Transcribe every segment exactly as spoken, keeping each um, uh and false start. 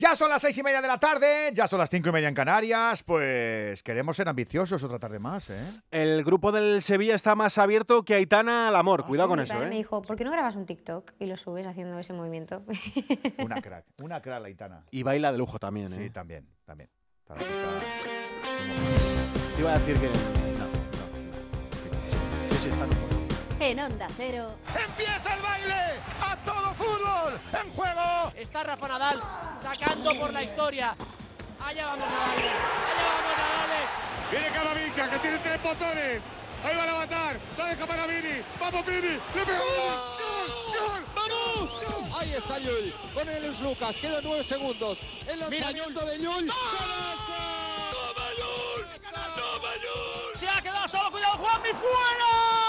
Ya son las seis y media de la tarde, ya son las cinco y media en Canarias, pues queremos ser ambiciosos otra tarde más, ¿eh? El grupo del Sevilla está más abierto que Aitana al amor, Ah, cuidado sí. con Mi eso, padre ¿eh? me dijo, ¿por qué no grabas un TikTok y lo subes haciendo ese movimiento? Una crack, una crack la Aitana. Y baila de lujo también, ¿eh? Sí, también, también. Está la chica- Te iba a decir que... No, no, no. Sí, sí, está lujo. En Onda Cero. ¡Empieza el baile! ¡A todo fútbol! ¡En juego! Está Rafa Nadal sacando por la historia. Allá vamos Nadal. Allá vamos Nadal. Viene Camavinga, que tiene tres botones. Ahí va a matar. La deja para Vini. ¡Vamos, Vini! ¡Le pegó! ¡Gol! ¡Gol! ¡Vamos! Ahí está Llull. Con Elius Lucas. Quedan nueve segundos. El lanzamiento de Llull. ¡Toma Llull! ¡Toma Llull! Se ha quedado solo. ¡Cuidado, Juanmi! ¡Fuera!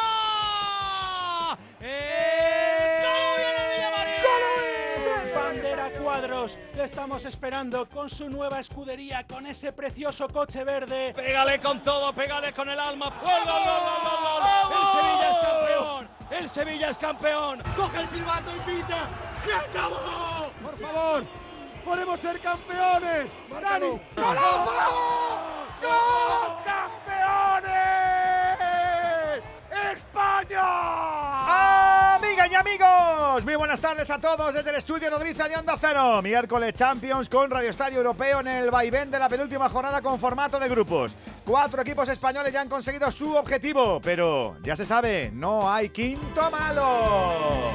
¡Eh! Bandera Cuadros, le estamos esperando con su nueva escudería, con ese precioso coche verde. Pégale con todo, pégale con el alma. ¡Gol, gol, gol, gol, gol! El Sevilla es campeón, el Sevilla es campeón. Coge el silbato y pita. ¡Se acabó! Por favor, podemos ser campeones. Dani, ¡golazo! ¡Gol! ¡Campeones! ¡España! Amigas y amigos, muy buenas tardes a todos desde el estudio Nodriza de Onda Cero. Miércoles Champions con Radio Estadio Europeo en el vaivén de la penúltima jornada con formato de grupos. Cuatro equipos españoles ya han conseguido su objetivo, pero ya se sabe, no hay quinto malo.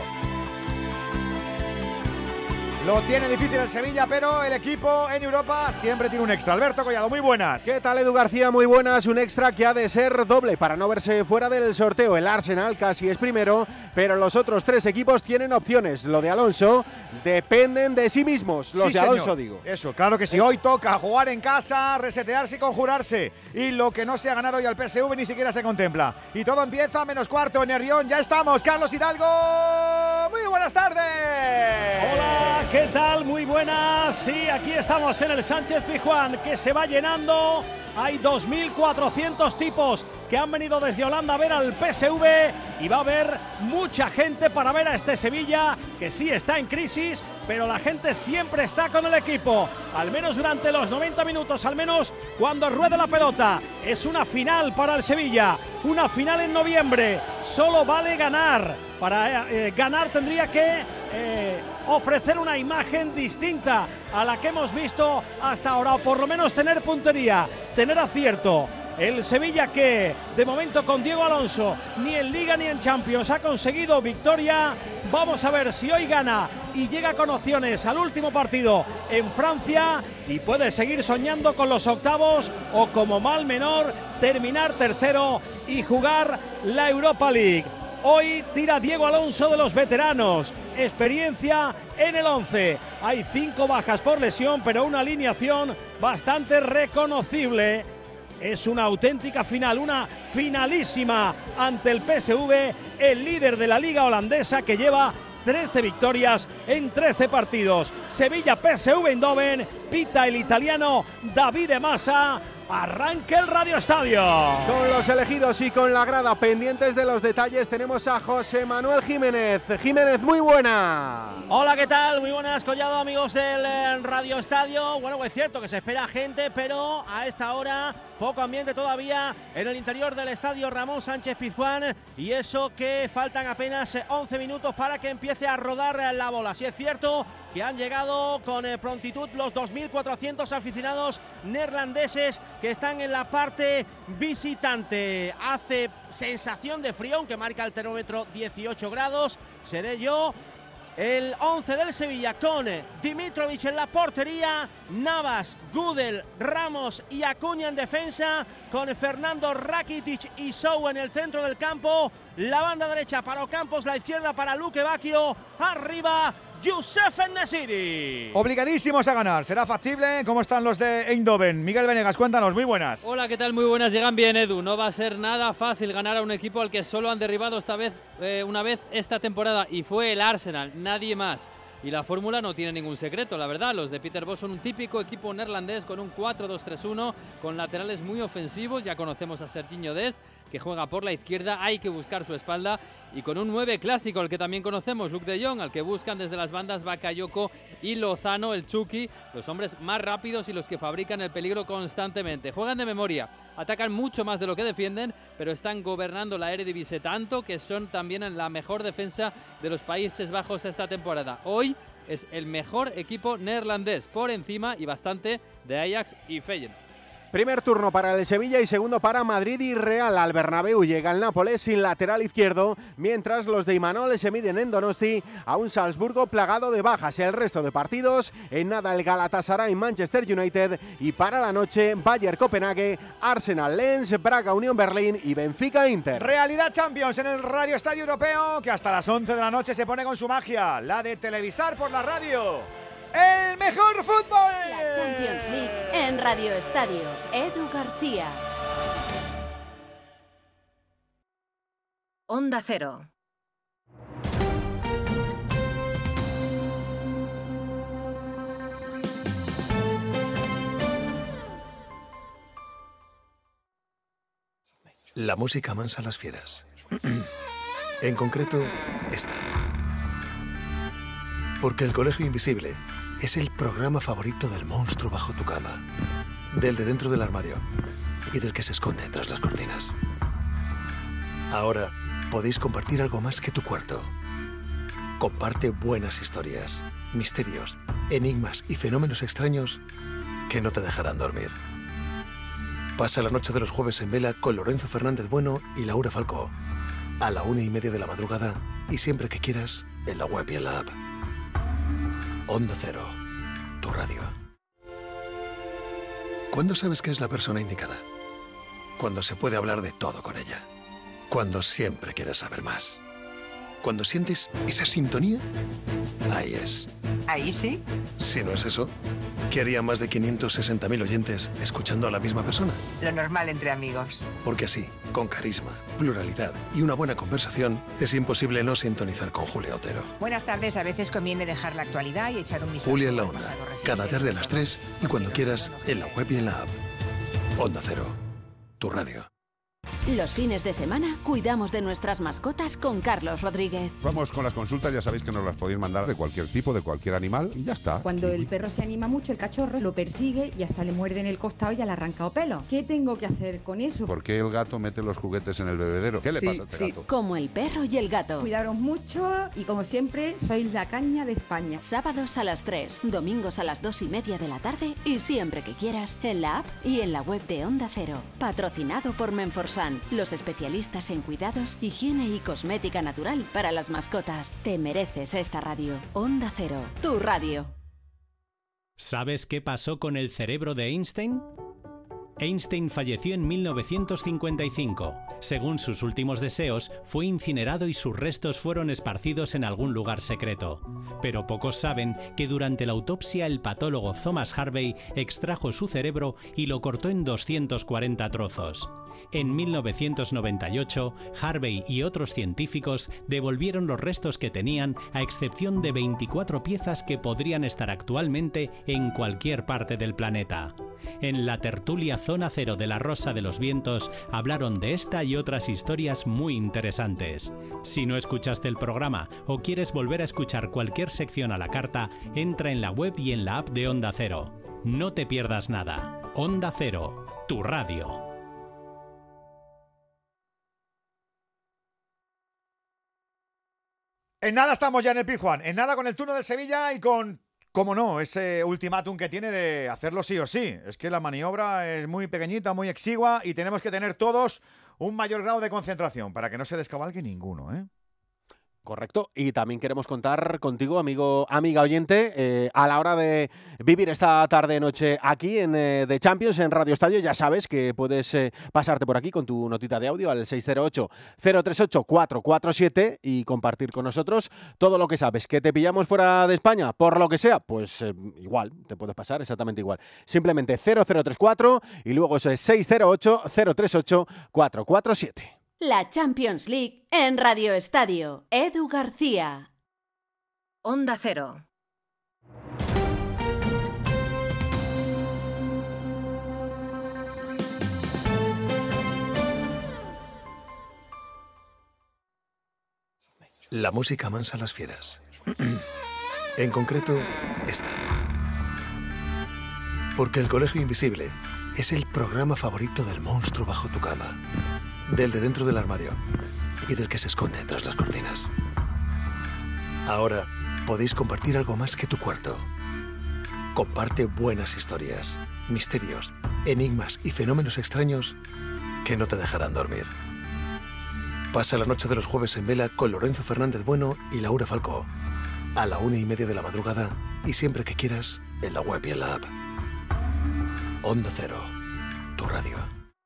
Lo tiene difícil el Sevilla, pero el equipo en Europa siempre tiene un extra. Alberto Collado, muy buenas. ¿Qué tal, Edu García? Muy buenas. Un extra que ha de ser doble para no verse fuera del sorteo. El Arsenal casi es primero, pero los otros tres equipos tienen opciones. Lo de Alonso dependen de sí mismos. Los Sí, de Alonso, señor. digo. Eso, claro que sí. Hoy toca jugar en casa, resetearse y conjurarse. Y lo que no sea ganar hoy al P S V ni siquiera se contempla. Y todo empieza a menos cuarto en Nervión. Ya estamos, Carlos Hidalgo. Muy buenas tardes. Hola, ¿qué tal? Muy buenas. Sí, aquí estamos en el Sánchez Pizjuán, que se va llenando. Hay dos mil cuatrocientos tipos que han venido desde Holanda a ver al P S V y va a haber mucha gente para ver a este Sevilla, que sí está en crisis, pero la gente siempre está con el equipo, al menos durante los noventa minutos, al menos cuando ruede la pelota. Es una final para el Sevilla, una final en noviembre, solo vale ganar. Para eh, ganar tendría que eh, ofrecer una imagen distinta a la que hemos visto hasta ahora, o por lo menos tener puntería, tener acierto. El Sevilla, que de momento con Diego Alonso ni en Liga ni en Champions ha conseguido victoria. Vamos a ver si hoy gana y llega con opciones al último partido en Francia y puede seguir soñando con los octavos o, como mal menor, terminar tercero y jugar la Europa League. Hoy tira Diego Alonso de los veteranos, experiencia en el once. Hay cinco bajas por lesión, pero una alineación bastante reconocible. Es una auténtica final, una finalísima ante el P S V, el líder de la liga holandesa, que lleva trece victorias en trece partidos. Sevilla-P S V Eindhoven, pita el italiano Davide Massa. Arranca el Radio Estadio. Con los elegidos y con la grada pendientes de los detalles, tenemos a José Manuel Jiménez. Jiménez, muy buena. Hola, ¿qué tal? Muy buenas, Collado, amigos del eh, Radio Estadio. Bueno, pues es cierto que se espera gente, pero a esta hora poco ambiente todavía en el interior del estadio Ramón Sánchez Pizjuán, y eso que faltan apenas once minutos para que empiece a rodar la bola. Sí es cierto que han llegado con eh, prontitud los dos mil cuatrocientos aficionados neerlandeses que están en la parte visitante. Hace sensación de frío, aunque marca el termómetro dieciocho grados. Seré yo. El once del Sevilla con Dimitrovic en la portería, Navas, Gudel, Ramos y Acuña en defensa, con Fernando Rakitic y Sou en el centro del campo. La banda derecha para Ocampos, la izquierda para Luque Bacchio, arriba Youssef En-Nesyri. Obligadísimos a ganar. ¿Será factible? ¿Cómo están los de Eindhoven? Miguel Venegas, cuéntanos, muy buenas. Hola, ¿qué tal? Muy buenas. Llegan bien, Edu. No va a ser nada fácil ganar a un equipo al que solo han derribado esta vez, eh, una vez esta temporada, y fue el Arsenal, nadie más. Y la fórmula no tiene ningún secreto, la verdad. Los de Peter Bosz son un típico equipo neerlandés con un cuatro dos tres uno, con laterales muy ofensivos. Ya conocemos a Serginho Dest. que juega por la izquierda, hay que buscar su espalda, y con un nueve clásico, el que también conocemos, Luuk de Jong, al que buscan desde las bandas Bakayoko y Lozano, el Chucky, los hombres más rápidos y los que fabrican el peligro constantemente. Juegan de memoria, atacan mucho más de lo que defienden, pero están gobernando la Eredivisie tanto que son también en la mejor defensa de los Países Bajos esta temporada. Hoy es el mejor equipo neerlandés, por encima y bastante de Ajax y Feyenoord. Primer turno para el Sevilla y segundo para Madrid y Real. Al Bernabéu llega el Nápoles sin lateral izquierdo, mientras los de Imanol se miden en Donosti a un Salzburgo plagado de bajas. El resto de partidos, en nada el Galatasaray Manchester United, y para la noche Bayern Copenhague, Arsenal Lens, Braga Unión Berlín y Benfica Inter. Realidad Champions en el Radio Estadio Europeo, que hasta las once de la noche se pone con su magia, la de televisar por la radio. ¡El mejor fútbol! La Champions League en Radio Estadio. Edu García. Onda Cero. La música amansa a las fieras. En concreto, esta. Porque El Colegio Invisible es el programa favorito del monstruo bajo tu cama, del de dentro del armario y del que se esconde tras las cortinas. Ahora podéis compartir algo más que tu cuarto. Comparte buenas historias, misterios, enigmas y fenómenos extraños que no te dejarán dormir. Pasa la noche de los jueves en vela con Lorenzo Fernández Bueno y Laura Falcó. A la una y media de la madrugada y siempre que quieras en la web y en la app. Onda Cero, tu radio. ¿Cuándo sabes que es la persona indicada? Cuando se puede hablar de todo con ella. Cuando siempre quieres saber más. Cuando sientes esa sintonía, ahí es. ¿Ahí sí? Si no es eso, ¿qué haría más de quinientos sesenta mil oyentes escuchando a la misma persona? Lo normal entre amigos. Porque así, con carisma, pluralidad y una buena conversación, es imposible no sintonizar con Julia Otero. Buenas tardes, a veces conviene dejar la actualidad y echar un vistazo. Julia en la Onda, cada tarde a las tres y cuando quieras, en la web y en la app. Onda Cero, tu radio. Los fines de semana cuidamos de nuestras mascotas con Carlos Rodríguez. Vamos con las consultas, ya sabéis que nos las podéis mandar de cualquier tipo, de cualquier animal y ya está. Cuando el perro se anima mucho, el cachorro lo persigue y hasta le muerde en el costado y ya le ha arrancado pelo. ¿Qué tengo que hacer con eso? ¿Por qué el gato mete los juguetes en el bebedero? ¿Qué le Sí, pasa a este sí. gato? Como el perro y el gato. Cuidaros mucho y como siempre, sois la caña de España. Sábados a las tres, domingos a las dos y media de la tarde y siempre que quieras en la app y en la web de Onda Cero. Patrocinado por Menforsan, los especialistas en cuidados, higiene y cosmética natural para las mascotas. Te mereces esta radio. Onda Cero, tu radio. ¿Sabes qué pasó con el cerebro de Einstein? Einstein falleció en mil novecientos cincuenta y cinco. Según sus últimos deseos, fue incinerado y sus restos fueron esparcidos en algún lugar secreto. Pero pocos saben que durante la autopsia el patólogo Thomas Harvey extrajo su cerebro y lo cortó en doscientos cuarenta trozos. En mil novecientos noventa y ocho, Harvey y otros científicos devolvieron los restos que tenían, a excepción de veinticuatro piezas que podrían estar actualmente en cualquier parte del planeta. En la tertulia Zona Cero de la Rosa de los Vientos hablaron de esta y otras historias muy interesantes. Si no escuchaste el programa o quieres volver a escuchar cualquier sección a la carta, entra en la web y en la app de Onda Cero. No te pierdas nada. Onda Cero, tu radio. En nada estamos ya en el Pizjuán, en nada con el turno del Sevilla y con, cómo no, ese ultimátum que tiene de hacerlo sí o sí. Es que la maniobra es muy pequeñita, muy exigua y tenemos que tener todos un mayor grado de concentración para que no se descabalgue ninguno, ¿eh? Correcto, y también queremos contar contigo, amigo, amiga oyente, eh, a la hora de vivir esta tarde-noche aquí en eh, The Champions, en Radio Estadio. Ya sabes que puedes eh, pasarte por aquí con tu notita de audio al seis cero ocho, cero tres ocho, cuatro cuatro siete y compartir con nosotros todo lo que sabes. ¿Que te pillamos fuera de España? Por lo que sea, pues eh, igual, te puedes pasar exactamente igual. Simplemente cero cero tres cuatro y luego eso es seis cero ocho, cero tres ocho, cuatro cuatro siete. La Champions League en Radio Estadio. Edu García. Onda Cero. la música mansa a las fieras. En concreto, esta. Porque El Colegio Invisible es el programa favorito del monstruo bajo tu cama, del de dentro del armario y del que se esconde tras las cortinas. Ahora podéis compartir algo más que tu cuarto. Comparte buenas historias, misterios, enigmas y fenómenos extraños que no te dejarán dormir. Pasa la noche de los jueves en vela con Lorenzo Fernández Bueno y Laura Falcó. A la una y media de la madrugada y siempre que quieras en la web y en la app. Onda Cero, tu radio.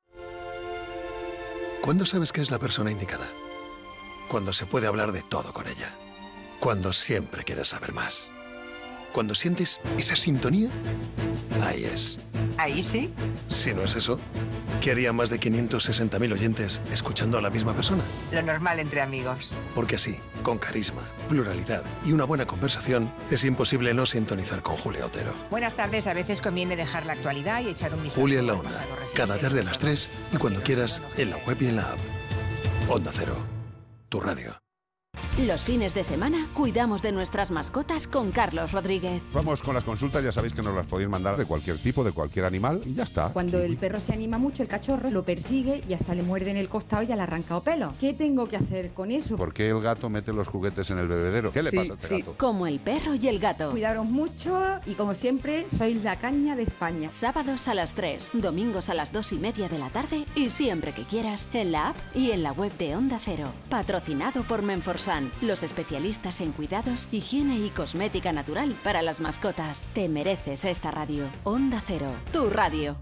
¿Cuándo sabes que es la persona indicada? Cuando se puede hablar de todo con ella. Cuando siempre quieres saber más. Cuando sientes esa sintonía, ahí es. ¿Ahí sí? Si no es eso, ¿qué harían más de quinientos sesenta mil oyentes escuchando a la misma persona? Lo normal entre amigos. Porque así, con carisma, pluralidad y una buena conversación, es imposible no sintonizar con Julia Otero. Buenas tardes, a veces conviene dejar la actualidad y echar un vistazo. Julia en la Onda, cada tarde a las tres y cuando quieras en la web y en la app. Onda Cero, tu radio. Los fines de semana cuidamos de nuestras mascotas con Carlos Rodríguez. Vamos con las consultas, ya sabéis que nos las podéis mandar de cualquier tipo, de cualquier animal y ya está. Cuando el perro se anima mucho, el cachorro lo persigue y hasta le muerde en el costado y ya le ha arrancado pelo. ¿Qué tengo que hacer con eso? ¿Por qué el gato mete los juguetes en el bebedero? ¿Qué le Sí, pasa a este sí. gato? Como el perro y el gato. Cuidaros mucho y como siempre, sois la caña de España. Sábados a las tres, domingos a las dos y media de la tarde y siempre que quieras en la app y en la web de Onda Cero. Patrocinado por Menforsan, los especialistas en cuidados, higiene y cosmética natural para las mascotas. Te mereces esta radio. Onda Cero, tu radio.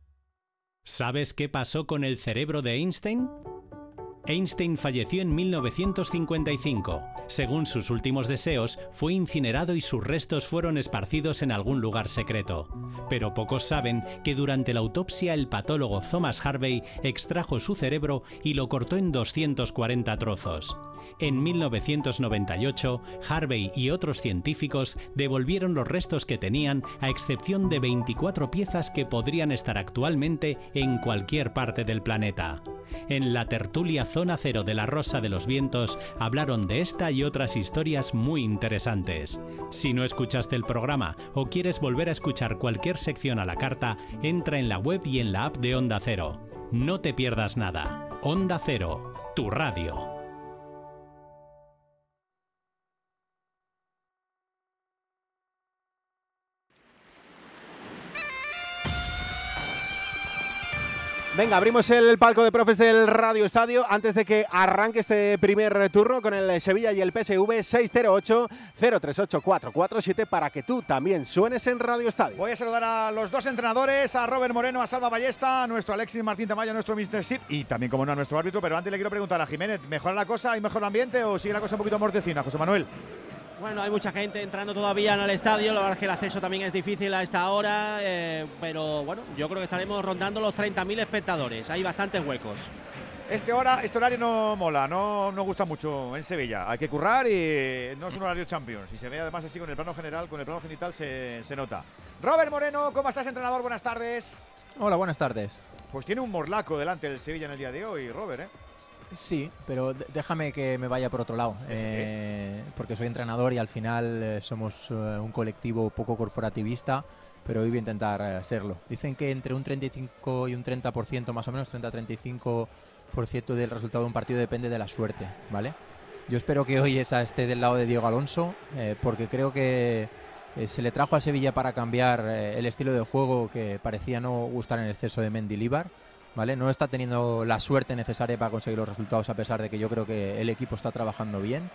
¿Sabes qué pasó con el cerebro de Einstein? Einstein falleció en mil novecientos cincuenta y cinco. Según sus últimos deseos, fue incinerado y sus restos fueron esparcidos en algún lugar secreto. Pero pocos saben que durante la autopsia el patólogo Thomas Harvey extrajo su cerebro y lo cortó en doscientos cuarenta trozos. En mil novecientos noventa y ocho, Harvey y otros científicos devolvieron los restos que tenían, a excepción de veinticuatro piezas que podrían estar actualmente en cualquier parte del planeta. En la tertulia Zona Cero de La Rosa de los Vientos hablaron de esta y otras historias muy interesantes. Si no escuchaste el programa o quieres volver a escuchar cualquier sección a la carta, entra en la web y en la app de Onda Cero. No te pierdas nada. Onda Cero, tu radio. Venga, abrimos el palco de profes del Radio Estadio antes de que arranque este primer turno con el Sevilla y el P S V. Seis cero ocho, cero tres ocho, cuatro cuatro siete para que tú también suenes en Radio Estadio. Voy a saludar a los dos entrenadores, a Robert Moreno, a Salva Ballesta, a nuestro Alexis Martín Tamayo, nuestro míster Sip y también, como no, a nuestro árbitro. Pero antes le quiero preguntar a Jiménez, ¿mejora la cosa? ¿Hay mejor ambiente o sigue la cosa un poquito mortecina, José Manuel? Bueno, hay mucha gente entrando todavía en el estadio, la verdad es que el acceso también es difícil a esta hora, eh, pero bueno, yo creo que estaremos rondando los treinta mil espectadores, hay bastantes huecos. Este, hora, este horario no mola, no nos gusta mucho en Sevilla, hay que currar y no es un horario Champions, y se ve además así con el plano general, con el plano cenital se, se nota. Robert Moreno, ¿cómo estás, entrenador? Buenas tardes. Hola, buenas tardes. Pues tiene un morlaco delante del Sevilla en el día de hoy, Robert, ¿eh? Sí, pero déjame que me vaya por otro lado, eh, porque soy entrenador y al final eh, somos eh, un colectivo poco corporativista, pero hoy voy a intentar eh, serlo. Dicen que entre un treinta y cinco y un treinta por ciento, más o menos treinta a treinta y cinco por ciento del resultado de un partido depende de la suerte, ¿vale? Yo espero que hoy esa esté del lado de Diego Alonso, eh, porque creo que eh, se le trajo a Sevilla para cambiar eh, el estilo de juego que parecía no gustar en exceso de Mendilibar. ¿Vale? No está teniendo la suerte necesaria para conseguir los resultados, a pesar de que yo creo que el equipo está trabajando bien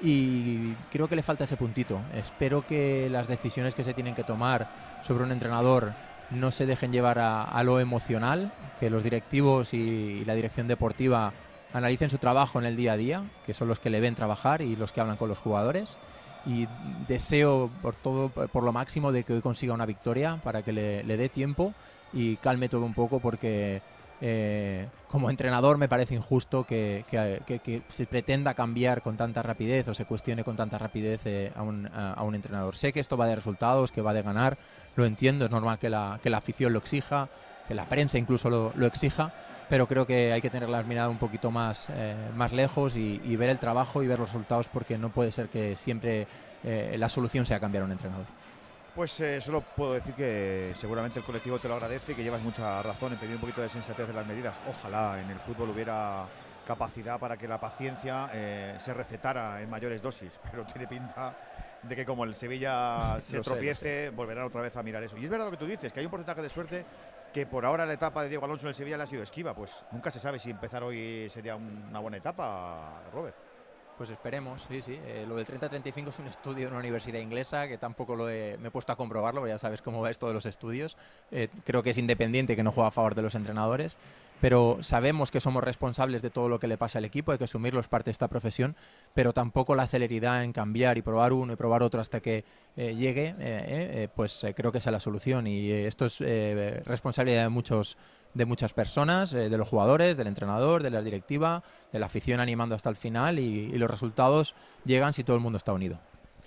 y creo que le falta ese puntito. Espero que las decisiones que se tienen que tomar sobre un entrenador no se dejen llevar a, a lo emocional, que los directivos y, y la dirección deportiva analicen su trabajo en el día a día, que son los que le ven trabajar y los que hablan con los jugadores. Y deseo por todo, por lo máximo, de que hoy consiga una victoria para que le, le dé tiempo y calme todo un poco, porque Eh, como entrenador me parece injusto que, que, que, que se pretenda cambiar con tanta rapidez o se cuestione con tanta rapidez eh, a, un, a, a un entrenador. Sé que esto va de resultados, que va de ganar, lo entiendo, es normal que la, que la afición lo exija, que la prensa incluso lo, lo exija, pero creo que hay que tener la mirada un poquito más, eh, más lejos y, y ver el trabajo y ver los resultados, porque no puede ser que siempre eh, la solución sea cambiar a un entrenador. Pues eh, solo puedo decir que seguramente el colectivo te lo agradece y que llevas mucha razón en pedir un poquito de sensatez de las medidas. Ojalá en el fútbol hubiera capacidad para que la paciencia eh, se recetara en mayores dosis, pero tiene pinta de que como el Sevilla se Lo sé, tropiece, lo sé. volverán otra vez a mirar eso. Y es verdad lo que tú dices, que hay un porcentaje de suerte que por ahora la etapa de Diego Alonso en el Sevilla le ha sido esquiva. Pues nunca se sabe si empezar hoy sería una buena etapa, Robert. Pues esperemos, sí, sí. Eh, lo del treinta treinta y cinco es un estudio en una universidad inglesa que tampoco lo he, me he puesto a comprobarlo, porque ya sabes cómo va esto de los estudios. Eh, creo que es independiente, que no juega a favor de los entrenadores, pero sabemos que somos responsables de todo lo que le pasa al equipo, hay que asumirlo, es parte de esta profesión, pero tampoco la celeridad en cambiar y probar uno y probar otro hasta que eh, llegue, eh, eh, pues eh, creo que esa es la solución, y eh, esto es eh, responsabilidad de muchos de muchas personas, eh, de los jugadores, del entrenador, de la directiva, de la afición animando hasta el final, y, y los resultados llegan si todo el mundo está unido.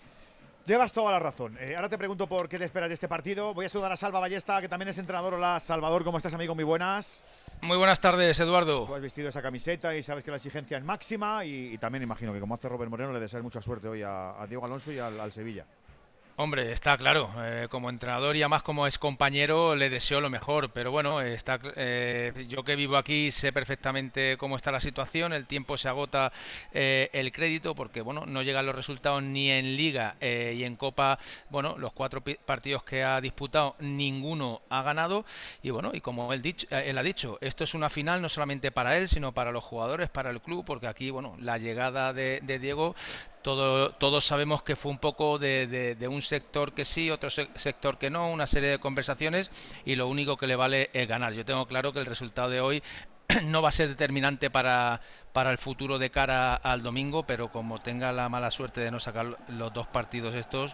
Llevas toda la razón. Eh, ahora te pregunto por qué te esperas de este partido. Voy a saludar a Salva Ballesta, que también es entrenador. Hola, Salvador, ¿cómo estás, amigo? Muy buenas. Muy buenas tardes, Eduardo. Tú has vestido esa camiseta y sabes que la exigencia es máxima, y, y también imagino que, como hace Robert Moreno, le deseas mucha suerte hoy a, a Diego Alonso y al, al Sevilla. Hombre, está claro, eh, como entrenador y además como ex compañero le deseo lo mejor, pero bueno, está, eh, yo que vivo aquí sé perfectamente cómo está la situación, el tiempo se agota, eh, el crédito, porque bueno, no llegan los resultados ni en Liga eh, y en Copa. Bueno, los cuatro partidos que ha disputado, ninguno ha ganado, y bueno, y como él, dicho, él ha dicho, esto es una final no solamente para él, sino para los jugadores, para el club, porque aquí, bueno, la llegada de, de Diego, Todo, todos sabemos que fue un poco de, de, de un sector que sí, otro se sector que no, una serie de conversaciones, y lo único que le vale es ganar. Yo tengo claro que el resultado de hoy no va a ser determinante para, para el futuro de cara al domingo, pero como tenga la mala suerte de no sacar los dos partidos estos,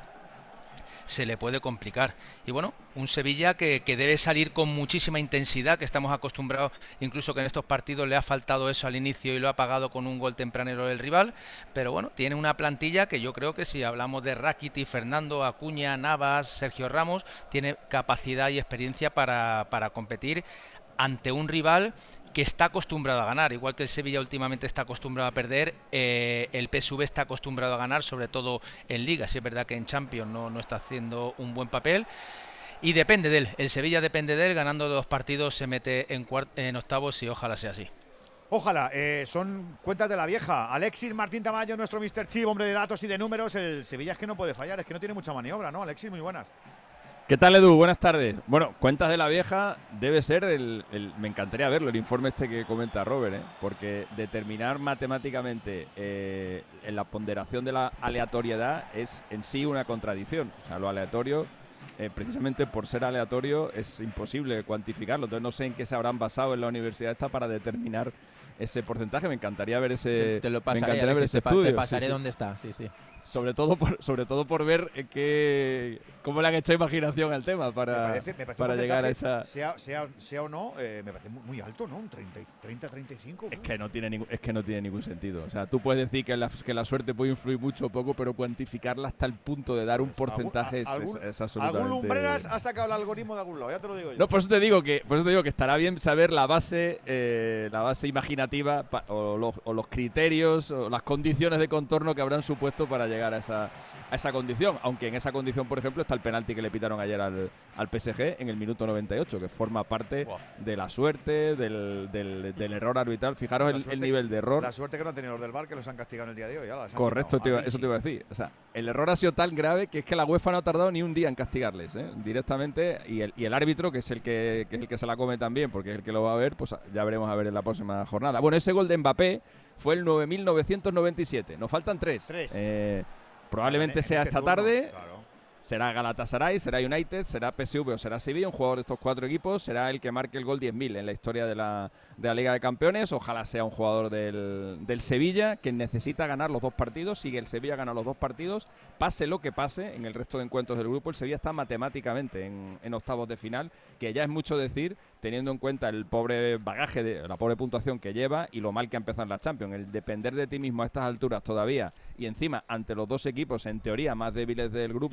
se le puede complicar. Y bueno, un Sevilla que, que debe salir con muchísima intensidad, que estamos acostumbrados, incluso que en estos partidos le ha faltado eso al inicio y lo ha pagado con un gol tempranero del rival, pero bueno, tiene una plantilla que yo creo que, si hablamos de Rakitic, Fernando, Acuña, Navas, Sergio Ramos, tiene capacidad y experiencia para, para competir ante un rival que está acostumbrado a ganar, igual que el Sevilla últimamente está acostumbrado a perder. eh, el P S V está acostumbrado a ganar, sobre todo en Liga. Sí es verdad que en Champions no, no está haciendo un buen papel, y depende de él, el Sevilla depende de él, ganando dos partidos se mete en, en octavos, y ojalá sea así. Ojalá, eh, son cuentas de la vieja. Alexis Martín Tamayo, nuestro míster Chip, hombre de datos y de números. El Sevilla es que no puede fallar, es que no tiene mucha maniobra, ¿no? Alexis, muy buenas. ¿Qué tal, Edu? Buenas tardes. Bueno, cuentas de la vieja debe ser el, el me encantaría verlo, el informe este que comenta Robert, ¿eh? Porque determinar matemáticamente eh, en la ponderación de la aleatoriedad es en sí una contradicción. O sea, lo aleatorio, eh, precisamente por ser aleatorio, es imposible cuantificarlo. Entonces no sé en qué se habrán basado en la universidad esta para determinar ese porcentaje. Me encantaría ver ese, te, te lo pasaré, me encantaría Alexis, ver ese te, estudio. te pasaré sí, sí. dónde está, sí, sí. Sobre todo por, sobre todo por ver que, cómo le han hecho imaginación al tema para, me parece, me parece para llegar a esa… Sea, sea, sea o no, eh, me parece muy, muy alto, ¿no? Un treinta, treinta y cinco. Es que, no tiene ningún, es que no tiene ningún sentido. O sea, tú puedes decir que la, que la suerte puede influir mucho o poco, pero cuantificarla hasta el punto de dar un pues porcentaje algún, es, es, es absolutamente… Algún Lumbreras ha sacado el algoritmo de algún lado, ya te lo digo yo. No, por eso te digo que, por eso te digo que estará bien saber la base, eh, la base imaginativa pa, o, los, o los criterios o las condiciones de contorno que habrán supuesto para llegar a esa… a esa condición, aunque en esa condición, por ejemplo, está el penalti que le pitaron ayer al, al P S G en el minuto noventa y ocho, que forma parte wow. de la suerte, del, del, del error arbitral. Fijaros el, suerte, el nivel de error. La suerte que no han tenido los del V A R, que los han castigado en el día de hoy. Ya Correcto, te iba, eso te iba a decir. O sea, el error ha sido tan grave que es que la UEFA no ha tardado ni un día en castigarles, ¿eh? directamente, y el, y el árbitro, que es el que, que es el que se la come también, porque es el que lo va a ver, pues ya veremos a ver en la próxima jornada. Bueno, ese gol de Mbappé fue el nueve mil novecientos noventa y siete. Nos faltan tres. Tres. Eh, Probablemente en, en sea este esta turno, tarde, claro. Será Galatasaray, será United, será P S V o será Sevilla, un jugador de estos cuatro equipos, será el que marque el gol diez mil en la historia de la, de la Liga de Campeones. Ojalá sea un jugador del, del Sevilla, que necesita ganar los dos partidos. Si el Sevilla gana los dos partidos, pase lo que pase en el resto de encuentros del grupo, el Sevilla está matemáticamente en, en octavos de final, que ya es mucho decir, teniendo en cuenta el pobre bagaje, de la pobre puntuación que lleva y lo mal que ha empezado en la Champions. El depender de ti mismo a estas alturas todavía, y encima ante los dos equipos en teoría más débiles del grupo, porque el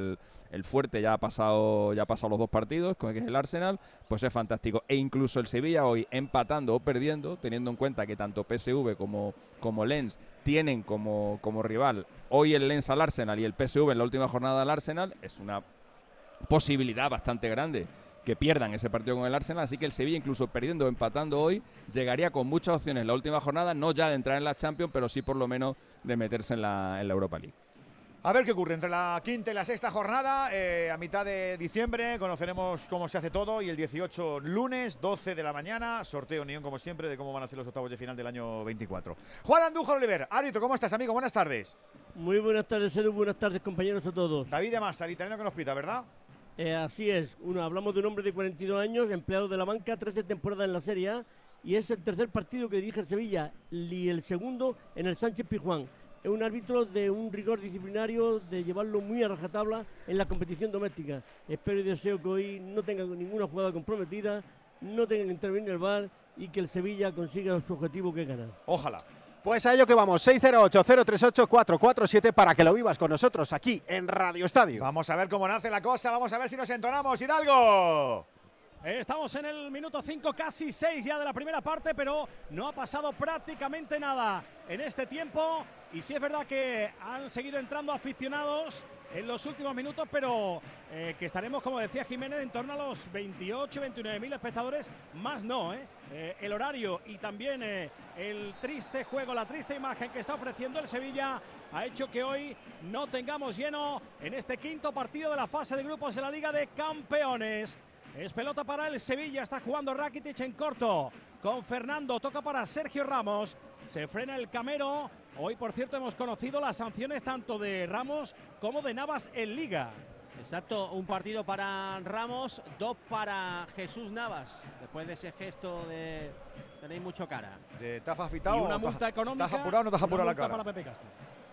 el, el fuerte ya ha pasado ya ha pasado los dos partidos, que es el Arsenal, pues es fantástico. E incluso el Sevilla hoy empatando o perdiendo, teniendo en cuenta que tanto P S V como, como Lens tienen como, como rival hoy el Lens al Arsenal y el P S V en la última jornada al Arsenal, es una posibilidad bastante grande que pierdan ese partido con el Arsenal, así que el Sevilla, incluso perdiendo o empatando hoy, llegaría con muchas opciones en la última jornada, no ya de entrar en la Champions, pero sí por lo menos de meterse en la, en la Europa League. A ver qué ocurre entre la quinta y la sexta jornada. Eh, a mitad de diciembre conoceremos cómo se hace todo y el dieciocho, lunes, doce de la mañana, sorteo Neón como siempre de cómo van a ser los octavos de final del año veinticuatro. Juan Andújar Oliver, árbitro, ¿cómo estás, amigo? Buenas tardes. Muy buenas tardes, Edu, buenas tardes, compañeros a todos. David de Massa, el italiano que nos pita, ¿verdad? Eh, así es, uno, hablamos de un hombre de cuarenta y dos años, empleado de la banca, trece temporadas en la Serie A, y es el tercer partido que dirige el Sevilla y el segundo en el Sánchez Pizjuán. Es un árbitro de un rigor disciplinario, de llevarlo muy a rajatabla en la competición doméstica. Espero y deseo que hoy no tenga ninguna jugada comprometida, no tenga que intervenir el V A R y que el Sevilla consiga su objetivo, que es ganar. Ojalá. Pues a ello que vamos, seis cero ocho, cero tres ocho, cuatro cuatro siete para que lo vivas con nosotros aquí en Radio Estadio. Vamos a ver cómo nace la cosa, vamos a ver si nos entonamos, Hidalgo. Estamos en el minuto cinco, casi seis ya de la primera parte, pero no ha pasado prácticamente nada en este tiempo. Y sí es verdad que han seguido entrando aficionados en los últimos minutos, pero eh, que estaremos, como decía Jiménez, en torno a los veintiocho, veintinueve mil espectadores, más no, ¿eh? Eh, el horario y también eh, el triste juego, la triste imagen que está ofreciendo el Sevilla ha hecho que hoy no tengamos lleno en este quinto partido de la fase de grupos de la Liga de Campeones. Es pelota para el Sevilla, está jugando Rakitic en corto con Fernando, toca para Sergio Ramos, se frena el Camero. Hoy, por cierto, hemos conocido las sanciones tanto de Ramos como de Navas en Liga. Exacto, un partido para Ramos, dos para Jesús Navas, después de ese gesto de tenéis mucho cara. ¿De taja afitado? Y una o multa taja, económica. ¿Taja apurado o no taja apurado la cara? Para Pepe Castro.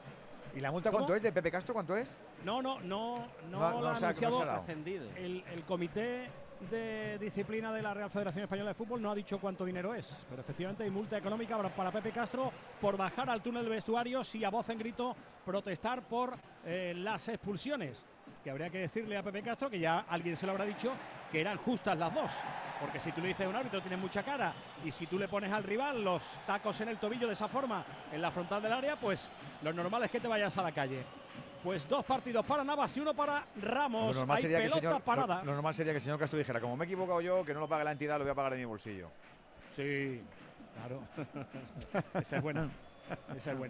¿Y la multa ¿Cómo? cuánto es de Pepe Castro? ¿Cuánto es? No, no, no, no, No, no lo ha se ha- no se ha anunciado dado. el, el comité de disciplina de la Real Federación Española de Fútbol no ha dicho cuánto dinero es, pero efectivamente hay multa económica para, para Pepe Castro por bajar al túnel de vestuarios y a voz en grito protestar por eh, las expulsiones, que habría que decirle a Pepe Castro, que ya alguien se lo habrá dicho, que eran justas las dos, porque si tú le dices a un árbitro tienes mucha cara y si tú le pones al rival los tacos en el tobillo de esa forma en la frontal del área, pues lo normal es que te vayas a la calle. Pues dos partidos para Navas y uno para Ramos. Lo normal, Hay sería que el pelota señor, parada. lo, lo normal sería que el señor Castro dijera, como me he equivocado yo, que no lo pague la entidad, lo voy a pagar de mi bolsillo. Sí, claro. Esa es buena. Esa es buena.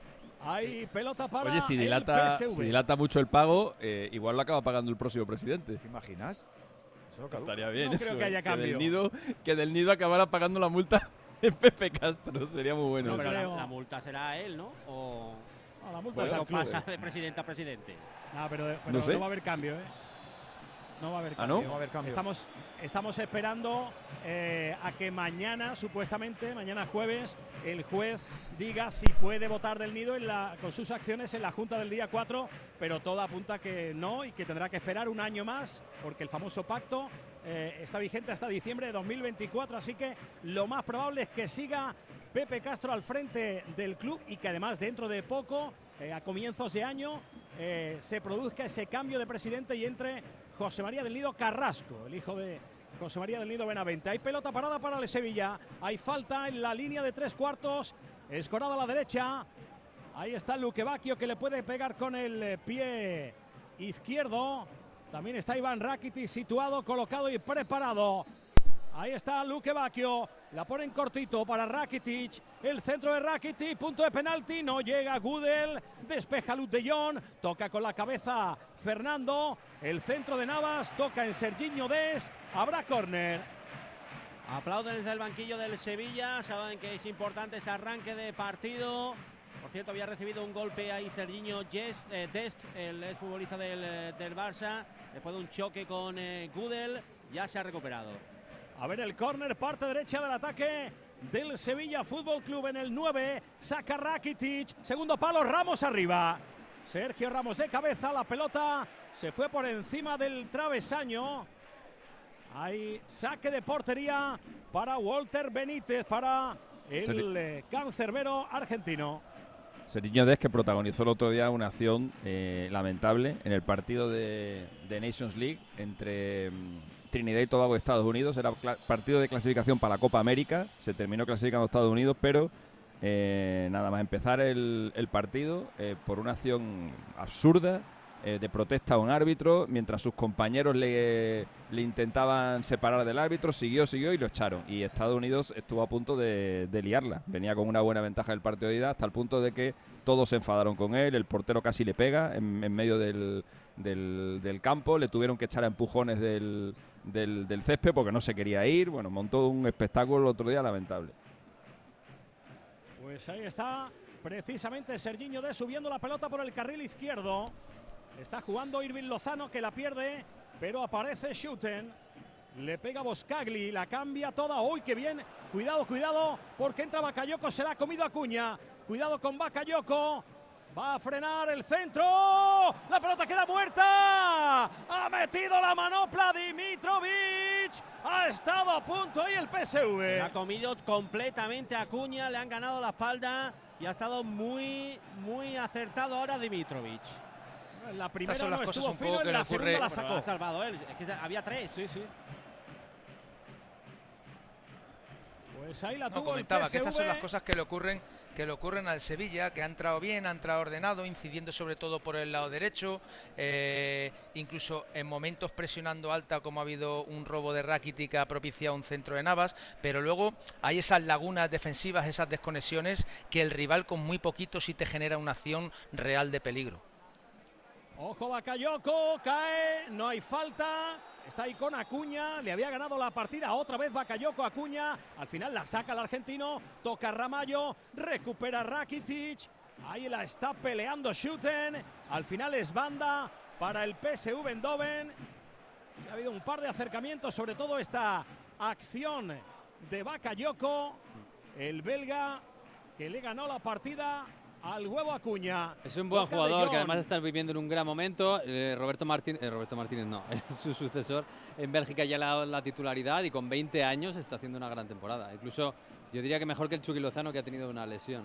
Hay pelota para Oye, si el dilata, P S V. si dilata mucho el pago, eh, igual lo acaba pagando el próximo presidente. ¿Te imaginas? Eso no caduca. Estaría bien No eso, creo que eh, haya que del cambio. Nido, que del Nido acabara pagando la multa de Pepe Castro, sería muy bueno. No, pero la, creo. la multa será él, ¿no? O No, la multa pues es al eso club. pasa de presidente a presidente. No, pero, pero No no, sé. va a haber cambio, ¿eh? No va a haber ¿Ah, cambio. no? No va a haber cambio. Estamos, estamos esperando eh, a que mañana, supuestamente, mañana jueves, el juez diga si puede votar del Nido en la, con sus acciones en la Junta del día cuatro, pero todo apunta que no y que tendrá que esperar un año más, porque el famoso pacto eh, está vigente hasta diciembre de dos mil veinticuatro, así que lo más probable es que siga Pepe Castro al frente del club y que además dentro de poco, eh, a comienzos de año, eh, se produzca ese cambio de presidente y entre José María del Nido Carrasco, el hijo de José María del Nido Benavente. Hay pelota parada para el Sevilla, hay falta en la línea de tres cuartos, escorada a la derecha. Ahí está Luque Bacchio, que le puede pegar con el eh, pie izquierdo. También está Iván Rakitic situado, colocado y preparado. Ahí está Luque Bacchio, la ponen cortito para Rakitic, el centro de Rakitic, punto de penalti, no llega Gudel, despeja Luke de Jong, toca con la cabeza Fernando, el centro de Navas, toca en Serginho Dest, habrá córner. Aplauden desde el banquillo del Sevilla, saben que es importante este arranque de partido. Por cierto, había recibido un golpe ahí Serginho Dest, eh, Dest el exfutbolista del, eh, del Barça, después de un choque con eh, Gudel, ya se ha recuperado. A ver el córner, parte derecha del ataque del Sevilla Fútbol Club en el nueve. Saca Rakitic, segundo palo, Ramos arriba. Sergio Ramos de cabeza, la pelota se fue por encima del travesaño. Hay saque de portería para Walter Benítez, para el eh, cancerbero argentino. Serginho Dest, que protagonizó el otro día una acción eh, lamentable en el partido de, de Nations League entre um, Trinidad y Tobago y Estados Unidos. Era partido de clasificación para la Copa América, se terminó clasificando Estados Unidos, pero eh, nada más empezar el, el partido, eh, por una acción absurda, Eh, de protesta a un árbitro, mientras sus compañeros le, le intentaban separar del árbitro, siguió, siguió y lo echaron. Y Estados Unidos estuvo a punto de, de liarla. Venía con una buena ventaja del partido de ida, hasta el punto de que todos se enfadaron con él, el portero casi le pega en, en medio del, del, del campo, le tuvieron que echar a empujones del, del, del césped porque no se quería ir. Bueno, montó un espectáculo el otro día lamentable. Pues ahí está precisamente Serginho Dest subiendo la pelota por el carril izquierdo. Está jugando Irving Lozano, que la pierde, pero aparece Schouten. Le pega Boscagli, la cambia toda. ¡Uy, qué bien! Cuidado, cuidado, porque entra Bakayoko, se la ha comido Acuña. Cuidado con Bakayoko. Va a frenar el centro. La pelota queda muerta. Ha metido la manopla Dimitrovic. Ha estado a punto ahí el P S V. Se la ha comido completamente Acuña, le han ganado la espalda y ha estado muy, muy acertado ahora Dimitrovic. La primera son las no cosas estuvo fino, en la segunda la sacó. Bueno, ha salvado él, es que había tres. Sí, sí. Pues ahí la no, tuvo comentaba el P S V. que estas son las cosas que le ocurren que le ocurren al Sevilla, que ha entrado bien, ha entrado ordenado, incidiendo sobre todo por el lado derecho, eh, incluso en momentos presionando alta, como ha habido un robo de Rakitic que ha propiciado un centro de Navas, pero luego hay esas lagunas defensivas, esas desconexiones, que el rival con muy poquito sí te genera una acción real de peligro. Ojo, Bakayoko, cae, no hay falta, está ahí con Acuña, le había ganado la partida, otra vez Bakayoko, Acuña, al final la saca el argentino, toca Ramallo, recupera Rakitic, ahí la está peleando Schouten, al final es banda para el P S V Eindhoven. Ha habido un par de acercamientos, sobre todo esta acción de Bakayoko, el belga que le ganó la partida al huevo Acuña. Es un buen jugador que además está viviendo en un gran momento. Eh, Roberto Martínez, eh, Roberto Martínez no, su sucesor en Bélgica ya le ha dado la titularidad y con veinte años está haciendo una gran temporada. Incluso yo diría que mejor que el Chucky Lozano, que ha tenido una lesión.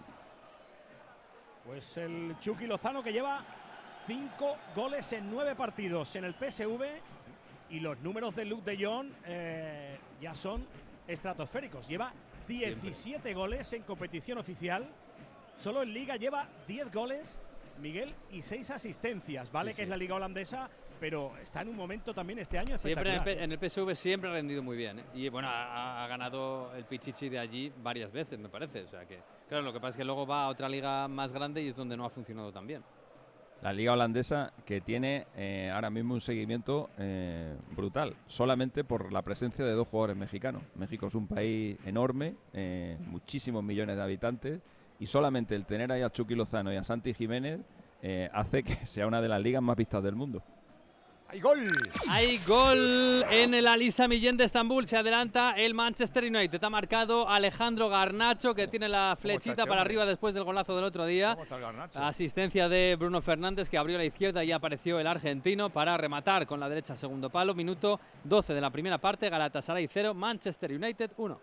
Pues el Chucky Lozano, que lleva cinco goles en nueve partidos en el P S V, y los números de Luuk de Jong eh, ya son estratosféricos. Lleva diecisiete Siempre. goles en competición oficial. Solo en Liga lleva diez goles, Miguel, y seis asistencias. Vale, sí, que sí. es la Liga holandesa, pero está en un momento también este año siempre espectacular. En el, en el P S V siempre ha rendido muy bien, ¿eh? Y bueno, ha, ha ganado el Pichichi de allí varias veces, me parece. O sea que, claro, lo que pasa es que luego va a otra liga más grande y es donde no ha funcionado tan bien. La liga holandesa, que tiene eh, ahora mismo un seguimiento eh, brutal, solamente por la presencia de dos jugadores mexicanos. México es un país enorme, eh, muchísimos millones de habitantes, y solamente el tener ahí a Chucky Lozano y a Santi Jiménez eh, hace que sea una de las ligas más vistas del mundo. ¡Hay gol! Hay gol en el Alisa Millén de Estambul. Se adelanta el Manchester United. Ha marcado Alejandro Garnacho, que tiene la flechita para arriba después del golazo del otro día. ¿Cómo está el Garnacho? Asistencia de Bruno Fernández, que abrió la izquierda y apareció el argentino para rematar con la derecha segundo palo. Minuto doce de la primera parte. Galatasaray cero, Manchester United uno.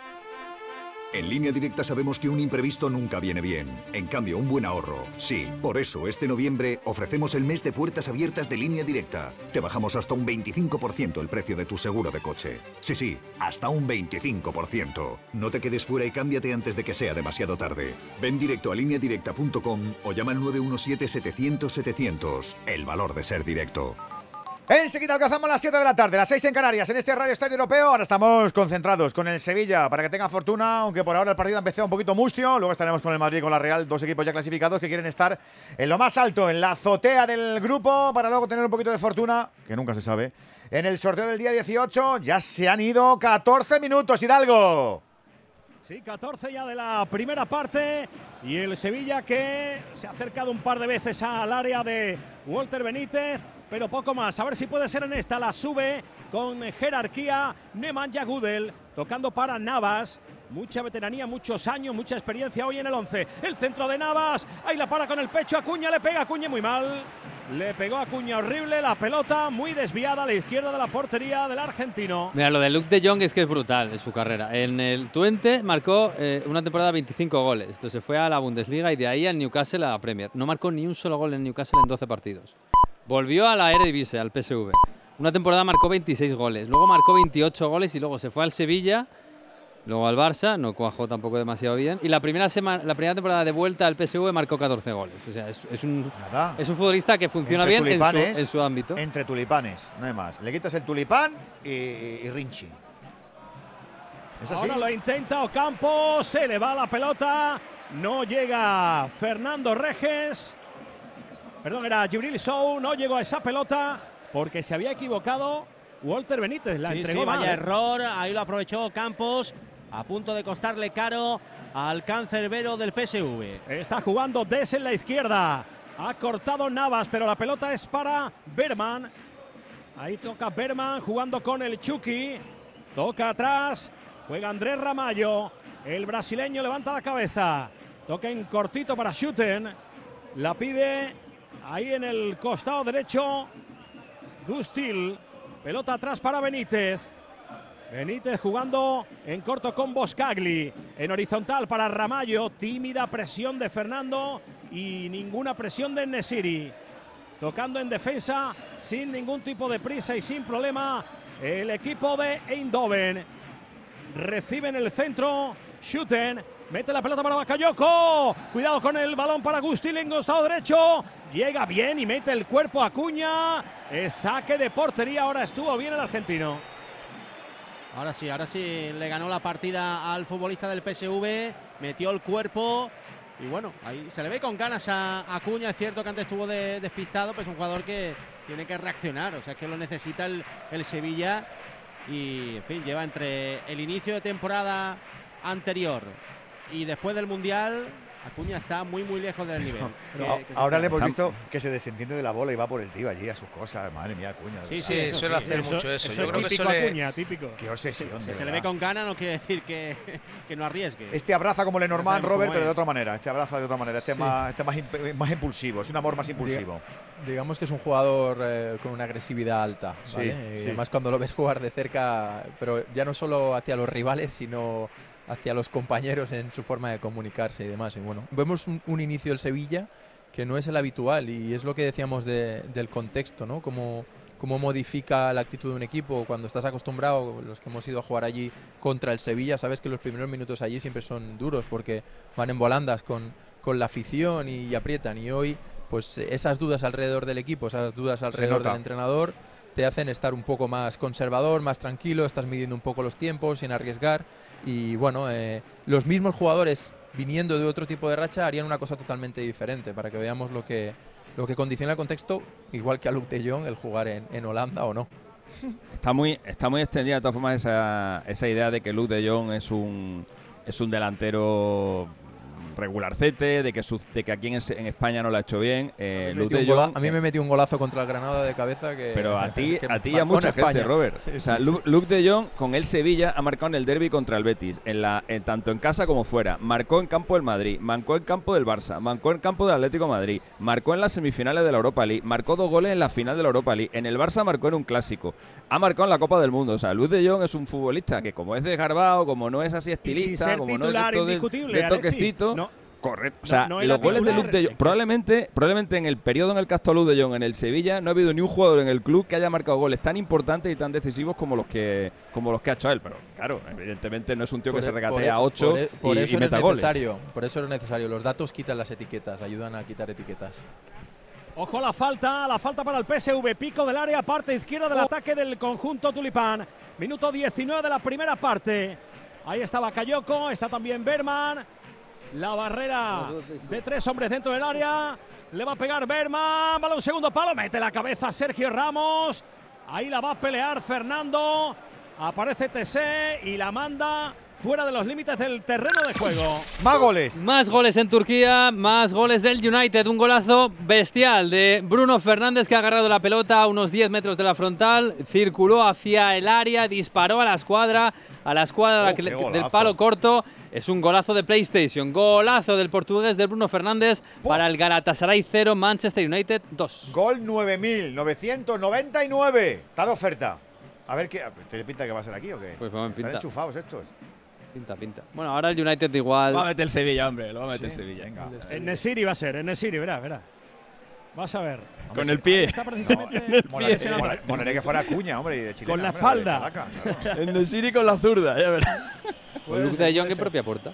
En Línea Directa sabemos que un imprevisto nunca viene bien. En cambio, un buen ahorro, sí. Por eso, este noviembre ofrecemos el mes de puertas abiertas de Línea Directa. Te bajamos hasta un veinticinco por ciento el precio de tu seguro de coche. Sí, sí, hasta un veinticinco por ciento. No te quedes fuera y cámbiate antes de que sea demasiado tarde. Ven directo a línea directa punto com o llama al nueve uno siete, setecientos, setecientos. El valor de ser directo. Enseguida alcanzamos las siete de la tarde, las seis en Canarias, en este Radio Estadio Europeo. Ahora estamos concentrados con el Sevilla para que tenga fortuna, aunque por ahora el partido ha empezado un poquito mustio. Luego estaremos con el Madrid y con la Real, dos equipos ya clasificados que quieren estar en lo más alto, en la azotea del grupo, para luego tener un poquito de fortuna, que nunca se sabe. En el sorteo del día dieciocho ya se han ido catorce minutos, Hidalgo. Sí, catorce ya de la primera parte, y el Sevilla que se ha acercado un par de veces al área de Walter Benítez, pero poco más. A ver si puede ser en esta. La sube con jerarquía Nemanja Gudel, tocando para Navas. Mucha veteranía, muchos años, mucha experiencia hoy en el once. El centro de Navas, ahí la para con el pecho, Acuña le pega, Acuña muy mal. Le pegó a Acuña horrible, la pelota muy desviada a la izquierda de la portería del argentino. Mira, lo de Luke de Jong es que es brutal en su carrera. En el Twente marcó eh, una temporada veinticinco goles. Entonces fue a la Bundesliga y de ahí al Newcastle a la Premier. No marcó ni un solo gol en Newcastle en doce partidos. Volvió a la Eredivisie, al P S V. Una temporada marcó veintiséis goles. Luego marcó veintiocho goles y luego se fue al Sevilla. Luego al Barça, no cuajó tampoco demasiado bien. Y la primera semana, la primera temporada de vuelta al P S V marcó catorce goles. O sea, es, es, un, es un futbolista que funciona Entre bien en su, en su ámbito. Entre tulipanes, no hay más. Le quitas el tulipán y, y, y Rinchi. ¿Es así? Ahora lo intenta Ocampo, se le va la pelota. No llega Fernando Reges. Perdón, era Djibril Sow. No llegó a esa pelota porque se había equivocado Walter Benítez. La sí, entregó sí, mal. vaya error. Ahí lo aprovechó Campos. A punto de costarle caro al cancerbero del P S V. Está jugando Des en la izquierda. Ha cortado Navas, pero la pelota es para Berman. Ahí toca Berman jugando con el Chucky. Toca atrás. Juega Andrés Ramallo. El brasileño levanta la cabeza. Toca en cortito para Schütten. La pide ahí en el costado derecho Gustil. Pelota atrás para Benítez. Benítez jugando en corto con Boscagli. En horizontal para Ramallo. Tímida presión de Fernando y ninguna presión de Nesiri. Tocando en defensa sin ningún tipo de prisa y sin problema el equipo de Eindhoven. Recibe en el centro Schütten. Mete la pelota para Bakayoko. Cuidado con el balón para Gustil en costado derecho. Llega bien y mete el cuerpo a Acuña. Es saque de portería. Ahora estuvo bien el argentino. Ahora sí, ahora sí le ganó la partida al futbolista del P S V, metió el cuerpo y bueno, ahí se le ve con ganas a Acuña. Es cierto que antes estuvo de, despistado, pues un jugador que tiene que reaccionar, o sea que lo necesita el, el Sevilla y en fin, lleva entre el inicio de temporada anterior y después del Mundial. Acuña está muy muy lejos del nivel. No, que, que ahora le hemos visto que se desentiende de la bola y va por el tío allí a sus cosas. Madre mía, Acuña. Sí, sí, eso, suele hacer eso, mucho eso. eso Yo creo que suele... Acuña, típico. Qué obsesión. Si se verdad. le ve con gana no quiere decir que, que no arriesgue. Este abraza como Lenormand, Robert, pero de otra manera. Este abraza de otra manera. Este, sí. más, este más, más impulsivo. Es un amor más impulsivo. Digamos que es un jugador eh, con una agresividad alta. ¿vale? Sí, sí. Además, cuando lo ves jugar de cerca, pero ya no solo hacia los rivales, sino hacia los compañeros en su forma de comunicarse y demás. Y bueno, vemos un, un inicio del Sevilla que no es el habitual y es lo que decíamos de, del contexto, ¿no? Cómo, cómo modifica la actitud de un equipo cuando estás acostumbrado, los que hemos ido a jugar allí contra el Sevilla, sabes que los primeros minutos allí siempre son duros porque van en volandas con, con la afición y, y aprietan. Y hoy, pues esas dudas alrededor del equipo, esas dudas alrededor del entrenador, te hacen estar un poco más conservador, más tranquilo, estás midiendo un poco los tiempos sin arriesgar y bueno, eh, los mismos jugadores viniendo de otro tipo de racha harían una cosa totalmente diferente para que veamos lo que, lo que condiciona el contexto, igual que a Luke de Jong el jugar en, en Holanda o no. Está muy, está muy extendida de todas formas esa, esa idea de que Luke de Jong es un, es un delantero regularcete, de que, su, de que aquí en, en España no lo ha hecho bien. Eh, a, mí Luke Jong, a mí me metió un golazo contra el Granada de cabeza que... Pero a ti, que a ti y a mucha gente, Robert. Sí, o sea, sí, Luke, sí. Luke de Jong con el Sevilla ha marcado en el derbi contra el Betis, en la, en, tanto en casa como fuera. Marcó en campo del Madrid, marcó en campo del Barça, marcó en campo del Atlético de Madrid, marcó en las semifinales de la Europa League, marcó dos goles en la final de la Europa League. En el Barça marcó en un clásico. Ha marcado en la Copa del Mundo. O sea, Luke de Jong es un futbolista que como es desgarbado, como no es así estilista, como no es de, de, de toquecito... No. Correcto. O sea, no, no los goles de Luke de Jong, probablemente, probablemente en el periodo en el que ha estado Luke de Jong en el Sevilla, no ha habido ni un jugador en el club que haya marcado goles tan importantes y tan decisivos como los que como los que ha hecho él. Pero claro, evidentemente no es un tío por que el, se regatea a ocho por, por y, eso y meta goles. Por eso es necesario. Los datos quitan las etiquetas, ayudan a quitar etiquetas. Ojo la falta, la falta para el P S V, pico del área, parte izquierda del oh. ataque del conjunto tulipán. Minuto diecinueve de la primera parte. Ahí está Bakayoko, está también Berman. La barrera de tres hombres dentro del área. Le va a pegar Berman. Balón segundo palo. Mete la cabeza Sergio Ramos. Ahí la va a pelear Fernando. Aparece Tessé y la manda fuera de los límites del terreno de juego. Más goles. Más goles en Turquía, más goles del United. Un golazo bestial de Bruno Fernández, que ha agarrado la pelota a unos diez metros de la frontal, circuló hacia el área, disparó a la escuadra, a la escuadra Oh, que le- qué del golazo. palo corto. Es un golazo de PlayStation. Golazo del portugués de Bruno Fernández para el Galatasaray cero, Manchester United dos. Gol nueve mil novecientos noventa y nueve. Está de oferta. A ver, ¿qué, ¿te pinta que va a ser aquí o qué? Pues vamos, Están pinta. enchufados estos. Pinta, pinta. Bueno, ahora el United igual. Va a meter el Sevilla, hombre. Lo va a meter el Sí, Sevilla. venga. En Nesiri va a ser, en Nesiri, verás, verás. Vas a ver. Con el pie. Está precisamente Molaría, presionando. mola- molaría que fuera Cuña, hombre, y de chilena, Con la hombre, de espalda. chalaca, claro. En el City con la zurda, ya verás. Con Luke de Jong en propia puerta.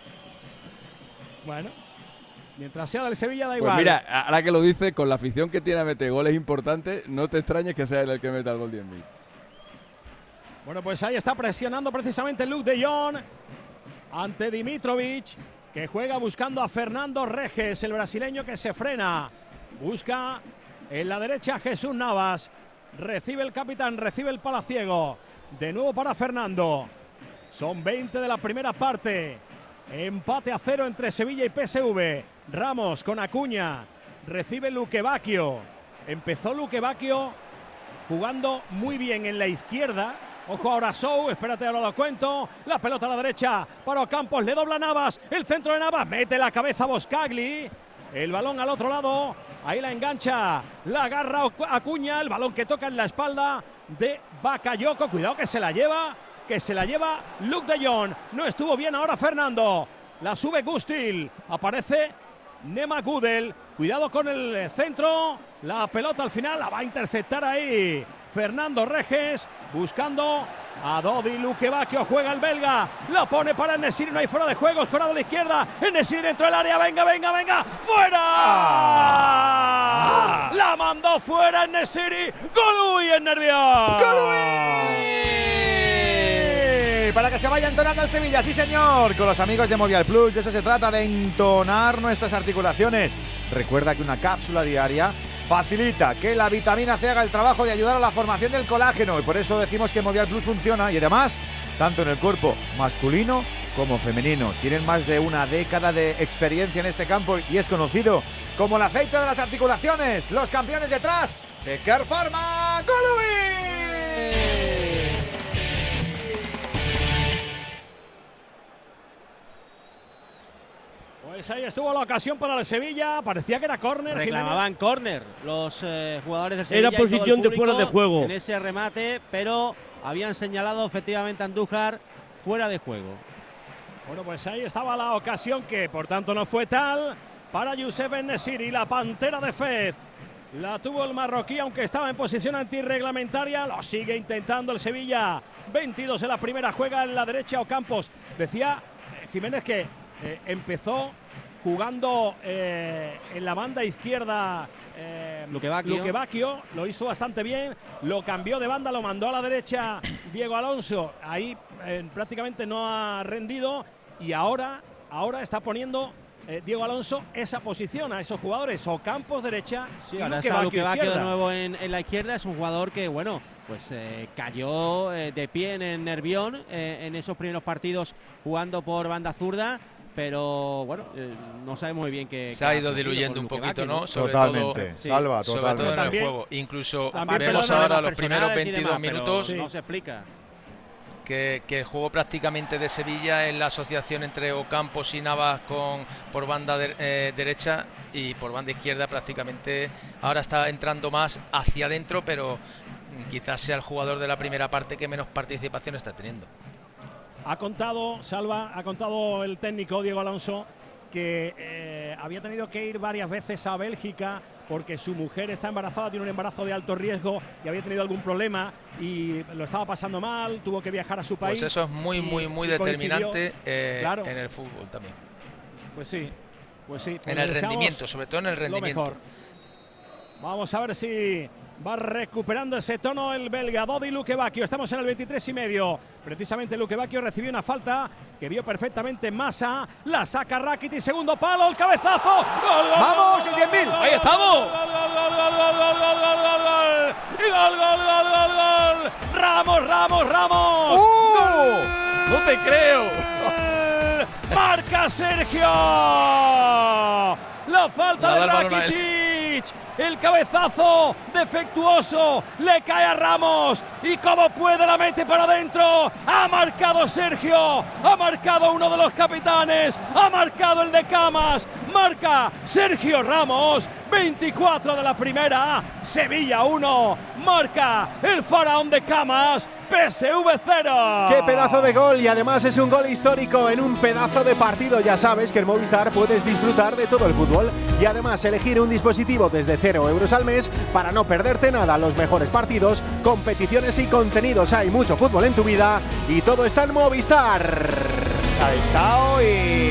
Bueno, mientras sea del Sevilla da Pues igual. mira, ahora que lo dices, con la afición que tiene a meter goles importantes, no te extrañes que sea él el que meta el gol diez mil. Bueno, pues ahí está presionando precisamente Luke de Jong ante Dimitrovic, que juega buscando a Fernando Reges, el brasileño que se frena. Busca en la derecha a Jesús Navas. Recibe el capitán, recibe el palaciego. De nuevo para Fernando. Son veinte de la primera parte. Empate a cero entre Sevilla y P S V. Ramos con Acuña. Recibe Luque Bacchio. Empezó Luque Bacchio jugando muy bien en la izquierda. Ojo ahora Sou, espérate, ahora lo cuento. La pelota a la derecha para Ocampos, le dobla Navas. El centro de Navas, mete la cabeza Boscagli. El balón al otro lado, ahí la engancha, la agarra Acuña. El balón que toca en la espalda de Bakayoko. Cuidado que se la lleva, que se la lleva Luke de Jong. No estuvo bien ahora Fernando. La sube Gustil, aparece Nema Gudel. Cuidado con el centro. La pelota al final la va a interceptar ahí Fernando Reges, buscando a Dodi. Luque Bacchio, juega el belga, la pone para Enesiri, no hay fuera de juego, escorado a la izquierda, Enesiri dentro del área, venga, venga, venga, ¡fuera! Ah. La mandó fuera Enesiri, Golui en Nervión. ¡Golui! Para que se vaya entonando el Sevilla, sí señor, con los amigos de Movial Plus. De eso se trata, de entonar nuestras articulaciones. Recuerda que una cápsula diaria facilita que la vitamina C haga el trabajo de ayudar a la formación del colágeno, y por eso decimos que Movial Plus funciona, y además, tanto en el cuerpo masculino como femenino. Tienen más de una década de experiencia en este campo y es conocido como el aceite de las articulaciones. Los campeones detrás de Care Pharma. ¡Golui! Pues ahí estuvo la ocasión para el Sevilla, parecía que era córner. Reclamaban córner los eh, jugadores del Sevilla. Era y todo el posición de público fuera de juego. En ese remate, pero habían señalado efectivamente a Andújar fuera de juego. Bueno, pues ahí estaba la ocasión, que por tanto no fue tal, para Youssef En-Nesyri, la pantera de Fez. La tuvo el marroquí, aunque estaba en posición antirreglamentaria. Lo sigue intentando el Sevilla. veintidós en la primera, juega en la derecha Ocampos. Decía eh, Jiménez que eh, empezó jugando eh, en la banda izquierda eh, Luque Bacchio. Luque Bacchio, lo hizo bastante bien, lo cambió de banda, lo mandó a la derecha Diego Alonso. Ahí eh, prácticamente no ha rendido, y ahora, ahora está poniendo eh, Diego Alonso esa posición a esos jugadores. Ocampos derecha, Sí, y ahora Luque está Bacchio Luque Bacchio de izquierda. nuevo en, en la izquierda. Es un jugador que, bueno, pues eh, cayó eh, de pie en el Nervión eh, en esos primeros partidos jugando por banda zurda. Pero bueno, eh, no sabemos muy bien qué. Se ha ido diluyendo un poquito, ¿no? Sobre totalmente, todo, Salva, sobre totalmente. todo en el También- juego. Incluso también vemos perdona ahora problemas los primeros personales y veintidós demás, pero minutos sí. No se explica. que, que el juego prácticamente de Sevilla es la asociación entre Ocampos y Navas con, por banda de- eh, derecha, y por banda izquierda prácticamente ahora está entrando más hacia adentro, pero mm, quizás sea el jugador de la primera parte que menos participación está teniendo. Ha contado, Salva, ha contado el técnico Diego Alonso que eh, había tenido que ir varias veces a Bélgica porque su mujer está embarazada, tiene un embarazo de alto riesgo y había tenido algún problema y lo estaba pasando mal, tuvo que viajar a su país. Pues eso es muy, y- muy, muy y coincidió. determinante eh, Claro. en el fútbol también. Pues sí, pues sí. Pues En le el deseamos rendimiento, sobre todo en el lo rendimiento. mejor. Vamos a ver si va recuperando ese tono el belga Dodi Luque Bacchio. Estamos en el veintitrés y medio. Precisamente Luque Bacchio recibió una falta que vio perfectamente Massa. La saca Rakitic, segundo palo, el cabezazo. ¡Gol, gol, ¡Vamos, gol, el gol, diez mil! gol, ¡Ahí gol, estamos! Gol, gol, gol, gol, gol, gol, gol, gol, gol, gol. Y gol, gol, gol, gol, gol. Ramos, Ramos, Ramos. ¡Uh! ¡No te creo! marca Sergio. La falta de Rakitic, el cabezazo defectuoso, le cae a Ramos y como puede la mete para adentro. Ha marcado Sergio, ha marcado uno de los capitanes, ha marcado el de Camas, marca Sergio Ramos. veinticuatro de la primera, Sevilla uno, marca el faraón de Camas, P S V cero. ¡Qué pedazo de gol! Y además es un gol histórico en un pedazo de partido. Ya sabes que en Movistar puedes disfrutar de todo el fútbol y además elegir un dispositivo desde cero euros al mes para no perderte nada. Los mejores partidos, competiciones y contenidos. Hay mucho fútbol en tu vida y todo está en Movistar. Saltao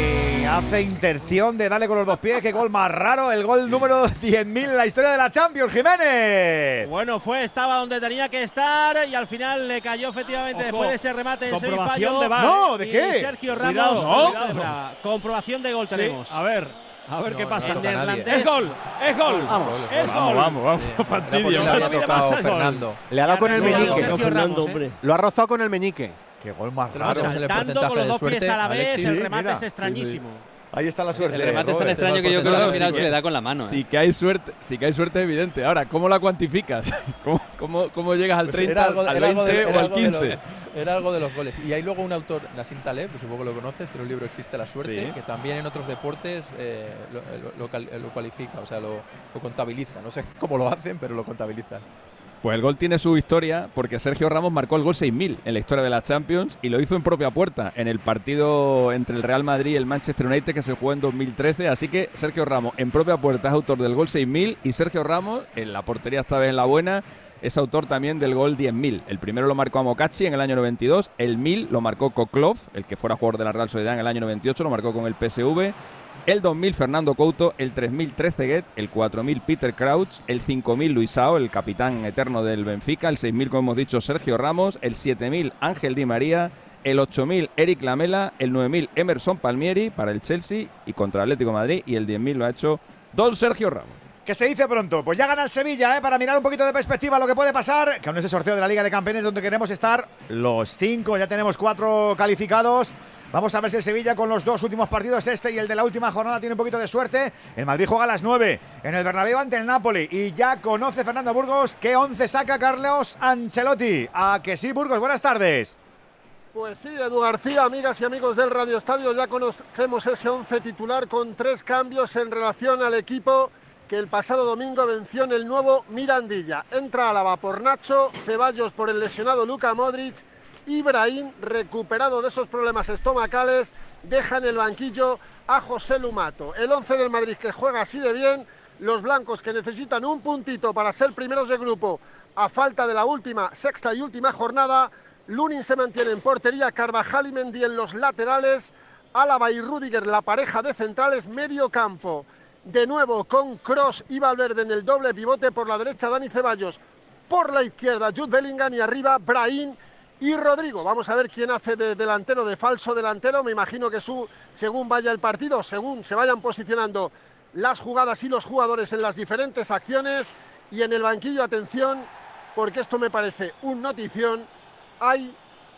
y hace intención de darle con los dos pies. Qué gol más raro, el gol número diez mil en la historia de la Champions, Jiménez. Bueno, fue, estaba donde tenía que estar y al final le cayó efectivamente. Ojo, después de ese remate en semifallo. De bar, no, ¿de qué? Sergio Ramos. Cuidado, ¿no? Cuidado. Comprobación de gol sí, tenemos. A ver, a ver no, qué pasa. No es gol, es gol. Vamos, es vamos, gol. vamos, vamos. Sí, Fastidio. Le había tocado Fernando. Le ha dado con el meñique. Fernando, hombre. Lo ha rozado con el meñique. Qué gol más Claro, raro. Saltando con los dos pies a la vez, Alexis, el remate mira, es extrañísimo. Sí, sí. Ahí está la suerte. El remate es tan Robert. extraño que yo creo que al final se le da con la mano. ¿eh? Sí que hay suerte, sí que hay suerte evidente. Ahora, ¿cómo la cuantificas? ¿Cómo, cómo, cómo llegas al Pues treinta, era algo, al era algo veinte de, o era al algo de quince? lo- era algo de los goles. Y hay luego un autor, Nassim Taleb, que supongo que lo conoces, tiene un libro Existe la suerte, Sí. que también en otros deportes eh, lo, lo- lo cal- lo cualifica, o sea, lo, lo contabiliza. No sé cómo lo hacen, pero lo contabilizan. Pues el gol tiene su historia porque Sergio Ramos marcó el gol seis mil en la historia de la Champions y lo hizo en propia puerta en el partido entre el Real Madrid y el Manchester United que se jugó en dos mil trece. Así que Sergio Ramos en propia puerta es autor del gol seis mil y Sergio Ramos, en la portería esta vez en la buena, es autor también del gol diez mil. El primero lo marcó Amokachi en el año noventa y dos, el mil lo marcó Koklov, el que fuera jugador de la Real Sociedad en el año noventa y ocho, lo marcó con el P S V. El dos mil Fernando Couto, el tres mil Trezeguet, el cuatro mil Peter Crouch, el cinco mil Luisao, el capitán eterno del Benfica, el seis mil como hemos dicho Sergio Ramos, el siete mil Ángel Di María, el ocho mil Eric Lamela, el nueve mil Emerson Palmieri para el Chelsea y contra el Atlético de Madrid y el diez mil lo ha hecho Don Sergio Ramos. Que se dice pronto, pues ya gana el Sevilla, ¿eh? Para mirar un poquito de perspectiva lo que puede pasar, que aún ese sorteo de la Liga de Campeones donde queremos estar los cinco, ya tenemos cuatro calificados. Vamos a ver si el Sevilla con los dos últimos partidos, este y el de la última jornada, tiene un poquito de suerte. El Madrid juega a las nueve en el Bernabéu ante el Napoli y ya conoce Fernando Burgos qué once saca Carlos Ancelotti. ¿A que sí, Burgos? Buenas tardes. Pues sí, Edu García, amigas y amigos del Radio Estadio, ya conocemos ese once titular con tres cambios en relación al equipo que el pasado domingo venció en el nuevo Mirandilla. Entra Álava por Nacho, Ceballos por el lesionado Luka Modric, Ibrahim, recuperado de esos problemas estomacales, deja en el banquillo a José Lumato. El once del Madrid que juega así de bien, los blancos que necesitan un puntito para ser primeros de grupo a falta de la última, sexta y última jornada. Lunin se mantiene en portería, Carvajal y Mendy en los laterales, Álava y Rüdiger la pareja de centrales, medio campo. De nuevo con Kroos y Valverde en el doble pivote, por la derecha Dani Ceballos, por la izquierda Jude Bellingham y arriba Brahim y Rodrigo. Vamos a ver quién hace de delantero, de falso delantero. Me imagino que su, según vaya el partido, según se vayan posicionando las jugadas y los jugadores en las diferentes acciones. Y en el banquillo, atención, porque esto me parece un notición, hay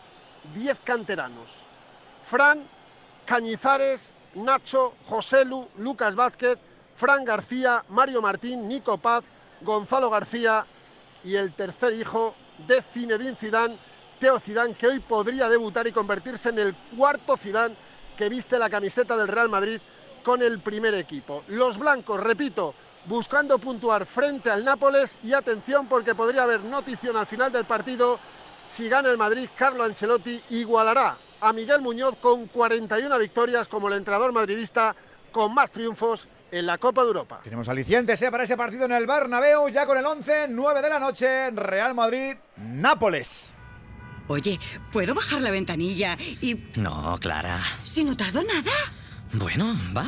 diez canteranos. Fran, Cañizares, Nacho, Joselu, Lucas Vázquez, Fran García, Mario Martín, Nico Paz, Gonzalo García y el tercer hijo de Zinedine Zidane, Teo Zidane, que hoy podría debutar y convertirse en el cuarto Zidane que viste la camiseta del Real Madrid con el primer equipo. Los blancos, repito, buscando puntuar frente al Nápoles y atención porque podría haber notición al final del partido. Si gana el Madrid, Carlo Ancelotti igualará a Miguel Muñoz con cuarenta y una victorias como el entrenador madridista con más triunfos en la Copa de Europa. Tenemos alicientes ¿eh? para ese partido en el Bernabéu, ya con el once, nueve de la noche, Real Madrid-Nápoles. Oye, ¿puedo bajar la ventanilla y...? No, Clara. Si no tardo nada. Bueno, va.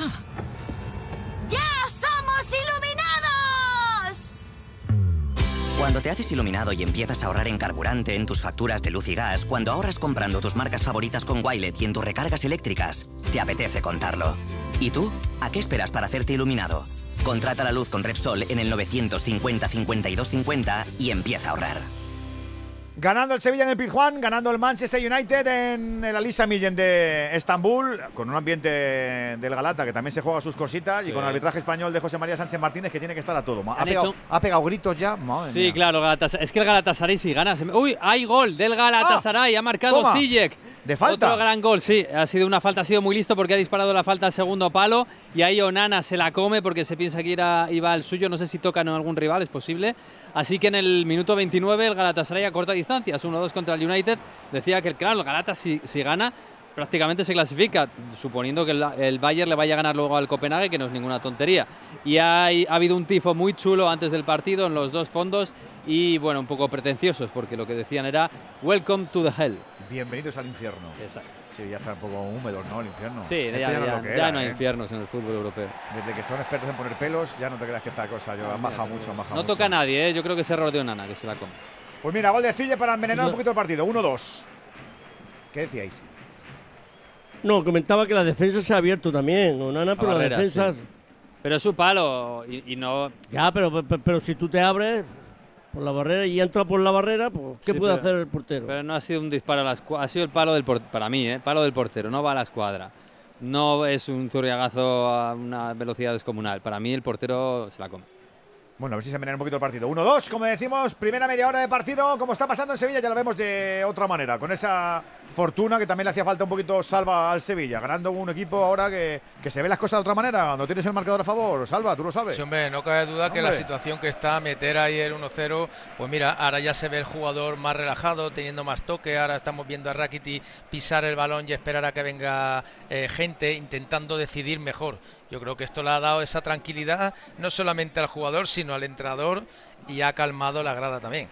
¡Ya somos iluminados! Cuando te haces iluminado y empiezas a ahorrar en carburante, en tus facturas de luz y gas, cuando ahorras comprando tus marcas favoritas con Wilet y en tus recargas eléctricas, te apetece contarlo. ¿Y tú? ¿A qué esperas para hacerte iluminado? Contrata la luz con Repsol en el novecientos cincuenta, cincuenta y dos cincuenta y empieza a ahorrar. Ganando el Sevilla en el Pizjuán, ganando el Manchester United en el Alisa Millen de Estambul, con un ambiente del Galata que también se juega sus cositas, sí. Y con el arbitraje español de José María Sánchez Martínez, que tiene que estar a todo. Ha pegado, hecho... ha pegado gritos ya. Madre sí, mía. Claro, Galatasaray. Es que el Galatasaray si gana. Se... Uy, hay gol del Galatasaray. Ah, ha marcado Sijek. De falta. Otro gran gol, sí. Ha sido una falta, ha sido muy listo porque ha disparado la falta al segundo palo. Y ahí Onana se la come porque se piensa que iba, iba al suyo. No sé si tocan a algún rival, es posible. Así que en el minuto veintinueve el Galatasaray a corta distancia, es uno dos contra el United. Decía que claro, el Galata si, si gana prácticamente se clasifica, suponiendo que el, el Bayern le vaya a ganar luego al Copenhague, que no es ninguna tontería. Y hay, ha habido un tifo muy chulo antes del partido en los dos fondos y bueno, un poco pretenciosos porque lo que decían era Welcome to the Hell. Bienvenidos al infierno. Exacto. Sí, ya está un poco húmedo, ¿no? El infierno. Sí, ya, ya, no, ya, ya era, no hay ¿eh? infiernos en el fútbol europeo. Desde que son expertos en poner pelos, ya no te creas que esta cosa yo, han bajado mucho, han bajado No mucho. toca a nadie, ¿eh? Yo creo que es error de Onana, que se la come. Pues mira, gol de Cille para envenenar un poquito el partido, uno dos. ¿Qué decíais? No, comentaba que la defensa se ha abierto también, Onana, pero la, barrera, la defensa… Sí. Pero es su palo y, y no… Ya, pero, pero, pero si tú te abres por la barrera y entra por la barrera, pues ¿qué sí, puede pero, hacer el portero? Pero no ha sido un disparo a la escuadra, ha sido el palo del portero, para mí, ¿eh? Palo del portero, no va a la escuadra. No es un zurriagazo a una velocidad descomunal. Para mí el portero se la come. Bueno, a ver si se envenena un poquito el partido. uno dos, como decimos, primera media hora de partido. Como está pasando en Sevilla, ya lo vemos de otra manera. Con esa fortuna que también le hacía falta un poquito Salva al Sevilla. Ganando un equipo ahora que, que se ve las cosas de otra manera. No tienes el marcador a favor. Salva, tú lo sabes. Sí, hombre, no cabe duda hombre. que la situación que está, meter ahí el uno cero, pues mira, ahora ya se ve el jugador más relajado, teniendo más toque. Ahora estamos viendo a Rakiti pisar el balón y esperar a que venga eh, gente, intentando decidir mejor. Yo creo que esto le ha dado esa tranquilidad no solamente al jugador, sino al entrenador y ha calmado la grada también.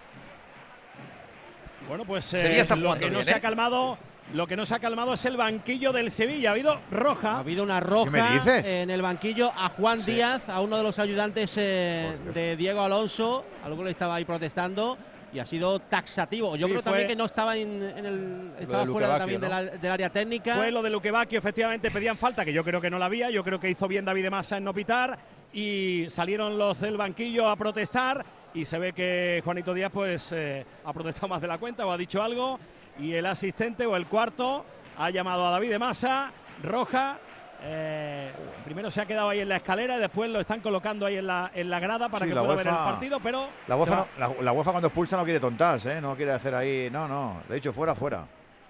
Bueno, pues eh, lo que no bien, se ¿eh? ha calmado, lo que no se ha calmado es el banquillo del Sevilla. Ha habido roja. Ha habido una roja en el banquillo a Juan sí. Díaz, a uno de los ayudantes eh, de Diego Alonso. Algo le estaba ahí protestando. Y ha sido taxativo. Yo sí, creo también que no estaba en, en el estaba fuera también ¿no? de la, del área técnica. Fue lo de Luquebacchio, efectivamente pedían falta, que yo creo que no la había. Yo creo que hizo bien David de Massa en no pitar. Y salieron los del banquillo a protestar. Y se ve que Juanito Díaz pues eh, ha protestado más de la cuenta o ha dicho algo. Y el asistente o el cuarto ha llamado a David de Massa. Roja. Eh, primero se ha quedado ahí en la escalera y después lo están colocando ahí en la, en la grada para sí, que pueda UEFA, ver el partido, pero… La UEFA, no, la, la UEFA cuando expulsa no quiere tontas, ¿eh? No quiere hacer ahí… No, no, de hecho fuera, fuera.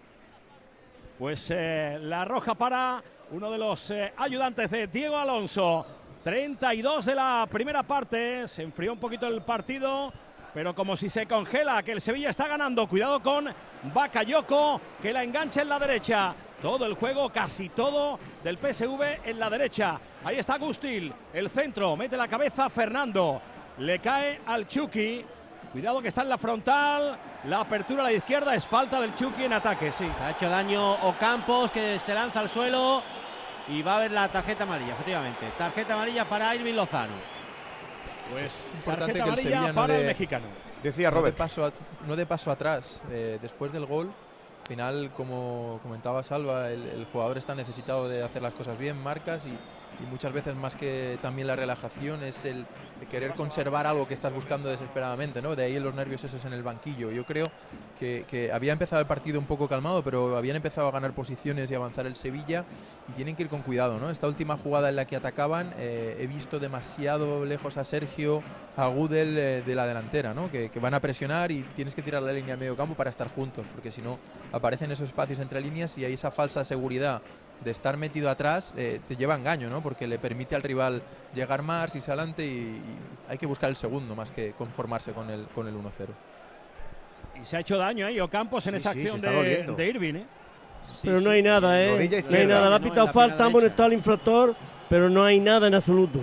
Pues eh, la roja para uno de los eh, ayudantes de Diego Alonso. treinta y dos de la primera parte, se enfrió un poquito el partido, pero como si se congela, que el Sevilla está ganando. Cuidado con Bakayoko, que la engancha en la derecha. Todo el juego, casi todo del P S V en la derecha. Ahí está Gustil, el centro, mete la cabeza Fernando. Le cae al Chucky. Cuidado que está en la frontal. La apertura a la izquierda es falta del Chucky en ataque, sí. Se ha hecho daño Ocampos, que se lanza al suelo. Y va a haber la tarjeta amarilla, efectivamente. Tarjeta amarilla para Irving Lozano. Pues es importante tarjeta que el amarilla Sevilla no para de, el mexicano. Decía no Robert. De paso a, no de paso atrás. Eh, después del gol, al final, como comentaba Salva, el, el jugador está necesitado de hacer las cosas bien, marcas y, y muchas veces más que también la relajación es el de querer conservar algo que estás buscando desesperadamente, ¿no? De ahí los nervios esos en el banquillo. Yo creo que, que había empezado el partido un poco calmado, pero habían empezado a ganar posiciones y avanzar el Sevilla y tienen que ir con cuidado, ¿no? Esta última jugada en la que atacaban, eh, he visto demasiado lejos a Sergio, a Gudel eh, de la delantera, ¿no? Que, que van a presionar y tienes que tirar la línea al medio campo para estar juntos, porque si no aparecen esos espacios entre líneas y ahí esa falsa seguridad de estar metido atrás eh, te lleva a engaño, ¿no? Porque le permite al rival llegar más, irse adelante y, y hay que buscar el segundo más que conformarse con el, con el uno cero. Y se ha hecho daño ahí Ocampos en sí, esa sí, acción de, de Irving, ¿eh? Pero sí, no hay sí. nada, ¿eh? No hay nada, le ha pitado no, falta, ha amonestado al infractor, pero no hay nada en absoluto.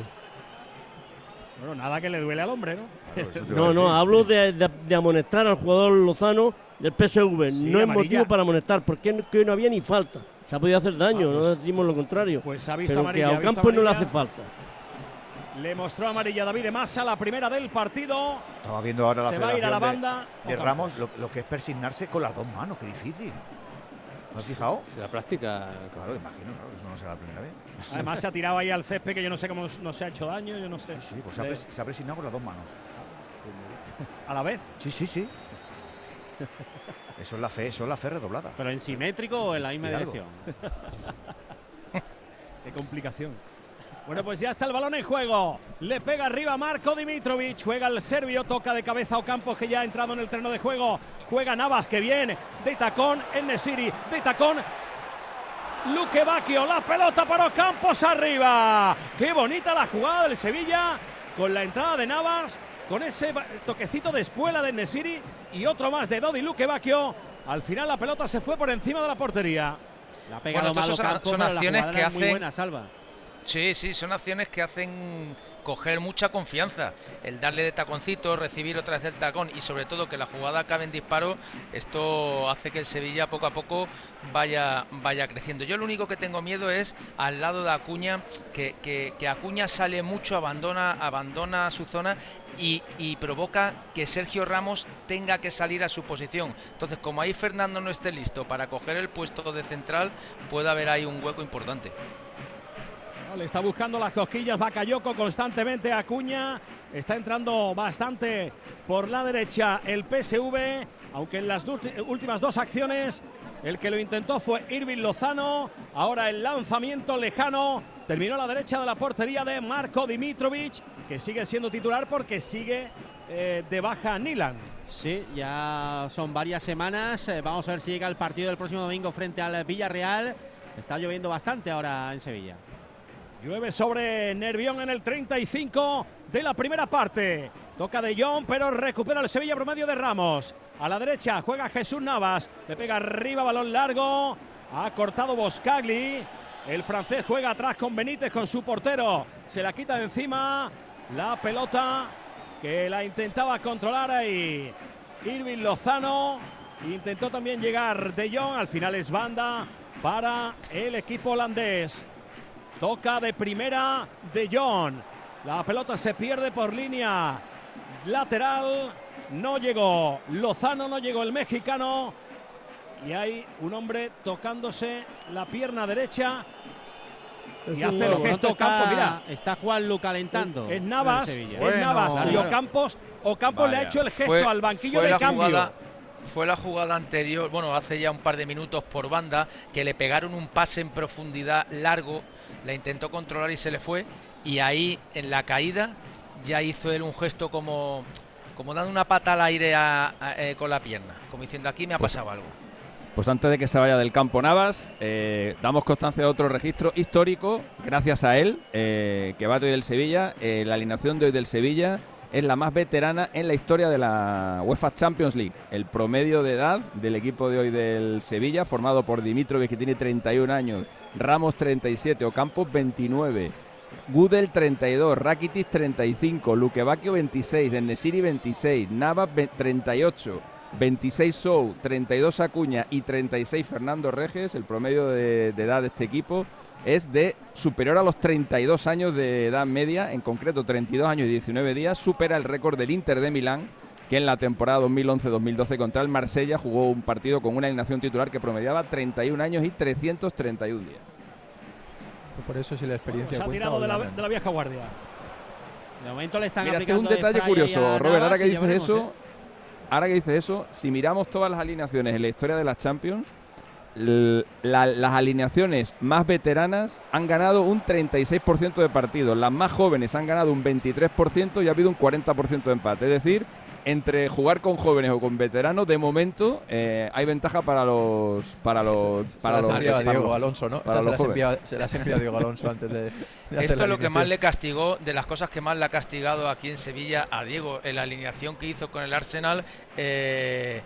Bueno, nada que le duele al hombre, ¿no? Claro, no, no, hablo de, de, de amonestar al jugador Lozano del P S V. Sí, no es motivo para amonestar, porque no, que no había ni falta. Se ha podido hacer daño, ah, pues, no decimos lo contrario. Pues ha visto pero amarilla. Que a Ocampos no le hace falta. Le mostró amarilla a David de Massa, la primera del partido. Estaba viendo ahora la Se va a ir a la banda. De, de Ramos, lo, lo que es persignarse con las dos manos, qué difícil. ¿No has fijado? Si la práctica. Claro, imagino, claro, eso no será la primera vez. Además se ha tirado ahí al césped, que yo no sé cómo no se ha hecho daño, yo no sé. Sí, sí, pues se ha, pres, se ha presignado con las dos manos. ¿A la vez? Sí, sí, sí. Eso es la fe, eso es la fe redoblada. ¿Pero en simétrico o en la misma Hidalgo. dirección? Qué complicación. Bueno, pues ya está el balón en juego. Le pega arriba Marko Dimitrovic. Juega el serbio, toca de cabeza a Ocampos, que ya ha entrado en el terreno de juego. Juega Navas, que viene de tacón. En-Nesyri, de tacón. Luque Bacchio, la pelota para Ocampos arriba. Qué bonita la jugada del Sevilla con la entrada de Navas, con ese toquecito de espuela de En-Nesyri y otro más de Dodi Luque Bacchio. Al final la pelota se fue por encima de la portería. La ha pegado bueno, mal son, Ocampos, son acciones que hacen muy buena, Salva. Sí, sí, son acciones que hacen coger mucha confianza. El darle de taconcito, recibir otra vez el tacón y sobre todo que la jugada acabe en disparo, esto hace que el Sevilla poco a poco vaya, vaya creciendo. Yo lo único que tengo miedo es al lado de Acuña, que, que, que Acuña sale mucho, abandona, abandona su zona y, y provoca que Sergio Ramos tenga que salir a su posición. Entonces, como ahí Fernando no esté listo para coger el puesto de central, puede haber ahí un hueco importante. Le está buscando las cosquillas Bakayoko constantemente a Acuña. Está entrando bastante por la derecha el P S V, aunque en las últimas dos acciones el que lo intentó fue Irving Lozano. Ahora el lanzamiento lejano terminó a la derecha de la portería de Marko Dimitrovic, que sigue siendo titular porque sigue eh, de baja Nilan. Sí, ya son varias semanas. Eh, vamos a ver si llega el partido del próximo domingo frente al Villarreal. Está lloviendo bastante ahora en Sevilla. Llueve sobre Nervión en el treinta y cinco de la primera parte. Toca De Jong, pero recupera el Sevilla por medio de Ramos. A la derecha juega Jesús Navas. Le pega arriba, balón largo. Ha cortado Boscagli. El francés juega atrás con Benítez, con su portero. Se la quita de encima. La pelota que la intentaba controlar ahí Irving Lozano. Intentó también llegar De Jong. Al final es banda para el equipo holandés. Toca de primera De Jong. La pelota se pierde por línea lateral. No llegó Lozano, no llegó el mexicano. Y hay un hombre tocándose la pierna derecha. Y hace el gesto Ocampos, mira. Está Juanlu calentando. Es Navas, es bueno, Navas. claro. Y Ocampos, Ocampos le ha hecho el gesto fue, al banquillo fue de la cambio. Jugada, fue la jugada anterior, bueno, hace ya un par de minutos por banda, que le pegaron un pase en profundidad largo. La intentó controlar y se le fue. Y ahí, en la caída, ya hizo él un gesto como, como dando una pata al aire a, a, eh, con la pierna. Como diciendo, aquí me ha pasado algo. Pues antes de que se vaya del campo Navas, eh, damos constancia de otro registro histórico, gracias a él, eh, que bate hoy del Sevilla. Eh, la alineación de hoy del Sevilla es la más veterana en la historia de la UEFA Champions League. El promedio de edad del equipo de hoy del Sevilla, formado por Dimitrovic, que tiene treinta y un años, Ramos treinta y siete, Ocampos veintinueve, Gudel treinta y dos, Rakitic treinta y cinco, Luque Bacchio veintiséis, En-Nesyri veintiséis, Navas treinta y ocho, veintiséis Sou, treinta y dos Acuña y treinta y seis Fernando Reges. El promedio de, de edad de este equipo es de superior a los treinta y dos años de edad media, en concreto treinta y dos años y diecinueve días, supera el récord del Inter de Milán, que en la temporada dos mil once dos mil doce contra el Marsella jugó un partido con una alineación titular que promediaba treinta y un años y trescientos treinta y un días. Por eso si la experiencia Se ha cuenta, tirado de la, ganan. de la vieja guardia. De momento le están Mira, este es aplicando un detalle spray curioso, a Robert, ahora Navas que y ya dices veremos, eso, ¿eh? ahora que dices eso, si miramos todas las alineaciones en la historia de las Champions, l- la- las alineaciones más veteranas han ganado un treinta y seis por ciento de partidos, las más jóvenes han ganado un veintitrés por ciento y ha habido un cuarenta por ciento de empate. Es decir, entre jugar con jóvenes o con veteranos, de momento eh, hay ventaja para los para los Se para las los, envía a para Diego los- Alonso, ¿no? para Esa se los las jóvenes. envía, se las envía a Diego Alonso antes de, de hacer Esto la es lo que más alineación. le castigó, de las cosas que más le ha castigado aquí en Sevilla a Diego, en la alineación que hizo con el Arsenal eh,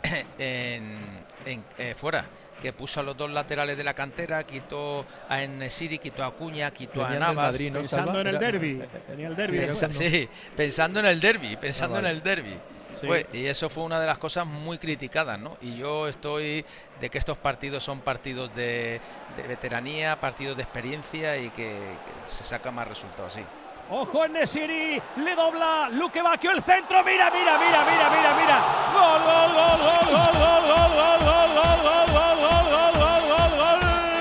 en, en, eh, fuera, que puso a los dos laterales de la cantera, quitó a En-Nesyri, quitó a Acuña, quitó Venían a del Navas. Madrid, ¿no, Pensando Salva? en el Era- derbi. Tenía el derbi. Pensa- sí, pensando en el derbi, pensando Ah, vale. en el derbi. Sí. Pues, y eso fue una de las cosas muy criticadas, ¿no? Y yo estoy de que estos partidos son partidos de, de veteranía, partidos de experiencia y que, que se saca más resultados así. Ojo en Nesiri, le dobla Luque Bacchio el centro, mira, mira, mira, mira, mira, mira. Gol, gol, gol, gol, gol, gol, gol, gol, gol, gol, gol, gol, gol, gol, gol,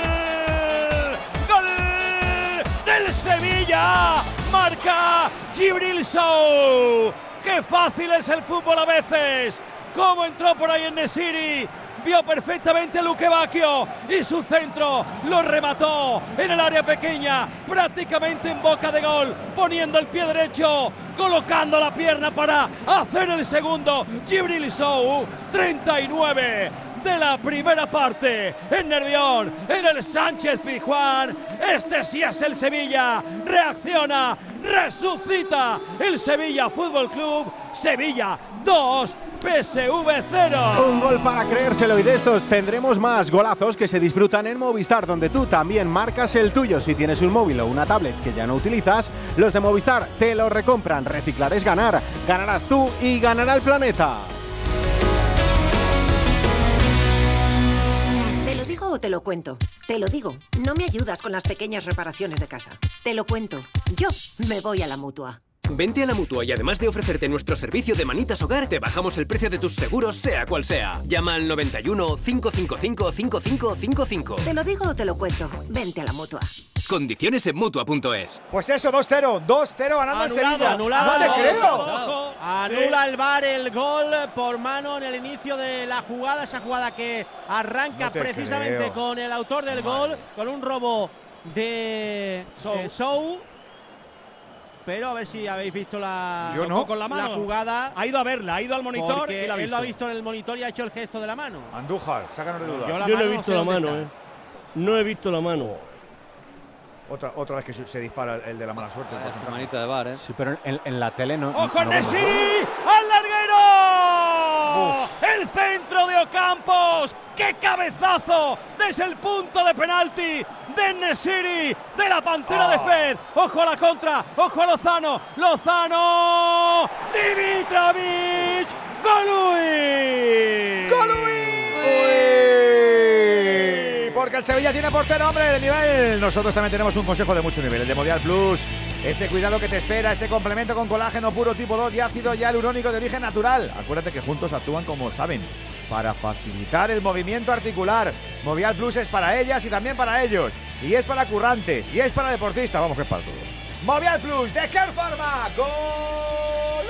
gol. Gol del Sevilla. Marca Djibril Sow. Qué fácil es el fútbol a veces. cómo entró por ahí en Nesiri. Vio perfectamente a Luque Bacchio y su centro lo remató en el área pequeña, prácticamente en boca de gol, poniendo el pie derecho, colocando la pierna para hacer el segundo. Djibril Sou, treinta y nueve de la primera parte en Nervión, en el Sánchez Pizjuán. Este sí es el Sevilla, reacciona, resucita el Sevilla Fútbol Club. Sevilla dos, P S V cero. Un gol para creérselo, y de estos tendremos más golazos que se disfrutan en Movistar, donde tú también marcas el tuyo. Si tienes un móvil o una tablet que ya no utilizas, los de Movistar te lo recompran. Reciclar es ganar, ganarás tú y ganará el planeta. ¿Te lo digo o te lo cuento? Te lo digo, no me ayudas con las pequeñas reparaciones de casa. Te lo cuento, yo me voy a la Mutua. Vente a la Mutua y además de ofrecerte nuestro servicio de manitas hogar, te bajamos el precio de tus seguros, sea cual sea. Llama al noventa y uno, cinco cinco cinco, cinco cinco cinco cinco. ¿Te lo digo o te lo cuento? Vente a la Mutua. Condiciones en Mutua punto es. Pues eso, dos cero, dos cero ganando el Sevilla. Anulado, no te ojo, creo. ojo. Anula sí. el V A R el gol por mano en el inicio de la jugada. Esa jugada que arranca no precisamente creo. con el autor del Madre. gol, con un robo de Sou. Eh, Sou. Pero a ver si habéis visto la, Yo no. con la, mano. la jugada. Ha ido a verla, ha ido al monitor y la ha visto. Él lo ha visto en el monitor y ha hecho el gesto de la mano. Andújar, sácanos de dudas. Yo, Yo no he visto no la mano, eh. No he visto la mano. Otra, otra vez que se dispara el de la mala suerte. Ah, esa manita de V A R, ¿eh? Sí, pero en, en la tele no. ¡Ojo, no Nesiri! ¡Al larguero! Uf. ¡El centro de Ocampos! ¡Qué cabezazo! Desde el punto de penalti de Nesiri, de la Pantera oh. de Fed. ¡Ojo a la contra! ¡Ojo a Lozano! ¡Lozano! ¡Dimitrovic! ¡Golui! ¡Golui! Porque el Sevilla tiene portero, hombre, de nivel. Nosotros también tenemos un consejo de mucho nivel, el de Movial Plus. Ese cuidado que te espera, ese complemento con colágeno puro tipo dos y ácido hialurónico de origen natural. Acuérdate que juntos actúan como saben, para facilitar el movimiento articular. Movial Plus es para ellas y también para ellos. Y es para currantes, y es para deportistas. Vamos, que es para todos. Movial Plus, ¿de qué forma? ¡Gol!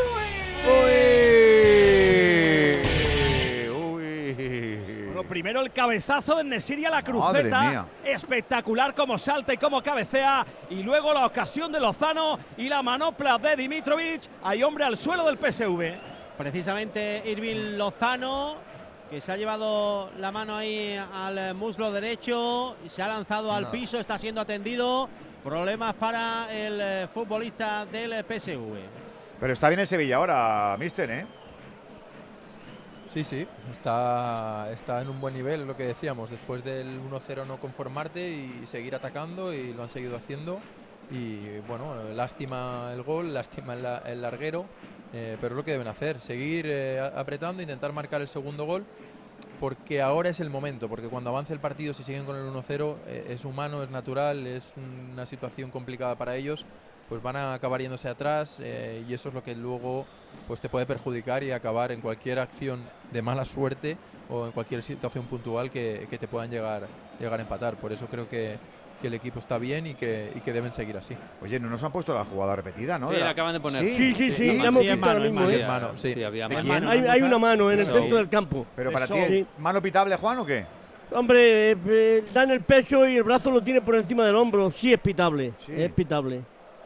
¡Uy! Primero el cabezazo de Nesiri a la cruceta, espectacular como salta y como cabecea, y luego la ocasión de Lozano y la manopla de Dimitrovic. Hay hombre al suelo del P S V. Precisamente Irving Lozano, que se ha llevado la mano ahí al muslo derecho, se ha lanzado al piso, está siendo atendido. Problemas para el futbolista del P S V. Pero está bien el Sevilla ahora, mister, ¿eh? Sí, sí, está, está en un buen nivel, lo que decíamos, después del uno cero no conformarte y seguir atacando, y lo han seguido haciendo. Y bueno, lástima el gol, lástima el, el larguero, eh, pero es lo que deben hacer, seguir eh, apretando, intentar marcar el segundo gol, porque ahora es el momento, porque cuando avance el partido, si siguen con el uno cero, eh, es humano, es natural, es una situación complicada para ellos, pues van a acabar yéndose atrás, eh, y eso es lo que luego pues te puede perjudicar y acabar en cualquier acción de mala suerte o en cualquier situación puntual que, que te puedan llegar, llegar a empatar. Por eso creo que, que el equipo está bien y que, y que deben seguir así. Oye, no nos han puesto la jugada repetida, ¿no? Sí, la acaban de poner. Sí, sí, sí, sí, la hemos visto ahora mismo. Sí, mano, sí. sí, había ¿De mano. Hay, hay una mano en el Eso. centro del campo. Pero para Eso. ti, Sí. ¿mano pitable, Juan, o qué? Hombre, eh, eh, da en el pecho y el brazo lo tiene por encima del hombro. Sí es pitable, Sí. es pitable.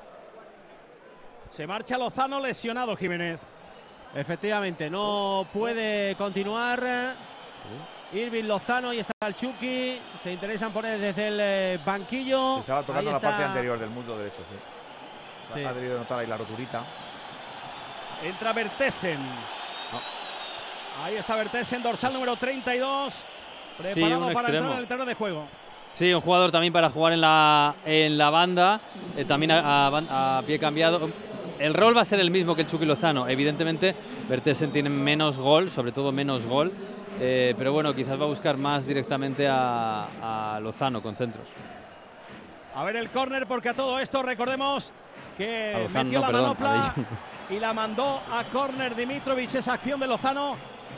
Se marcha Lozano lesionado, Jiménez. Efectivamente, no puede continuar Irving Lozano, y está el Chucky. Se interesan poner desde el eh, banquillo. Se estaba tocando Ahí la está. parte anterior del muslo derecho, sí. O sea, Sí. ha debido notar ahí la roturita. Entra Vertessen. Ahí está Vertessen, dorsal número treinta y dos. Preparado un para extremo. entrar en el terreno de juego. Sí, un jugador también para jugar en la, en la banda, eh, también a, a, a pie cambiado. El rol va a ser el mismo que el Chucky Lozano. Evidentemente, Vertessen tiene menos gol, sobre todo menos gol. Eh, pero bueno, quizás va a buscar más directamente a, a Lozano con centros. A ver el córner, porque a todo esto recordemos que A Lozano, metió no, la perdón, manopla a y la mandó a córner Dimitrovic. Esa acción de Lozano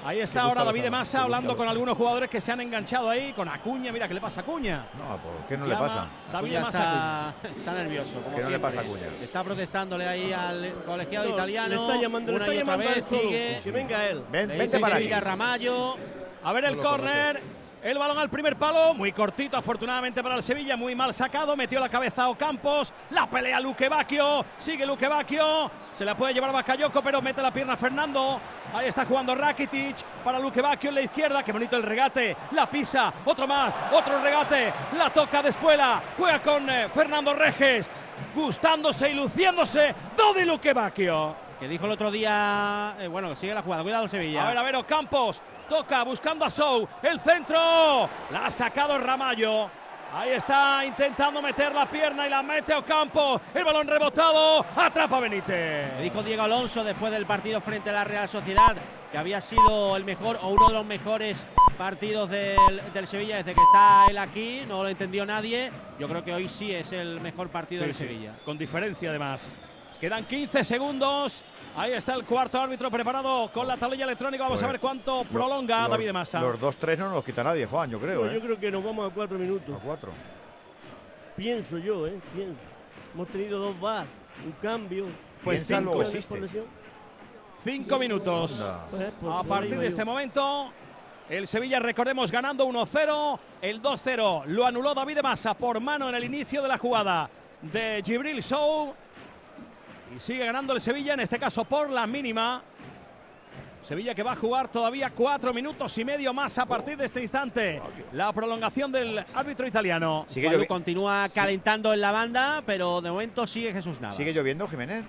Ahí está ahora David de Masa hablando con algunos jugadores que se han enganchado ahí, con Acuña. Mira, ¿qué le pasa a Acuña? No, ¿por qué no le pasa? David de Masa está, está nervioso. Como ¿Qué no le pasa a Acuña? Está protestándole ahí al colegiado No, italiano. le está llamando, una le está y otra llamando vez, a él sigue. solo, que venga él. Ven, Le vente dice para que aquí. siga Ramallo. A ver el No lo córner. El balón al primer palo, muy cortito afortunadamente para el Sevilla, muy mal sacado, metió la cabeza a Ocampos, la pelea Luque Bacchio, sigue Luque Bacchio, se la puede llevar Bakayoko, pero mete la pierna Fernando, ahí está jugando Rakitic para Luque Bacchio en la izquierda, qué bonito el regate, la pisa, otro más, otro regate, la toca de Espuela, juega con eh, Fernando Reges, gustándose y luciéndose, Dodi Luque Bacchio. Que dijo el otro día, eh, bueno, sigue la jugada, cuidado el Sevilla. A ver, a ver, Ocampos, toca buscando a Sou, el centro, la ha sacado Ramallo. Ahí está intentando meter la pierna y la mete Ocampos, el balón rebotado, atrapa Benítez. Le dijo Diego Alonso después del partido frente a la Real Sociedad que había sido el mejor o uno de los mejores partidos del, del Sevilla desde que está él aquí, no lo entendió nadie. Yo creo que hoy sí es el mejor partido Sí, del sí, Sevilla. con diferencia además. Quedan quince segundos. Ahí está el cuarto árbitro preparado con la tablilla electrónica. Vamos Pues, a ver cuánto prolonga los, David de Masa. Los dos tres no nos los quita nadie, Juan, yo creo. No, ¿eh? yo creo que nos vamos a cuatro minutos. A cuatro. Pienso yo, ¿eh? Pienso. Hemos tenido dos V A R, un cambio. Pues Piensa, cinco, luego existes. Cinco minutos. Anda. Pues, pues, A por partir ahí de va este yo. momento, el Sevilla, recordemos, ganando uno cero. El dos cero lo anuló David de Masa por mano en el inicio de la jugada de Djibril Sow. Y sigue ganando el Sevilla, en este caso por la mínima. Sevilla que va a jugar todavía cuatro minutos y medio más a partir de este instante. La prolongación del árbitro italiano. Sigue Manu llovi- continúa Sí. calentando en la banda, pero de momento sigue Jesús Navas. ¿Sigue lloviendo, Jiménez?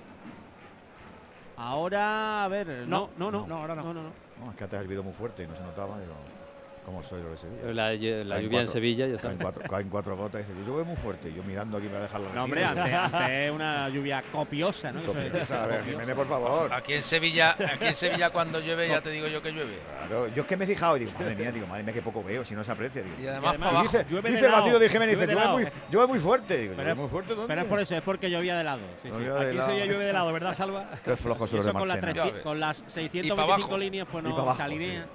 Ahora, a ver, no, no, no. No, ahora no. no, no, no. No, es que antes ha llovido muy fuerte y no se notaba. Digo, ¿cómo soy yo de Sevilla? La, la Caen lluvia en cuatro- Sevilla, ya caen sabes. cuatro, caen cuatro gotas y dice, yo llueve muy fuerte. Y yo mirando aquí para dejarlo. No, hombre, ante, ante una lluvia copiosa, ¿no? Eso es- Copiosa. A ver, Jiménez, por favor. Aquí en Sevilla, aquí en Sevilla cuando llueve ya te digo yo que llueve. Claro, yo es que me he fijado y digo, madre mía, digo, madre mía, qué poco veo, si no se aprecia. Digo. Y además Y para además abajo. dice, llueve de dice el lado, batido de Jiménez, llueve dice, de llueve lado. muy, llueve muy fuerte. Digo, Pero ¿llueve es- muy fuerte dónde? Pero es por eso, es porque llovía de lado. Sí, No sí. llueve de Aquí lado. Sevilla llueve de lado, ¿verdad, Salva? Qué flojos Y son los eso de con, las Marchena. trescientas- Ya ves. con las Y seiscientas pa' veinticinco abajo. líneas, pues Y no pa' abajo, se alinea.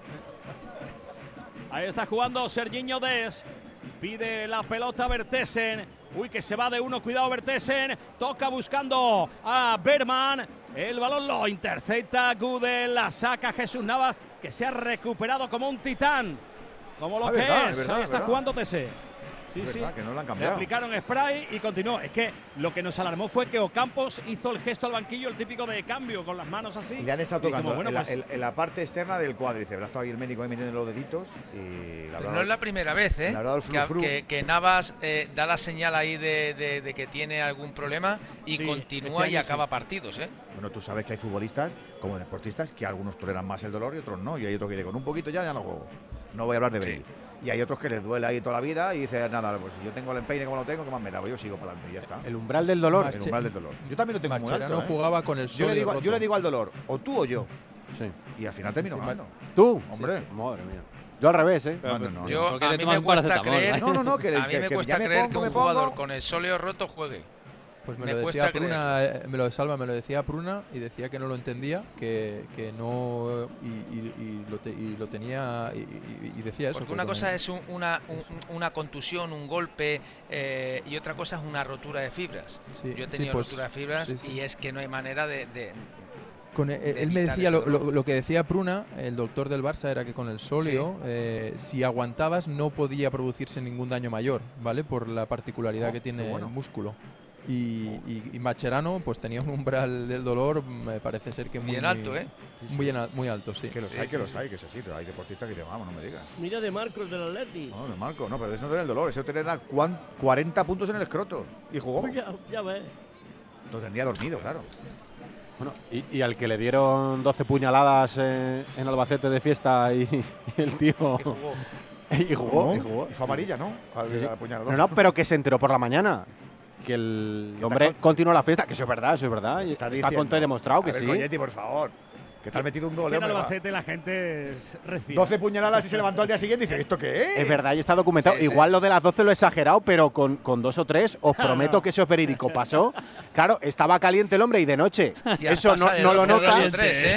Ahí está jugando Serginho Dest. Pide la pelota Bertesen. Uy, que se va de uno. Cuidado, Bertesen. Toca buscando a Berman. El balón lo intercepta Gudel. La saca Jesús Navas, que se ha recuperado como un titán. Como lo Ah, que verdad, es. es verdad, Ahí es está verdad. jugando T S. Sí, Es sí. verdad, que no lo han Le cambiado. aplicaron spray y continuó. Es que lo que nos alarmó fue que Ocampos hizo el gesto al banquillo, el típico de cambio, con las manos así. Y le han estado Y como, tocando bueno, en, la, pues, en- en la parte externa del cuádriceps. Ha estado ahí el médico ahí metiendo los deditos y la Pero verdad- no es la primera vez, ¿eh? le habrá dado el Que, frufru. que- que Navas eh, da la señal ahí de, de- de que tiene algún problema y Sí, continúa este y año acaba sí. partidos, ¿eh? Bueno, tú sabes que hay futbolistas, como deportistas, que algunos toleran más el dolor y otros no. Y hay otros que dicen, con un poquito ya, ya no juego. No voy a hablar de Bale. Y hay otros que les duele ahí toda la vida y dicen, nada, pues si yo tengo el empeine como lo tengo, ¿qué más me da? Pues yo sigo para adelante y ya está. El umbral del dolor. El umbral del dolor. Yo también lo tengo muy alto, Mascherano ¿eh? jugaba con el yo le, sóleo digo, yo roto. le digo al dolor, o tú o yo. Sí. Y al final termino Sí, ganando. ¿Tú? Hombre. Sí, sí. Madre mía. Yo al revés, ¿eh? No, no, no, Yo, no. ¿Por qué a te mí tomas me un cuesta paracetamol? creer, No, no, no, que, a mí que- me que cuesta ya me creer pongo, que me un pongo. jugador con el sóleo roto juegue. Pues me, Me lo cuesta decía Pruna, eh, me lo Salva, me lo decía Pruna y decía que no lo entendía, que, que no y, y- y lo, te- y lo tenía y, y- y decía eso. Porque que una con cosa el- es un- una, un- una contusión, un golpe, eh, y otra cosa es una rotura de fibras. Sí, Yo he sí, tenido pues, rotura de fibras sí, sí. y es que no hay manera de... de- Con el- de él me evitar decía ese lo, lo- dolor. lo que decía Pruna, el doctor del Barça, era que con el sóleo, eh, si aguantabas no podía producirse ningún daño mayor, ¿vale? Por la particularidad Oh, que qué tiene bueno. el músculo. Y, y, y Mascherano pues tenía un umbral del dolor, me parece ser que muy Bien muy- alto, ¿eh? Muy, en al- muy alto, sí. Que los Sí, hay, sí, que los sí. hay, que se sí, pero hay deportistas que te vamos, no me digas. Mira de Marcos del Atleti. No, no, Marco, no, pero eso no tiene el dolor, eso tendrá cuan- cuarenta puntos en el escroto. Y jugó. Pues ya, ya ves. Lo tendría dormido, claro. Bueno, y, y al que le dieron doce puñaladas eh, en Albacete de fiesta y, y el tío. que jugó. y jugó, ¿Cómo? y jugó. Y fue amarilla, ¿no? Al- Sí, sí. al apuñalador. No, no, pero que se enteró por la mañana. Que el está hombre con- continuó la fiesta, que eso es verdad, eso es verdad. y Estás Está diciendo. con todo y demostrado que A ver, sí. Coyetti, por favor. Que está metido un gol, En hombre, va. Albacete la gente es recién. doce puñaladas y se levantó al día siguiente y dice, ¿esto qué es? Es verdad, y está documentado. Sí, sí. Igual lo de las doce lo he exagerado, pero con, con dos o tres os prometo que eso es verídico. Pasó. Claro, estaba caliente el hombre y de noche. Ya Eso no, pasa de no lo doce a dos notas. o tres, ¿eh?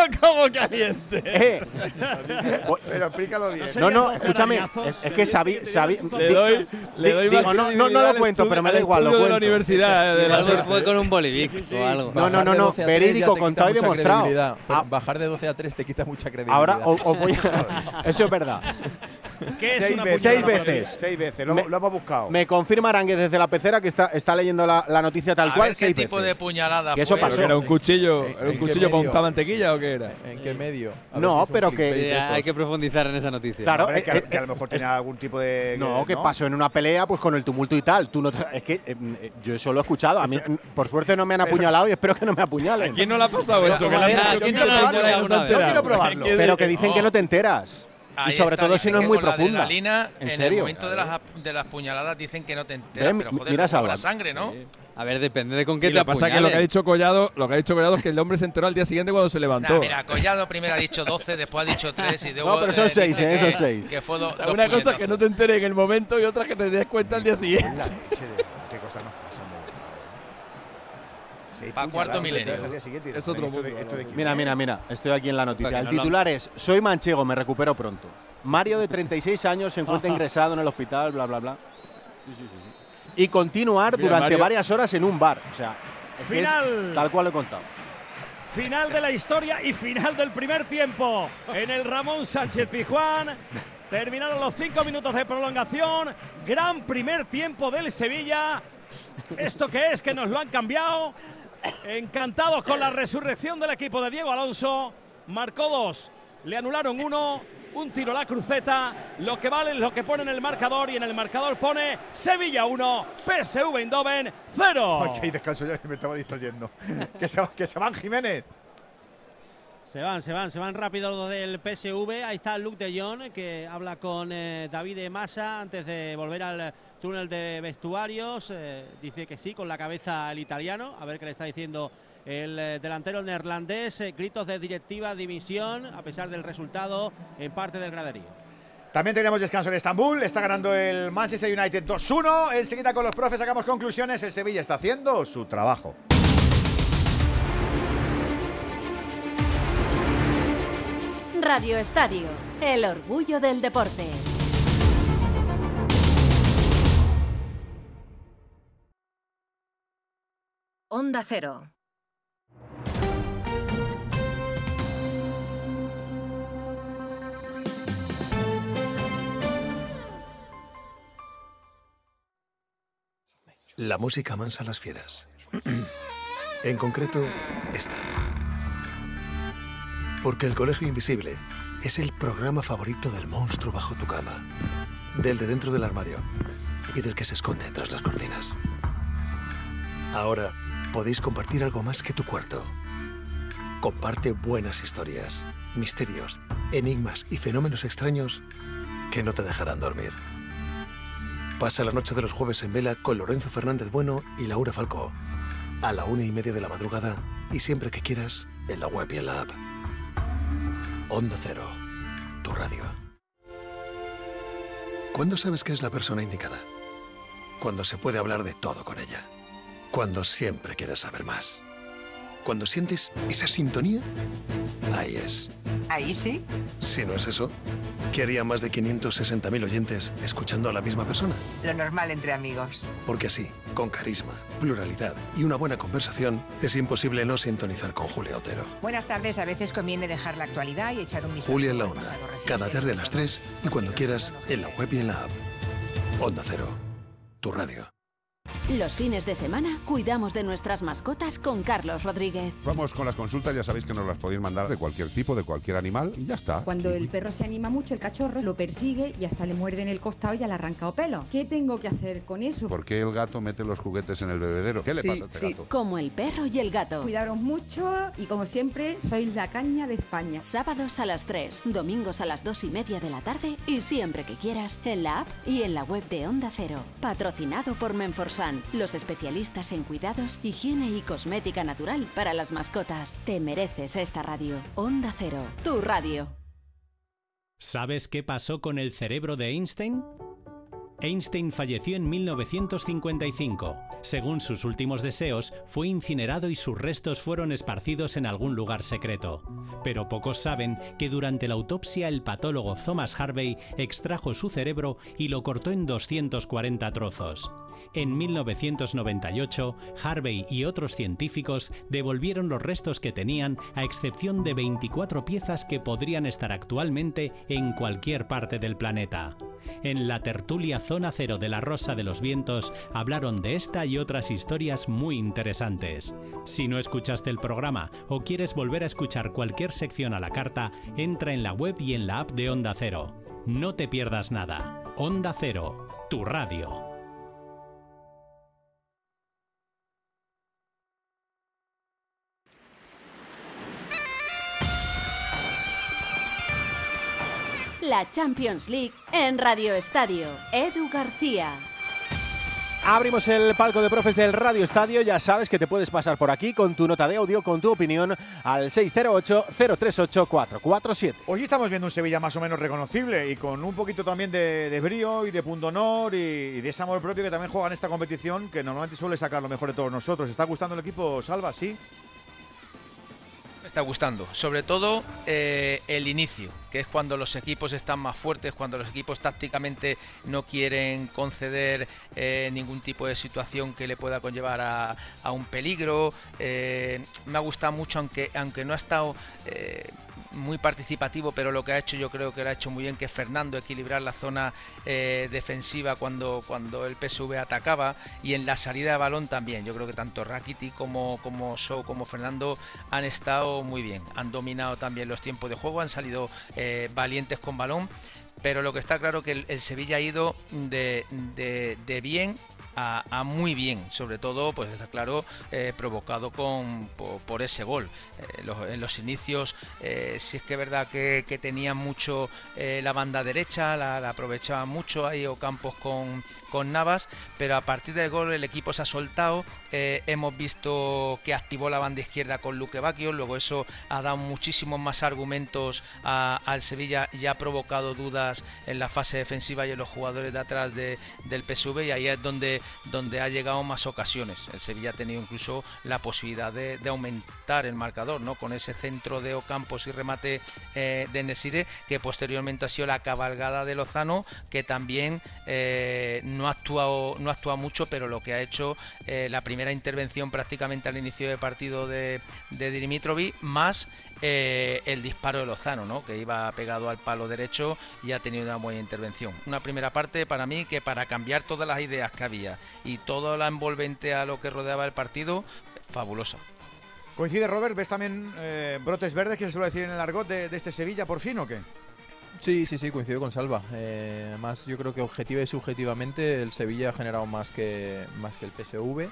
como caliente. Eh. Pero explícalo bien. No, no, escúchame. Es, es que sabí, sabí. Le doy, le doy digo, más no, no, no lo cuento, pero me da igual, lo de cuento. la universidad. De la Igual fue con un bolivic o algo. No, no, no, no, verídico, contado y demostrado. Ah. Bajar de doce a tres te quita mucha credibilidad. Ahora os, os voy a… Eso es verdad. ¿Qué es Seis una veces. Seis puñalada? veces. Seis veces, lo, Me- lo hemos buscado. Me confirma Arangues desde la pecera que está, está leyendo la, la noticia tal A cual ver qué seis tipo veces. de puñalada Que eso fue. pasó. ¿Era un cuchillo, ¿En- era un en qué cuchillo para medio? untar mantequilla o qué era? ¿En qué medio? A ver No, si es un pero que- clickbait de Ya, esos. hay que profundizar en esa noticia. Claro, Hombre, eh, que, a- eh, que a lo mejor tenía algún tipo de… No, que pasó en una pelea pues con el tumulto y tal. Tú no te- es que eh, eh, yo eso lo he escuchado. A mí, mm, por suerte, no me han apuñalado y espero que no me apuñalen. ¿Quién no le ha pasado Pero, eso? Que ¿quién le han no- dicho quién que no te lo ha puñala y probado? no se Yo entera. quiero probarlo. ¿Qué Pero de- que dicen que no te enteras. Ahí y sobre está, todo si dicen no es que muy con la profunda. adrenalina, ¿En en serio? el momento de las, de las puñaladas dicen que no te enteras, Ven, pero joder, mira, como Salva. la sangre, ¿no? A ver, depende de con qué Sí, te lo que pasa es que lo que ha apuñalen. dicho Collado, lo que ha dicho Collado es que el hombre se enteró al día siguiente cuando se levantó. Nah, mira, Collado primero ha dicho doce, después ha dicho tres y luego No, pero son eh, seis, dice eh, son que- seis. Que fue do- O sea, dos una cosa es que puñetazos. no te enteres en el momento y otra que te des cuenta al día siguiente. La leche de- ¿Qué cosas nos pasan de verdad? Seis Pa' cuarto puñaladas y te milenio. enteras al día siguiente y Es dices, otro esto de- mundo, esto de ¿no? quién Mira, es. mira, mira. Estoy aquí en la noticia. Para que El no lo- titular es: soy manchego, me recupero pronto. Mario, de treinta y seis años, se encuentra ingresado en el hospital, bla, bla, bla. Sí, sí, sí, sí. Y continuar Mira, durante Mario- varias horas en un bar. O sea, es que es Final. tal cual lo he contado. Final de la historia y final del primer tiempo en el Ramón Sánchez Pizjuán. Terminaron los cinco minutos de prolongación. Gran primer tiempo del Sevilla. ¿Esto qué es? Que nos lo han cambiado. Encantados con la resurrección del equipo de Diego Alonso. Marcó dos, le anularon uno. Un tiro a la cruceta. Lo que vale es lo que pone en el marcador. Y en el marcador pone Sevilla uno, P S V Eindhoven cero. Ay, que hay descanso ya, que me estaba distrayendo. que, se, va- que se van, Jiménez. Se van, se van, se van rápido los del P S V. Ahí está Luke de Jong, que habla con eh, David Massa antes de volver al túnel de vestuarios. Eh, dice que sí, con la cabeza el italiano. A ver qué le está diciendo el eh, delantero neerlandés. Eh, gritos de directiva, dimisión, a pesar del resultado en parte del graderío. También tenemos descanso en Estambul. Está ganando el Manchester United dos uno. Enseguida con los profes sacamos conclusiones. El Sevilla está haciendo su trabajo. Radio Estadio, el orgullo del deporte. Onda Cero. La música mansa a las fieras. En concreto, esta. Porque El Colegio Invisible es el programa favorito del monstruo bajo tu cama, del de dentro del armario y del que se esconde tras las cortinas. Ahora podéis compartir algo más que tu cuarto. Comparte buenas historias, misterios, enigmas y fenómenos extraños que no te dejarán dormir. Pasa la noche de los jueves en vela con Lorenzo Fernández Bueno y Laura Falcó. A la una y media de la madrugada y siempre que quieras en la web y en la app. Onda Cero, tu radio. ¿Cuándo sabes que es la persona indicada? Cuando se puede hablar de todo con ella. Cuando siempre quieres saber más. Cuando sientes esa sintonía, ahí es. ¿Ahí sí? Si no es eso, ¿qué haría más de quinientos sesenta mil oyentes escuchando a la misma persona? Lo normal entre amigos. Porque así, con carisma, pluralidad y una buena conversación, es imposible no sintonizar con Julia Otero. Buenas tardes, a veces conviene dejar la actualidad y echar un vistazo. Julia en la Onda, cada tarde a las tres y cuando quieras en la web y en la app. Onda Cero, tu radio. Los fines de semana cuidamos de nuestras mascotas con Carlos Rodríguez. Vamos con las consultas, ya sabéis que nos las podéis mandar de cualquier tipo, de cualquier animal y ya está. Cuando el perro se anima mucho, el cachorro lo persigue y hasta le muerde en el costado y ya le ha arrancado pelo. ¿Qué tengo que hacer con eso? ¿Por qué el gato mete los juguetes en el bebedero? ¿Qué le Sí, pasa a este sí. gato? Como el perro y el gato. Cuidaros mucho y como siempre, sois la caña de España. Sábados a las tres, domingos a las dos y media de la tarde y siempre que quieras en la app y en la web de Onda Cero. Patrocinado por Menforsan, los especialistas en cuidados, higiene y cosmética natural para las mascotas. Te mereces esta radio. Onda Cero, tu radio. ¿Sabes qué pasó con el cerebro de Einstein? Einstein falleció en mil novecientos cincuenta y cinco. Según sus últimos deseos, fue incinerado y sus restos fueron esparcidos en algún lugar secreto. Pero pocos saben que durante la autopsia el patólogo Thomas Harvey extrajo su cerebro y lo cortó en doscientos cuarenta trozos. En mil novecientos noventa y ocho, Harvey y otros científicos devolvieron los restos que tenían, a excepción de veinticuatro piezas que podrían estar actualmente en cualquier parte del planeta. En la tertulia Zona Cero de la Rosa de los Vientos hablaron de esta y otras historias muy interesantes. Si no escuchaste el programa o quieres volver a escuchar cualquier sección a la carta, entra en la web y en la app de Onda Cero. No te pierdas nada. Onda Cero, tu radio. La Champions League en Radio Estadio. Edu García. Abrimos el palco de profes del Radio Estadio. Ya sabes que te puedes pasar por aquí con tu nota de audio, con tu opinión, al seis cero ocho, cero tres ocho, cuatro cuatro siete. Hoy estamos viendo un Sevilla más o menos reconocible y con un poquito también de, de brío y de punto honor y, y de ese amor propio que también juega en esta competición, que normalmente suele sacar lo mejor de todos nosotros. ¿Está gustando el equipo, Salva? ¿Sí? Está gustando, sobre todo eh, el inicio, que es cuando los equipos están más fuertes, cuando los equipos tácticamente no quieren conceder eh, ningún tipo de situación que le pueda conllevar a, a un peligro. Eh, me ha gustado mucho, aunque, aunque no ha estado eh, muy participativo, pero lo que ha hecho yo creo que lo ha hecho muy bien, que es Fernando, equilibrar la zona eh, defensiva cuando, cuando el P S V atacaba, y en la salida de balón también. Yo creo que tanto Rakitic como, como Show como Fernando han estado muy bien, han dominado también los tiempos de juego, han salido eh, valientes con balón, pero lo que está claro que el, el Sevilla ha ido de, de, de bien A, a muy bien, sobre todo, pues está claro, eh, provocado con, por, por ese gol. Eh, los, en los inicios, eh, sí es que es verdad que, que tenían mucho eh, la banda derecha, la, la aprovechaban mucho ahí Ocampos con, con Navas, pero a partir del gol el equipo se ha soltado. Eh, hemos visto que activó la banda izquierda con Luque Bacchio, luego eso ha dado muchísimos más argumentos a, al Sevilla y ha provocado dudas en la fase defensiva y en los jugadores de atrás de, del P S V, y ahí es donde donde ha llegado más ocasiones. El Sevilla ha tenido incluso la posibilidad de, de aumentar el marcador, ¿no? Con ese centro de Ocampos y remate eh, de Nesire, que posteriormente ha sido la cabalgada de Lozano, que también eh, no ha actuado no ha actuado mucho, pero lo que ha hecho eh, la primera intervención prácticamente al inicio de partido de, de Dimitrovic, más Eh, el disparo de Lozano, ¿no? Que iba pegado al palo derecho y ha tenido una buena intervención. Una primera parte para mí que, para cambiar todas las ideas que había y toda la envolvente a lo que rodeaba el partido, fabulosa. ¿Coincide, Robert? ¿Ves también eh, brotes verdes, que se suele decir en el argot, de, de este Sevilla por fin o qué? Sí, sí, sí, coincido con Salva. Eh, además, yo creo que objetiva y subjetivamente el Sevilla ha generado más que, más que el P S V.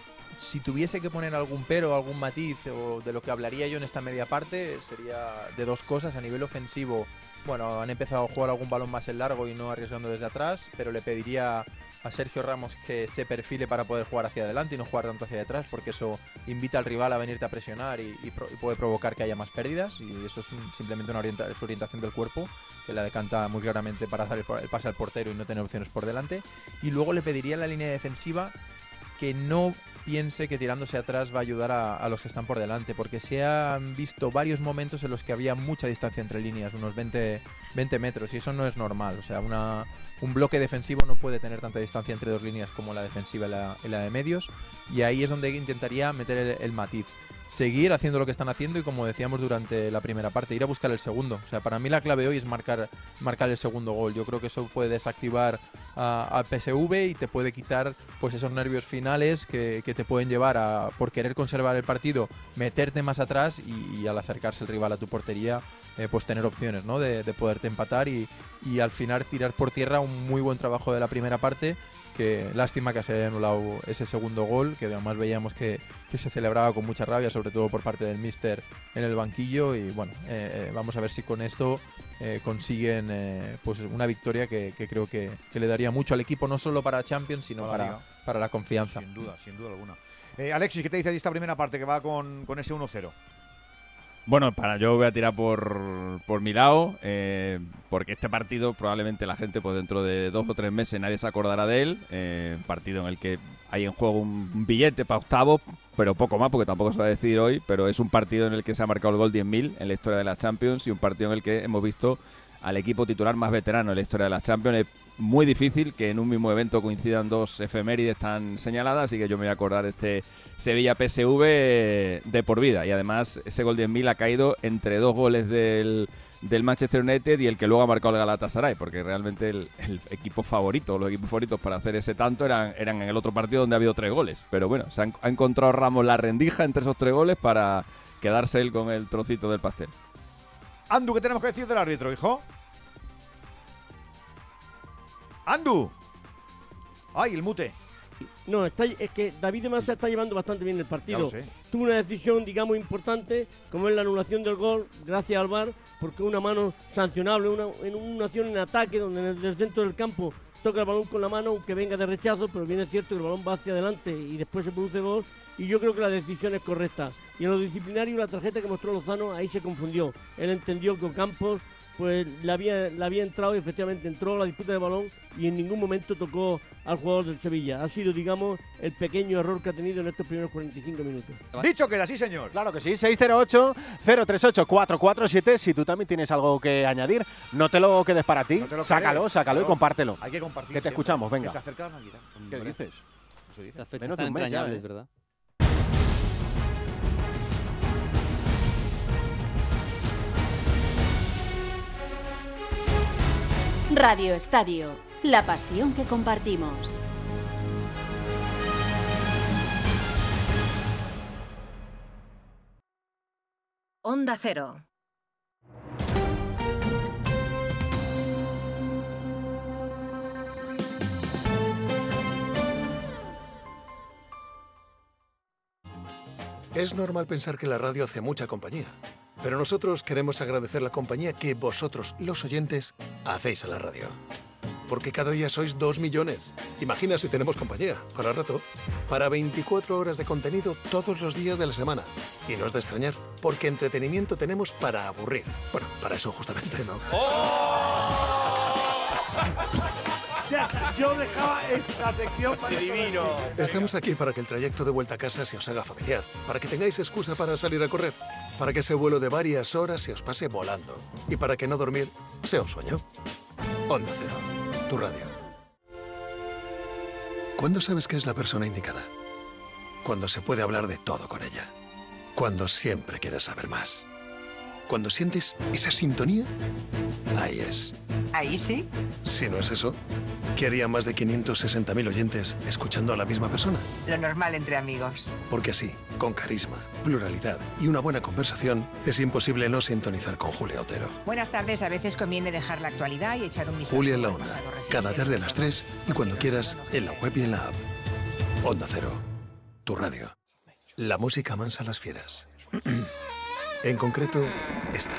Si tuviese que poner algún pero, algún matiz, o de lo que hablaría yo en esta media parte, sería de dos cosas. A nivel ofensivo, bueno, han empezado a jugar algún balón más en largo y no arriesgando desde atrás, pero le pediría a Sergio Ramos que se perfile para poder jugar hacia adelante y no jugar tanto hacia atrás, porque eso invita al rival a venirte a presionar y, y, pro, y puede provocar que haya más pérdidas, y eso es un, simplemente una orienta, es orientación del cuerpo que la decanta muy claramente para hacer el, el pase al portero y no tener opciones por delante. Y luego le pediría a la línea defensiva que no piense que tirándose atrás va a ayudar a, a los que están por delante, porque se han visto varios momentos en los que había mucha distancia entre líneas, unos veinte metros, y eso no es normal. O sea, una, un bloque defensivo no puede tener tanta distancia entre dos líneas como la defensiva y la, y la de medios, y ahí es donde intentaría meter el, el matiz. Seguir haciendo lo que están haciendo y, como decíamos durante la primera parte, ir a buscar el segundo. O sea, para mí la clave hoy es marcar, marcar el segundo gol. Yo creo que eso puede desactivar al P S V y te puede quitar pues esos nervios finales que, que te pueden llevar a, por querer conservar el partido, meterte más atrás y, y al acercarse el rival a tu portería, eh, pues tener opciones, ¿no? de, de poderte empatar y, y al final tirar por tierra. Un muy buen trabajo de la primera parte, que lástima que se haya anulado ese segundo gol, que además veíamos que, que se celebraba con mucha rabia, sobre todo por parte del míster en el banquillo. Y bueno, eh, eh, vamos a ver si con esto eh, consiguen eh, pues una victoria que, que creo que, que le daría mucho al equipo, no solo para Champions, sino para, para la confianza. Sin duda, sin duda alguna. Eh, Alexis, ¿qué te dice de esta primera parte que va con, con ese uno cero? Bueno, para yo voy a tirar por, por mi lado, eh, porque este partido probablemente la gente pues dentro de dos o tres meses nadie se acordará de él. Eh, partido en el que hay en juego un billete para octavos, pero poco más porque tampoco se va a decidir hoy, pero es un partido en el que se ha marcado el gol diez mil en la historia de la Champions y un partido en el que hemos visto al equipo titular más veterano en la historia de la Champions. Es muy difícil que en un mismo evento coincidan dos efemérides tan señaladas, así que yo me voy a acordar de este Sevilla-P S V de por vida. Y además ese gol diez mil ha caído entre dos goles del, del Manchester United y el que luego ha marcado el Galatasaray, porque realmente el, el equipo favorito, los equipos favoritos para hacer ese tanto eran, eran en el otro partido donde ha habido tres goles. Pero bueno, se han, ha encontrado Ramos la rendija entre esos tres goles para quedarse él con el trocito del pastel. Andu, ¿qué tenemos que decir del árbitro, hijo? ¡Andu! ¡Ay, el mute! No, está, es que David de Massa está llevando bastante bien el partido. Ya lo sé. Tuvo una decisión, digamos, importante, como es la anulación del gol, gracias al V A R, porque una mano sancionable, una, en una acción en ataque, donde en el, del centro del campo toca el balón con la mano, aunque venga de rechazo, pero bien es cierto que el balón va hacia adelante y después se produce gol, y yo creo que la decisión es correcta. Y en lo disciplinario, la tarjeta que mostró Lozano, ahí se confundió. Él entendió que Ocampos pues la había, la había entrado y efectivamente entró a la disputa de balón y en ningún momento tocó al jugador del Sevilla. Ha sido, digamos, el pequeño error que ha tenido en estos primeros cuarenta y cinco minutos. Dicho queda, sí señor. Claro que sí, seis cero ocho, cero tres ocho, cuatro cuatro siete. Si tú también tienes algo que añadir, no te lo quedes para ti. No sácalo, quedes. sácalo Claro. y compártelo. Hay que compartir. Que te siempre. escuchamos, venga. Que se acerca la Navidad. ¿Qué Hombre. dices? Eso dice. Estas fechas Menos de tan un mes ya, entrañables, ¿eh? ¿verdad? Radio Estadio, la pasión que compartimos. Onda Cero. Es normal pensar que la radio hace mucha compañía, pero nosotros queremos agradecer la compañía que vosotros, los oyentes, hacéis a la radio. Porque cada día sois dos millones. Imagina si tenemos compañía, para rato, para veinticuatro horas de contenido todos los días de la semana. Y no es de extrañar, porque entretenimiento tenemos para aburrir. Bueno, para eso justamente, ¿no? Ya, yo dejaba esta sección para divino. Estamos aquí para que el trayecto de vuelta a casa se os haga familiar, para que tengáis excusa para salir a correr, para que ese vuelo de varias horas se os pase volando y para que no dormir sea un sueño. Onda Cero, tu radio. ¿Cuándo sabes que es la persona indicada? Cuando se puede hablar de todo con ella. Cuando siempre quieres saber más. Cuando sientes esa sintonía, ahí es. ¿Ahí sí? Si no es eso, ¿qué harían más de quinientos sesenta mil oyentes escuchando a la misma persona? Lo normal entre amigos. Porque así, con carisma, pluralidad y una buena conversación, es imposible no sintonizar con Julia Otero. Buenas tardes, a veces conviene dejar la actualidad y echar un vistazo. Julia en la Onda, cada tarde a las tres y cuando quieras, en la web y en la app. Onda Cero, tu radio. La música mansa a las fieras. En concreto, esta.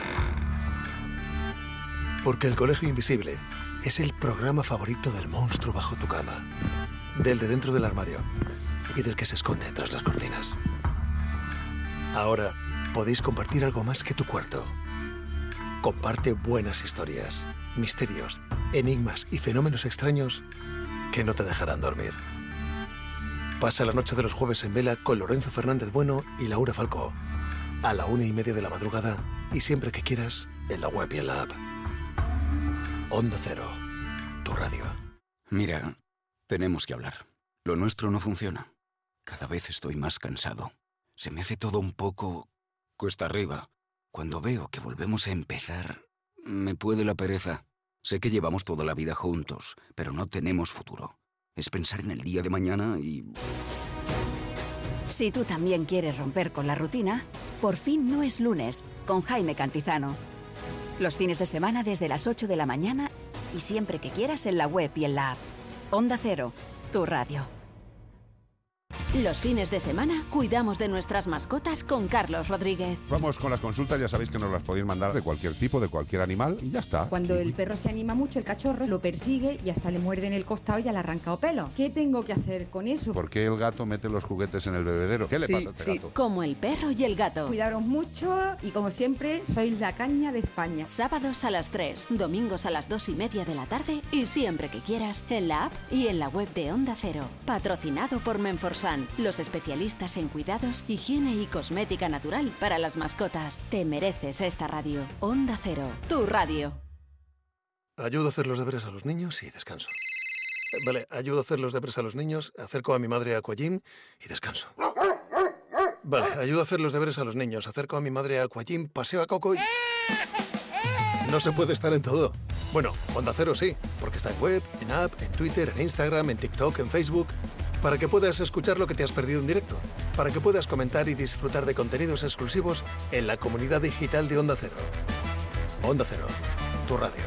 Porque El Colegio Invisible es el programa favorito del monstruo bajo tu cama, del de dentro del armario y del que se esconde tras las cortinas. Ahora podéis compartir algo más que tu cuarto. Comparte buenas historias, misterios, enigmas y fenómenos extraños que no te dejarán dormir. Pasa la noche de los jueves en vela con Lorenzo Fernández Bueno y Laura Falcó. A la una y media de la madrugada y siempre que quieras en la web y en la app. Onda Cero, tu radio. Mira, tenemos que hablar. Lo nuestro no funciona. Cada vez estoy más cansado. Se me hace todo un poco cuesta arriba. Cuando veo que volvemos a empezar, me puede la pereza. Sé que llevamos toda la vida juntos, pero no tenemos futuro. Es pensar en el día de mañana y... Si tú también quieres romper con la rutina, Por fin no es lunes, con Jaime Cantizano. Los fines de semana desde las ocho de la mañana y siempre que quieras en la web y en la app. Onda Cero, tu radio. Los fines de semana cuidamos de nuestras mascotas con Carlos Rodríguez. Vamos con las consultas, ya sabéis que nos las podéis mandar de cualquier tipo, de cualquier animal y ya está. Cuando el perro se anima mucho, el cachorro lo persigue y hasta le muerde en el costado y ya le ha arrancado pelo. ¿Qué tengo que hacer con eso? ¿Por qué el gato mete los juguetes en el bebedero? ¿Qué le Sí, pasa a este sí. gato? Como el perro y el gato. Cuidaros mucho y como siempre, sois la caña de España. Sábados a las tres, domingos a las dos y media de la tarde y siempre que quieras en la app y en la web de Onda Cero. Patrocinado por Menforsan, los especialistas en cuidados, higiene y cosmética natural para las mascotas. Te mereces esta radio. Onda Cero, tu radio. Ayudo a hacer los deberes a los niños y descanso. Eh, Vale, ayudo a hacer los deberes a los niños, acerco a mi madre a Aquagym y descanso. Vale, ayudo a hacer los deberes a los niños, acerco a mi madre a Aquagym, paseo a Coco y... No se puede estar en todo. Bueno, Onda Cero sí, porque está en web, en app, en Twitter, en Instagram, en TikTok, en Facebook... Para que puedas escuchar lo que te has perdido en directo. Para que puedas comentar y disfrutar de contenidos exclusivos en la comunidad digital de Onda Cero. Onda Cero, tu radio.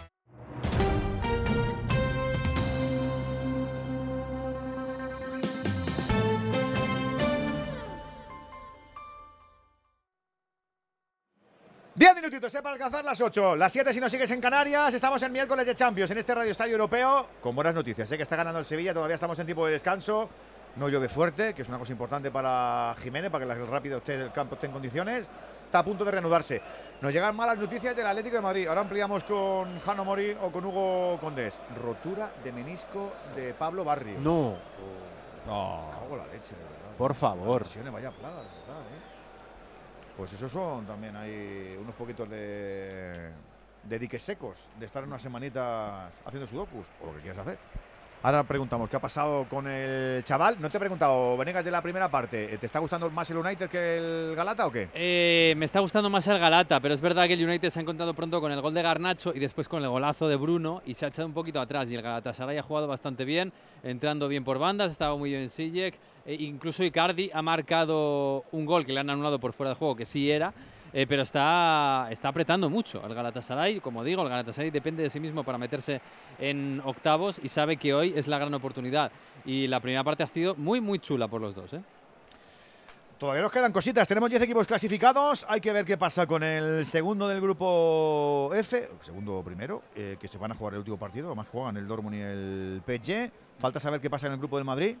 Diez minutitos eh, para alcanzar las ocho, las siete si nos sigues en Canarias. Estamos en miércoles de Champions en este Radio Estadio Europeo con buenas noticias. Sé que está ganando el Sevilla, todavía estamos en tiempo de descanso. No llueve fuerte, que es una cosa importante para Jiménez, para que el rápido esté, el campo esté en condiciones. Está a punto de reanudarse. Nos llegan malas noticias del Atlético de Madrid. Ahora ampliamos con Jano Mori o con Hugo Condés. Rotura de menisco de Pablo Barrios. No. Oh. Cago la leche, de verdad. Por favor. Lesiones, vaya plaga, de verdad, ¿eh? Pues esos son también hay unos poquitos de, de diques secos, de estar unas semanitas haciendo sudokus, o lo que quieras hacer. Ahora preguntamos, ¿qué ha pasado con el chaval? No te he preguntado, Venegas, de la primera parte, ¿te está gustando más el United que el Galata o qué? Eh, me está gustando más el Galata, pero es verdad que el United se ha encontrado pronto con el gol de Garnacho y después con el golazo de Bruno y se ha echado un poquito atrás. Y el Galatasaray ha jugado bastante bien, entrando bien por bandas, estaba muy bien Ziyech. E incluso Icardi ha marcado un gol que le han anulado por fuera de juego, que sí era. Eh, pero está, está apretando mucho el Galatasaray. Como digo, el Galatasaray depende de sí mismo para meterse en octavos y sabe que hoy es la gran oportunidad. Y la primera parte ha sido muy, muy chula por los dos, ¿eh? Todavía nos quedan cositas. Tenemos diez equipos clasificados. Hay que ver qué pasa con el segundo del grupo F, segundo primero, eh, que se van a jugar el último partido. Además juegan el Dortmund y el P S G. Falta saber qué pasa en el grupo del Madrid.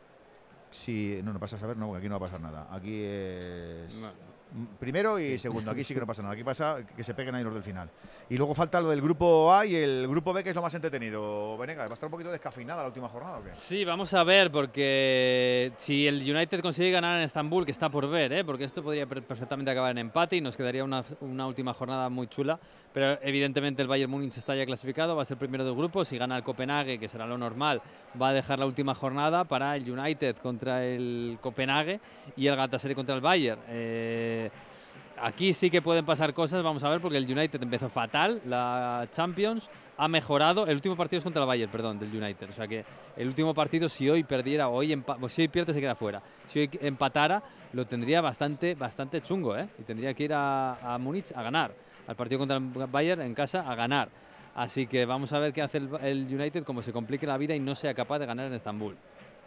Si, no, no pasa a saber, no, porque aquí no va a pasar nada. Aquí es... No. Primero y segundo, aquí sí que no pasa nada, aquí pasa que se peguen ahí los del final. Y luego falta lo del grupo A y el grupo B, que es lo más entretenido. Venegas, ¿va a estar un poquito descafeinada la última jornada o qué? Sí, vamos a ver, porque si el United consigue ganar en Estambul, que está por ver, ¿eh? Porque esto podría perfectamente acabar en empate y nos quedaría una, una última jornada muy chula, pero evidentemente el Bayern Múnich está ya clasificado, va a ser primero del grupo. Si gana el Copenhague, que será lo normal, va a dejar la última jornada para el United contra el Copenhague y el Galatasaray contra el Bayern. Eh, Aquí sí que pueden pasar cosas, vamos a ver, porque el United empezó fatal, la Champions ha mejorado. El último partido es contra el Bayern, perdón, del United. O sea que el último partido, si hoy perdiera, hoy pues si hoy pierde se queda fuera. Si hoy empatara, lo tendría bastante, bastante chungo, ¿eh? Y tendría que ir a, a Múnich a ganar, al partido contra el Bayern en casa a ganar. Así que vamos a ver qué hace el, el United, como se complique la vida y no sea capaz de ganar en Estambul.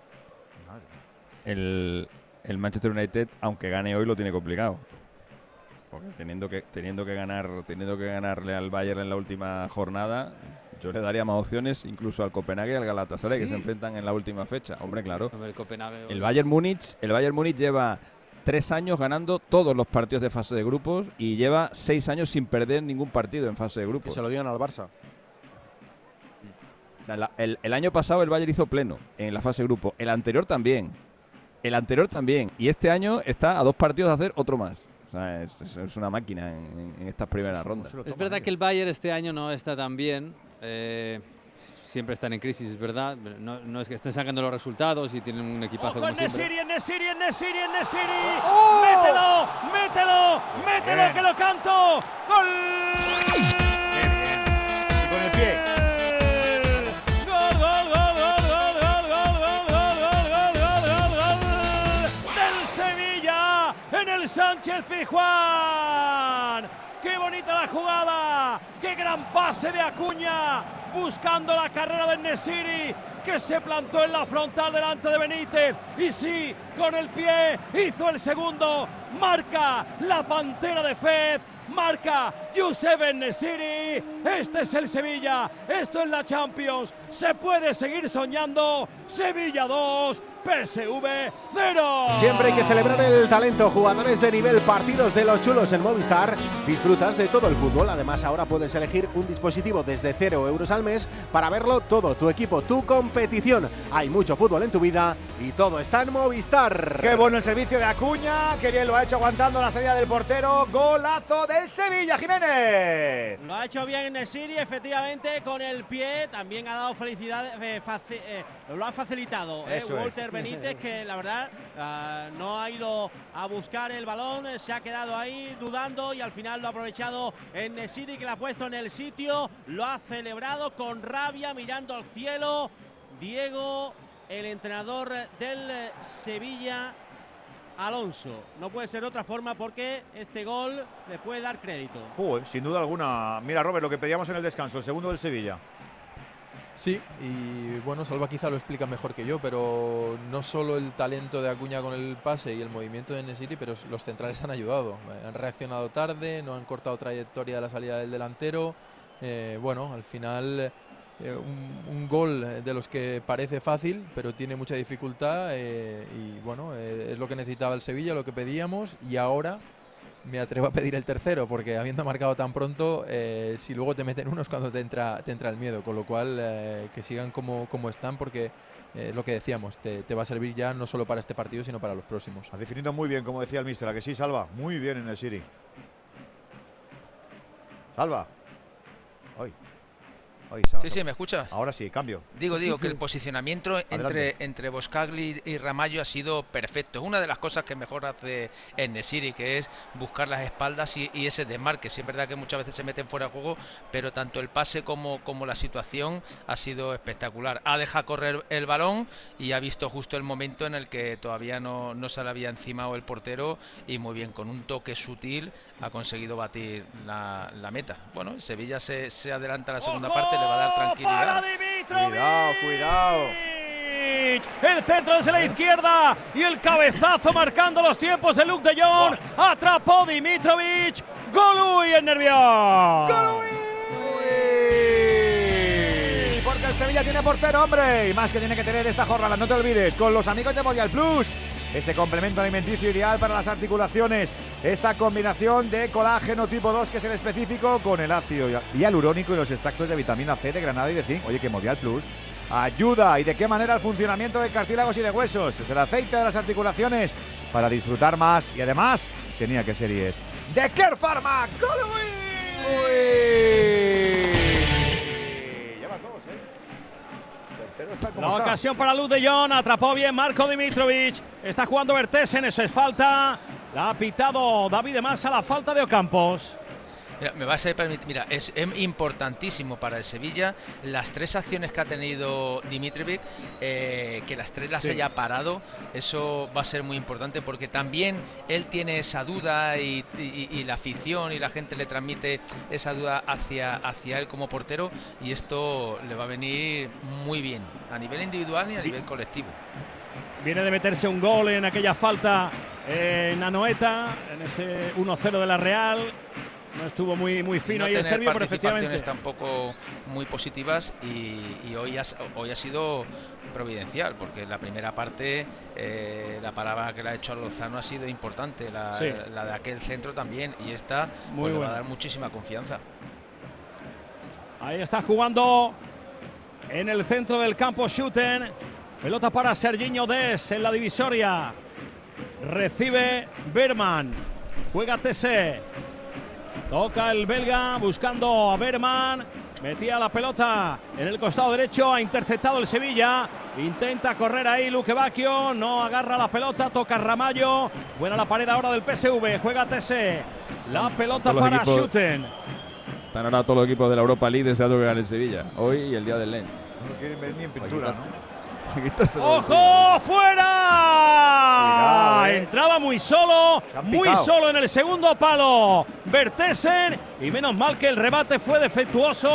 El, el Manchester United, aunque gane hoy, lo tiene complicado. Porque teniendo que teniendo que ganar teniendo que ganarle al Bayern en la última jornada, yo le daría más opciones incluso al Copenhague y al Galatasaray, ¿sí?, que se enfrentan en la última fecha. Hombre, claro. El, Copenhague, el Bayern Múnich, el Bayern Múnich lleva tres años ganando todos los partidos de fase de grupos y lleva seis años sin perder ningún partido en fase de grupos. Que se lo digan al Barça. O sea, la, el, el año pasado el Bayern hizo pleno en la fase de grupo. El anterior también. El anterior también. Y este año está a dos partidos de hacer otro más. O sea, es, es una máquina en, en estas primeras rondas. Es verdad que el Bayern este año no está tan bien. Eh, siempre están en crisis, es verdad. No, no es que estén sacando los resultados y tienen un equipazo como siempre. Nesiri, Nesiri, Nesiri, Nesiri. ¡Oh! ¡Mételo! ¡Mételo! ¡Mételo! Bien. ¡Que lo canto! ¡Gol! Bien, bien. Y con el pie. Sánchez Pizjuán. ¡Qué bonita la jugada! ¡Qué gran pase de Acuña! Buscando la carrera de Nesiri, que se plantó en la frontal delante de Benítez. Y sí, con el pie hizo el segundo. Marca la Pantera de Fez. Marca Youssef En-Nesyri. Este es el Sevilla. Esto es la Champions. Se puede seguir soñando. Sevilla dos, P S V cero. Siempre hay que celebrar el talento. Jugadores de nivel, partidos de los chulos en Movistar. Disfrutas de todo el fútbol. Además, ahora puedes elegir un dispositivo desde cero euros al mes para verlo todo. Tu equipo, tu competición. Hay mucho fútbol en tu vida y todo está en Movistar. Qué bueno el servicio de Acuña. Qué bien lo ha hecho aguantando la salida del portero. Golazo del Sevilla, Jiménez. Lo ha hecho bien En-Nesyri, efectivamente, con el pie. También ha dado felicidad, eh, eh, lo ha facilitado eh, Walter es. Benítez, que la verdad uh, no ha ido a buscar el balón, se ha quedado ahí dudando y al final lo ha aprovechado En-Nesyri, que lo ha puesto en el sitio, lo ha celebrado con rabia, mirando al cielo. Diego, el entrenador del Sevilla, Alonso. No puede ser de otra forma porque este gol le puede dar crédito. Uh, sin duda alguna. Mira, Robert, lo que pedíamos en el descanso, el segundo del Sevilla. Sí, y bueno, Salva quizá lo explica mejor que yo, pero no solo el talento de Acuña con el pase y el movimiento de En-Nesyri, pero los centrales han ayudado. Han reaccionado tarde, no han cortado trayectoria de la salida del delantero. Eh, bueno, al final eh, un, un gol de los que parece fácil, pero tiene mucha dificultad eh, y bueno, eh, es lo que necesitaba el Sevilla, lo que pedíamos, y ahora me atrevo a pedir el tercero, porque habiendo marcado tan pronto, eh, si luego te meten unos cuando te entra, te entra el miedo, con lo cual eh, que sigan como, como están, porque eh, lo que decíamos, te, te va a servir ya no solo para este partido, sino para los próximos. Has definido muy bien, como decía el míster, ¿a que sí, Salva? Muy bien en el City. Salva. Hoy. Hoy, sí, sí, ¿me escuchas? Ahora sí, cambio. Digo, digo que el posicionamiento entre, entre Boscagli y Ramallo ha sido perfecto. Es una de las cosas que mejor hace En-Nesyri, que es buscar las espaldas y, y ese desmarque. Sí, es verdad que muchas veces se meten fuera de juego, pero tanto el pase como, como la situación ha sido espectacular. Ha dejado correr el balón y ha visto justo el momento en el que todavía no, no se le había encimado el portero, y muy bien, con un toque sutil ha conseguido batir la, la meta. Bueno, el Sevilla se, se adelanta a la segunda ¡Ojo! parte, le va a dar tranquilidad. Cuidado, cuidado. El centro desde la izquierda y el cabezazo marcando los tiempos de Luke de Jong. Oh. Atrapó Dimitrovic. Golui en Nervión. Porque el Sevilla tiene portero, hombre. Y más que tiene que tener esta jornada, no te olvides, con los amigos de Movial Plus. Ese complemento alimenticio ideal para las articulaciones. Esa combinación de colágeno tipo dos, que es el específico, con el ácido hialurónico y los extractos de vitamina C, de granada y de zinc. Oye, que Movial Plus ayuda. ¿Y de qué manera? El funcionamiento de cartílagos y de huesos. Es el aceite de las articulaciones para disfrutar más. Y además, tenía que ser y es de Care Pharma. La ocasión para Luke de Jong, atrapó bien Marco Dimitrovic, está jugando Vertessen, eso es falta, la ha pitado David Massa, la falta de Ocampos. Mira, me vas a permitir, mira, es, es importantísimo para el Sevilla las tres acciones que ha tenido Dimitrovic, eh, que las tres las sí. haya parado. Eso va a ser muy importante, porque también él tiene esa duda y, y, y la afición y la gente le transmite esa duda hacia, hacia él como portero, y esto le va a venir muy bien a nivel individual y a nivel colectivo. Viene de meterse un gol en aquella falta en Anoeta, en ese uno cero de la Real. No estuvo muy, muy fino ahí el serbio, pero efectivamente tampoco muy positivas, y, y hoy, ha, hoy ha sido providencial, porque en la primera parte eh, la parada que le ha hecho a Lozano ha sido importante, la, sí. la de aquel centro también, y esta pues, le va a dar muchísima confianza. Ahí está jugando en el centro del campo Schouten, pelota para Serginho Dest en la divisoria, recibe Berman, juega T C. Toca el belga buscando a Berman. Metía la pelota en el costado derecho. Ha interceptado el Sevilla. Intenta correr ahí Luque Bacchio. No agarra la pelota. Toca Ramallo. Buena la pared ahora del P S V. Juega T S. La pelota para Schouten. Están ahora todos los equipos de la Europa League deseando que gane el Sevilla. Hoy y el día del Lens. No lo quieren ver ni en pintura, ¿no? ¡Ojo! ¡Fuera! Cuidado, eh. Entraba muy solo, muy solo en el segundo palo Vertessen, y menos mal que el rebate fue defectuoso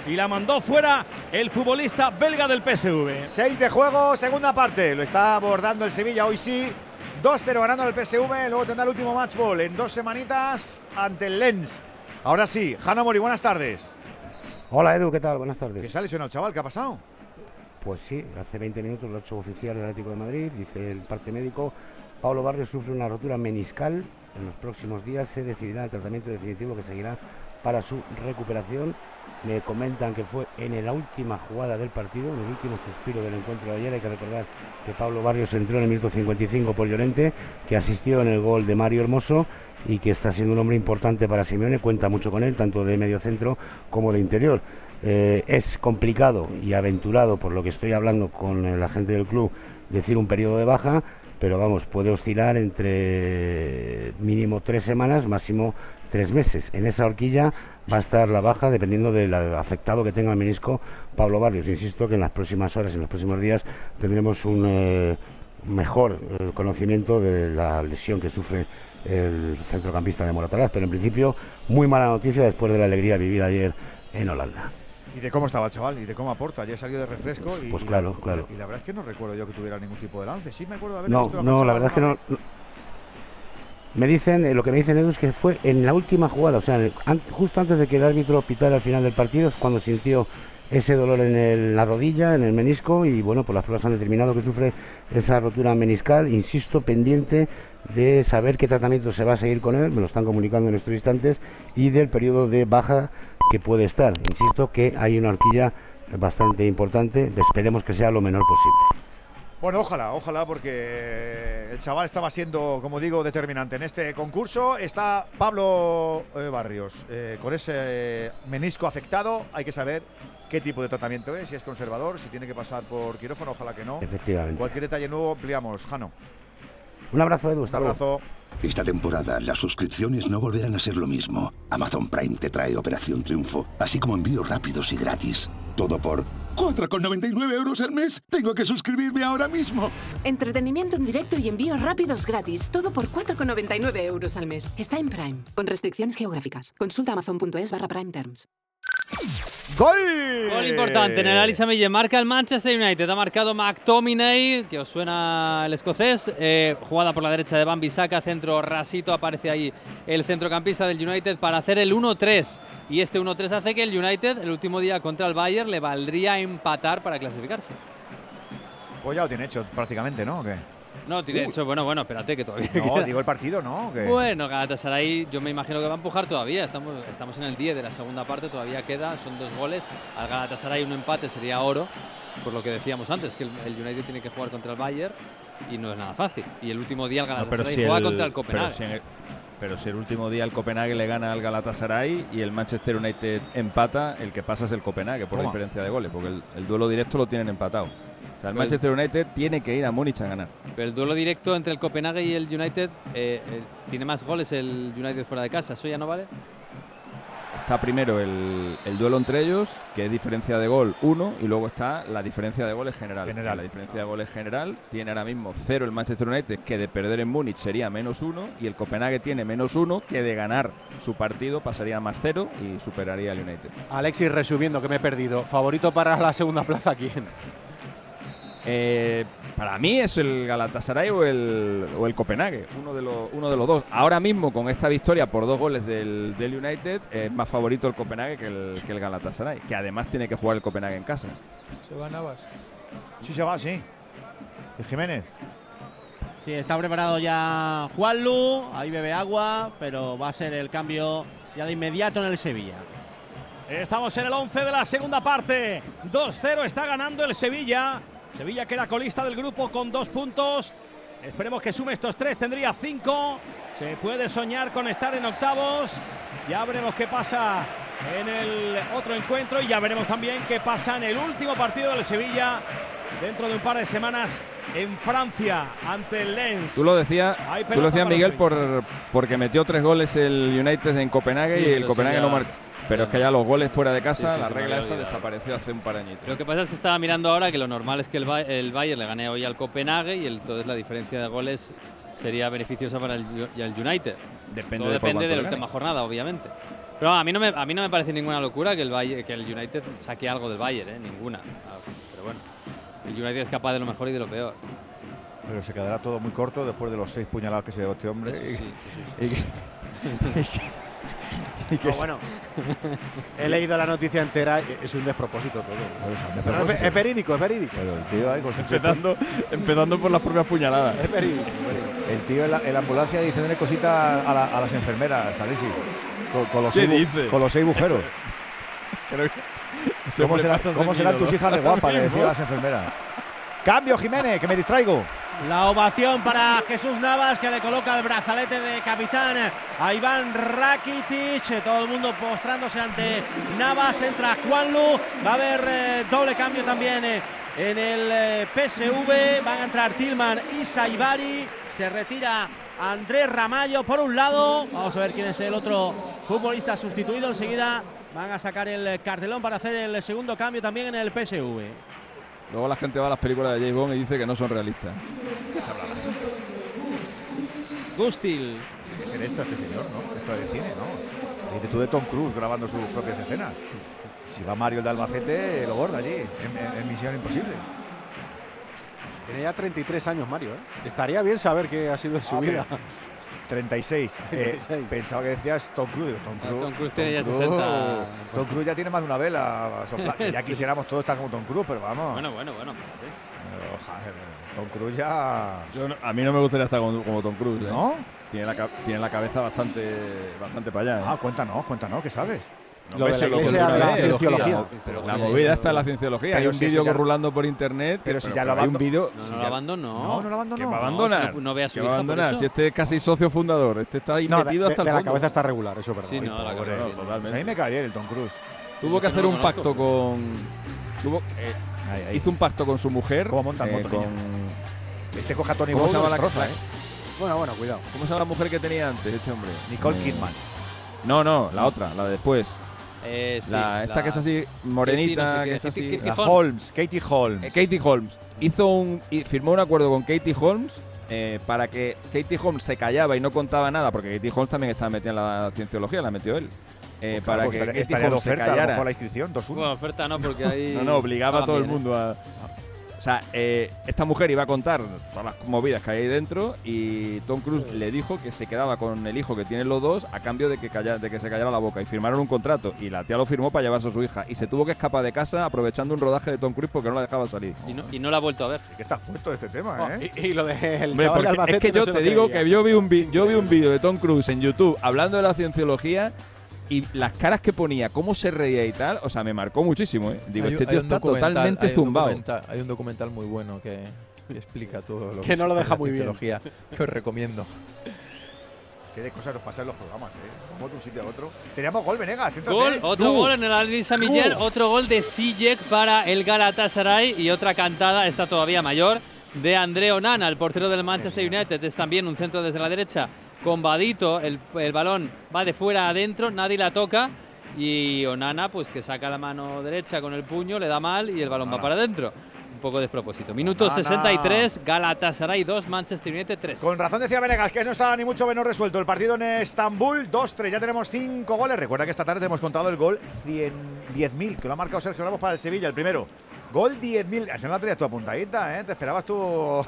y la mandó fuera el futbolista belga del P S V. seis de juego, segunda parte. Lo está abordando el Sevilla hoy sí. dos cero ganando el P S V. Luego tendrá el último match ball en dos semanitas ante el Lens. Ahora sí, Jano Mori, buenas tardes. Hola Edu, ¿qué tal? Buenas tardes. ¿Qué se ha lesionado el chaval? ¿Qué ha pasado? Pues sí, hace veinte minutos lo ha hecho oficial el Atlético de Madrid, dice el parte médico. Pablo Barrios sufre una rotura meniscal. En los próximos días se decidirá el tratamiento definitivo que seguirá para su recuperación. Me comentan que fue en la última jugada del partido, en el último suspiro del encuentro de ayer. Hay que recordar que Pablo Barrios entró en el minuto cincuenta y cinco por Llorente, que asistió en el gol de Mario Hermoso y que está siendo un hombre importante para Simeone. Cuenta mucho con él, tanto de medio centro como de interior. Eh, es complicado y aventurado, por lo que estoy hablando con la gente del club, decir un periodo de baja, pero vamos, puede oscilar entre mínimo tres semanas, máximo tres meses. En esa horquilla va a estar la baja dependiendo del afectado que tenga el menisco Pablo Barrios. Insisto que en las próximas horas, en los próximos días, tendremos un eh, mejor eh, conocimiento de la lesión que sufre el centrocampista de Moratalaz, pero en principio muy mala noticia después de la alegría vivida ayer en Holanda. ¿Y de cómo estaba el chaval? ¿Y de cómo aporta? Ayer salió de refresco y, pues y claro, la, claro. Y la verdad es que no recuerdo yo que tuviera ningún tipo de lance. Sí me acuerdo de haber No, visto no, la verdad es que no. no. Me dicen, eh, lo que me dicen Edu es que fue en la última jugada, o sea, an justo antes de que el árbitro pitara al final del partido, es cuando sintió ese dolor en el, la rodilla, en el menisco, y bueno, pues las pruebas han determinado que sufre esa rotura meniscal. Insisto, pendiente de saber qué tratamiento se va a seguir con él, me lo están comunicando en estos instantes, y del periodo de baja que puede estar. Insisto que hay una horquilla bastante importante, esperemos que sea lo menor posible. Bueno, ojalá, ojalá, porque el chaval estaba siendo, como digo, determinante en este concurso. Está Pablo eh, Barrios eh, con ese menisco afectado. Hay que saber qué tipo de tratamiento es, si es conservador, si tiene que pasar por quirófano, ojalá que no. Efectivamente. Cualquier detalle nuevo ampliamos, Jano. Un abrazo, Edu. Un abrazo. Esta temporada las suscripciones no volverán a ser lo mismo. Amazon Prime te trae Operación Triunfo, así como envíos rápidos y gratis. Todo por cuatro con noventa y nueve euros al mes. Tengo que suscribirme ahora mismo. Entretenimiento en directo y envíos rápidos gratis. Todo por cuatro con noventa y nueve euros al mes. Está en Prime, con restricciones geográficas. Consulta amazon.es barra Prime Terms. ¡Gol! Gol importante en el Alisa Mille. Marca el Manchester United. Ha marcado McTominay, que os suena el escocés. Eh, jugada por la derecha de Wan-Bissaka, centro rasito. Aparece ahí el centrocampista del United para hacer el uno tres. Y este uno tres hace que el United, el último día contra el Bayern, le valdría empatar para clasificarse. Pues ya lo tiene hecho prácticamente, ¿no? ¿O qué? No, tiene hecho, bueno, bueno, espérate que todavía No, queda. digo el partido, ¿no? ¿Qué? Bueno, Galatasaray yo me imagino que va a empujar todavía. Estamos, estamos en el diez de la segunda parte, todavía queda, son dos goles. Al Galatasaray un empate sería oro, por lo que decíamos antes, que el, el United tiene que jugar contra el Bayern y no es nada fácil. Y el último día el Galatasaray no, si juega el, contra el Copenhague. Pero si, el, pero si el último día el Copenhague le gana al Galatasaray y el Manchester United empata, el que pasa es el Copenhague por la diferencia de goles, porque el, el duelo directo lo tienen empatado. O sea, el Pero Manchester United tiene que ir a Múnich a ganar. Pero el duelo directo entre el Copenhague y el United, eh, eh, tiene más goles el United fuera de casa. ¿Eso ya no vale? Está primero el, el duelo entre ellos, que es diferencia de gol uno, y luego está la diferencia de goles general. general. La diferencia de goles general tiene ahora mismo cero el Manchester United, que de perder en Múnich sería menos uno, y el Copenhague tiene menos uno, que de ganar su partido pasaría a más cero y superaría al United. Alexis, resumiendo, que me he perdido. ¿Favorito para la segunda plaza quién? Eh, para mí es el Galatasaray o el, o el Copenhague, uno de, los, uno de los dos. Ahora mismo, con esta victoria por dos goles del, del United, es más favorito el Copenhague que el, que el Galatasaray, que además tiene que jugar el Copenhague en casa. ¿Se va Navas? Sí, se va, sí. ¿Y Jiménez? Sí, está preparado ya Juanlu, ahí bebe agua, pero va a ser el cambio ya de inmediato en el Sevilla. Estamos en el once de la segunda parte. dos cero está ganando el Sevilla. Sevilla queda colista del grupo con dos puntos. Esperemos que sume estos tres, tendría cinco. Se puede soñar con estar en octavos. Ya veremos qué pasa en el otro encuentro y ya veremos también qué pasa en el último partido del Sevilla dentro de un par de semanas en Francia ante el Lens. Tú lo decías, tú lo decías Miguel, por, porque metió tres goles el United en Copenhague, sí, y el Copenhague no marcó. Pero es que ya los goles fuera de casa, sí, sí, la regla esa desapareció hace un par de añitos. Lo que pasa es que estaba mirando ahora que lo normal es que el, el Bayern le gane hoy al Copenhague y el, entonces la diferencia de goles sería beneficiosa para el, el United. Depende Todo de depende de la gane. última jornada, obviamente. Pero a mí no me, a mí no me parece ninguna locura que el, Bayern, que el United saque algo del Bayern, ¿eh? Ninguna. Pero bueno, el United es capaz de lo mejor y de lo peor. Pero se quedará todo muy corto después de los seis puñaladas que se llevó este hombre. Eso Y, sí, y que- y que- y que No, se- bueno, he leído la noticia entera, es un despropósito todo. de Pero es, propósito. es verídico, es verídico. Pero el tío ahí con su Empezando, empezando por las propias puñaladas. Es verídico. es verídico. El tío en la, en la ambulancia diciéndole cositas a, la- a las enfermeras, Alexis. Con, con los ¿Qué seis, bu- dice? con los seis bujeros. Creo que ese ¿Cómo, hombre será- pasa cómo serán seguido, tus ¿no? hijas de guapa? Le decía a las enfermeras. Cambio, Jiménez, que me distraigo. La ovación para Jesús Navas, que le coloca el brazalete de capitán a Iván Rakitic. Todo el mundo postrándose ante Navas. Entra Juanlu. Va a haber eh, doble cambio también eh, en el eh, P S V. Van a entrar Tillman y Saibari. Se retira Andrés Ramallo por un lado. Vamos a ver quién es el otro futbolista sustituido. Enseguida van a sacar el cartelón para hacer el segundo cambio también en el P S V. Luego la gente va a las películas de James Bond y dice que no son realistas. ¿Qué se habla la gente? Gustil. Tiene que ser esto este señor, ¿no? Esto de cine, ¿no? La actitud de Tom Cruise grabando sus propias escenas. Si va Mario el de Albacete, lo borda allí, en, en- en Misión Imposible. Tiene ya treinta y tres años, Mario. ¿eh? Estaría bien saber qué ha sido de su A ver, vida. treinta y seis. Eh, treinta y seis. pensaba que decías Tom Cruise. Digo, Tom Ah, Cruise, Tom Cruise tiene ya Cruise. sesenta. Tom Cruise ya tiene más de una vela. sopla- que Ya Sí. quisiéramos todos estar como Tom Cruise, pero vamos. Bueno, bueno, bueno. Pero, joder, Tom Cruise ya. Yo no- a mí no me gustaría estar como, como Tom Cruise. ¿eh? ¿No? Tiene la, ca- tiene la cabeza bastante, bastante para allá. ¿eh? Ah, cuéntanos, cuéntanos, ¿qué sabes? No, Lo de hombre, la si lo iglesia de la controlé. cienciología. Pero La ¿cómo es movida eso? está en la cienciología. Hay Pero un si eso vídeo ya- rulando por internet. Pero que- si ya lo hay un abandonó. vídeo. No, si no ya- lo abandonó. No, no lo abandonó. que va a No, abandonar. si no, no ve a su que va a hija por abandonar. eso. Si este es casi socio fundador. Este está ahí No, de, metido de- hasta de el la fondo. cabeza está regular, eso es verdad. Sí, no, la Pobre. cabeza. No, totalmente. Pues a mí me cae bien el Tom Cruise. Tuvo que Yo hacer no un lo pacto conozco. con. Tuvo, eh, Ahí, ahí. hizo un pacto con su mujer. ¿Cómo monta en eh, moto, con, Este coja a Tony ¿Cómo Bow se y lo llama la destroza, que- ¿eh? Bueno, bueno, cuidado. ¿Cómo se llama la mujer que tenía antes este hombre? Nicole Eh, Kidman. No, no, la otra, la de después. Eh, sí, la, esta la- que es así, morenita, Katie no sé qué, que es Katie- así. Katie La Holmes. Holmes, Katie Holmes. Eh, Katie Holmes hizo un y firmó un acuerdo con Katie Holmes eh, para que Katie Holmes se callaba y no contaba nada, porque Katie Holmes también estaba metida en la cienciología, la metió él. Eh, para Pues que estaría- Katie estaría de Holmes se oferta, a lo callara. mejor la inscripción, dos uno. Bueno, oferta no, porque ahí. No, no, obligaba a pagan todo el bien, ¿eh? mundo a. O sea, eh, esta mujer iba a contar todas las movidas que hay ahí dentro y Tom Cruise le dijo que se quedaba con el hijo que tienen los dos a cambio de que, calla- de que se callara la boca. Y firmaron un contrato y la tía lo firmó para llevarse a su hija. Y se tuvo que escapar de casa aprovechando un rodaje de Tom Cruise porque no la dejaba salir. Y no, y no la ha vuelto a ver. ¿Qué estás puesto en este tema, eh? Y, y lo de el Hombre, chaval de porque Albacete es que no yo se te lo digo creía. que yo vi un vi- yo vi un vídeo de Tom Cruise en YouTube hablando de la cienciología y las caras que ponía, cómo se reía y tal, o sea, me marcó muchísimo, ¿eh? Digo, Hay un- este hay tío un está documental- totalmente hay un zumbado. documental- Hay un documental muy bueno que, que explica todo lo que, Que no lo es deja la muy bien. cienciología, que os recomiendo. Qué de cosas nos pasan en los programas, ¿eh? Como de un sitio a otro. Teníamos gol, Venegas. céntrate. Gol, otro Tú. gol en el Aldi Samiller, Tú. otro gol de Sijek para el Galatasaray y otra cantada, esta todavía mayor, de André Onana, el portero del Manchester United. Es también un centro desde la derecha con Badito, el, el balón va de fuera a adentro, nadie la toca y Onana pues que saca la mano derecha con el puño, le da mal y el balón va para adentro. Un poco despropósito. Minuto Onana. sesenta y tres, Galatasaray dos, Manchester United tres. Con razón decía Venegas que no estaba ni mucho menos resuelto el partido en Estambul. dos tres, ya tenemos cinco goles. Recuerda que esta tarde te hemos contado el gol diez mil, que lo ha marcado Sergio Ramos para el Sevilla, el primero. Gol diez mil. Esa no la tenías tú apuntadita, ¿eh? Te esperabas tú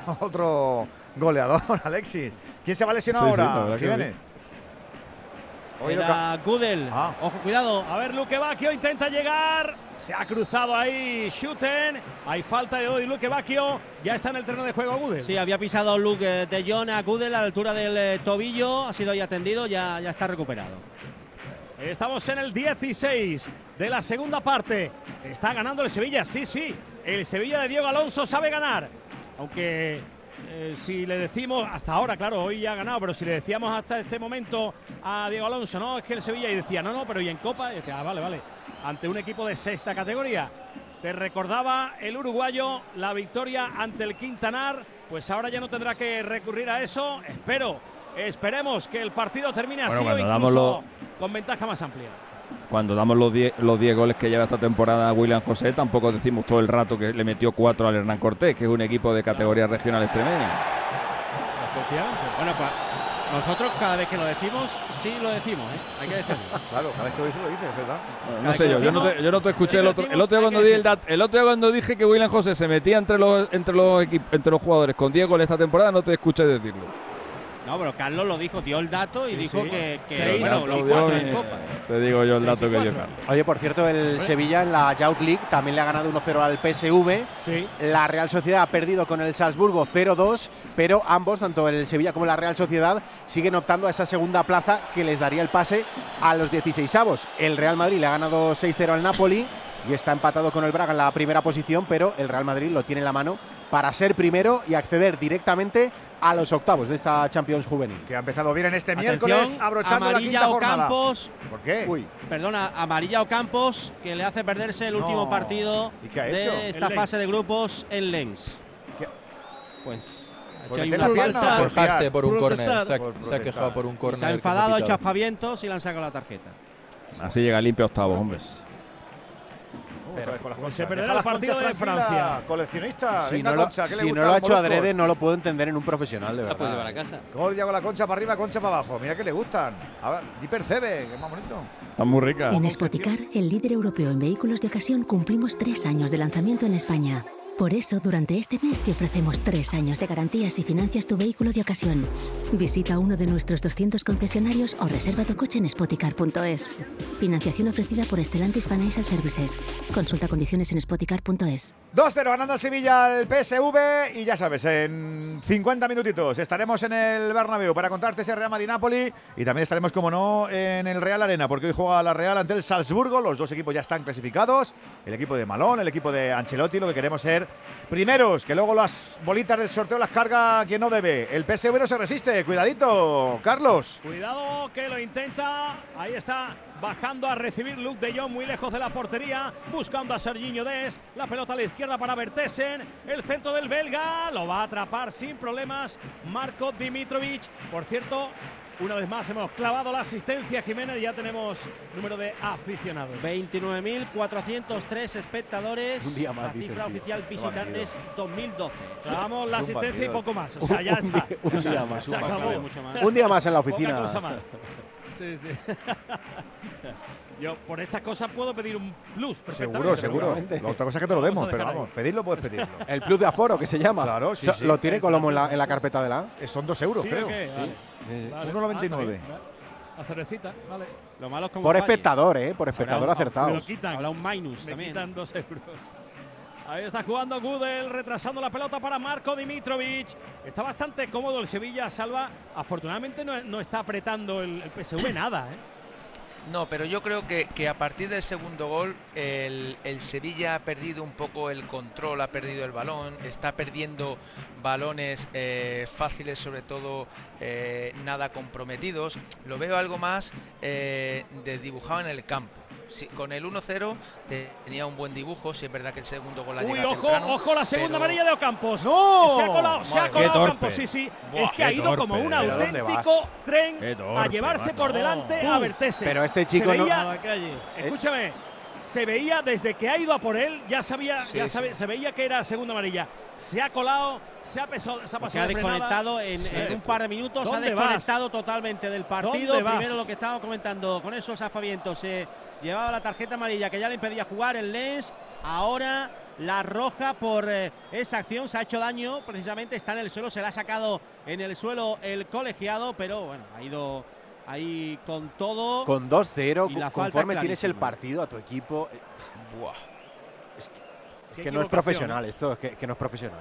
otro goleador, Alexis. ¿Quién se va a lesionar Sí, sí, la ahora, verdad que Jiménez? Oído Era Gudel. Ah. Ojo, cuidado. A ver, Luque Bacchio intenta llegar. Se ha cruzado ahí Schuten. Hay falta de Odi Luque Bacchio. Ya está en el terreno de juego Gudel. Sí, había pisado Luke eh, de Jong a Gudel a la altura del eh, tobillo. Ha sido ya atendido, ya, ya está recuperado. Estamos en el dieciséis de la segunda parte. Está ganando el Sevilla, sí, sí. El Sevilla de Diego Alonso sabe ganar. Aunque eh, si le decimos, hasta ahora, claro, hoy ya ha ganado, pero si le decíamos hasta este momento a Diego Alonso, no, es que el Sevilla, y decía, no, no, pero y en Copa, y decía, ah, vale, vale, ante un equipo de sexta categoría. Te recordaba el uruguayo la victoria ante el Quintanar, pues ahora ya no tendrá que recurrir a eso. Espero, esperemos que el partido termine Bueno, así o cuando incluso damos lo- con ventaja más amplia. Cuando damos los diez los diez goles que lleva esta temporada William José, tampoco decimos todo el rato que le metió cuatro al Hernán Cortés, que es un equipo de categoría regional extremeña. Efectivamente. Bueno, pues nosotros cada vez que lo decimos, sí lo decimos, ¿eh? Hay que decirlo. Claro, cada vez que lo dices, lo dices, es verdad. Bueno, no sé yo, yo no, te, yo no te escuché el otro, el otro día cuando di el dat, el otro día cuando dije que William José se metía entre los entre los equipos, entre los jugadores con Diego en esta temporada, no te escuché decirlo. No, pero Carlos lo dijo, dio el dato y Sí, dijo sí. que, que Seis, bueno, no, los no, cuatro no, en eh, Copa. Te digo yo el Seis dato y que dio cuatro. Carlos. Oye, por cierto, el Sevilla en la Youth League también le ha ganado uno cero al P S V. Sí. La Real Sociedad ha perdido con el Salzburgo cero dos, pero ambos, tanto el Sevilla como la Real Sociedad, siguen optando a esa segunda plaza que les daría el pase a los dieciseisavos. El Real Madrid le ha ganado seis cero al Napoli y está empatado con el Braga en la primera posición, pero el Real Madrid lo tiene en la mano para ser primero y acceder directamente a los octavos de esta Champions Juvenil. Que ha empezado bien en este Atención, miércoles, abrochando la quinta amarilla jornada. Ocampos. ¿Por qué? Uy. Perdona, amarilla Ocampos, que le hace perderse el No. último partido ¿Y qué ha de hecho? esta El fase Lens. de grupos en Lens. ¿Qué? Pues ha ¿Por hecho ahí meter una la pierna falta. o por Quejarse por un Protestar. córner. Se ha, Por se ha protestar. quejado por un Y córner. se ha que enfadado, ha hecho pitado. aspavientos y le han sacado la tarjeta. Así llega limpio octavos, hombre. Otra vez con las Pues conchas. se perderá Deja el las partido conchas de tranquila, Francia. Coleccionista. Si Venga, no lo, Concha, ¿qué le si gusta no lo ha los hecho moluscos? adrede, no lo puedo entender en un profesional, de La puedes llevar a verdad. casa. ¿Cómo le hago la concha para arriba, concha para abajo? Mira que le gustan. Ahora, y percebe, que es más bonito. Está muy rica. En Spoticar, el líder europeo en vehículos de ocasión, cumplimos tres años de lanzamiento en España. Por eso, durante este mes te ofrecemos tres años de garantías y financias tu vehículo de ocasión. Visita uno de nuestros doscientos concesionarios o reserva tu coche en spoticar punto es. Financiación ofrecida por Stellantis Financial Services. Consulta condiciones en spoticar punto es. dos cero ganando el Sevilla el P S V y ya sabes, en cincuenta minutitos estaremos en el Bernabéu para contarte ese Real Madrid-Napoli y también estaremos, como no, en el Real Arena porque hoy juega la Real ante el Salzburgo. Los dos equipos ya están clasificados, el equipo de Malón, el equipo de Ancelotti. Lo que queremos ser primeros, que luego las bolitas del sorteo las carga quien no debe. El P S V no se resiste, cuidadito, Carlos. Cuidado que lo intenta. Ahí está bajando a recibir Luke de Jong muy lejos de la portería, buscando a Serginho Dest. La pelota a la izquierda para Vertessen. El centro del belga lo va a atrapar sin problemas Marko Dimitrovic. Por cierto, una vez más hemos clavado la asistencia, Jiménez, y ya tenemos número de aficionados. veintinueve mil cuatrocientos tres espectadores. Un día más, la dice cifra el tío. oficial visitantes dos mil doce. Clavamos la Es un asistencia y bandido. poco más. O sea, ya Un está. día- un Ya día está. más, Se un acabó. bandido. Mucho más. Un día más en la Poca oficina. cosa más. Sí, sí. Yo por estas cosas puedo pedir un plus. Seguro, seguro. seguramente. La otra cosa es que te lo Vamos a demos, pero dejar vamos, ahí. pedirlo puedes pedirlo. El plus de aforo, que se llama. Claro, sí, O sea, sí. Lo tiene Colomo en la, en la carpeta de la. Eh, Son dos euros, ¿Sí o creo. qué? Vale. Sí. Vale. uno noventa y nueve. Ah, está bien. La cervecita, vale. Lo malo es como Por falle. espectador, ¿eh? Por espectador Habrá un- Me lo acertados. quitan. Habrá un minus Me también. quitan dos euros. Ahí está jugando Gudel, retrasando la pelota para Marko Dimitrovic. Está bastante cómodo el Sevilla, Salva. Afortunadamente no, no está apretando el, el P S V nada, ¿eh? No, pero yo creo que, que a partir del segundo gol el, el Sevilla ha perdido un poco el control, ha perdido el balón, está perdiendo balones eh, fáciles, sobre todo eh, nada comprometidos. Lo veo algo más eh, de dibujado en el campo. Sí, con el uno cero tenía un buen dibujo, sí es verdad que el segundo gol ha Uy, llegado ojo, temprano, ojo, la segunda pero- amarilla de Ocampos. ¡No! Se ha colado, se ha Madre, colado qué Ocampos, torpe. sí, sí. Buah, es que ha qué ido torpe. como un ¿Pero dónde auténtico vas? tren Qué a torpe, llevarse macho. por delante No. a Vertessen. Pero este chico se no- veía, A la calle. escúchame, se veía desde que ha ido a por él, ya sabía, Sí, ya sí. sabe- se veía que era segunda amarilla. Se ha colado, se ha, pesado, se ha Se pasado ha de frenada. desconectado en, Sí. en un par de minutos, se ha ¿Dónde desconectado totalmente del partido. ¿Dónde vas? Primero lo que estábamos comentando con esos aspavientos, se llevaba la tarjeta amarilla que ya le impedía jugar el Lens. Ahora la roja por eh, esa acción, se ha hecho daño, precisamente está en el suelo, se la ha sacado en el suelo el colegiado, pero bueno, ha ido ahí con todo. Con dos cero, Y la con- falta conforme tienes el clarísima. partido a tu equipo. eh, Buah. Es que, es Qué que no es equivocación, profesional ¿eh? esto, es que, que no es profesional.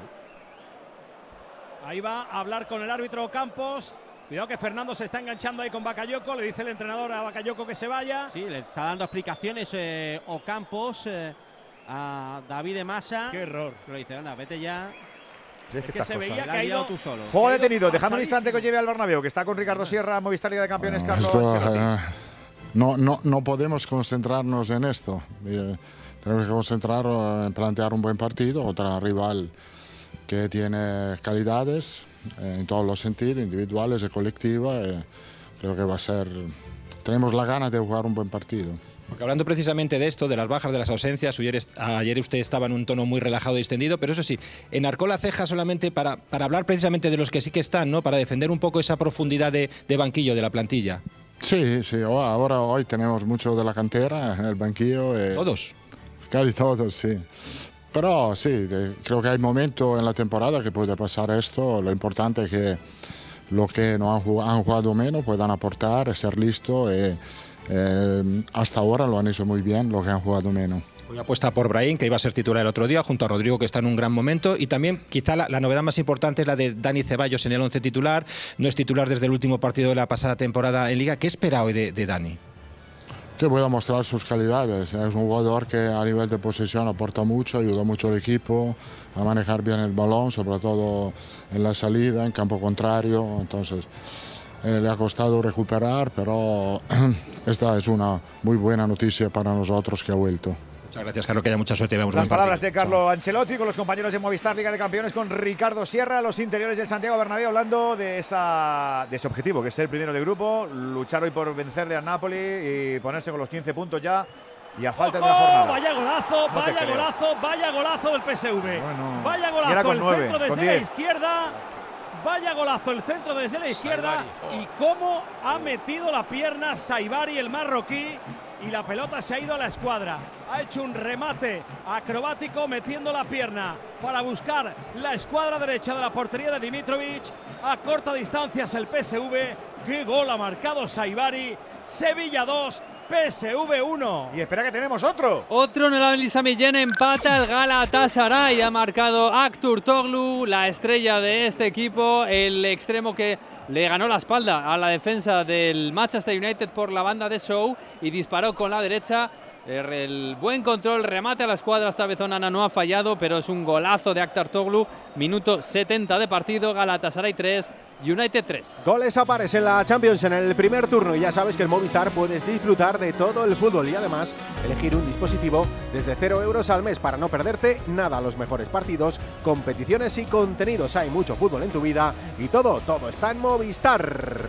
Ahí va a hablar con el árbitro Campos. Cuidado que Fernando se está enganchando ahí con Bakayoko. Le dice el entrenador a Bakayoko que se vaya. Sí, le está dando explicaciones eh, Ocampos eh, a David de Masa. Qué error. Que le dice, anda, vete ya. Sí, es que que estas se cosas. veía La que ha has liado ido tú solo. Juego Ha ido detenido, dejando un instante que pasadísimo. os lleve al Bernabéu, que está con Ricardo Sierra, Movistar Liga de Campeones, Bueno, Carlos esto, Ancelotti. eh, no, no, no podemos concentrarnos en esto. Eh, tenemos que concentrarnos en plantear un buen partido contra un rival que tiene calidades eh, en todos los sentidos, individuales y colectivas. Eh, creo que va a ser. Tenemos la gana de jugar un buen partido. Porque hablando precisamente de esto, de las bajas, de las ausencias, ayer, ayer usted estaba en un tono muy relajado y extendido, pero eso sí, enarcó la ceja solamente para, para hablar precisamente de los que sí que están, ¿no? Para defender un poco esa profundidad de, de banquillo de la plantilla. Sí, sí, ahora hoy tenemos mucho de la cantera en el banquillo. Eh, ¿Todos? Casi todos, sí. Pero sí, creo que hay momentos en la temporada que puede pasar esto. Lo importante es que los que no han jugado, han jugado menos puedan aportar, ser listos. Eh, eh, hasta ahora lo han hecho muy bien los que han jugado menos. Hoy apuesta por Brahim, que iba a ser titular el otro día, junto a Rodrigo, que está en un gran momento. Y también, quizá la, la novedad más importante es la de Dani Ceballos en el once titular. No es titular desde el último partido de la pasada temporada en Liga. ¿Qué espera hoy de, de Dani? Que pueda mostrar sus calidades. Es un jugador que a nivel de posesión aporta mucho, ayuda mucho al equipo a manejar bien el balón, sobre todo en la salida, en campo contrario. Entonces, eh, le ha costado recuperar, pero esta es una muy buena noticia para nosotros que ha vuelto. Muchas gracias, Carlos, que haya mucha suerte y vemos Las palabras de Carlo Ancelotti con los compañeros de Movistar Liga de Campeones, con Ricardo Sierra, los interiores del Santiago Bernabéu, hablando de, esa, de ese objetivo, que es ser primero de grupo, luchar hoy por vencerle al Napoli y ponerse con los quince puntos ya. Y a falta ¡Ojo! de una jornada. Vaya golazo, No vaya golazo, vaya golazo del P S V. Bueno, vaya y era golazo, con el nueve, centro con desde la diez. izquierda. Vaya golazo, el centro desde la izquierda. Y cómo ha metido la pierna Saibari, el marroquí. Y la pelota se ha ido a la escuadra. Ha hecho un remate acrobático metiendo la pierna para buscar la escuadra derecha de la portería de Dimitrovic. A corta distancia es el P S V. ¡Qué gol ha marcado Saibari! Sevilla dos, P S V uno. Y espera que tenemos otro. Otro en el Elisa Millén, empata el Galatasaray. Ha marcado Aktürkoğlu, la estrella de este equipo, el extremo que le ganó la espalda a la defensa del Manchester United por la banda de Shaw y disparó con la derecha. El buen control, remate a la escuadra, esta vez Onana no ha fallado, pero es un golazo de Aktürkoğlu. Minuto setenta de partido, Galatasaray tres, United tres. Goles aparecen en la Champions en el primer turno y ya sabes que en Movistar puedes disfrutar de todo el fútbol y además elegir un dispositivo desde cero euros al mes para no perderte nada. Los mejores partidos, competiciones y contenidos. Hay mucho fútbol en tu vida y todo, todo está en Movistar.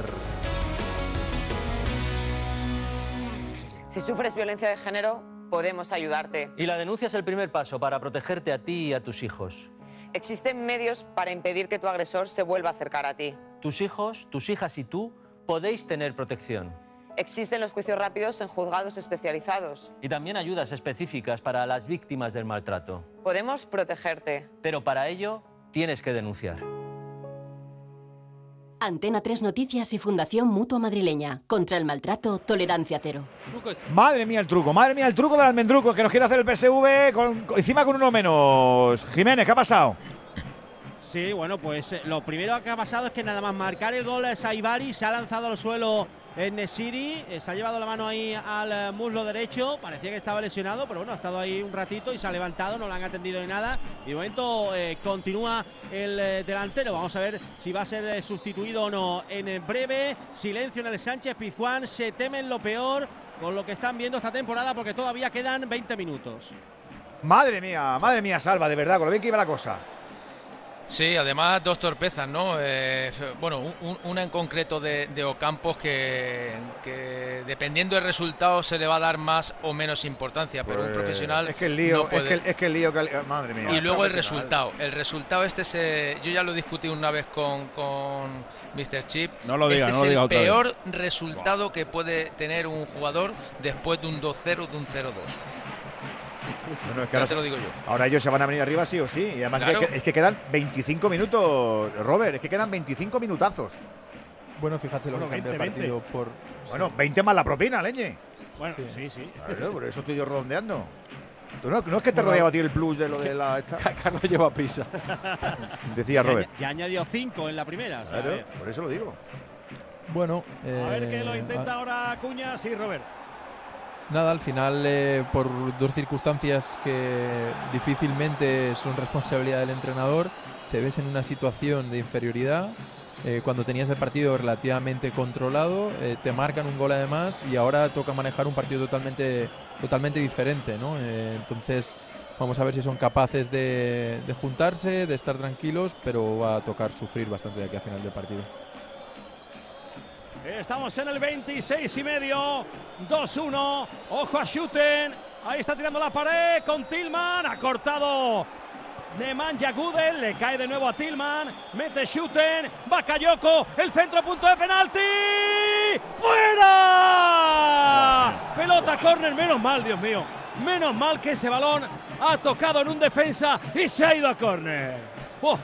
Si sufres violencia de género, podemos ayudarte. Y la denuncia es el primer paso para protegerte a ti y a tus hijos. Existen medios para impedir que tu agresor se vuelva a acercar a ti. Tus hijos, tus hijas y tú podéis tener protección. Existen los juicios rápidos en juzgados especializados. Y también ayudas específicas para las víctimas del maltrato. Podemos protegerte. Pero para ello tienes que denunciar. Antena tres Noticias y Fundación Mutua Madrileña. Contra el maltrato, tolerancia cero. Madre mía el truco, madre mía el truco del almendruco que nos quiere hacer el P S V, con, con, encima con uno menos. Jiménez, ¿qué ha pasado? Sí, bueno, pues eh, lo primero que ha pasado es que nada más marcar el gol es Saibari, se ha lanzado al suelo en Nesiri, eh, se ha llevado la mano ahí al eh, muslo derecho, parecía que estaba lesionado, pero bueno, ha estado ahí un ratito y se ha levantado, no lo han atendido ni nada. Y de momento eh, continúa el eh, delantero, vamos a ver si va a ser eh, sustituido o no en eh, breve. Silencio en el Sánchez Pizjuán, se temen lo peor con lo que están viendo esta temporada porque todavía quedan veinte minutos. Madre mía, madre mía, Salva, de verdad, con lo bien que iba la cosa. Sí, además dos torpezas, ¿no? Eh, bueno, un, una en concreto de, de Ocampos que, que dependiendo del resultado se le va a dar más o menos importancia, pero pues un profesional es que el lío, no puede. es que, es que el lío, que, madre mía. Y luego el resultado, el resultado este se, yo ya lo discutí una vez con, con míster Chip. No lo diga, este no lo diga es el otra peor vez. resultado wow. que puede tener un jugador después de un dos cero, de un cero dos. Bueno, es que ahora, te lo digo yo. Ahora ellos se van a venir arriba sí o sí. Y además claro. es, que, es que quedan veinticinco minutos, Robert, es que quedan veinticinco minutazos. Bueno, fíjate lo bueno, que cambia el partido veinte. por… Bueno, veinte más la propina, leñe. Bueno, sí, sí. sí. Claro, por eso estoy yo redondeando. No, no es que te bueno, rodeaba a ti el plus de lo de la… Esta. Carlos lleva prisa. Decía Robert. Ya, ya añadió cinco en la primera. Claro, ¿sabes? Por eso lo digo. Bueno… Eh, a ver que lo intenta a... ahora Acuña. Sí, Robert. Nada, al final, eh, por dos circunstancias que difícilmente son responsabilidad del entrenador, te ves en una situación de inferioridad. Eh, cuando tenías el partido relativamente controlado, eh, te marcan un gol además y ahora toca manejar un partido totalmente, totalmente diferente, ¿no? Eh, entonces, vamos a ver si son capaces de, de juntarse, de estar tranquilos, pero va a tocar sufrir bastante de aquí a final del partido. Estamos en el veintiséis y medio. dos uno. Ojo a Schütten. Ahí está tirando la pared con Tillman. Ha cortado Nemanja Gudel. Le cae de nuevo a Tillman. Mete Schütten. Bakayoko. El centro, punto de penalti. ¡Fuera! Pelota córner. Menos mal, Dios mío. Menos mal que ese balón ha tocado en un defensa y se ha ido a córner. Oh.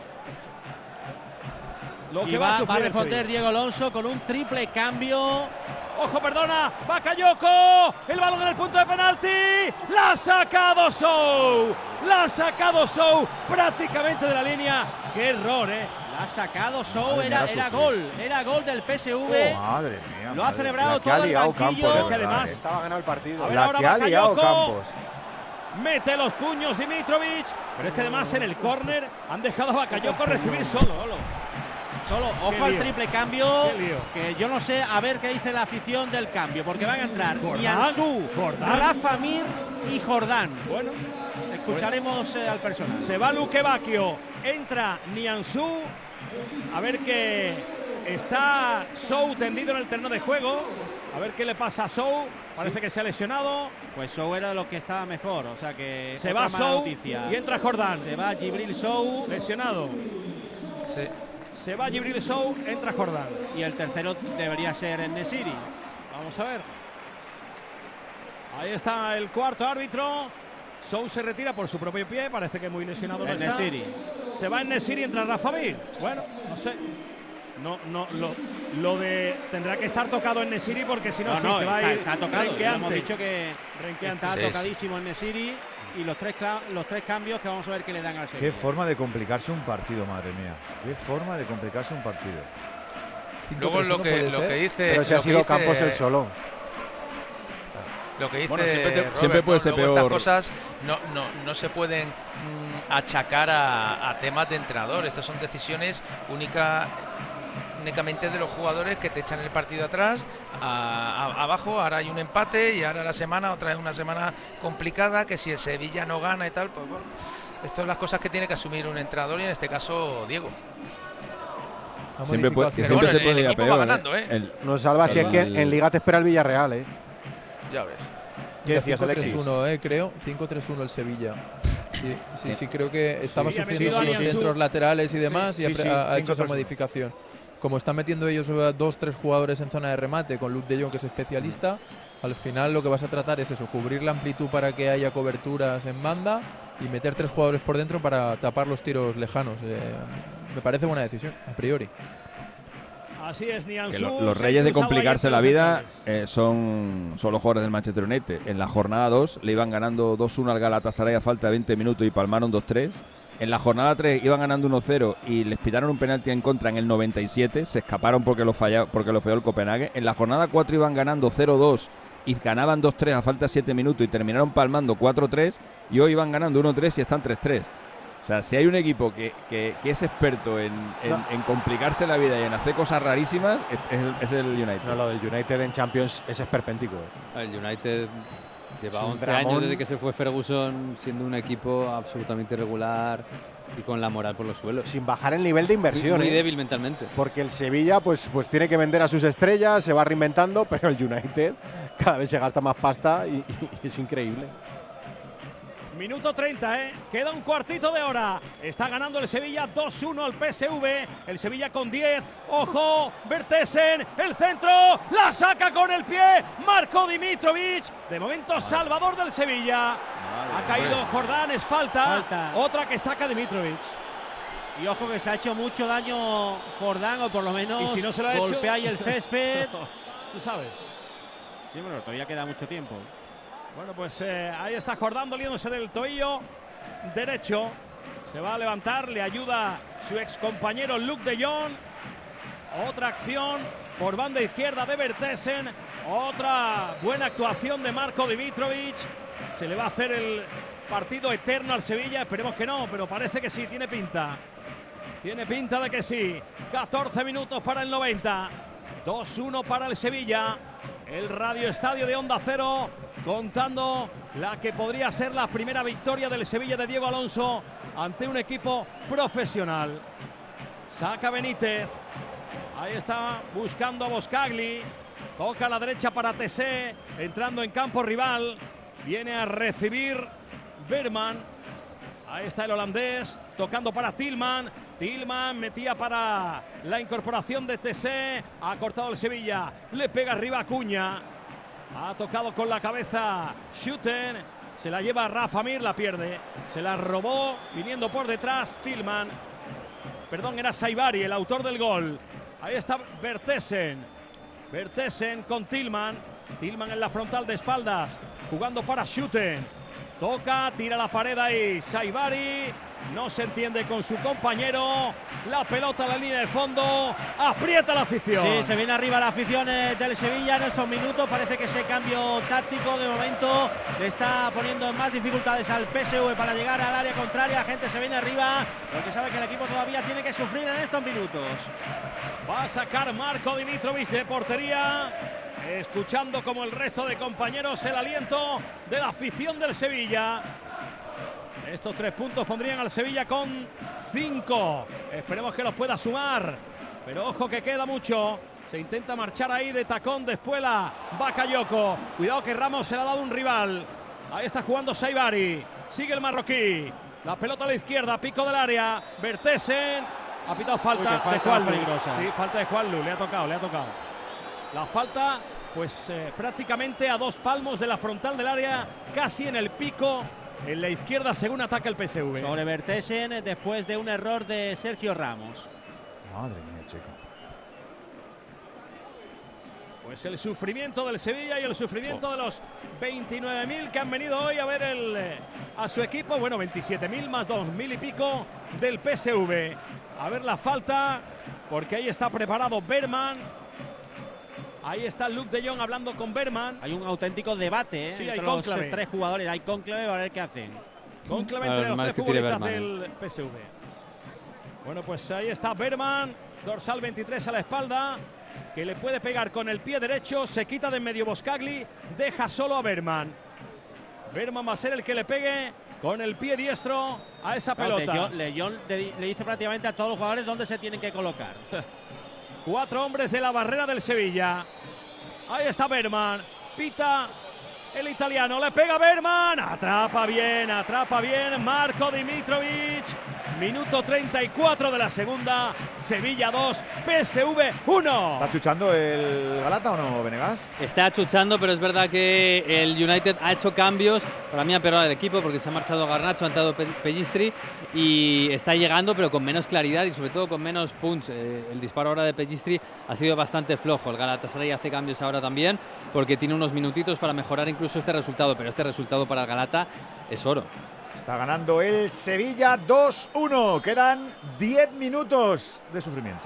Lo que y va, va, va a responder Diego Alonso con un triple cambio. Ojo, perdona, Bakayoko, el balón en el punto de penalti, la ha sacado Sou, la ha sacado Sou prácticamente de la línea. Qué error, eh. La ha sacado Sou, era, era gol, era gol del P S V. Oh, madre mía. Lo ha celebrado todo el banquillo. Campos, que además eh. estaba ganado el partido. A ver, la ahora que ha liado Campos. Mete los puños Dimitrovic, pero es que además en el córner han dejado a Bakayoko recibir solo. solo. Solo, ojo al triple cambio, que yo no sé, a ver qué dice la afición del cambio, porque van a entrar Nianzú, Rafa Mir y Jordán. Bueno, escucharemos pues, eh, al personal. Se va Luque Bacchio, entra Nianzú, a ver que está Sou tendido en el terreno de juego, a ver qué le pasa a Sou, parece que se ha lesionado. Pues Sou era de los que estaba mejor, o sea que se va Sou y entra Jordán. Se va Djibril Sou. Lesionado. Sí. Se va Djibril Sou, entra Jordán. Y el tercero debería ser En-Nesyri. Vamos a ver. Ahí está el cuarto árbitro. Sou se retira por su propio pie, parece que muy lesionado no está. En-Nesyri. Se va En-Nesyri, entra Rafa Mir. Bueno, no sé. No, no, lo, lo de tendrá que estar tocado En-Nesyri porque si no, no, sí, no se va está, a ir. Está tocado. Ya hemos dicho que está sí, tocadísimo En-Nesyri. Y los tres, los tres cambios que vamos a ver que le dan al Sevilla. Qué forma de complicarse un partido, madre mía. Qué forma de complicarse un partido. Luego lo que, lo que dice. Pero si ha sido dice, Campos el solo. Lo que dice. Bueno, siempre, te, Robert, siempre puede ¿no? ser Luego peor. Estas cosas no, no, no se pueden mm, achacar a, a temas de entrenador. Estas son decisiones únicas. únicamente de los jugadores que te echan el partido atrás, a, a, abajo, ahora hay un empate y ahora la semana, otra vez una semana complicada, que si el Sevilla no gana y tal, pues bueno, esto son las cosas que tiene que asumir un entrenador y en este caso Diego. Siempre, puede, que siempre bueno, se puede ir a peor, ganando, ¿eh? El, no salva si es que en Liga te espera el Villarreal, ¿eh? Ya ves. ¿Qué decías, Alexis? cinco tres uno, eh, creo. cinco tres uno el Sevilla. Sí, sí, sí, creo que estaba sí, sufriendo sí, los sí, centros sí. laterales y demás sí, y sí, ha, ha sí, hecho esa modificación. Como están metiendo ellos dos, tres jugadores en zona de remate, con Luke de Jong, que es especialista, al final lo que vas a tratar es eso, cubrir la amplitud para que haya coberturas en banda y meter tres jugadores por dentro para tapar los tiros lejanos. Eh, me parece buena decisión, a priori. Así es, Nianzú. Lo, los reyes de complicarse la vida eh, son, son los jugadores del Manchester United. En la jornada dos le iban ganando dos uno al Galatasaray a falta de veinte minutos y palmaron dos tres. En la jornada tres iban ganando uno cero y les pitaron un penalti en contra en el noventa y siete. Se escaparon porque lo, falló, porque lo falló el Copenhague. En la jornada cuatro iban ganando cero dos y ganaban dos tres a falta de siete minutos y terminaron palmando cuatro tres. Y hoy iban ganando uno tres y están tres tres. O sea, si hay un equipo que, que, que es experto en, en, no. en complicarse la vida y en hacer cosas rarísimas, es, es el United. No, lo del United en Champions es esperpéntico. El United lleva once años desde que se fue Ferguson siendo un equipo absolutamente irregular y con la moral por los suelos. Sin bajar el nivel de inversión. Muy, muy ¿eh? débil mentalmente. Porque el Sevilla pues, pues tiene que vender a sus estrellas, se va reinventando, pero el United cada vez se gasta más pasta y, y, y es increíble. Minuto treinta, ¿eh? Queda un cuartito de hora. Está ganando el Sevilla dos uno al P S V. El Sevilla con diez. ¡Ojo! Vertessen, el centro. La saca con el pie. Marco Dimitrovic. De momento, salvador del Sevilla. Vale, ha caído vale. Jordán, es falta. falta. Otra que saca Dimitrovic. Y ojo que se ha hecho mucho daño Jordán, o por lo menos ¿Y si no se lo ha golpea hecho? ahí el césped. Tú sabes. Sí, bueno, todavía queda mucho tiempo. Bueno, pues eh, ahí está Jordán doliéndose del tobillo derecho. Se va a levantar, le ayuda su ex compañero Luke de Jong. Otra acción por banda izquierda de Vertessen. Otra buena actuación de Marco Dimitrovic. Se le va a hacer el partido eterno al Sevilla. Esperemos que no, pero parece que sí, tiene pinta. Tiene pinta de que sí. catorce minutos para el noventa. dos uno para el Sevilla. El Radio Estadio de Onda Cero contando la que podría ser la primera victoria del Sevilla de Diego Alonso ante un equipo profesional. Saca Benítez. Ahí está buscando a Boscagli. Toca a la derecha para Tessé, entrando en campo rival. Viene a recibir Berman. Ahí está el holandés, tocando para Tillman. Tillman metía para la incorporación de Tessé. Ha cortado el Sevilla. Le pega arriba a Acuña. Ha tocado con la cabeza Schutten. Se la lleva Rafa Mir, la pierde. Se la robó viniendo por detrás Tillman. Perdón, era Saibari, el autor del gol. Ahí está Bertesen. Bertesen con Tillman. Tillman en la frontal de espaldas, jugando para Schutten. Toca, tira la pared ahí. Saibari no se entiende con su compañero. La pelota a la línea de fondo. Aprieta la afición. Sí, se viene arriba la afición eh, del Sevilla en estos minutos. Parece que ese cambio táctico de momento le está poniendo en más dificultades al P S V para llegar al área contraria. La gente se viene arriba porque sabe que el equipo todavía tiene que sufrir en estos minutos. Va a sacar Marko Dimitrovic de portería, escuchando como el resto de compañeros el aliento de la afición del Sevilla. Estos tres puntos pondrían al Sevilla con cinco. Esperemos que los pueda sumar, pero ojo que queda mucho. Se intenta marchar ahí de tacón de espuela Bakayoko. Cuidado que Ramos se le ha dado un rival. Ahí está jugando Saibari. Sigue el marroquí. La pelota a la izquierda, pico del área. Bertesen. Ha pitado falta, Uy, falta de Juanlu. peligrosa. Sí, falta de Juanlu. Le ha tocado, le ha tocado. La falta, pues eh, prácticamente a dos palmos de la frontal del área, casi en el pico, en la izquierda, según ataca el P S V. Sobre Bertesen, después de un error de Sergio Ramos. Madre mía, chico. Pues el sufrimiento del Sevilla y el sufrimiento de los veintinueve mil que han venido hoy a ver el, eh, a su equipo. Bueno, veintisiete mil más dos mil y pico del P S V. A ver la falta, porque ahí está preparado Berman. Ahí está Luuk de Jong hablando con Berman. Hay un auténtico debate ¿eh? Sí, entre hay los cónclave. tres jugadores. Hay cónclave, a ver qué hacen. Cónclave entre los tres futbolistas del P S V. Bueno, pues ahí está Berman, dorsal veintitrés a la espalda, que le puede pegar con el pie derecho. Se quita de en medio Boscagli, deja solo a Berman. Berman va a ser el que le pegue con el pie diestro a esa pelota. León le dice prácticamente a todos los jugadores dónde se tienen que colocar. Cuatro hombres de la barrera del Sevilla. Ahí está Berman. Pita el italiano. Le pega Berman. Atrapa bien, atrapa bien. Marko Dimitrovic. Minuto treinta y cuatro de la segunda. Sevilla dos, P S V uno. ¿Está chuchando el Galata o no, Venegas? Está chuchando, pero es verdad que el United ha hecho cambios. Para mí ha empeorado el equipo porque se ha marchado Garnacho, ha entrado Pellistri y está llegando, pero con menos claridad y sobre todo con menos punch. Eh, el disparo ahora de Pellistri ha sido bastante flojo. El Galatasaray hace cambios ahora también porque tiene unos minutitos para mejorar incluso este resultado, pero este resultado para el Galata es oro. Está ganando el Sevilla dos uno. Quedan diez minutos de sufrimiento.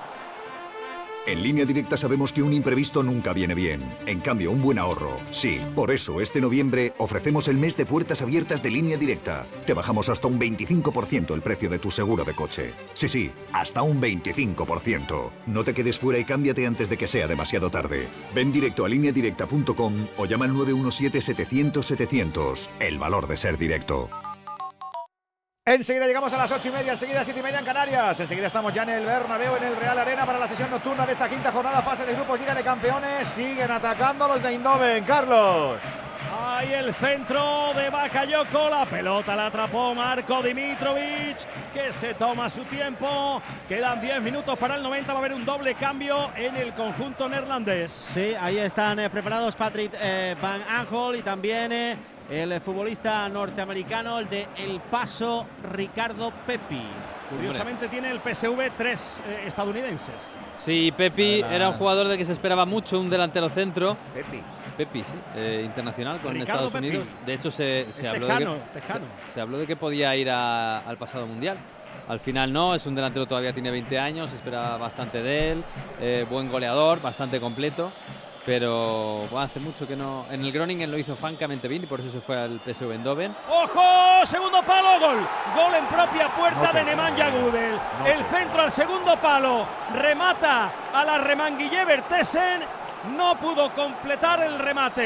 En Línea Directa sabemos que un imprevisto nunca viene bien. En cambio, un buen ahorro, sí. Por eso, este noviembre ofrecemos el mes de puertas abiertas de Línea Directa. Te bajamos hasta un veinticinco por ciento el precio de tu seguro de coche. Sí, sí, hasta un veinticinco por ciento. No te quedes fuera y cámbiate antes de que sea demasiado tarde. Ven directo a línea directa punto com o llama al nueve uno siete, setecientos, setecientos. El valor de ser directo. Enseguida llegamos a las ocho y media, enseguida siete y media en Canarias. Enseguida estamos ya en el Bernabéu, en el Real Arena, para la sesión nocturna de esta quinta jornada, fase de grupos, Liga de Campeones. Siguen atacando los de Eindhoven, Carlos. Ahí el centro de Bakayoko, la pelota la atrapó Marko Dimitrovic, que se toma su tiempo. Quedan diez minutos para el noventa, va a haber un doble cambio en el conjunto neerlandés. Sí, ahí están eh, preparados Patrick eh, Van Aanholt y también eh, el eh, futbolista norteamericano, el de El Paso, Ricardo Pepi. Curiosamente tiene el P S V tres eh, estadounidenses. Sí, Pepi la... era un jugador del que se esperaba mucho, un delantero centro. Pepi. Pepi, sí, eh, internacional con Ricardo Estados Pepi. Unidos. De hecho, se, se, habló tejano, de que, tejano. se, se habló de que podía ir a, al pasado mundial. Al final no, es un delantero, todavía tiene veinte años, se espera bastante de él, eh, buen goleador, bastante completo, pero bueno, hace mucho que no. En el Groningen lo hizo francamente bien y por eso se fue al P S V Eindhoven. ¡Ojo! Segundo palo, gol. Gol en propia puerta No de Nemanja Gudel. No el centro al segundo palo. Remata a la Remanguillé Bertesen. No pudo completar el remate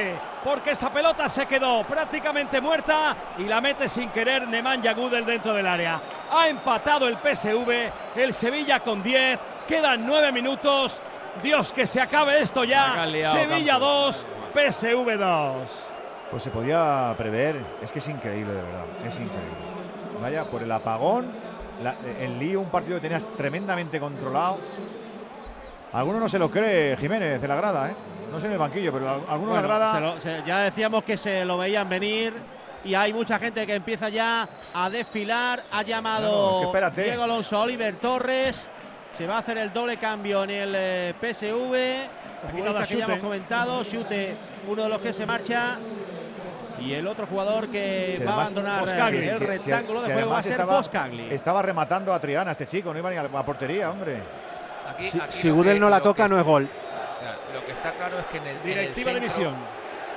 porque esa pelota se quedó prácticamente muerta y la mete sin querer Nemanja Gudel dentro del área. Ha empatado el P S V, el Sevilla con diez, quedan nueve minutos. Dios, que se acabe esto ya. Sevilla dos, P S V dos. Pues se podía prever, es que es increíble, de verdad, es increíble. Vaya, por el apagón, la, el lío, un partido que tenías tremendamente controlado. Alguno no se lo cree, Jiménez, de la grada, ¿eh? No sé en el banquillo, pero alguno bueno, de la grada… Se lo, se, ya decíamos que se lo veían venir y hay mucha gente que empieza ya a desfilar. Ha llamado no, no, Diego Alonso a Oliver Torres. Se va a hacer el doble cambio en el eh, P S V. Futbolista que ya hemos comentado. Chute, uno de los que se marcha. Y el otro jugador que si va además, a abandonar si, el si, rectángulo si, de si juego va a ser estaba, Boskagli. Estaba rematando a Triana este chico, no iba ni a la portería, hombre. Aquí, si si Gudel no la toca, no es gol. Lo que está claro es que en el Directiva en el centro, división.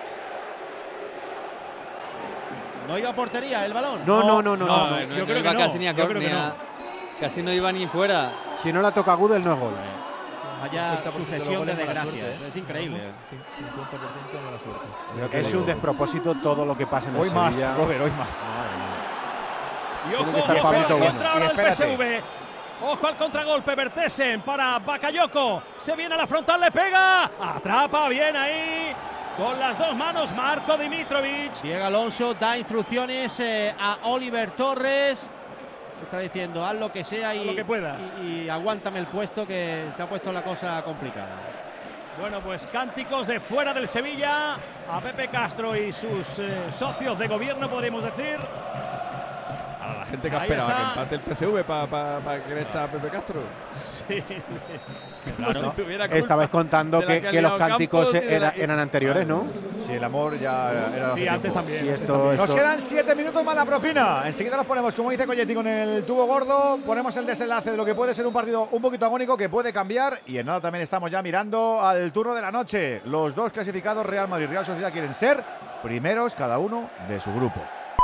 ¿No iba a portería el balón? No, no, no, no. no, no, no. no yo creo iba que no. casi ni a, Yo creo que ni a, no. Casi no iba ni fuera. Si no la toca Gudel, no es gol. Vaya sucesión de desgracias. Es increíble. cincuenta por ciento de mala suerte. Creo que es un despropósito todo lo que pasa en el hoy Sevilla. Más, Robert, hoy más. Y ojo, ojo al contra ahora del P S V. Ojo al contragolpe, Bertesen para Bakayoko. Se viene a la frontal, le pega. Atrapa bien ahí. Con las dos manos, Marco Dimitrovic. Diego Alonso da instrucciones eh, a Oliver Torres. Está diciendo, haz lo que sea y, lo que puedas. Y, y aguántame el puesto, que se ha puesto la cosa complicada. Bueno, pues cánticos de fuera del Sevilla a Pepe Castro y sus eh, socios de gobierno, podríamos decir. A la gente que Ahí esperaba está. que empate el P S V para pa, pa que le echa a Pepe Castro. Sí. Como si tuviera culpa Estabais contando de la que, que ha que los liado cánticos Campos y de era- la que- eran anteriores, ¿no? Sí, el amor ya era Sí, hace antes tiempo. también. Sí, antes esto, también. Nos esto- quedan siete minutos más la propina. Enseguida nos ponemos, como dice Colletti, con el tubo gordo. Ponemos el desenlace de lo que puede ser un partido un poquito agónico que puede cambiar. Y en nada también estamos ya mirando al turno de la noche. Los dos clasificados, Real Madrid y Real Sociedad, quieren ser primeros cada uno de su grupo.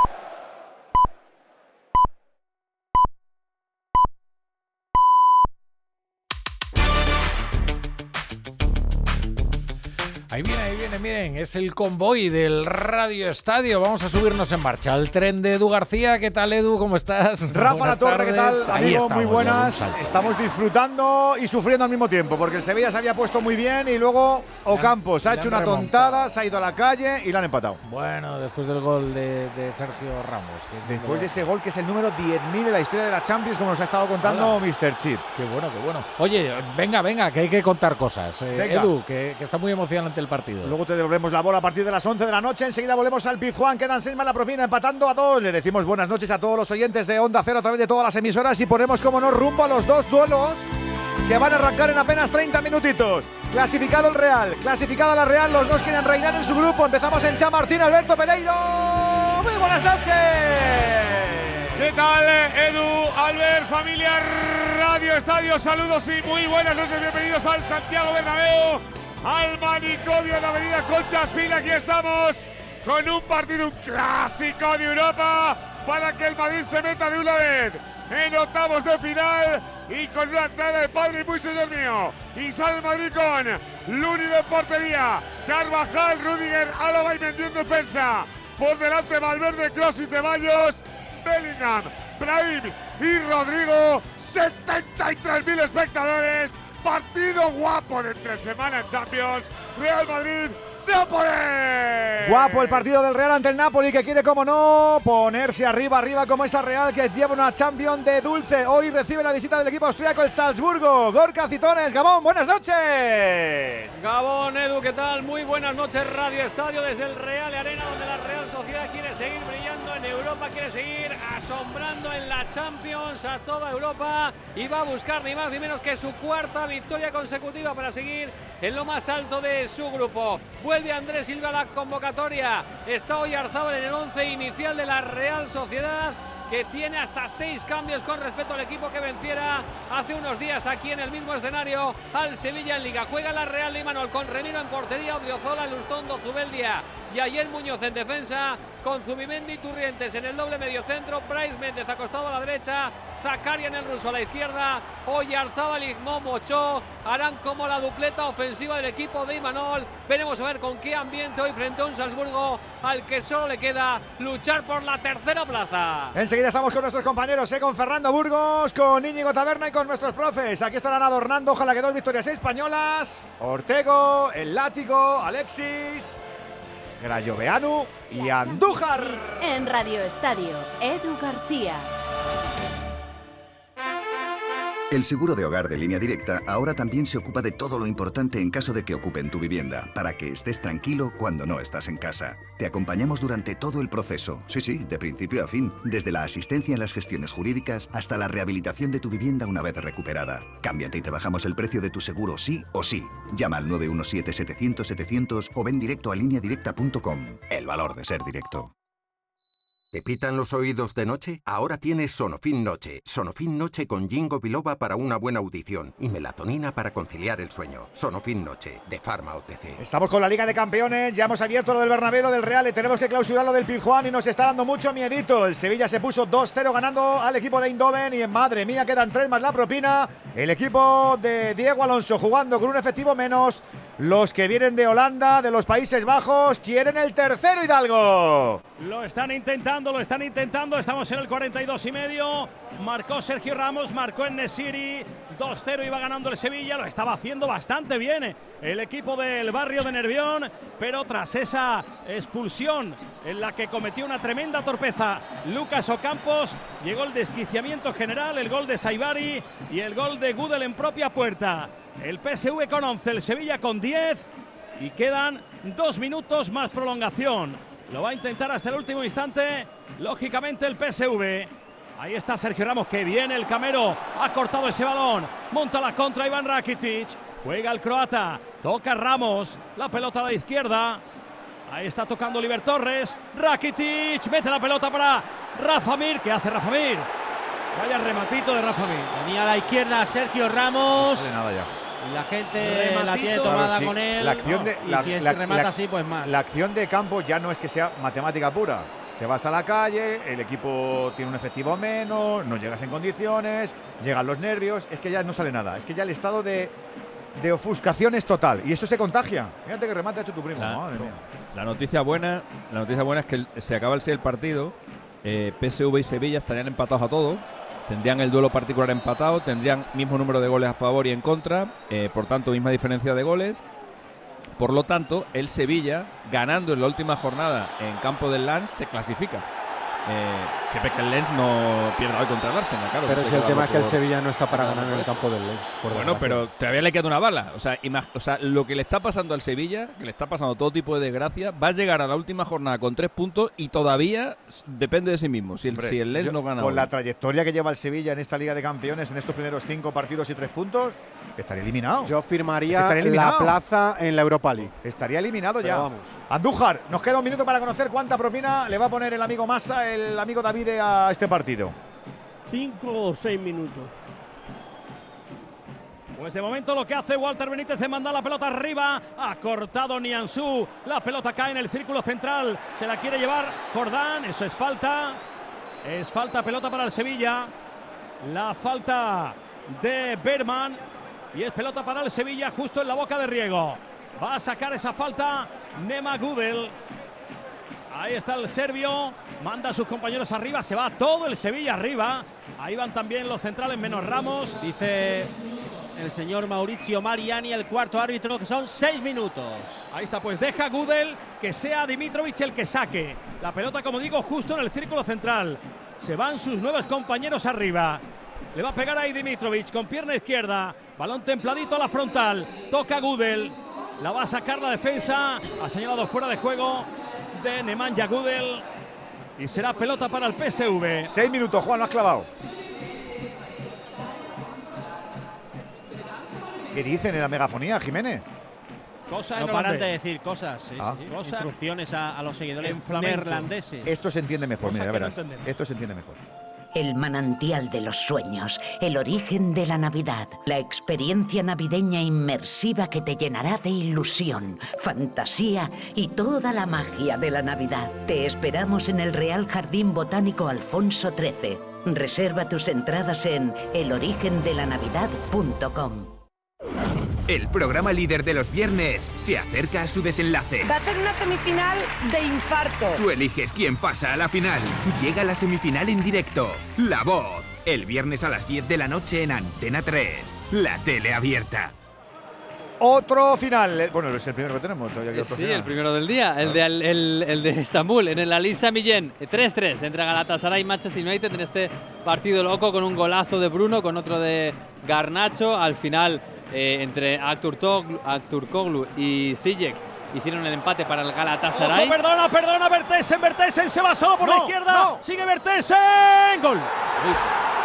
Ahí viene, ahí viene, miren, es el convoy del Radio Estadio. Vamos a subirnos en marcha al tren de Edu García. ¿Qué tal, Edu? ¿Cómo estás? Rafa Buenas La Torre, ¿qué tal? tardes. Ahí Amigo, estamos, muy buenas. ya, un salto. Estamos disfrutando y sufriendo al mismo tiempo, porque el Sevilla se había puesto muy bien y luego Ocampos ha le hecho han una remontado. tontada, se ha ido a la calle y la han empatado. Bueno, después del gol de, de Sergio Ramos. Que es Después de lo- ese gol que es el número diez mil en la historia de la Champions, como nos ha estado contando Hola. mister Chip. Qué bueno, qué bueno. Oye, venga, venga, que hay que contar cosas. Eh, Venga. Edu, que, que está muy emocionante el partido. Luego te devolvemos la bola a partir de las once de la noche. Enseguida volvemos al Pizjuán. Quedan seis más la propina, empatando a dos. Le decimos buenas noches a todos los oyentes de Onda Cero a través de todas las emisoras y ponemos, como no, rumbo a los dos duelos que van a arrancar en apenas treinta minutitos. Clasificado el Real, clasificada la Real. Los dos quieren reinar en su grupo. Empezamos en Chamartín, Alberto Pereiro. Muy buenas noches. ¿Qué tal, Edu, Albert, familia Radio Estadio? Saludos y muy buenas noches. Bienvenidos al Santiago Bernabéu, al manicomio de la avenida Concha Espina. Aquí estamos con un partido, un clásico de Europa, para que el Madrid se meta de una vez en octavos de final y con una entrada de padre y muy señor mío. Y sale el Madrid con Luni de portería, Carvajal, Rüdiger, Álava y Mendy en defensa. Por delante Valverde, Kroos y Ceballos, Bellingham, Brahim y Rodrigo. setenta y tres mil espectadores. Partido guapo de entre semana en Champions. Real Madrid, Nápoles. Guapo el partido del Real ante el Napoli, que quiere, como no, ponerse arriba, arriba como esa Real que lleva una Champions de dulce. Hoy recibe la visita del equipo austríaco, el Salzburgo. Gorka Citones, Gabón, buenas noches. Gabón, Edu, ¿qué tal? Muy buenas noches, Radio Estadio, desde el Real Arena, donde la Real Sociedad quiere seguir brillando en Europa, quiere seguir asombrando en la Champions a toda Europa y va a buscar ni más ni menos que su cuarta victoria consecutiva para seguir en lo más alto de su grupo. Vuelve Andrés Silva a la convocatoria. Está Oyarzábal en el once inicial de la Real Sociedad, que tiene hasta seis cambios con respecto al equipo que venciera hace unos días aquí en el mismo escenario al Sevilla en Liga. Juega la Real de Imanol con Remiro en portería, Odriozola, Lustondo, Zubeldia, Yayer Muñoz en defensa, con Zubimendi y Turrientes en el doble medio centro, Brais Méndez acostado a la derecha, Zakarian el ruso a la izquierda, Oyarzábal y Momocho harán como la dupleta ofensiva del equipo de Imanol. Veremos a ver con qué ambiente hoy frente a un Salzburgo al que solo le queda luchar por la tercera plaza. Enseguida estamos con nuestros compañeros, ¿eh? Con Fernando Burgos, con Íñigo Taberna y con nuestros profes. Aquí estarán adornando, ojalá que dos victorias españolas. Ortego, El Látigo, Alexis, Grayoveanu y Andújar. En Radio Estadio, Edu García. El seguro de hogar de Línea Directa ahora también se ocupa de todo lo importante en caso de que ocupen tu vivienda, para que estés tranquilo cuando no estás en casa. Te acompañamos durante todo el proceso, sí, sí, de principio a fin, desde la asistencia en las gestiones jurídicas hasta la rehabilitación de tu vivienda una vez recuperada. Cámbiate y te bajamos el precio de tu seguro sí o sí. Llama al nueve uno siete, setecientos, setecientos o ven directo a línea directa punto com. El valor de ser directo. ¿Te pitan los oídos de noche? Ahora tienes Sonofin Noche. Sonofin Noche con Ginkgo biloba para una buena audición y melatonina para conciliar el sueño. Sonofin Noche, de Pharma O T C. Estamos con la Liga de Campeones, ya hemos abierto lo del Bernabéu, lo del Real, y tenemos que clausurar lo del Pizjuán y nos está dando mucho miedito. El Sevilla se puso dos cero ganando al equipo de Eindhoven y madre mía, quedan tres más la propina. El equipo de Diego Alonso jugando con un efectivo menos. Los que vienen de Holanda, de los Países Bajos, quieren el tercero, Hidalgo. Lo están intentando, lo están intentando. Estamos en el cuarenta y dos y medio. Marcó Sergio Ramos, marcó en Nesiri. dos cero iba ganando el Sevilla. Lo estaba haciendo bastante bien el equipo del barrio de Nervión. Pero tras esa expulsión en la que cometió una tremenda torpeza Lucas Ocampos, llegó el desquiciamiento general, el gol de Saibari y el gol de Gudel en propia puerta. El P S V con once, el Sevilla con diez y quedan dos minutos más prolongación. Lo va a intentar hasta el último instante, lógicamente el P S V. Ahí está Sergio Ramos, que viene el Camero, ha cortado ese balón, monta la contra Iván Rakitic, juega el croata, toca Ramos, la pelota a la izquierda. Ahí está tocando Oliver Torres, Rakitic, mete la pelota para Rafa Mir. ¿Qué hace Rafa Mir? Vaya rematito de Rafa Mir. Venía a la izquierda Sergio Ramos. No sale nada ya. Y la gente Rematito. la tiene tomada Claro, sí. con él. La acción de, y la, si es la- remata la- así, pues más. La acción de Campos ya no es que sea matemática pura. Te vas a la calle, el equipo tiene un efectivo menos, no llegas en condiciones, llegan los nervios, es que ya no sale nada. Es que ya el estado de, de ofuscación es total y eso se contagia. Fíjate que remate ha hecho tu primo. La, Madre mía. la noticia buena, la noticia buena es que el- se acaba el, el partido. eh, P S V y Sevilla estarían empatados a todos. Tendrían el duelo particular empatado, tendrían mismo número de goles a favor y en contra, eh, por tanto misma diferencia de goles. Por lo tanto, el Sevilla, ganando en la última jornada en campo del Lens, se clasifica. Eh, siempre que el Lens no pierda hoy contra el Arsenal, claro. Pero no si sé el qué tema va es que el por- Sevilla no está para por- ganar en el por campo del Lens. por Bueno, desgracia. pero todavía le queda una bala. O sea, imag- o sea, lo que le está pasando al Sevilla, que le está pasando todo tipo de desgracia, va a llegar a la última jornada con tres puntos y todavía s- depende de sí mismo. Si el, Hombre, si el Lens yo, no gana con hoy. la trayectoria que lleva el Sevilla en esta Liga de Campeones, en estos primeros cinco partidos y tres puntos, estaría eliminado. Yo firmaría Estaría la eliminado. plaza en la Europa League. Estaría eliminado Pero ya. vamos. Andújar, nos queda un minuto para conocer cuánta propina le va a poner el amigo Massa, el amigo Davide a este partido. Cinco o seis minutos. Pues de momento lo que hace Walter Benítez es mandar la pelota arriba. Ha cortado Nianzú. La pelota cae en el círculo central. Se la quiere llevar Jordán. Eso es falta. Es falta, pelota para el Sevilla. La falta de Berman. Y es pelota para el Sevilla justo en la boca de Riego. Va a sacar esa falta Nema Gudel. Ahí está el serbio. Manda a sus compañeros arriba. Se va todo el Sevilla arriba. Ahí van también los centrales menos Ramos. Dice el señor Mauricio Mariani, el cuarto árbitro, que son seis minutos. Ahí está, pues deja Gudel que sea Dimitrovic el que saque. La pelota, como digo, justo en el círculo central. Se van sus nuevos compañeros arriba. Le va a pegar ahí Dimitrovic con pierna izquierda. Balón templadito a la frontal. Toca Gudel. La va a sacar la defensa. Ha señalado fuera de juego de Nemanja Gudel. Y será pelota para el P S V. Seis minutos, Juan, lo has clavado. ¿Qué dicen en la megafonía, Jiménez? Cosa No en paran holandés. de decir cosas, sí, Ah. sí, sí. Cosa Instrucciones a, a los seguidores en flamenco. neerlandeses. Esto se entiende mejor, Cosa mira, ya que no verás. entendemos. Esto se entiende mejor. el manantial de los sueños, el origen de la Navidad, la experiencia navideña inmersiva que te llenará de ilusión, fantasía y toda la magia de la Navidad. Te esperamos en el Real Jardín Botánico Alfonso trece. Reserva tus entradas en el origen de la navidad punto com. El programa líder de los viernes se acerca a su desenlace. Va a ser una semifinal de infarto. Tú eliges quién pasa a la final. Llega la semifinal en directo. La Voz. El viernes a las diez de la noche en Antena tres. La tele abierta. Otro final. Bueno, es el primero que tenemos. Todavía sí, final. El primero del día. El de, el, el, el de Estambul, en el Ali Sami Yen. tres tres entre Galatasaray y Manchester United en este partido loco, con un golazo de Bruno, con otro de Garnacho. Al final, eh, entre Aktürkoğlu y Ziyech hicieron el empate para el Galatasaray. Ojo, perdona, perdona, Vertessen, Vertessen se va solo por no, la izquierda. No. Sigue Vertessen. Gol. Uy.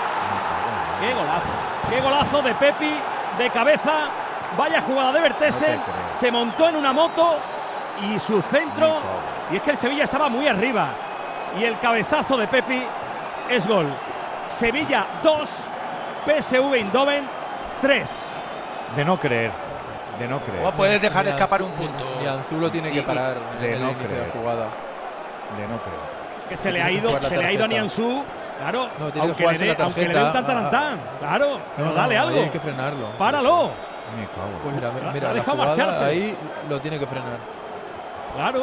Qué golazo. Qué golazo de Pepi, de cabeza. Vaya jugada de Vertessen, no se montó en una moto y su centro, y es que el Sevilla estaba muy arriba, y el cabezazo de Pepi es gol. Sevilla dos, P S V Eindhoven tres. De no creer, de no creer. ¿Cómo puedes dejar de escapar un punto? Ni Anzulo tiene que parar de en no el inicio creer. de la jugada. De no creer. Que se le ha ido, se le ha ido a Nianzú. Claro, no, tiene aunque, que le dé, la aunque le dé un tantarantán, claro, no, no, dale no, algo. Hay que frenarlo. Páralo. Me cago. Pues mira, la, mira la la jugada marcharse. Ahí lo tiene que frenar. Claro.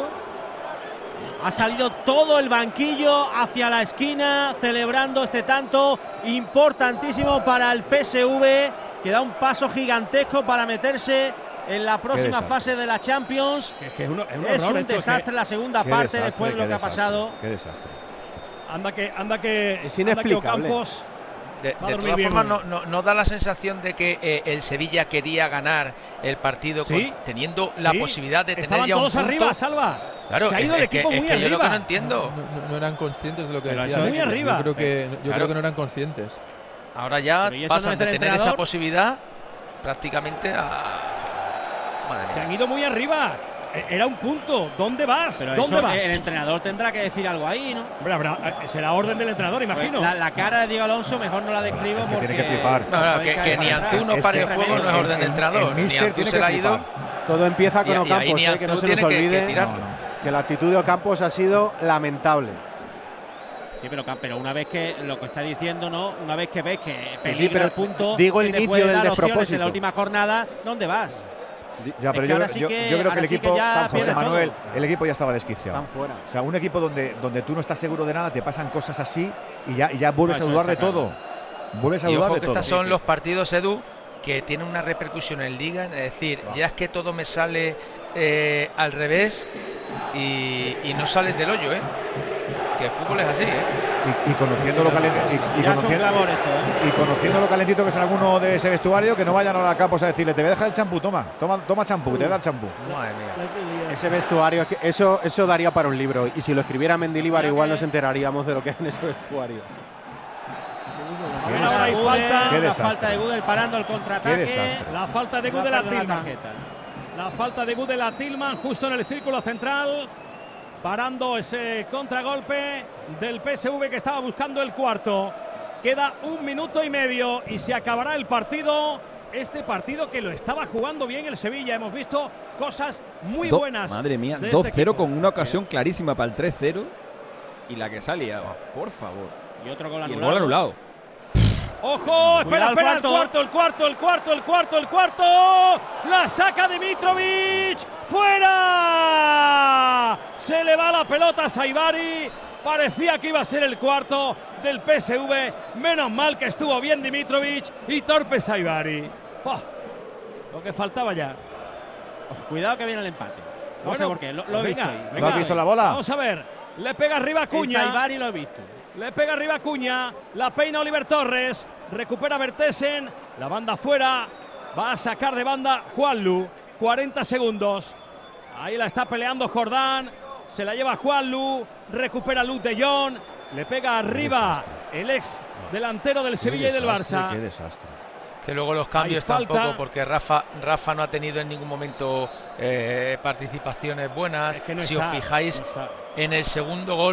Ha salido todo el banquillo hacia la esquina celebrando este tanto importantísimo para el P S V, que da un paso gigantesco para meterse en la próxima fase de la Champions. Que, que es, uno, es, un, es un desastre que, la segunda parte desastre, después de lo que desastre, ha pasado. Qué desastre. Anda que, anda que, es inexplicable. De, de todas formas, no, no, no da la sensación de que eh, el Sevilla quería ganar el partido ¿Sí? con, teniendo la ¿Sí? posibilidad de Estaban tener ya todos un punto. arriba, Salva. Claro, se ha ido es, el equipo es muy que arriba. Yo lo que no entiendo. No, no, no eran conscientes de lo que Pero decían. muy arriba. Yo creo que, yo claro. creo que no eran conscientes. Ahora ya pasan no de tener entrenador? esa posibilidad prácticamente a. Madre se mía. Han ido muy arriba. Era un punto. ¿Dónde vas? Pero ¿Dónde eso, vas? El entrenador tendrá que decir algo ahí, ¿no? Hombre, habrá, será orden del entrenador, imagino. Pues la, la cara de Diego Alonso mejor no la describo es que porque tiene que flipar. No, no, que, que ni Anzú no pare el juego, no es orden del entrenador. Ni Anzú se la ha ido. Todo empieza con y, Ocampos, y eh, que no se nos olvide que, que, no, no. que la actitud de Ocampos ha sido lamentable. Sí, pero, pero una vez que lo que está diciendo, ¿no? Una vez que ves que peligra sí, pero el punto, digo el que te inicio puede del dar despropósito. En la última jornada, ¿dónde vas? Ya, pero es yo, que yo, sí yo, que, yo creo que el sí equipo, que ya José Manuel, todo. el equipo ya estaba desquiciado. Están fuera. O sea, un equipo donde, donde tú no estás seguro de nada, te pasan cosas así y ya, y ya vuelves no, a dudar de claro. todo. Vuelves a y dudar ojo de que todo. estos son sí, los sí. partidos, Edu, que tienen una repercusión en Liga. Es decir, wow. ya es que todo me sale eh, al revés y, y no sales del hoyo, ¿eh? Que el fútbol es así, ¿eh? Y, y conociendo lo calentito y, y, conociendo, esto, ¿eh? y conociendo lo calentito que es alguno de ese vestuario, que no vayan ahora a Campos a decirle, te voy a dejar el champú, toma, toma, toma champú, te voy a dar champú. Madre mía. Ese vestuario, eso, eso daría para un libro. Y si lo escribiera Mendilibar, igual nos enteraríamos de lo que es en ese vestuario. Ahora hay falta, la falta de Gudel parando el contraataque. La falta de Gudel a Tillman. La falta de Gudel a Tillman justo en el círculo central, parando ese contragolpe del P S V que estaba buscando el cuarto. Queda un minuto y medio y se acabará el partido. Este partido que lo estaba jugando bien el Sevilla. Hemos visto cosas muy Do, buenas. Madre mía, de dos cero este con una ocasión clarísima para el tres cero. Y la que salía, por favor. Y otro gol y anulado. el gol anulado. ¡Ojo! Espera, Cuidado, espera, el el cuarto, el cuarto, el cuarto, el cuarto, el cuarto. La saca Dimitrovic. ¡Fuera! Se le va la pelota a Saibari. Parecía que iba a ser el cuarto del P S V. Menos mal que estuvo bien Dimitrovic y torpe Saibari. Oh, lo que faltaba ya. Cuidado que viene el empate. No bueno, sé por qué, lo, lo he venga, visto ahí. ¿No has visto la bola? Vamos a ver. Le pega arriba a Cuña. Saibari lo he visto. Le pega arriba a Cuña. La peina Oliver Torres. Recupera Vertessen. La banda fuera. Va a sacar de banda Juanlu. cuarenta segundos. Ahí la está peleando Jordán. Se la lleva Juanlu. Recupera Luke de Jong. Le pega arriba el ex delantero del Sevilla y del Barça. Qué desastre. Que luego los cambios tampoco, porque Rafa, Rafa no ha tenido en ningún momento eh, participaciones buenas. Es que no si está, os fijáis, no en el segundo gol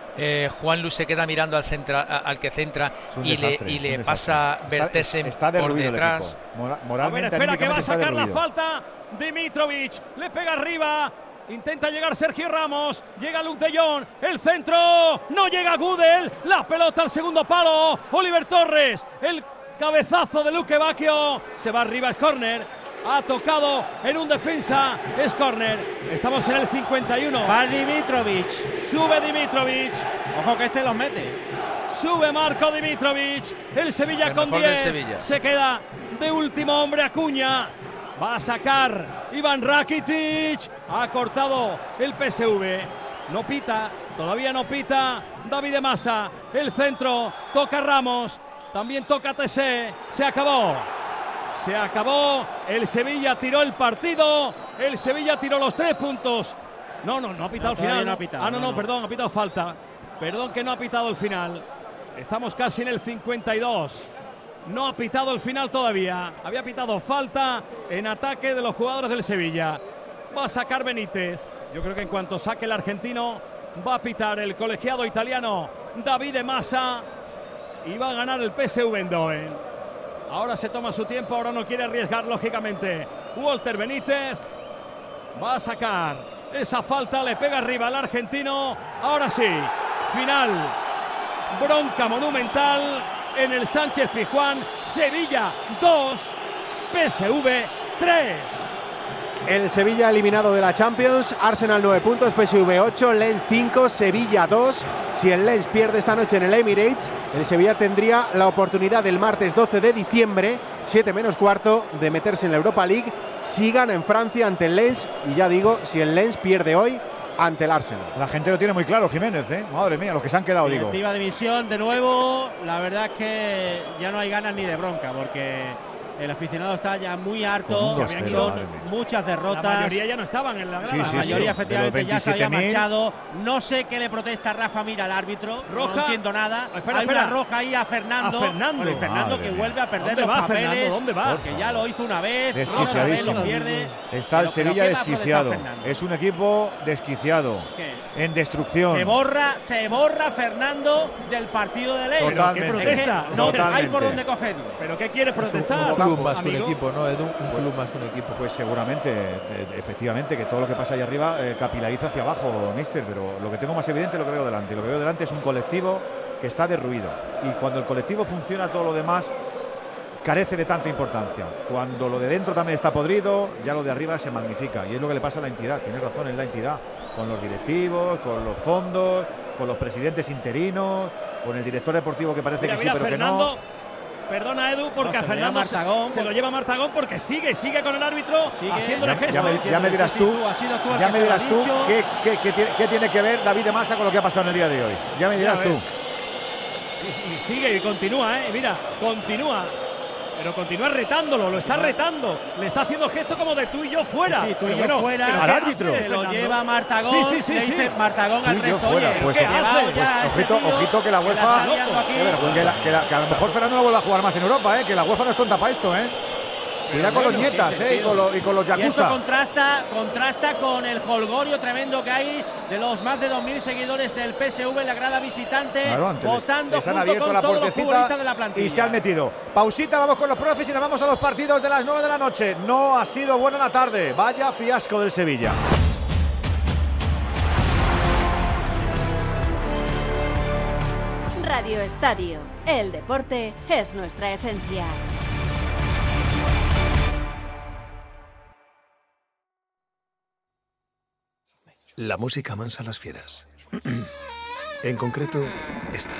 Eh, Juan Lu se queda mirando al, centra, al que centra y desastre, le, y le un pasa Vertessen está por detrás. Mora, a moralmente, ver, espera que va a sacar la derruido. falta. Dimitrovic le pega arriba. Intenta llegar Sergio Ramos. Llega Luke de Jong. El centro. No llega Gudel. La pelota al segundo palo. Oliver Torres. El cabezazo de Luque Bacchio. Se va arriba, es córner. Ha tocado en un defensa. Es córner. Estamos en el cincuenta y uno. Va Dimitrovic. Sube Dimitrovic. Ojo que este los mete. Sube Marco Dimitrovic. El Sevilla El con mejor del diez. Sevilla. Se queda de último hombre Acuña. Va a sacar Iván Rakitic. Ha cortado el P S V. No pita. Todavía no pita David de Massa. El centro. Toca Ramos. También toca T C. Se acabó. Se acabó. El Sevilla tiró el partido. El Sevilla tiró los tres puntos. No, no, no ha pitado No, el final. no ha pitado, ah, no, no, no, no. perdón, ha pitado falta. Perdón que no ha pitado el final. Estamos casi en el cincuenta y dos. No ha pitado el final todavía. Había pitado falta en ataque de los jugadores del Sevilla. Va a sacar Benítez. Yo creo que en cuanto saque el argentino, va a pitar el colegiado italiano David de Massa. Y va a ganar el P S V Eindhoven. Ahora se toma su tiempo, ahora no quiere arriesgar, lógicamente. Walter Benítez va a sacar esa falta, le pega arriba al argentino. Ahora sí, final. Bronca monumental en el Sánchez Pizjuán. Sevilla dos, P S V tres. El Sevilla eliminado de la Champions, Arsenal nueve puntos, P S V ocho, Lens cinco, Sevilla dos. Si el Lens pierde esta noche en el Emirates, el Sevilla tendría la oportunidad el martes doce de diciembre, siete menos cuarto, de meterse en la Europa League si gana en Francia ante el Lens. Y ya digo, si el Lens pierde hoy ante el Arsenal. La gente lo tiene muy claro, Jiménez, ¿eh? Madre mía, los que se han quedado, digo. Directiva división de nuevo. La verdad es que ya no hay ganas ni de bronca porque el aficionado está ya muy harto. Con un Se habían dos cero, ido madre mía. muchas derrotas. La mayoría ya no estaban en la grada. Sí, sí, La mayoría sí. efectivamente De los ya se había veintisiete mil. marchado. No sé qué le protesta Rafa Mir al árbitro. Roja. No entiendo nada. Espera, Hay espera. una roja ahí a Fernando. A Fernando. Bueno, y Fernando Madre que mía. vuelve a perder ¿Dónde los va, papeles. Fernando? ¿Dónde va? Que ya lo hizo una vez. otra vez Desquiciadísimo. lo pierde. Está el Pero- pero Sevilla ¿qué va a protestar desquiciado. Fernando? Es un equipo desquiciado. ¿Qué? En destrucción. Se borra, se borra Fernando del partido de ley. Totalmente. ¿Qué protesta? No Totalmente. hay por dónde cogerlo. ¿Pero qué quiere Es un, protestar? un club más que un amigo? equipo, ¿no, Edu? Un club más que un equipo. Pues seguramente, eh, efectivamente, que todo lo que pasa ahí arriba eh, capilariza hacia abajo, mister, pero lo que tengo más evidente es lo que veo delante. Lo que veo delante es un colectivo que está derruido. Y cuando el colectivo funciona, todo lo demás carece de tanta importancia. Cuando lo de dentro también está podrido, ya lo de arriba se magnifica. Y es lo que le pasa a la entidad. Tienes razón, es la entidad. Con los directivos, con los fondos, con los presidentes interinos, con el director deportivo que parece Mira, que mira, sí, pero Fernando, que no. Perdona, Edu, porque No, a se lo lleva Fernando se, Martagón, se lo por- lleva Martagón porque sigue, sigue con el árbitro Sigue. haciéndole Ya, gestos. ya me, ya me dirás Sí, tú, tú, has sido tú el ya que me se lo ha dirás tú dicho. qué, qué- qué tiene, qué tiene que ver David de Massa con lo que ha pasado en el día de hoy. Ya me dirás Ya tú. ves. Y, y sigue y continúa, ¿eh? Mira, continúa. Pero continúa retándolo, lo está retando. Le está haciendo gesto como de tú y yo fuera. Sí, sí, tú y Pero yo bueno, fuera. ¿pero Al qué árbitro. hace, Se lo Fernando? lleva Martagón. Sí, sí, sí, le sí. dice Martagón al Tú y yo resto. fuera. Oye, Pues, que ojo, llevado pues, ya a este ojito, tío, ojito que la que UEFA. está liando aquí. Qué vergüenza. Que, la- que la- que a lo mejor Fernando no vuelve a jugar más en Europa, ¿eh? Que la UEFA no es tonta para esto, ¿eh? Cuidado con los bueno, nietas, ¿qué ¿eh? Y sentido? con, los, y con los Y eso yakuza. contrasta, contrasta con el holgorio tremendo que hay de los más de dos mil seguidores del P S V en la grada visitante, Claro, antes les- votando les han junto abierto con la todos los puertecita futbolistas de la plantilla. y se han metido. Pausita, vamos con los profes y nos vamos a los partidos de las nueve de la noche. No ha sido buena la tarde. Vaya fiasco del Sevilla. Radio Estadio. El deporte es nuestra esencia. La música amansa a las fieras. En concreto, esta.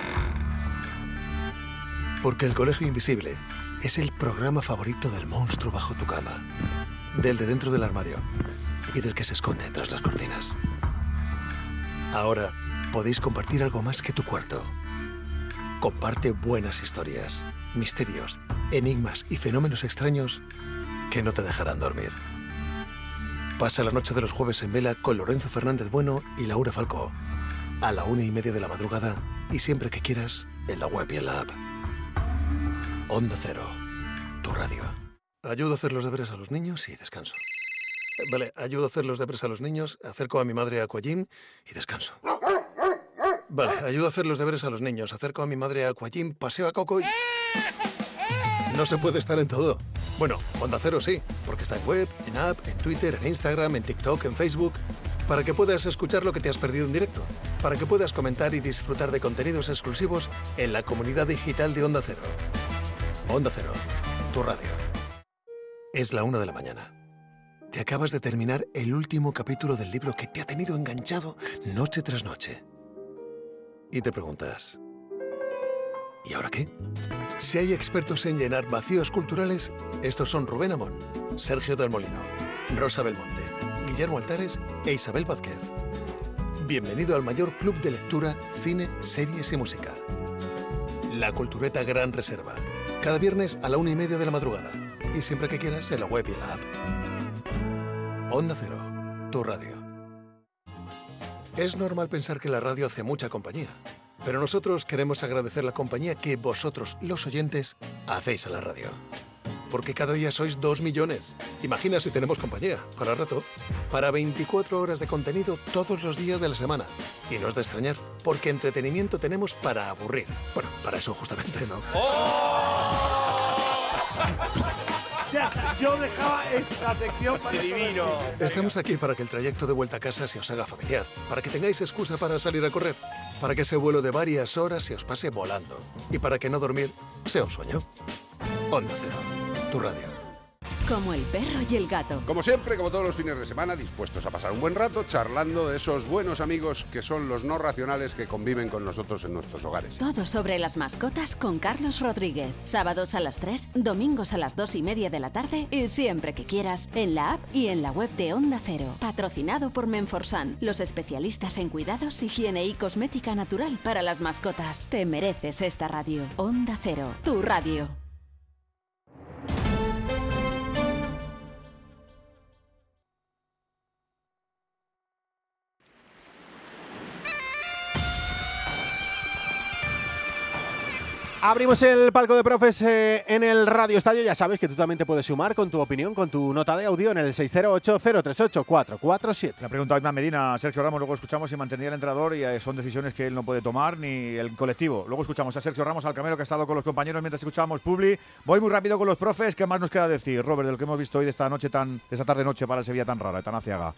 Porque El Colegio Invisible es el programa favorito del monstruo bajo tu cama, del de dentro del armario y del que se esconde tras las cortinas. Ahora podéis compartir algo más que tu cuarto. Comparte buenas historias, misterios, enigmas y fenómenos extraños que no te dejarán dormir. Pasa la noche de los jueves en vela con Lorenzo Fernández Bueno y Laura Falcó. A la una y media de la madrugada y siempre que quieras en la web y en la app. Onda Cero, tu radio. Ayudo a hacer los deberes a los niños y descanso. Eh, Vale, ayudo a hacer los deberes a los niños, acerco a mi madre a Aquagym y descanso. Vale, ayudo a hacer los deberes a los niños, acerco a mi madre a Aquagym, paseo a Coco y... No se puede estar en todo. Bueno, Onda Cero sí, porque está en web, en app, en Twitter, en Instagram, en TikTok, en Facebook... Para que puedas escuchar lo que te has perdido en directo. Para que puedas comentar y disfrutar de contenidos exclusivos en la comunidad digital de Onda Cero. Onda Cero, tu radio. Es la una de la mañana. Te acabas de terminar el último capítulo del libro que te ha tenido enganchado noche tras noche. Y te preguntas, ¿y ahora qué? Si hay expertos en llenar vacíos culturales, estos son Rubén Amón, Sergio del Molino, Rosa Belmonte, Guillermo Altares e Isabel Vázquez. Bienvenido al mayor club de lectura, cine, series y música. La Cultureta Gran Reserva. Cada viernes a la una y media de la madrugada. Y siempre que quieras en la web y en la app. Onda Cero, tu radio. Es normal pensar que la radio hace mucha compañía. Pero nosotros queremos agradecer la compañía que vosotros, los oyentes, hacéis a la radio. Porque cada día sois dos millones. Imagina si tenemos compañía, para rato, para veinticuatro horas de contenido todos los días de la semana. Y no es de extrañar, porque entretenimiento tenemos para aburrir. Bueno, para eso justamente, ¿no? Ya, yo dejaba esta sección para... divino. Estamos aquí para que el trayecto de vuelta a casa se os haga familiar, para que tengáis excusa para salir a correr, para que ese vuelo de varias horas se os pase volando y para que no dormir sea un sueño. Onda Cero, tu radio. Como el perro y el gato. Como siempre, como todos los fines de semana, dispuestos a pasar un buen rato charlando de esos buenos amigos que son los no racionales que conviven con nosotros en nuestros hogares. Todo sobre las mascotas con Carlos Rodríguez. Sábados a las tres, domingos a las dos y media de la tarde y siempre que quieras en la app y en la web de Onda Cero. Patrocinado por Menforsan, los especialistas en cuidados, higiene y cosmética natural para las mascotas. Te mereces esta radio. Onda Cero, tu radio. Abrimos el palco de profes eh, en el Radio Estadio. Ya sabes que tú también te puedes sumar con tu opinión, con tu nota de audio en el seis cero ocho, cero tres ocho, cuatro cuatro siete. Le ha preguntado Isma Medina a Sergio Ramos, luego escuchamos si mantendría el entrenador y eh, son decisiones que él no puede tomar ni el colectivo. Luego escuchamos a Sergio Ramos, al camero que ha estado con los compañeros mientras escuchábamos Publi. Voy muy rápido con los profes. ¿Qué más nos queda decir, Robert, de lo que hemos visto hoy de esta noche tan, de esta tarde-noche para el Sevilla tan rara, tan aciaga?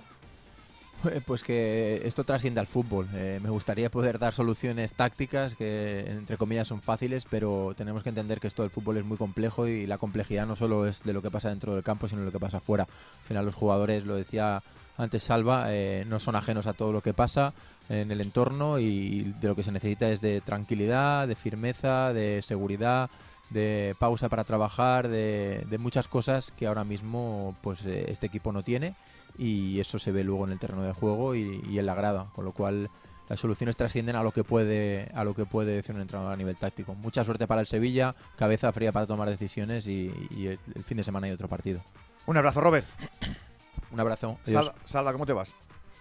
Pues que esto trasciende al fútbol. Eh, me gustaría poder dar soluciones tácticas que, entre comillas, son fáciles, pero tenemos que entender que esto del fútbol es muy complejo y la complejidad no solo es de lo que pasa dentro del campo, sino de lo que pasa afuera. Al final los jugadores, lo decía antes Salva, eh, no son ajenos a todo lo que pasa en el entorno y de lo que se necesita es de tranquilidad, de firmeza, de seguridad, de pausa para trabajar, de, de muchas cosas que ahora mismo pues eh, este equipo no tiene. Y eso se ve luego en el terreno de juego y, y en la grada, con lo cual las soluciones trascienden a lo que puede a lo que puede decir un entrenador a nivel táctico. Mucha suerte para el Sevilla, cabeza fría para tomar decisiones y, y el, el fin de semana hay otro partido. Un abrazo, Robert. Un abrazo. Salva, Salva, ¿cómo te vas?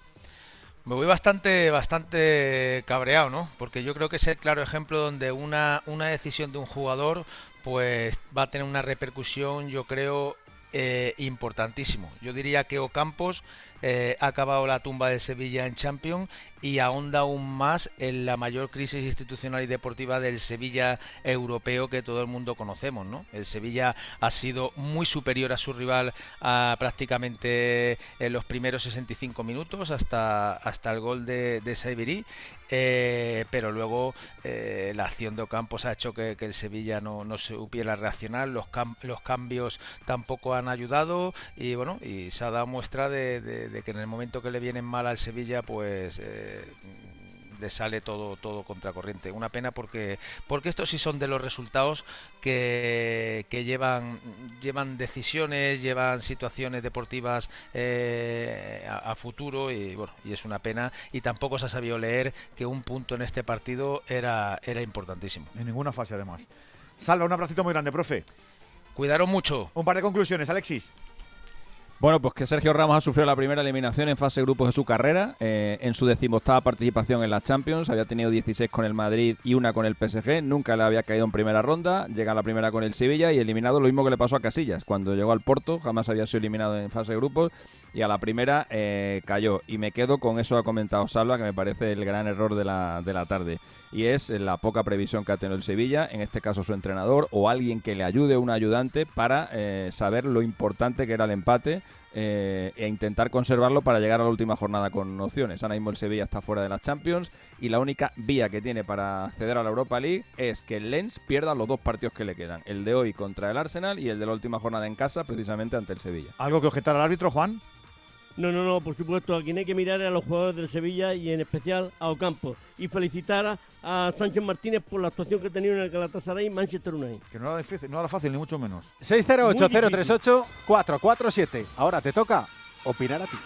Me voy bastante bastante cabreado, ¿no? Porque yo creo que es el claro ejemplo donde una, una decisión de un jugador pues va a tener una repercusión, yo creo, Eh, importantísimo. Yo diría que Ocampos eh, ha acabado la tumba de Sevilla en Champions y ahonda aún más en la mayor crisis institucional y deportiva del Sevilla europeo que todo el mundo conocemos, ¿no? El Sevilla ha sido muy superior a su rival a prácticamente en los primeros sesenta y cinco minutos hasta, hasta el gol de, de Saibiri, eh, pero luego eh, la acción de Ocampos ha hecho que, que el Sevilla no, no supiera reaccionar, los, cam los cambios tampoco han ayudado y bueno, y se ha dado muestra de, de, de que en el momento que le vienen mal al Sevilla pues eh, le sale todo todo contracorriente. Una pena porque porque estos sí son de los resultados que, que llevan llevan decisiones, llevan situaciones deportivas eh, a, a futuro y bueno, y es una pena y tampoco se ha sabido leer que un punto en este partido era era importantísimo. En ninguna fase además. Salva, un abracito muy grande, profe. Cuidaros mucho. Un par de conclusiones, Alexis. Bueno, pues que Sergio Ramos ha sufrido la primera eliminación en fase de grupos de su carrera, eh, en su decimoctava participación en la Champions, había tenido dieciséis con el Madrid y una con el P S G, nunca le había caído en primera ronda, llega a la primera con el Sevilla y eliminado, lo mismo que le pasó a Casillas, cuando llegó al Porto, jamás había sido eliminado en fase de grupos y a la primera eh, cayó. Y me quedo con eso que ha comentado Salva, que me parece el gran error de la, de la tarde, y es la poca previsión que ha tenido el Sevilla, en este caso su entrenador o alguien que le ayude, un ayudante, para eh, saber lo importante que era el empate eh, e intentar conservarlo para llegar a la última jornada con opciones. Ahora mismo el Sevilla está fuera de las Champions y la única vía que tiene para acceder a la Europa League es que el Lens pierda los dos partidos que le quedan, el de hoy contra el Arsenal y el de la última jornada en casa, precisamente ante el Sevilla. ¿Algo que objetar al árbitro, Juan? No, no, no, por supuesto, a quien hay que mirar a los jugadores del Sevilla y en especial a Ocampo. Y felicitar a, a Sánchez Martínez por la actuación que ha tenido en el Galatasaray Manchester United. Que no era difícil, no era fácil, ni mucho menos. seis cero ocho cero tres ocho cuatro cuatro siete. Ahora te toca opinar a ti.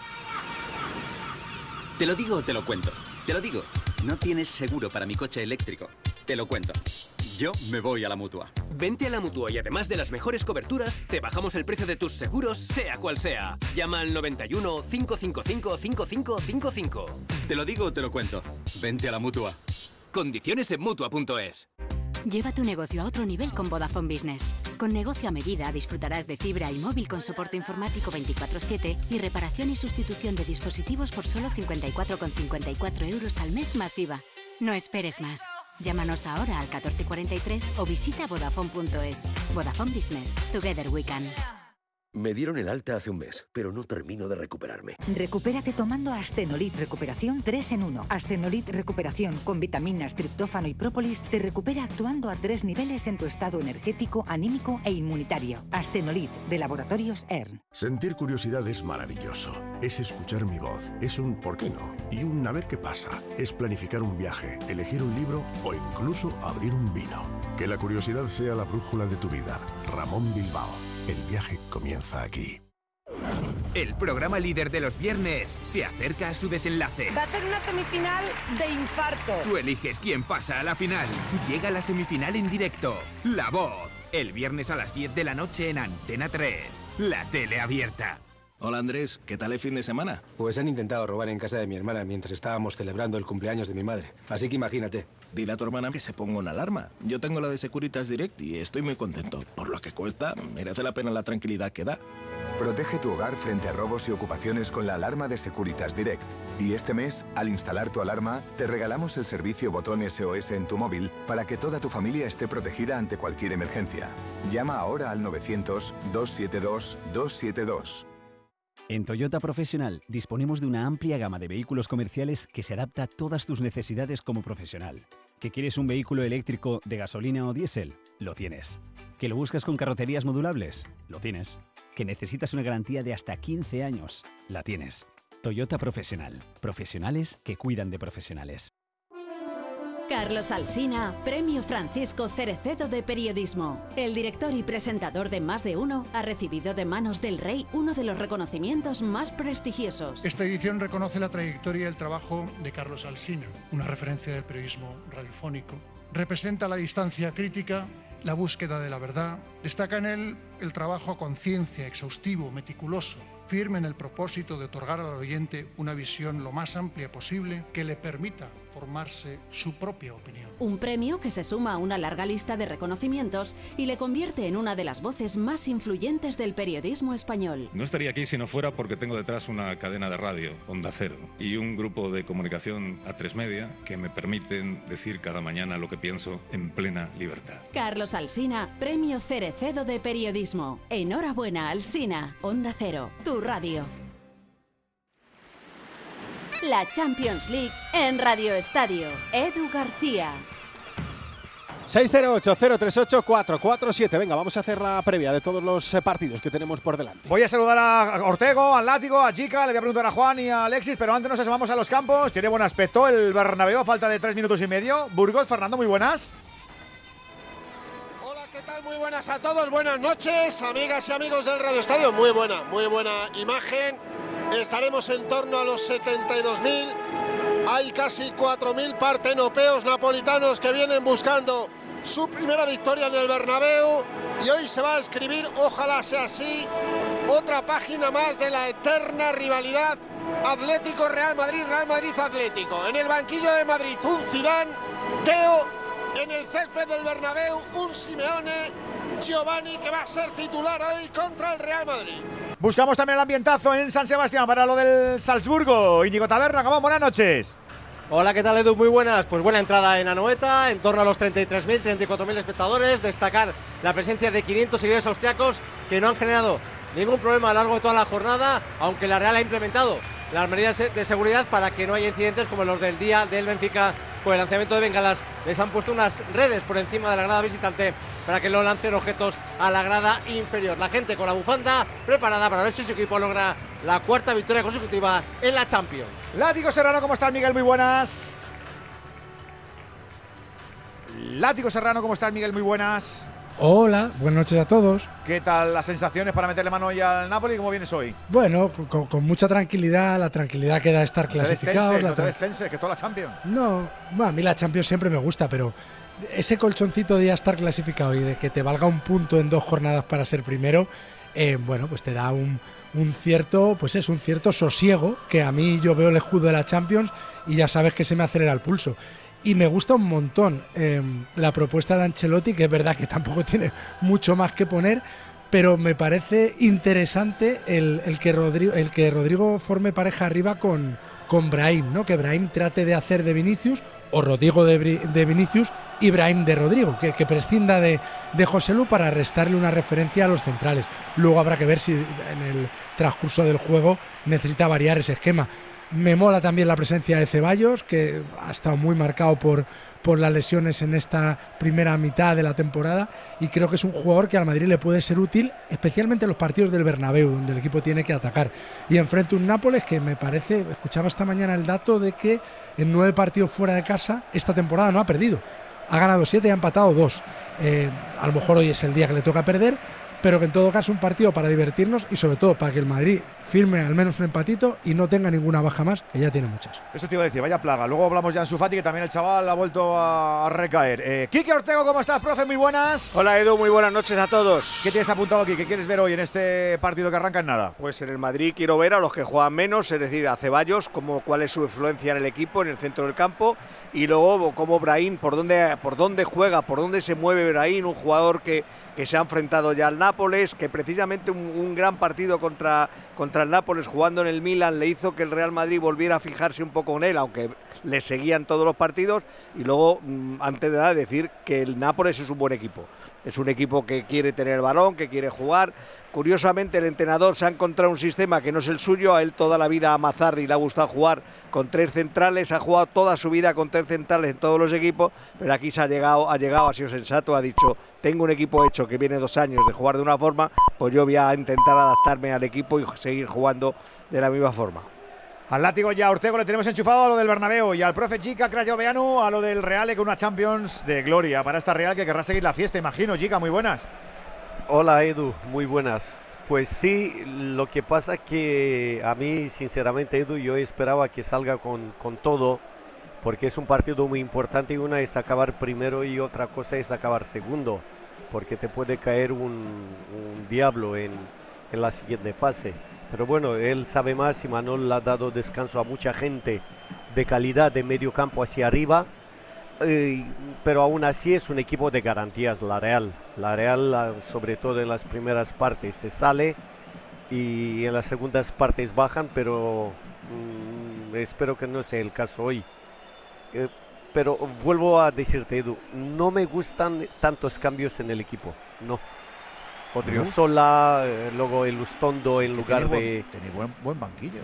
Te lo digo o te lo cuento. Te lo digo. No tienes seguro para mi coche eléctrico. Te lo cuento. Yo me voy a la Mutua. Vente a la Mutua y además de las mejores coberturas, te bajamos el precio de tus seguros, sea cual sea. Llama al noventa y uno, cinco cinco cinco, cinco cinco cinco cinco. Te lo digo o te lo cuento. Vente a la Mutua. Condiciones en Mutua punto es. Lleva tu negocio a otro nivel con Vodafone Business. Con negocio a medida disfrutarás de fibra y móvil con soporte informático veinticuatro siete y reparación y sustitución de dispositivos por solo cincuenta y cuatro con cincuenta y cuatro euros al mes más I V A. No esperes más. Llámanos ahora al catorce cuarenta y tres o visita Vodafone punto es. Vodafone Business. Together we can. Me dieron el alta hace un mes, pero no termino de recuperarme. Recupérate tomando Astenolit Recuperación tres en uno. Astenolit Recuperación con vitaminas, triptófano y própolis te recupera actuando a tres niveles en tu estado energético, anímico e inmunitario. Astenolit, de Laboratorios E R N. Sentir curiosidad es maravilloso. Es escuchar mi voz. Es un ¿por qué no? Y un a ver qué pasa. Es planificar un viaje, elegir un libro o incluso abrir un vino. Que la curiosidad sea la brújula de tu vida. Ramón Bilbao. El viaje comienza aquí. El programa líder de los viernes se acerca a su desenlace. Va a ser una semifinal de infarto. Tú eliges quién pasa a la final. Llega la semifinal en directo. La Voz. El viernes a las diez de la noche en Antena tres. La tele abierta. Hola Andrés, ¿qué tal el fin de semana? Pues han intentado robar en casa de mi hermana mientras estábamos celebrando el cumpleaños de mi madre. Así que imagínate. Dile a tu hermana que se ponga una alarma. Yo tengo la de Securitas Direct y estoy muy contento. Por lo que cuesta, merece la pena la tranquilidad que da. Protege tu hogar frente a robos y ocupaciones con la alarma de Securitas Direct. Y este mes, al instalar tu alarma, te regalamos el servicio botón S O S en tu móvil para que toda tu familia esté protegida ante cualquier emergencia. Llama ahora al novecientos, doscientos setenta y dos, doscientos setenta y dos. En Toyota Profesional disponemos de una amplia gama de vehículos comerciales que se adapta a todas tus necesidades como profesional. ¿Que quieres un vehículo eléctrico de gasolina o diésel? Lo tienes. ¿Que lo buscas con carrocerías modulables? Lo tienes. ¿Que necesitas una garantía de hasta quince años? La tienes. Toyota Profesional. Profesionales que cuidan de profesionales. Carlos Alsina, Premio Francisco Cerecedo de Periodismo. El director y presentador de Más de Uno ha recibido de manos del Rey uno de los reconocimientos más prestigiosos. Esta edición reconoce la trayectoria y el trabajo de Carlos Alsina, una referencia del periodismo radiofónico. Representa la distancia crítica, la búsqueda de la verdad. Destaca en él el trabajo a conciencia, exhaustivo, meticuloso, firme en el propósito de otorgar al oyente una visión lo más amplia posible que le permita formarse su propia opinión. Un premio que se suma a una larga lista de reconocimientos y le convierte en una de las voces más influyentes del periodismo español. No estaría aquí si no fuera porque tengo detrás una cadena de radio, Onda Cero, y un grupo de comunicación A tres Media que me permiten decir cada mañana lo que pienso en plena libertad. Carlos Alsina, Premio Cerecedo de Periodismo. Enhorabuena, Alsina. Onda Cero, tu radio. La Champions League en Radio Estadio. Edu García. seis cero ocho cero tres ocho cuatro cuatro siete. Venga, vamos a hacer la previa de todos los partidos que tenemos por delante. Voy a saludar a Ortego, al Látigo, a Chica, le voy a preguntar a Juan y a Alexis, pero antes nos asomamos a los campos. Tiene buen aspecto el Bernabéu, a falta de tres minutos y medio. Burgos, Fernando, muy buenas. Hola, ¿qué tal? Muy buenas a todos, buenas noches, amigas y amigos del Radio Estadio. Muy buena, muy buena imagen. Estaremos en torno a los setenta y dos mil. Hay casi cuatro mil partenopeos napolitanos que vienen buscando su primera victoria en el Bernabéu y hoy se va a escribir, ojalá sea así, otra página más de la eterna rivalidad Atlético-Real Madrid, Real Madrid-Atlético. En el banquillo de Madrid un Zidane, Teo, en el césped del Bernabéu un Simeone, Giovanni, que va a ser titular hoy contra el Real Madrid. Buscamos también el ambientazo en San Sebastián para lo del Salzburgo. Íñigo Taberna, Gabón, buenas noches. Hola, ¿qué tal, Edu? Muy buenas. Pues buena entrada en Anoeta, en torno a los treinta y tres mil, treinta y cuatro mil espectadores. Destacar la presencia de quinientos seguidores austriacos que no han generado ningún problema a lo largo de toda la jornada, aunque la Real ha implementado las medidas de seguridad para que no haya incidentes como los del día del Benfica por el lanzamiento de bengalas. Les han puesto unas redes por encima de la grada visitante para que no lancen objetos a la grada inferior. La gente con la bufanda preparada para ver si su equipo logra la cuarta victoria consecutiva en la Champions. Látigo Serrano, ¿cómo estás, Miguel? Muy buenas. Látigo Serrano, ¿cómo estás, Miguel? Muy buenas. Hola, buenas noches a todos. ¿Qué tal las sensaciones para meterle mano hoy al Napoli? ¿Cómo vienes hoy? Bueno, con, con mucha tranquilidad, la tranquilidad que da estar clasificados. No te, no te destense, que toda la Champions. No, bueno, a mí la Champions siempre me gusta, pero ese colchoncito de ya estar clasificado y de que te valga un punto en dos jornadas para ser primero, eh, bueno, pues te da un, un cierto, pues es un cierto sosiego, que a mí yo veo el escudo de la Champions y ya sabes que se me acelera el pulso. Y me gusta un montón eh, la propuesta de Ancelotti, que es verdad que tampoco tiene mucho más que poner, pero me parece interesante el, el, que, Rodrigo, el que Rodrigo forme pareja arriba con, con Brahim, ¿no? Que Brahim trate de hacer de Vinicius, o Rodrigo de, de Vinicius y Brahim de Rodrigo, que, que prescinda de, de Joselu para restarle una referencia a los centrales. Luego habrá que ver si en el transcurso del juego necesita variar ese esquema. Me mola también la presencia de Ceballos, que ha estado muy marcado por, por las lesiones en esta primera mitad de la temporada, y creo que es un jugador que al Madrid le puede ser útil, especialmente en los partidos del Bernabéu, donde el equipo tiene que atacar. Y enfrente un Nápoles que me parece, escuchaba esta mañana el dato de que en nueve partidos fuera de casa esta temporada no ha perdido. Ha ganado siete y ha empatado dos. Eh, a lo mejor hoy es el día que le toca perder, pero que en todo caso un partido para divertirnos y sobre todo para que el Madrid firme al menos un empatito y no tenga ninguna baja más, que ya tiene muchas. Eso te iba a decir, vaya plaga. Luego hablamos ya de Ansu Fati, que también el chaval ha vuelto a recaer. Eh, Quique Ortego, ¿cómo estás, profe? Muy buenas. Hola, Edu, muy buenas noches a todos. ¿Qué tienes apuntado aquí? ¿Qué quieres ver hoy en este partido que arranca en nada? Pues en el Madrid quiero ver a los que juegan menos, es decir, a Ceballos, cómo, cuál es su influencia en el equipo, en el centro del campo, y luego cómo Brahim, por dónde, por dónde juega, por dónde se mueve Brahim, un jugador que, que se ha enfrentado ya al Nápoles, que precisamente un, un gran partido contra, contra el Nápoles jugando en el Milan le hizo que el Real Madrid volviera a fijarse un poco en él, aunque le seguían todos los partidos. Y luego, antes de nada, decir que el Nápoles es un buen equipo, es un equipo que quiere tener el balón, que quiere jugar. Curiosamente, el entrenador se ha encontrado un sistema que no es el suyo. A él toda la vida, a Mazzarri, le ha gustado jugar con tres centrales, ha jugado toda su vida con tres centrales en todos los equipos, pero aquí se ha llegado, ha llegado, ha sido sensato, ha dicho, tengo un equipo hecho que viene dos años de jugar de una forma, pues yo voy a intentar adaptarme al equipo y seguir jugando de la misma forma. Al látigo ya Ortego le tenemos enchufado a lo del Bernabéu y al profe Chica Crayo Beanu a lo del Real, con una Champions de gloria para esta Real que querrá seguir la fiesta, imagino. Chica, muy buenas. Hola, Edu, muy buenas. Pues sí, lo que pasa es que a mí, sinceramente, Edu, yo esperaba que salga con, con todo, porque es un partido muy importante y una es acabar primero y otra cosa es acabar segundo, porque te puede caer un, un diablo en, en la siguiente fase. Pero bueno, él sabe más y Manol le ha dado descanso a mucha gente de calidad de medio campo hacia arriba. Eh, pero aún así es un equipo de garantías, la Real. La Real, sobre todo en las primeras partes, se sale y en las segundas partes bajan, pero mmm, espero que no sea el caso hoy. Eh, pero vuelvo a decirte, Edu, no me gustan tantos cambios en el equipo, no. Odriozola, eh, luego el Ustondo en lugar tiene de... Buen, tiene buen, buen banquillo.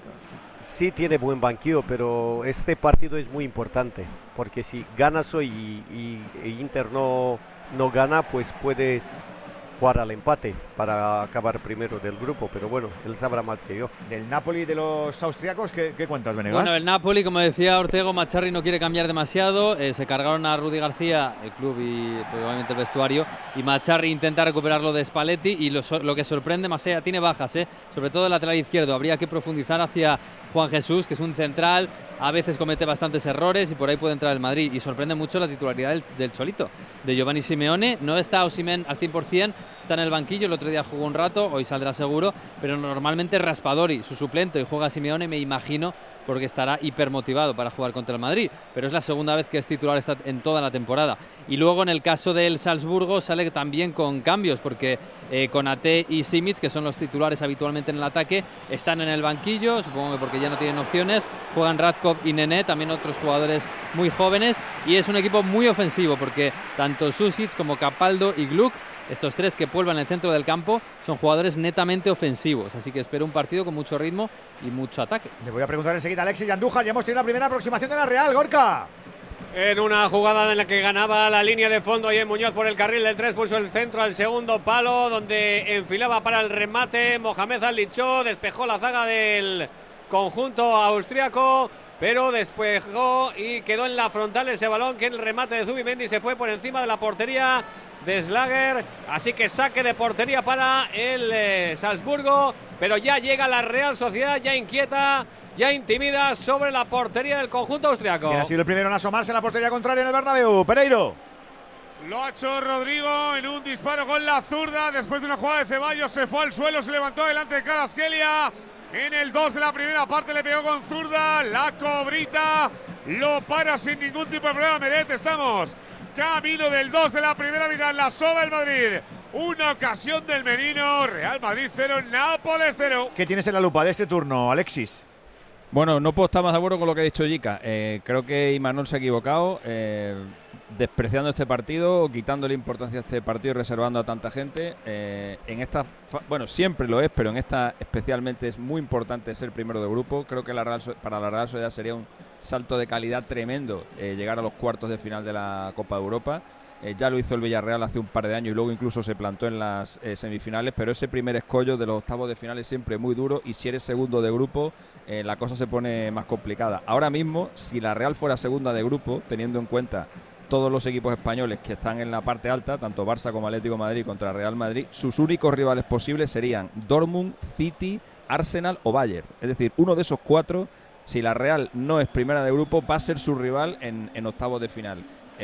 Sí, tiene buen banquillo, pero este partido es muy importante, porque si ganas hoy y, y, e Inter no, no gana, pues puedes jugar al empate. para acabar primero del grupo, pero bueno, él sabrá más que yo. Del Napoli de los austriacos, ¿qué, qué cuentas, Venegas? Bueno, el Napoli, como decía Ortego, Macharri no quiere cambiar demasiado, eh, se cargaron a Rudy García, el club y probablemente el vestuario, y Macharri intenta recuperarlo de Spalletti, y lo, lo que sorprende, Masea tiene bajas, eh, sobre todo el lateral izquierdo, habría que profundizar hacia Juan Jesús, que es un central, a veces comete bastantes errores y por ahí puede entrar el Madrid, y sorprende mucho la titularidad del, del Cholito, de Giovanni Simeone. No está Osimhen al cien por cien, está en el banquillo, el otro día jugó un rato, hoy saldrá seguro, pero normalmente Raspadori, su suplente, y juega Simeone, me imagino, porque estará hipermotivado para jugar contra el Madrid, pero es la segunda vez que es titular esta, en toda la temporada. Y luego en el caso del Salzburgo sale también con cambios, porque eh, Konaté y Simic, que son los titulares habitualmente en el ataque, están en el banquillo, supongo que porque ya no tienen opciones, juegan Radkov y Nené, también otros jugadores muy jóvenes, y es un equipo muy ofensivo, porque tanto Susic como Capaldo y Gluck, estos tres que vuelvan en el centro del campo, son jugadores netamente ofensivos, así que espero un partido con mucho ritmo y mucho ataque. Le voy a preguntar enseguida a Alexis y Andújar, ya hemos tenido la primera aproximación de la Real, Gorka. En una jugada en la que ganaba la línea de fondo y en Muñoz por el carril del tres, puso el centro al segundo palo, donde enfilaba para el remate Mohamed Al-Licho, despejó la zaga del conjunto austriaco, pero despejó y quedó en la frontal ese balón, que el remate de Zubimendi se fue por encima de la portería de Schlager, así que saque de portería para el eh, Salzburgo, pero ya llega la Real Sociedad, ya inquieta, ya intimida sobre la portería del conjunto austriaco. ¿Quién ha sido el primero en asomarse en la portería contraria en el Bernabéu? Pereiro. Lo ha hecho Rodrigo en un disparo con la zurda, después de una jugada de Ceballos, se fue al suelo, se levantó delante de Kvaratskhelia. En el dos de la primera parte le pegó con zurda, la cobrita, lo para sin ningún tipo de problema Meret. Estamos camino del dos de la primera mitad, la soba el Madrid. Una ocasión del Menino, Real Madrid cero, Nápoles cero. ¿Qué tienes en la lupa de este turno, Alexis? Bueno, no puedo estar más de acuerdo con lo que ha dicho Jica. Eh, creo que Imanol se ha equivocado, eh, despreciando este partido, o quitándole importancia a este partido y reservando a tanta gente. Eh, en esta, bueno, siempre lo es, pero en esta especialmente es muy importante ser primero de grupo. Creo que la Real, para la Real Sociedad sería un salto de calidad tremendo eh, llegar a los cuartos de final de la Copa de Europa. Eh, ya lo hizo el Villarreal hace un par de años y luego incluso se plantó en las eh, semifinales, pero ese primer escollo de los octavos de final es siempre muy duro, y si eres segundo de grupo eh, la cosa se pone más complicada. Ahora mismo, si la Real fuera segunda de grupo, teniendo en cuenta todos los equipos españoles que están en la parte alta, tanto Barça como Atlético de Madrid contra Real Madrid, sus únicos rivales posibles serían Dortmund, City, Arsenal o Bayern. Es decir, uno de esos cuatro, si la Real no es primera de grupo, va a ser su rival en, en octavos de final.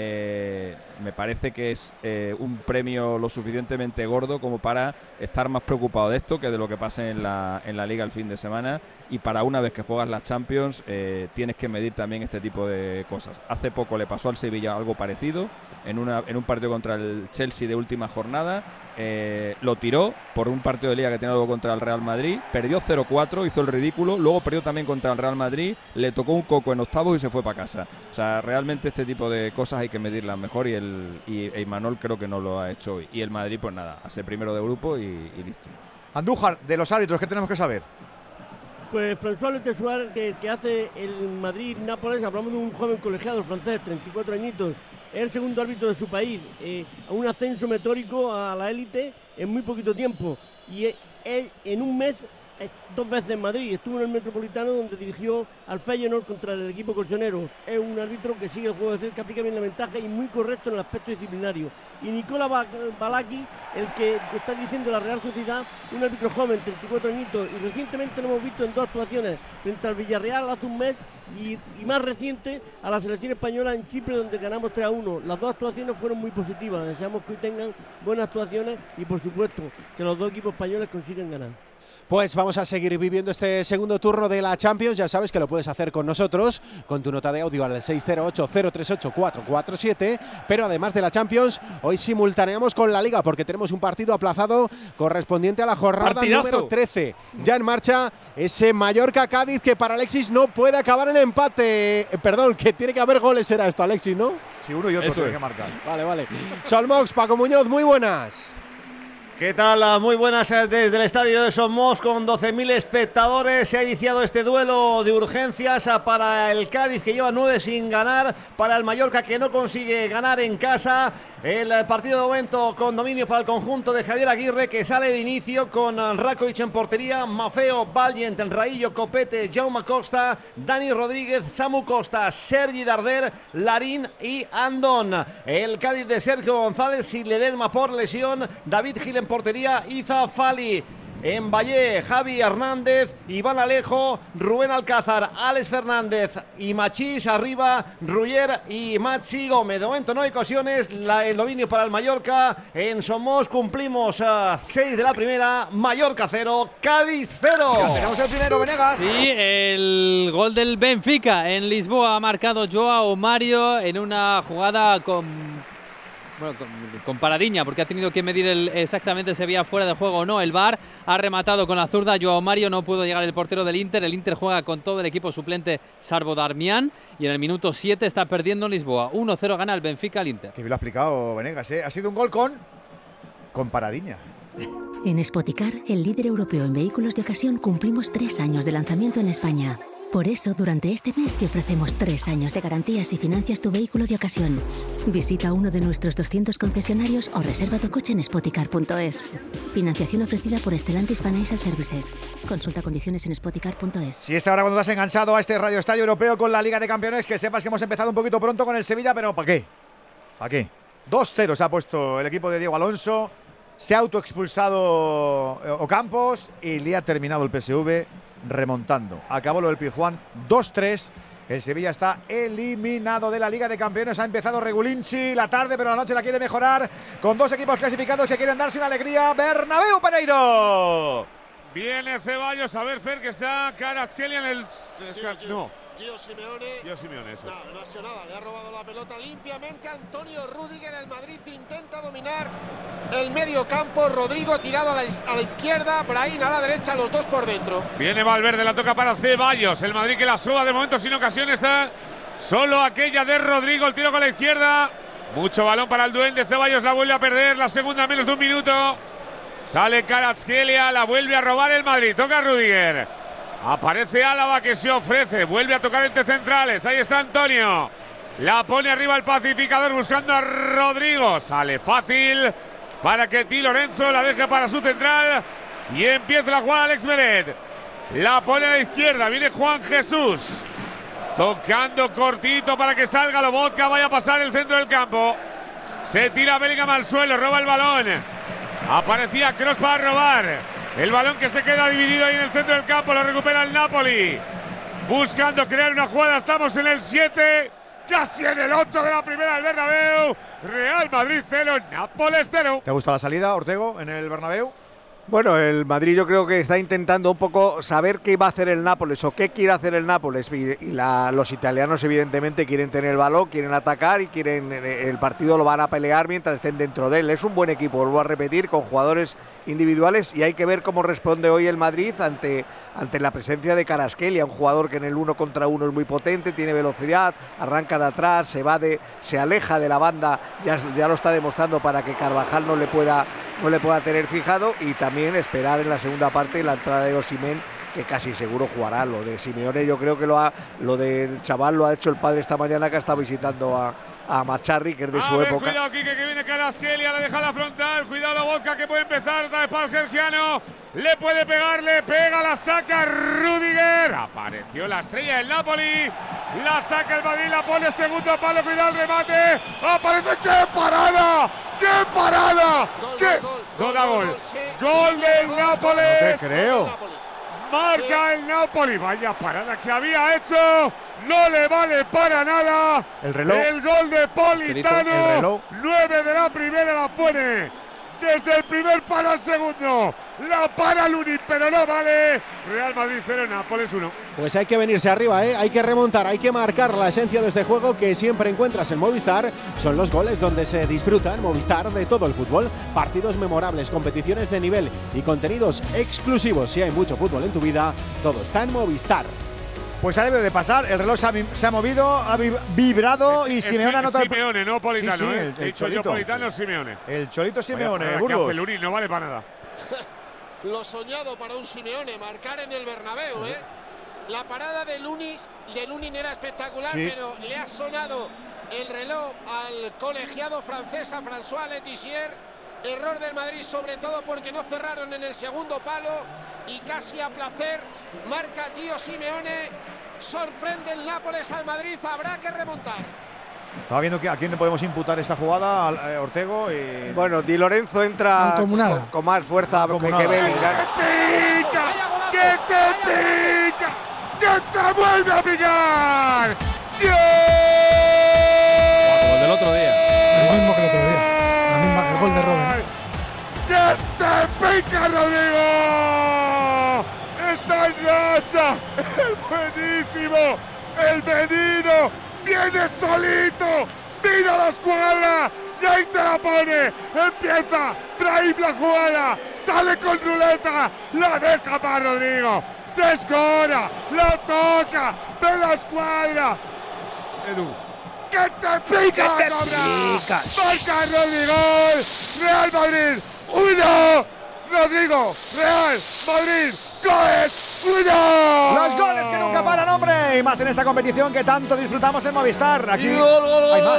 Eh, me parece que es eh, un premio lo suficientemente gordo como para estar más preocupado de esto que de lo que pase en la, en la Liga el fin de semana, y para una vez que juegas las Champions eh, tienes que medir también este tipo de cosas. Hace poco le pasó al Sevilla algo parecido en, una, en un partido contra el Chelsea de última jornada. Eh, lo tiró por un partido de Liga que tenía luego contra el Real Madrid, perdió cero cuatro, hizo el ridículo, luego perdió también contra el Real Madrid, le tocó un coco en octavos y se fue para casa. O sea, realmente este tipo de cosas hay que medirlas mejor, y el y Imanol creo que no lo ha hecho hoy. Y el Madrid, pues nada, a ser primero de grupo y, y listo. Andújar, de los árbitros, ¿qué tenemos que saber? Pues François Letesuar, que, que hace el Madrid-Nápoles, hablamos de un joven colegiado francés, treinta y cuatro añitos, es el segundo árbitro de su país, eh, a un ascenso meteórico a la élite en muy poquito tiempo, y él, él en un mes eh, dos veces en Madrid, estuvo en el Metropolitano donde dirigió al Feyenoord contra el equipo colchonero. Es un árbitro que sigue el juego de cerca, aplica bien la ventaja y muy correcto en el aspecto disciplinario. Y Nicola Balaki, el que está dirigiendo la Real Sociedad, un árbitro joven, treinta y cuatro añitos, y recientemente lo hemos visto en dos actuaciones frente al Villarreal hace un mes y, y más reciente a la selección española en Chipre, donde ganamos tres a uno. Las dos actuaciones fueron muy positivas, deseamos que hoy tengan buenas actuaciones y por supuesto que los dos equipos españoles consigan ganar. Pues vamos a seguir viviendo este segundo turno de la Champions. Ya sabes que lo puedes hacer con nosotros, con tu nota de audio al seis cero ocho, cero tres ocho, cuatro cuatro siete. Pero además de la Champions, hoy simultaneamos con la Liga, porque tenemos un partido aplazado correspondiente a la jornada ¡Partidazo! número trece. Ya en marcha ese Mallorca-Cádiz, que para Alexis no puede acabar en empate. Eh, perdón, que tiene que haber goles, era esto, Alexis, ¿no? Sí, uno y otro tienen que marcar. Vale, vale. Solmox, Paco Muñoz, muy buenas. ¿Qué tal? Muy buenas desde el estadio de Somos con doce mil espectadores. Se ha iniciado este duelo de urgencias para el Cádiz, que lleva nueve sin ganar, para el Mallorca, que no consigue ganar en casa. El partido de momento con dominio para el conjunto de Javier Aguirre, que sale de inicio con Rakovic en portería, Mafeo, Valiant, Raillo, Copete, Jaume Costa, Dani Rodríguez, Samu Costa, Sergi Darder, Larín y Andón. El Cádiz de Sergio González, sin Ledesma por lesión, David Gil en portería, Iza Fali. En Valle, Javi Hernández, Iván Alejo, Rubén Alcázar, Alex Fernández y Machís arriba, Ruller y Maxi Gómez. De momento no hay ocasiones, la, el dominio para el Mallorca. En Somos cumplimos uh, seis de la primera, Mallorca cero, Cádiz cero. Ya tenemos el primero, Venegas. Sí, el gol del Benfica en Lisboa ha marcado Joao Mario en una jugada con... Bueno, con, con Paradiña, porque ha tenido que medir el, exactamente si había fuera de juego o no. El V A R ha rematado con la zurda. Joao Mario, no pudo llegar el portero del Inter. El Inter juega con todo el equipo suplente, salvo Darmian, y en el minuto siete está perdiendo en Lisboa. uno cero gana el Benfica al Inter. Que bien lo ha explicado Venegas, ¿eh? Ha sido un gol con, con Paradiña. En Spoticar, el líder europeo en vehículos de ocasión, cumplimos tres años de lanzamiento en España. Por eso, durante este mes te ofrecemos tres años de garantías si financias tu vehículo de ocasión. Visita uno de nuestros doscientos concesionarios o reserva tu coche en spoticar punto es. Financiación ofrecida por Stellantis Financial Services. Consulta condiciones en spoticar punto es. Si es ahora cuando te has enganchado a este Radio Estadio Europeo con la Liga de Campeones, que sepas que hemos empezado un poquito pronto con el Sevilla, pero ¿para qué? ¿Para qué? dos cero se ha puesto el equipo de Diego Alonso, se ha autoexpulsado Ocampos y le ha terminado el P S V remontando. Acabó lo del Pizjuán dos tres. El Sevilla está eliminado de la Liga de Campeones. Ha empezado Regulinchi la tarde, pero la noche la quiere mejorar con dos equipos clasificados que quieren darse una alegría. Bernabéu, Pereiro. Viene Ceballos, a ver, Fer, que está Kvaratskhelia en el... No. Gio Simeone. Gio Simeone, eso. No, no ha sido nada. Le ha robado la pelota limpiamente Antonio Rüdiger. El Madrid intenta dominar el medio campo. Rodrigo tirado a la, a la izquierda. Brahim a la derecha, los dos por dentro. Viene Valverde, la toca para Ceballos. El Madrid que la suba de momento sin ocasión. Está solo aquella de Rodrigo. El tiro con la izquierda. Mucho balón para el duende. Ceballos la vuelve a perder. La segunda en menos de un minuto. Sale Kvaratskhelia. La vuelve a robar el Madrid. Toca Rüdiger. Aparece Álava, que se ofrece, vuelve a tocar entre centrales, ahí está Antonio. La pone arriba el pacificador buscando a Rodrigo. Sale fácil para que Di Lorenzo la deje para su central. Y empieza la jugada Alex Meret. La pone a la izquierda, viene Juan Jesús. Tocando cortito para que salga Lobotka, vaya a pasar el centro del campo. Se tira Bellingham al suelo, roba el balón. Aparecía Kroos para robar. El balón que se queda dividido ahí en el centro del campo, lo recupera el Napoli. Buscando crear una jugada, estamos en el siete, casi en el ocho de la primera del Bernabéu. Real Madrid cero, Nápoles cero. ¿Te ha gustado la salida, Ortego, en el Bernabéu? Bueno, el Madrid yo creo que está intentando un poco saber qué va a hacer el Nápoles o qué quiere hacer el Nápoles. Y, y la, los italianos evidentemente quieren tener el balón, quieren atacar y quieren el partido lo van a pelear mientras estén dentro de él. Es un buen equipo, vuelvo a repetir, con jugadores individuales y hay que ver cómo responde hoy el Madrid ante, ante la presencia de Kvaratskhelia, un jugador que en el uno contra uno es muy potente, tiene velocidad, arranca de atrás, se va de, se aleja de la banda, ya, ya lo está demostrando para que Carvajal no le pueda, no le pueda tener fijado y también También esperar en la segunda parte la entrada de Osimhen, que casi seguro jugará. Lo de Simeone yo creo que lo ha, lo del chaval lo ha hecho el padre esta mañana, que ha estado visitando a, a Macharri, que es de a su ver, época. Cuidado, Quique, que viene Kvaratskhelia, la deja la frontal. Cuidado la vodka que puede empezar. Otra vez para el Georgiano. Le puede pegar, le pega, la saca Rüdiger. Apareció la estrella del Napoli. La saca el Madrid, la pone segundo palo. Cuidado el remate. Aparece. ¡Qué parada! ¡Qué parada! Gol, ¡Qué gol, gol! gol, a gol! gol, sí. ¡Gol del Nápoles! No te creo. Marca el Napoli. Vaya parada que había hecho. No le vale para nada. El reloj. El gol de Politano. El reloj. nueve de la primera la pone. Desde el primer palo al segundo. La para Luni, pero no vale. Real Madrid cero, Nápoles uno. Pues hay que venirse arriba, ¿eh? Hay que remontar, hay que marcar la esencia de este juego que siempre encuentras en Movistar. Son los goles donde se disfruta en Movistar de todo el fútbol. Partidos memorables, competiciones de nivel y contenidos exclusivos. Si hay mucho fútbol en tu vida, todo está en Movistar. Pues ha debido de pasar, el reloj se ha, se ha movido, ha vibrado es, y es, Simeone anota. Simeone, no Politano, sí, sí, ¿eh? el, el He dicho yo Politano, Simeone. El Cholito Simeone, Vaya, Burgos. que hace Luri, no vale para nada. Lo soñado para un Simeone, marcar en el Bernabéu, ¿eh? La parada de Lunis, de Lunin era espectacular, sí. pero le ha sonado el reloj al colegiado francés, a François Letizier. Error del Madrid, sobre todo porque no cerraron en el segundo palo y casi a placer marca Gio Simeone. Sorprende el Nápoles al Madrid, habrá que remontar. Estaba viendo que a quién le podemos imputar esta jugada, a Ortego. Y... Bueno, Di Lorenzo entra con, con más fuerza que, que Bellingham. ¡Que pica! ¡Que te pica! ¡Que te vuelve a picar! ¡Dios! Como el del otro día. El mismo que el otro día. La misma, el gol de Robben. ¡Que te pica, Rodrigo! ¡Está en racha! ¡Buenísimo! ¡El menino! ¡Viene solito! ¡Mira la escuadra! ¡Y ahí te la pone! ¡Empieza! Brahim la jugada! ¡Sale con ruleta! ¡La deja para Rodrigo! ¡Se escora! ¡La toca! ¡Ve la escuadra! Edu. ¡Que te pica la cobra! ¡Marca Rodrigo! ¡Real Madrid! ¡Uno! ¡Rodrigo! ¡Real Madrid! ¡Goles! ¡Uno! Los goles que nunca paran, hombre. Y más en esta competición que tanto disfrutamos en Movistar. Aquí hay más.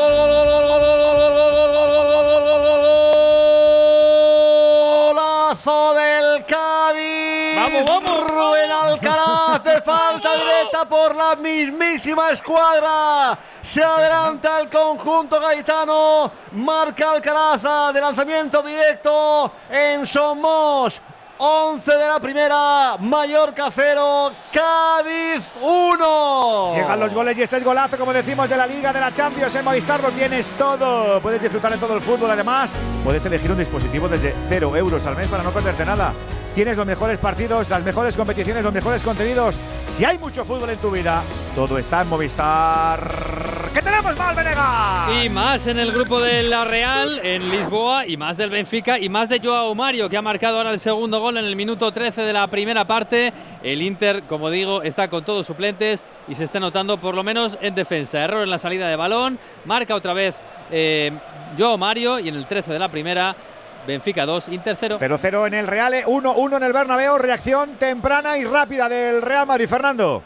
Golazo del Cádiz. Vamos, vamos. Rubén Alcaraz de falta directa por la mismísima escuadra. Se adelanta el conjunto gaitano. Marca Alcaraz de lanzamiento directo en Somos. once de la primera, Mallorca cero, Cádiz uno. Llegan los goles y este es golazo, como decimos, de la Liga de la Champions. En Movistar lo tienes todo. Puedes disfrutar de todo el fútbol. Además, puedes elegir un dispositivo desde cero euros al mes para no perderte nada. Tienes los mejores partidos, las mejores competiciones, los mejores contenidos. Si hay mucho fútbol en tu vida, todo está en Movistar. ¿Qué tenemos más, Venegas? Y más en el grupo de la Real, en Lisboa, y más del Benfica, y más de Joao Mario, que ha marcado ahora el segundo gol en el minuto trece de la primera parte. El Inter, como digo, está con todos suplentes y se está notando por lo menos en defensa. Error en la salida de balón, marca otra vez eh, Joao Mario, y en el trece de la primera, Benfica dos, Inter cero. cero cero en el Real, uno uno en el Bernabéu. Reacción temprana y rápida del Real Madrid, Fernando.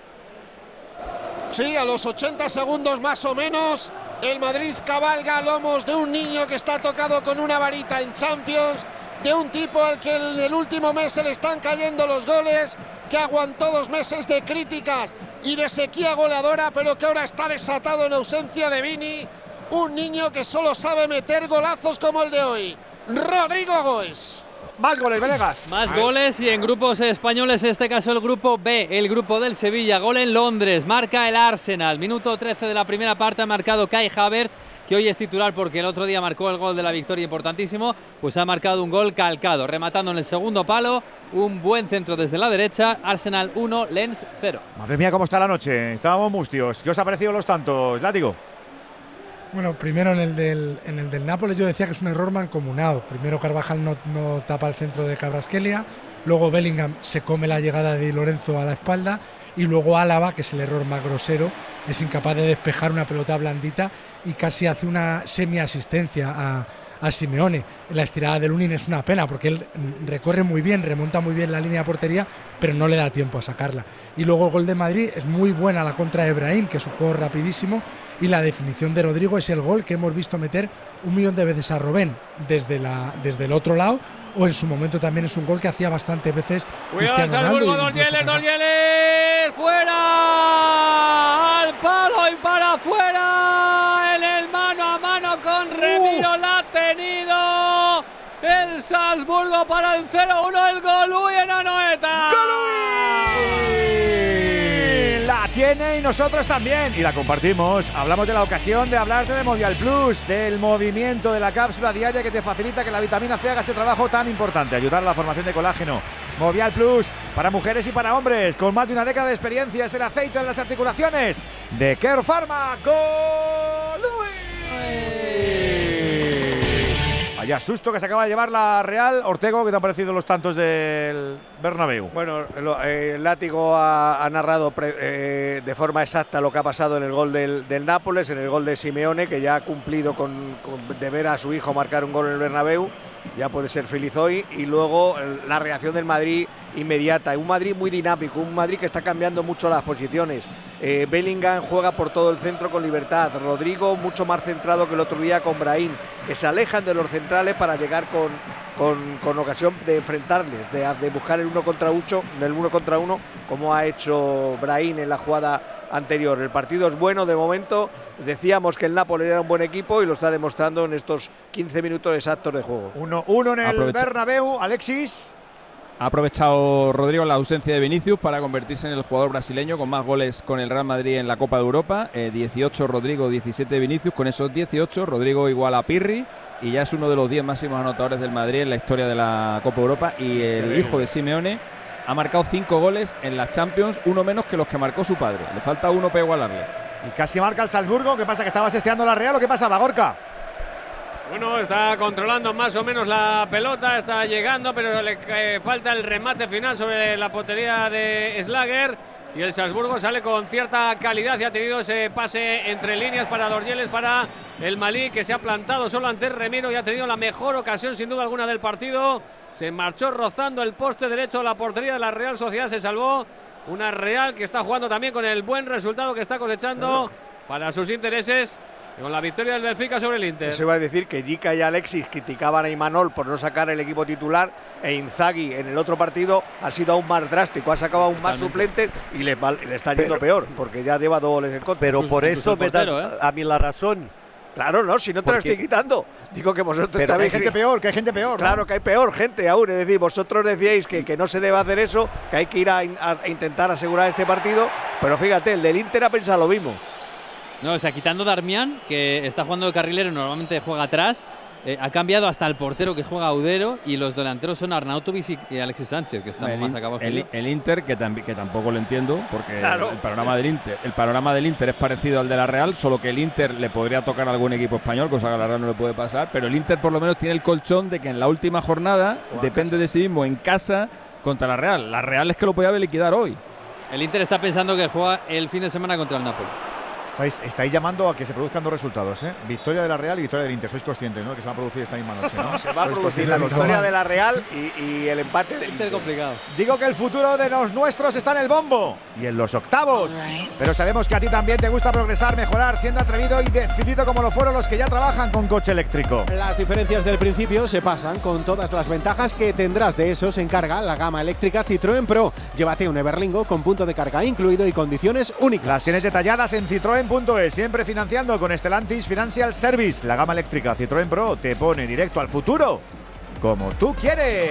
Sí, a los ochenta segundos más o menos, el Madrid cabalga a lomos de un niño que está tocado con una varita en Champions, de un tipo al que en el último mes se le están cayendo los goles, que aguantó dos meses de críticas y de sequía goleadora, pero que ahora está desatado en ausencia de Vini. Un niño que solo sabe meter golazos como el de hoy. Rodrigo Goes. Más goles, Venegas. Más goles y en grupos españoles, en este caso el grupo B, el grupo del Sevilla. Gol en Londres, marca el Arsenal. Minuto trece de la primera parte ha marcado Kai Havertz, que hoy es titular porque el otro día marcó el gol de la victoria importantísimo. Pues ha marcado un gol calcado, rematando en el segundo palo. Un buen centro desde la derecha. Arsenal uno, Lens cero. Madre mía, cómo está la noche. Estábamos mustios. ¿Qué os ha parecido los tantos, Látigo? Bueno, primero en el del, en el del Nápoles yo decía que es un error mancomunado. Primero Carvajal no, no tapa el centro de Kvaratskhelia, luego Bellingham se come la llegada de Di Lorenzo a la espalda y luego Álava, que es el error más grosero, es incapaz de despejar una pelota blandita y casi hace una semi-asistencia a, a Simeone. La estirada de Lunin es una pena porque él recorre muy bien, remonta muy bien la línea de portería, pero no le da tiempo a sacarla. Y luego el gol de Madrid es muy buena la contra de Brahim, que es un juego rapidísimo, y la definición de Rodrigo es el gol que hemos visto meter un millón de veces a Robben desde, la, desde el otro lado, o en su momento también es un gol que hacía bastantes veces Cristiano Ronaldo. Dos Yeles, dos Yeles, fuera, al palo y para afuera, en el mano a mano con Remiro, uh. la ha tenido el Salzburgo para el cero uno, el Golui en Anoeta. La tiene y nosotros también, y la compartimos. Hablamos de la ocasión de hablarte de Movial Plus, del movimiento de la cápsula diaria que te facilita que la vitamina C haga ese trabajo tan importante, ayudar a la formación de colágeno. Movial Plus, para mujeres y para hombres, con más de una década de experiencia, es el aceite de las articulaciones de Care Pharma con Luis. Vaya susto que se acaba de llevar la Real. Ortego, ¿qué te han parecido los tantos del Bernabéu. Bueno, lo, eh, el Látigo ha, ha narrado pre, eh, de forma exacta lo que ha pasado en el gol del, del Nápoles, en el gol de Simeone, que ya ha cumplido con, con de ver a su hijo marcar un gol en el Bernabéu, ya puede ser feliz hoy, y luego el, la reacción del Madrid inmediata, un Madrid muy dinámico, un Madrid que está cambiando mucho las posiciones. eh, Bellingham juega por todo el centro con libertad, Rodrigo mucho más centrado que el otro día con Brahim, que se alejan de los centrales para llegar con, con, con ocasión de enfrentarles, de, de buscar el uno contra uno, el uno contra uno, como ha hecho Brahim en la jugada anterior. El partido es bueno de momento, decíamos que el Napoli era un buen equipo y lo está demostrando en estos quince minutos exactos de juego. uno uno en el Aprovecha. Bernabéu, Alexis. Ha aprovechado Rodrigo la ausencia de Vinicius para convertirse en el jugador brasileño con más goles con el Real Madrid en la Copa de Europa. Eh, dieciocho Rodrigo, diecisiete Vinicius. Con esos dieciocho, Rodrigo igual a Pirri y ya es uno de los diez máximos anotadores del Madrid en la historia de la Copa de Europa. Y el hijo de Simeone ha marcado cinco goles en las Champions, uno menos que los que marcó su padre. Le falta uno para igualarle. Y casi marca el Salzburgo. ¿Qué pasa? ¿Que estabas esteando la Real o qué pasaba, Gorka? Bueno, está controlando más o menos la pelota, está llegando, pero le eh, falta el remate final sobre la portería de Schlager. Y el Salzburgo sale con cierta calidad y ha tenido ese pase entre líneas para Dorieles, para el Malí, que se ha plantado solo ante Remiro y ha tenido la mejor ocasión sin duda alguna del partido. Se marchó rozando el poste derecho de la portería de la Real Sociedad, se salvó. Una Real que está jugando también con el buen resultado que está cosechando para sus intereses, con la victoria del Benfica sobre el Inter. Eso iba a decir que Jica y Alexis criticaban a Imanol por no sacar el equipo titular, e Inzaghi en el otro partido ha sido aún más drástico, ha sacado aún más suplentes y le, le está yendo pero, peor, porque ya lleva dos goles en contra. Pero por eso me das ¿eh? a mí la razón. Claro, no, si no te porque, lo estoy quitando. Digo que vosotros pero también. Hay gente peor, que hay gente peor. Claro, ¿no? que hay peor gente aún. Es decir, vosotros decíais que, que no se debe hacer eso, que hay que ir a, a, a intentar asegurar este partido. Pero fíjate, el del Inter ha pensado lo mismo. No, o sea, quitando Darmian, que está jugando de carrilero, normalmente juega atrás, eh, ha cambiado hasta el portero que juega Audero y los delanteros son Arnautovic y Alexis Sánchez, que están el, más acabados. El, el Inter, que, tam que tampoco lo entiendo, porque claro. el, panorama del Inter, el panorama del Inter es parecido al de la Real, solo que el Inter le podría tocar a algún equipo español, cosa que a la Real no le puede pasar, pero el Inter por lo menos tiene el colchón de que en la última jornada Juan depende casa. de sí mismo en casa contra la Real. La Real es que lo podía liquidar hoy. El Inter está pensando que juega el fin de semana contra el Napoli. Estáis, estáis llamando a que se produzcan dos resultados, ¿eh? Victoria de la Real y victoria del Inter. Sois conscientes, ¿no? Que se va a producir esta misma noche, ¿no? Se va a producir la victoria de la Real y, y el empate del Inter. Inter complicado. Digo que el futuro de los nuestros está en el bombo y en los octavos. Pero sabemos que a ti también te gusta progresar, mejorar, siendo atrevido y decidido como lo fueron los que ya trabajan con coche eléctrico. Las diferencias del principio se pasan con todas las ventajas que tendrás. De eso se encarga la gama eléctrica Citroën Pro. Llévate un Everlingo con punto de carga incluido y condiciones únicas. Las tienes detalladas en citroen punto es, siempre financiando con Stellantis Financial Service. La gama eléctrica Citroën Pro te pone directo al futuro, como tú quieres.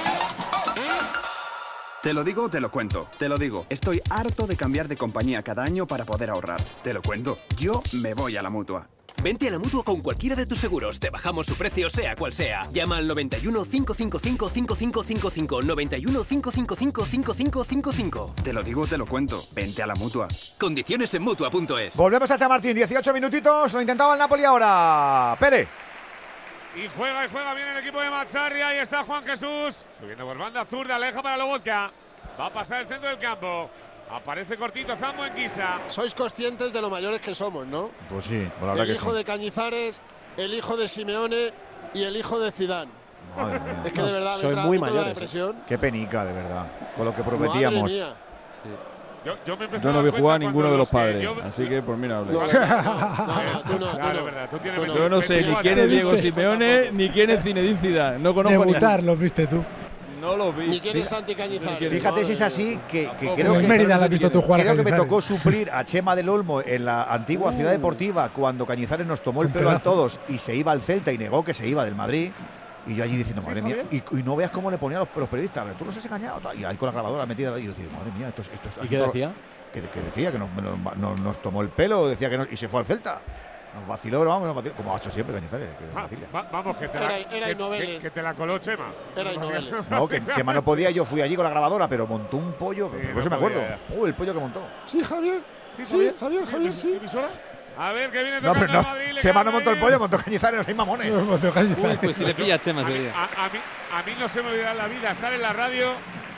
Te lo digo, te lo cuento. Te lo digo, estoy harto de cambiar de compañía cada año para poder ahorrar. Te lo cuento, yo me voy a la Mutua. Vente a la Mutua con cualquiera de tus seguros. Te bajamos su precio, sea cual sea. Llama al noventa y uno, cinco cinco cinco, cinco cinco cinco cinco. noventa y uno, cinco cinco cinco, cinco cinco cinco cinco. Te lo digo, te lo cuento. Vente a la Mutua. Condiciones en Mutua punto es. Volvemos a Chamartín, dieciocho minutitos. Lo intentaba el Napoli ahora. Pere. Y juega y juega bien el equipo de Mazzarri. Ahí está Juan Jesús. Subiendo por banda zurda, aleja para Lobotka. Va a pasar el centro del campo. Aparece cortito Zambo en Guisa. Sois conscientes de lo mayores que somos, ¿no? Pues sí, por la verdad el que hijo sí. de Cañizares, el hijo de Simeone y el hijo de Zidane. Madre mía. Es que de verdad soy me entra muy la mayores. depresión. Qué penica, de verdad. Con lo que prometíamos. Madre mía. Sí. Yo, yo, me yo no vi jugar a ninguno de los padres, yo, así que por mí no hablé. No, no, no, no, tú no, claro, no. verdad, tú tienes Tú no. Yo no sé ni quién es Diego Simeone ni quién es Zinedine Zidane. No conozco Debutar, ni lo viste tú. No lo vi. Ni quién es Santi Cañizares. Fíjate si es así, que, que creo en que, Mérida la has visto tú jugar creo a que me Cañizares. tocó suplir a Chema del Olmo en la antigua Ciudad Deportiva cuando Cañizares nos tomó el pelo a todos y se iba al Celta y negó que se iba del Madrid. Y yo allí diciendo, madre mía, y, y no veas cómo le ponían los, los periodistas, a ver, tú los has engañado. Y ahí con la grabadora metida, y yo decía, madre mía, esto es. Esto es ¿Y qué decía? Que, que decía que nos, nos, nos, nos tomó el pelo, decía que no, y se fue al Celta. Nos vaciló, pero vamos, nos vaciló, como ha hecho siempre Cañizares. Que va, va, vamos, que te, la, era, era que, que, que te la coló Chema. Era Noveles. No, que Chema no podía, yo fui allí con la grabadora, pero montó un pollo, sí, por eso no me acuerdo. Podía. Uh, el pollo que montó. Sí, Javier. Sí, sí Javier, Javier, sí. ¿Emisora? A ver, que viene no, tocando pero no. Madrid. Chema no montó el pollo, montó Cañizares, no sois mamones. Uy, pues si le pilla a Chema ese día. A, a, mí, a mí no se me olvidará en la vida estar en la radio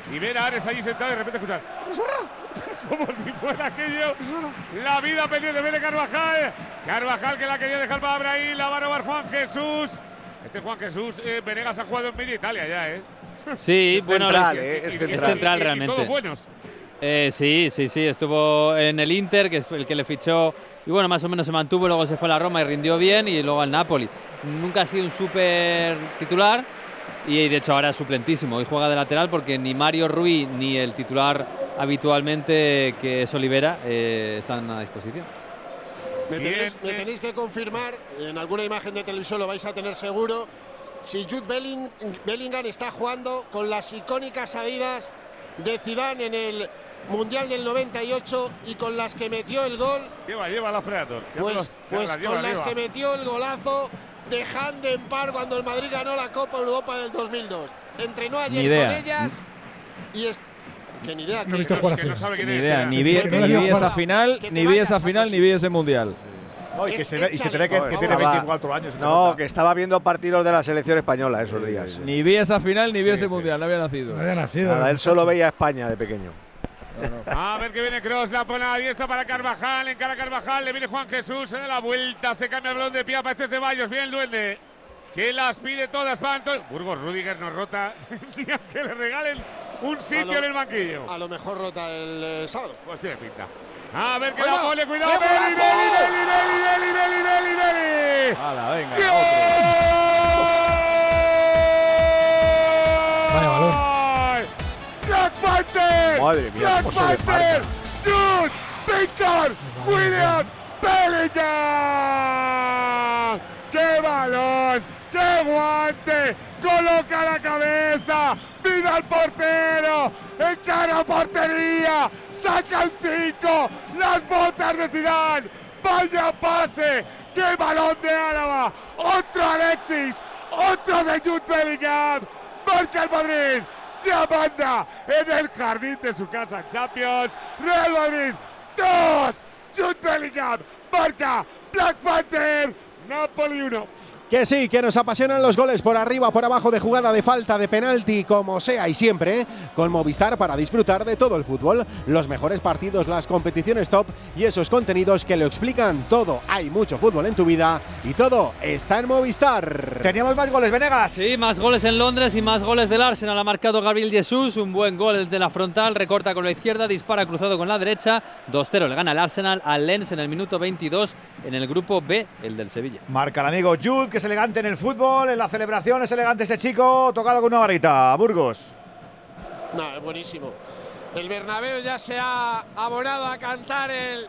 y ver a Ares allí sentado y de repente escuchar como si fuera aquello la vida pendiente. Viene Carvajal, Carvajal que la quería dejar para Brahim, la va a robar Juan Jesús. Este Juan Jesús, eh, Venegas ha jugado en media Italia ya, ¿eh? Sí, es bueno, central, es, eh, es es central, central y, y, realmente. Y todos buenos. Eh, sí, sí, sí, estuvo en el Inter, que fue el que le fichó, y bueno, más o menos se mantuvo, luego se fue a la Roma y rindió bien, y luego al Napoli. Nunca ha sido un súper titular, y de hecho ahora es suplentísimo. Hoy juega de lateral porque ni Mario Rui ni el titular habitualmente, que es Olivera, eh, están a disposición. Me tenéis, me tenéis que confirmar, en alguna imagen de televisión lo vais a tener seguro, si Jude Belling, Bellingham está jugando con las icónicas Adidas de Zidane en el Mundial del noventa y ocho y con las que metió el gol. Lleva, lleva los Predators. Pues, los, pues lleva, con lleva, las lleva. que metió el golazo de Hand en par cuando el Madrid ganó la Copa Europa del dos mil dos. Entrenó ayer con ellas y es que ni idea. No he visto jugar que no sabe quién Ni es, idea, ni que vi, que no ni le vi dio esa para- final, que te ni vi vayas, esa final, ni vi ese mundial. No, y, que se, y se Échale, cree que, por que tiene favor. veinticuatro años. se No, nota. que estaba viendo partidos de la selección española esos días. Ni vi esa final, ni vi Sí, ese sí. mundial, no había nacido. No había nacido. Nada, él solo veía a España de pequeño. A ver que viene Kroos, la pone a la diestra para Carvajal, encara Carvajal, le viene Juan Jesús, se da la vuelta, se cambia el balón de pie, aparece Ceballos, viene el duende, que las pide todas para Antonio. Burgos, Rudiger nos rota, que le regalen un sitio lo- en el banquillo. A lo mejor rota el eh, sábado. Pues tiene pinta. A ver que Ahí la va. pone, cuidado, ¡Qué Beli, golazo! Beli, Beli, Beli, Beli, Beli, Beli, Beli. Hala, venga, Vaya balón. Black Panther. Madre mía, Black cómo se le Panther. marca. Jude Victor William Bellingham. ¡Qué balón! ¡Qué guante! Coloca la cabeza, mira al portero, encara portería, saca el cinco, las botas de Zidane. ¡Vaya pase! ¡Qué balón de Álava! ¡Otro Alexis! ¡Otro de Jude Bellingham! ¡Marca el Madrid! ¡Ya manda en el jardín de su casa en Champions! ¡Real Madrid! ¡Dos! ¡Jude Bellingham! ¡Marca! ¡Black Panther! ¡Napoli uno! Que sí, que nos apasionan los goles por arriba, por abajo, de jugada, de falta, de penalti, como sea y siempre, ¿eh? Con Movistar para disfrutar de todo el fútbol, los mejores partidos, las competiciones top y esos contenidos que lo explican todo. Hay mucho fútbol en tu vida y todo está en Movistar. Teníamos más goles, Venegas. Sí, más goles en Londres y más goles del Arsenal. Ha marcado Gabriel Jesús, un buen gol desde la frontal, recorta con la izquierda, dispara cruzado con la derecha. dos cero le gana el Arsenal al Lens en el minuto veintidós en el grupo B, el del Sevilla. Marca el amigo Jude, que es elegante en el fútbol, en la celebración es elegante ese chico, tocado con una varita. Burgos. No, es buenísimo. El Bernabéu ya se ha abonado a cantar el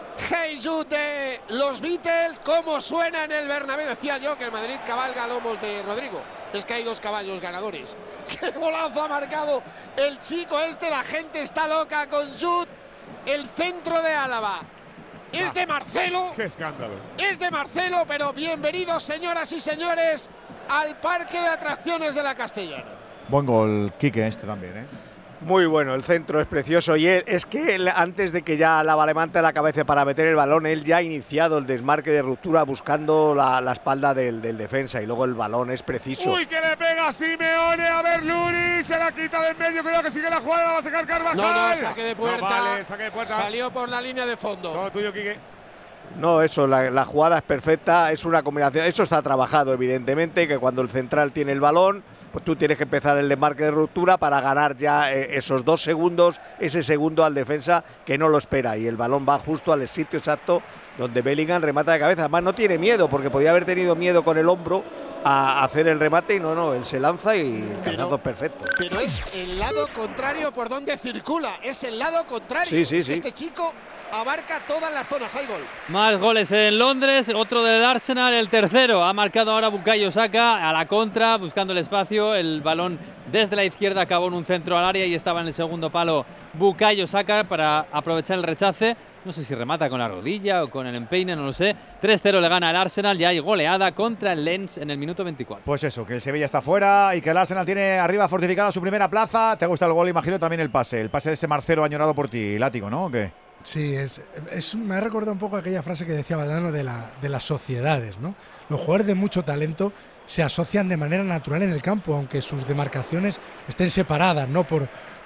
Hey Jude de los Beatles. ¿Cómo suena en el Bernabéu? Decía yo que el Madrid cabalga lomos de Rodrigo. Es que hay dos caballos ganadores. ¡Qué golazo ha marcado el chico este! La gente está loca con Jude. El centro de Álava es de Marcelo. ¡Qué escándalo! Es de Marcelo, pero bienvenidos, señoras y señores, al Parque de Atracciones de la Castellana. Buen gol, Quique, este también, ¿eh? Muy bueno, el centro es precioso y él, es que él, antes de que ya Álava levante la cabeza para meter el balón, él ya ha iniciado el desmarque de ruptura buscando la, la espalda del, del defensa y luego el balón es preciso. ¡Uy, que le pega Simeone! A ver, Luri, se la quita de en medio, cuidado que sigue la jugada, va a sacar Carvajal. No, no, saque de puerta. No, vale, saque de puerta. Salió por la línea de fondo. Todo tuyo, Quique. No, eso, la, la jugada es perfecta, es una combinación, eso está trabajado evidentemente, que cuando el central tiene el balón, pues tú tienes que empezar el desmarque de ruptura para ganar ya eh, esos dos segundos, ese segundo al defensa que no lo espera y el balón va justo al sitio exacto donde Bellingham remata de cabeza. Además no tiene miedo, porque podía haber tenido miedo con el hombro a hacer el remate y no, no, él se lanza y el cabezazo es perfecto. Pero es el lado contrario por donde circula, es el lado contrario. Sí, sí, es que sí. este chico abarca todas las zonas, hay gol. Más goles en Londres, otro del Arsenal, el tercero. Ha marcado ahora Bukayo Saka a la contra, buscando el espacio. El balón desde la izquierda acabó en un centro al área y estaba en el segundo palo Bukayo Saka para aprovechar el rechace. No sé si remata con la rodilla o con el empeine, no lo sé. tres cero le gana el Arsenal, ya hay goleada contra el Lens en el minuto veinticuatro. Pues eso, que el Sevilla está fuera y que el Arsenal tiene arriba fortificada su primera plaza. ¿Te gusta el gol? Imagino también el pase. El pase de ese Marcelo añorado por ti, Látigo, ¿no? ¿O qué? Sí, es, es, me ha recordado un poco aquella frase que decía Valdano de, la, de las sociedades, ¿no? Los jugadores de mucho talento se asocian de manera natural en el campo, aunque sus demarcaciones estén separadas, ¿no? Por,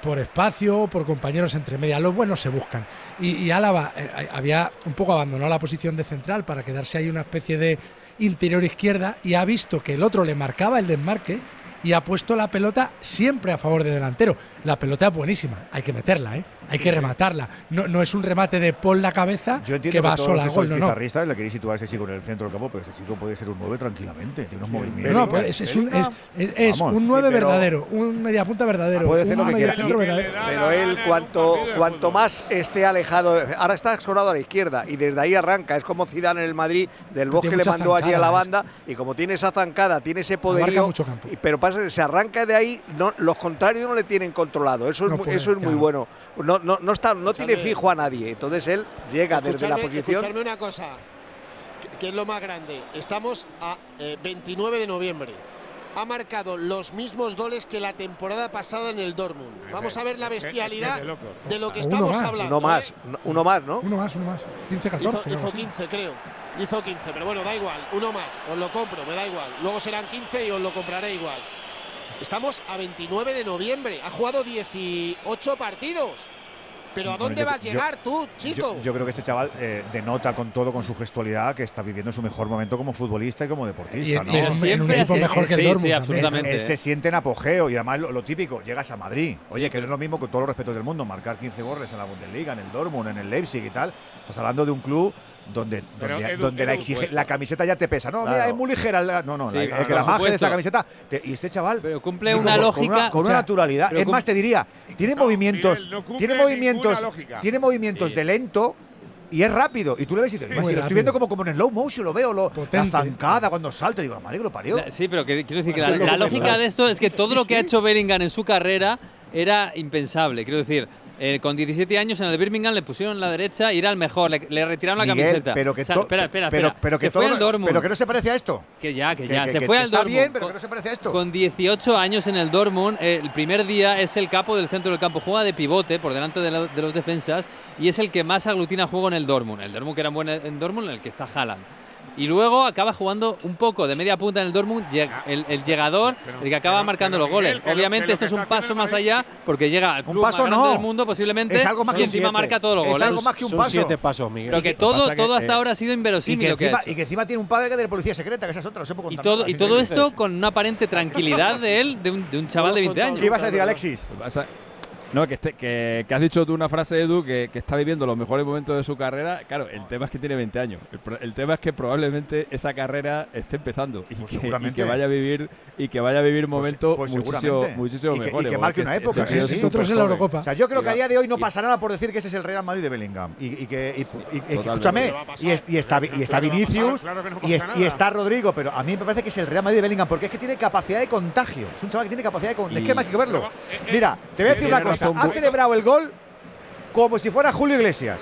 por espacio, por compañeros entre medias. Los buenos se buscan. Y, y Álava eh, había un poco abandonado la posición de central para quedarse ahí una especie de interior izquierda y ha visto que el otro le marcaba el desmarque y ha puesto la pelota siempre a favor de delantero. La pelota es buenísima, hay que meterla, ¿eh? Hay que rematarla. No, no es un remate de pon la cabeza Yo entiendo que va que todos sola los a que gol, sois no, no. pizarristas le queréis situar a ese chico en el centro del campo, pero ese chico puede ser un nueve tranquilamente, tiene unos No, movimientos. no, pues es, es un, es, es- es Vamos, un nueve sí, pero- verdadero, un mediapunta verdadero. Puede hacer un lo que quiera. mediocentro Y- verdadero. Pero él, cuanto, cuanto más esté alejado, ahora está escorado a la izquierda y desde ahí arranca. Es como Zidane en el Madrid, del Bosque tiene le mucha mandó allí a la zancada, banda y como tiene esa zancada, tiene ese Abarca poderío. mucho campo. y- Pero pasa que se arranca de ahí, no, los contrarios no le tienen controlado. Eso es, No muy, puede, eso es muy claro. bueno. No, no, no, está, no tiene Escuchadme. fijo a nadie. Entonces él llega desde la Escuchadme- posición. escuchadme una cosa, que, que es lo más grande. Estamos a eh, veintinueve de noviembre. Ha marcado los mismos goles que la temporada pasada en el Dortmund. Vamos a ver la bestialidad de locos. de lo que Uno estamos más. hablando. Uno más, ¿eh? no- uno más, ¿no? Uno más, uno más. quince catorce. Hizo, algo hizo así. quince, creo. Hizo quince, pero bueno, da igual. Uno más, os lo compro, me da igual. Luego serán quince y os lo compraré igual. Estamos a veintinueve de noviembre. Ha jugado dieciocho partidos. ¿Pero a Bueno, dónde yo- vas a yo- llegar tú, chico? Yo, yo creo que este chaval eh, denota con todo, con su gestualidad, que está viviendo su mejor momento como futbolista y como deportista. Y en- ¿no? y en un- en un equipo mejor que el sí, Dortmund sí, también. absolutamente. Él, él se siente en apogeo y además lo, lo típico, llegas a Madrid. Oye, que no es lo mismo, con todos los respetos del mundo, marcar quince goles en la Bundesliga, en el Dortmund, en el Leipzig y tal. Estás hablando de un club donde, Pero, donde, Edu, donde la, Edu, exige- pues, la camiseta ya te pesa. No, Claro. mira, es muy ligera. la- no, no, Sí, la, claro, es que la por magia de esa supuesto. camiseta. te- y este chaval. Pero cumple digo, una con- lógica. Con una, con o una sea, naturalidad. pero Es cum- más, te diría, tiene No, movimientos. Miguel, no cumple tiene ninguna movimientos. lógica. Tiene movimientos Sí. de lento. Y es rápido, y tú le ves y te Muy si lo estoy rápido. viendo como, como en slow motion, lo veo, lo, la Potente. zancada cuando salta, digo, madre que lo parió. La- Sí, pero que, quiero decir que la, Haciendo la documental. lógica de esto es que todo lo que ha Sí. hecho Bellingham en su carrera era impensable. Quiero decir, eh, con diecisiete años en el Birmingham le pusieron la derecha y era el mejor, le, le retiraron la Miguel, camiseta. pero que O sea, to- espera, espera, pero, espera. pero que se fue todo al no- Dortmund. pero que no se parece a esto. Que ya, que Que- ya. que- se que fue al está Dortmund. bien, pero con, que no se parece a esto. con dieciocho años en el Dortmund, eh, el primer día es el capo del centro del campo. Juega de pivote por delante de, la- de los defensas y es el que más aglutina juego en el Dortmund. El Dortmund que era bueno en Dortmund, en el que está Haaland. Y luego acaba jugando un poco de media punta en el Dortmund, lleg- el, el llegador, Pero- el que acaba pero- marcando pero, los goles. Miguel, que lo- Obviamente que lo esto que es un está paso haciendo el más Madrid- allá porque llega al Un club paso más grande no. del mundo posiblemente Es algo más y que un encima siete. marca todos los Es goles. algo más que un Son paso. siete pasos, Miguel. Pero que Lo que todo, pasa que, todo hasta eh, ahora ha sido Y inverosímil que, lo que ha encima, hecho. y que encima tiene un padre que es de policía secreta, que esa es otra, no sé por Y contar todo, nada, y es todo increíble. esto con una aparente tranquilidad de él, de un, de un chaval de veinte años. ¿Qué ibas a decir, Alexis? Lo que pasa- No, que, este- que, que has dicho tú una frase, Edu, que, que está viviendo los mejores momentos de su carrera. Claro, el tema es que tiene veinte años. El, pro- el tema es que probablemente esa carrera esté empezando y, Pues que, y seguramente. que vaya a vivir y que vaya a vivir momentos pues muchísimo, seguramente. muchísimo Y que- y mejores. que porque marque una este- época, este tío sí, es sí. Nosotros en la superjoven. Eurocopa. O sea, yo creo que a Y- día de hoy no y- pasa nada por decir que ese es el Real Madrid de Bellingham. Y, y que, y, y- y- Totalmente. escúchame, ¿Qué va a pasar? y, es- y está, y está Claro que va a pasar, Vinicius, claro que no y, pasa es- y nada. está Rodrigo, pero a mí me parece que es el Real Madrid de Bellingham, porque es que tiene capacidad de contagio. Es un chaval que tiene capacidad de contagio. Es Y- que más hay que verlo. Pero, eh, eh, Mira, te voy a decir tiene una cosa. razón, Ha Bu- celebrado el gol como si fuera Julio Iglesias.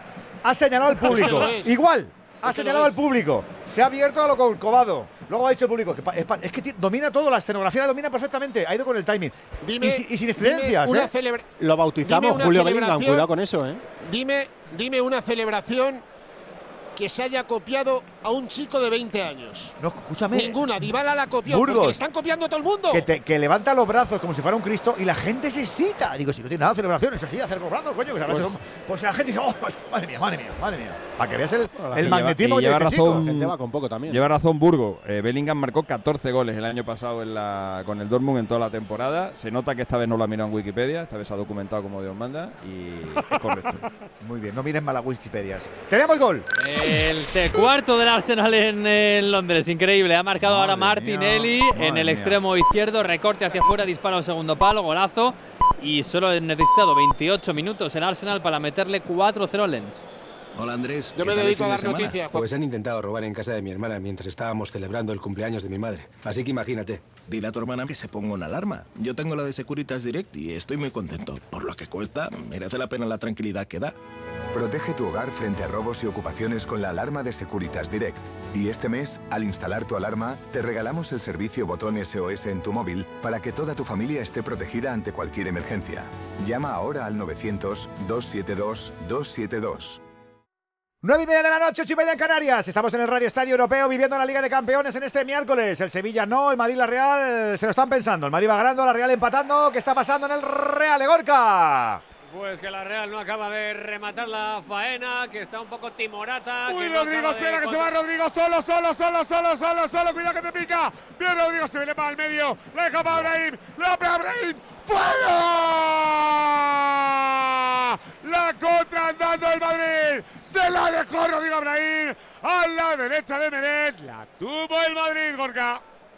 Ha señalado al público. lo es. Igual. Ha Es que lo señalado es. al público. Se ha abierto a lo corcovado. Luego ha dicho el público que pa- es, pa- es que ti- domina todo, la escenografía la domina perfectamente. Ha ido con el timing. Dime, y, si- y sin dime excedencias, una ¿eh? celebra- Lo bautizamos Dime una Julio Bellingham, celebración. cuidado con eso, ¿eh? Dime, dime una celebración que se haya copiado a un chico de veinte años. No, escúchame. Ninguna. Dybala la copió. Burgos. Porque le están copiando a todo el mundo. Que, te- que levanta los brazos como si fuera un Cristo y la gente se excita. Digo, si no tiene nada de celebración, es así, hacer los brazos, coño. Que se pues, pues la gente dice, oh, ay, madre mía, madre mía, madre mía. Para que veas el, Bueno, el y magnetismo lleva- y que tiene lleva este chico. razón- La gente va con poco también. Lleva razón Burgo. Eh, Bellingham marcó catorce goles el año pasado en la, con el Dortmund en toda la temporada. Se nota que esta vez no lo ha mirado en Wikipedia, esta vez se ha documentado como Dios manda y es correcto. Muy bien, no miren mal las Wikipedias. ¡Tenemos gol! El te- cuarto del Arsenal en, en Londres, increíble. Ha marcado ahora Madre Martinelli mía, en madre el mía. extremo izquierdo, recorte hacia afuera, disparo al segundo palo, golazo. Y solo ha necesitado veintiocho minutos el Arsenal para meterle cuatro cero al Lens. Hola Andrés. Yo ¿Qué me tal el dedico a fin de dar semana? noticias. Pues han intentado robar en casa de mi hermana mientras estábamos celebrando el cumpleaños de mi madre. Así que imagínate. Dile a tu hermana que se ponga una alarma. Yo tengo la de Securitas Direct y estoy muy contento. Por lo que cuesta, merece la pena la tranquilidad que da. Protege tu hogar frente a robos y ocupaciones con la alarma de Securitas Direct. Y este mes, al instalar tu alarma, te regalamos el servicio botón S O S en tu móvil para que toda tu familia esté protegida ante cualquier emergencia. Llama ahora al novecientos, doscientos setenta y dos, doscientos setenta y dos. nueve y media de la noche, ocho y media en Canarias. Estamos en el Radio Estadio Europeo viviendo la Liga de Campeones en este miércoles. El Sevilla no, el Madrid, la Real se lo están pensando. El Madrid va ganando, la Real empatando. ¿Qué está pasando en el Real de Gorka? Pues que la Real no acaba de rematar la faena, que está un poco timorata. Uy, no Rodrigo, espera que se va Rodrigo, solo, solo, solo, solo, solo, solo, cuidado que te pica. Bien, Rodrigo, se viene para el medio, le deja para Brahim, le da para Brahim, ¡fuera! La contra andando el Madrid, se la dejó Rodrigo Brahim a la derecha de Meret, la tuvo el Madrid, Gorka.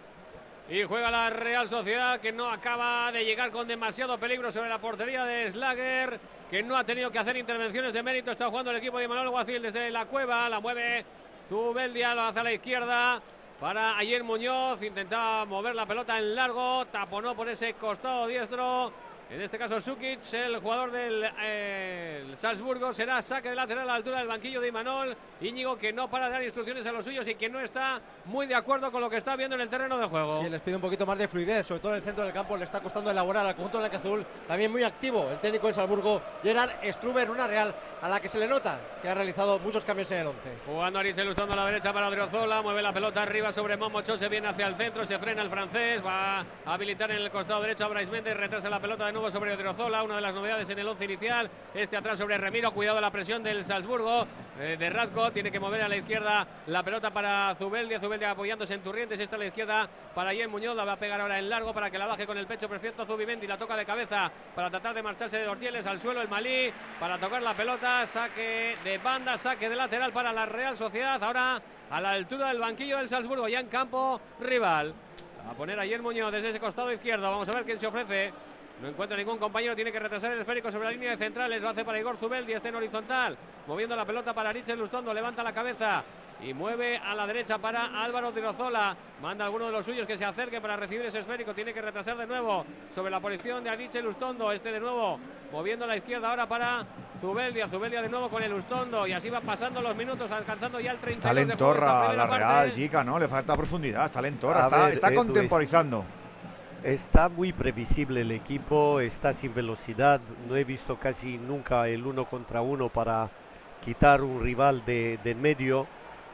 Y juega la Real Sociedad, que no acaba de llegar con demasiado peligro sobre la portería de Slager, que no ha tenido que hacer intervenciones de mérito. Está jugando el equipo de Manuel Guacil desde la cueva, la mueve Zubeldia, lo hace a la izquierda para Ayer Muñoz, intentaba mover la pelota en largo, taponó por ese costado diestro. En este caso Sukic, el jugador del eh, el Salzburgo, será saque de lateral a la altura del banquillo de Imanol. Íñigo, que no para de dar instrucciones a los suyos y que no está muy de acuerdo con lo que está viendo en el terreno de juego. Sí, les pide un poquito más de fluidez, sobre todo en el centro del campo le está costando elaborar al conjunto blanquiazul. También muy activo el técnico de Salzburgo, Gerard Struber, una Real a la que se le nota que ha realizado muchos cambios en el once. Jugando Aritz, ilustrando a la derecha para Odriozola, mueve la pelota arriba sobre Momocho, se viene hacia el centro, se frena el francés, va a habilitar en el costado derecho a Brais Méndez, retrasa la pelota de nuevo sobre Odriozola, una de las novedades en el once inicial, este atrás sobre Remiro, cuidado la presión del Salzburgo, eh, de Radko, tiene que mover a la izquierda la pelota para Zubeldia, Zubeldia apoyándose en Turrientes, esta a la izquierda para Yen Muñoz, la va a pegar ahora en largo para que la baje con el pecho perfecto Zubimendi, la toca de cabeza para tratar de marcharse de Ortieles al suelo el Malí, para tocar la pelota, saque de banda, saque de lateral para la Real Sociedad, ahora a la altura del banquillo del Salzburgo, ya en campo rival. Va a poner a Yen Muñoz desde ese costado izquierdo, vamos a ver quién se ofrece. No encuentra ningún compañero, tiene que retrasar el esférico sobre la línea de centrales, lo hace para Igor Zubeldia, está en horizontal, moviendo la pelota para Richard Lustondo, levanta la cabeza y mueve a la derecha para Álvaro Odriozola, manda a alguno de los suyos que se acerque para recibir ese esférico, tiene que retrasar de nuevo sobre la posición de Richard Lustondo, este de nuevo moviendo a la izquierda ahora para Zubeldia, Zubeldia de nuevo con el Lustondo y así va pasando los minutos, alcanzando ya el treinta. Está lentorra la Real, chica, ¿no? Le falta profundidad, está lentorra, está, ver, está Edu, contemporizando. Está muy previsible el equipo, está sin velocidad, no he visto casi nunca el uno contra uno para quitar un rival de, de en medio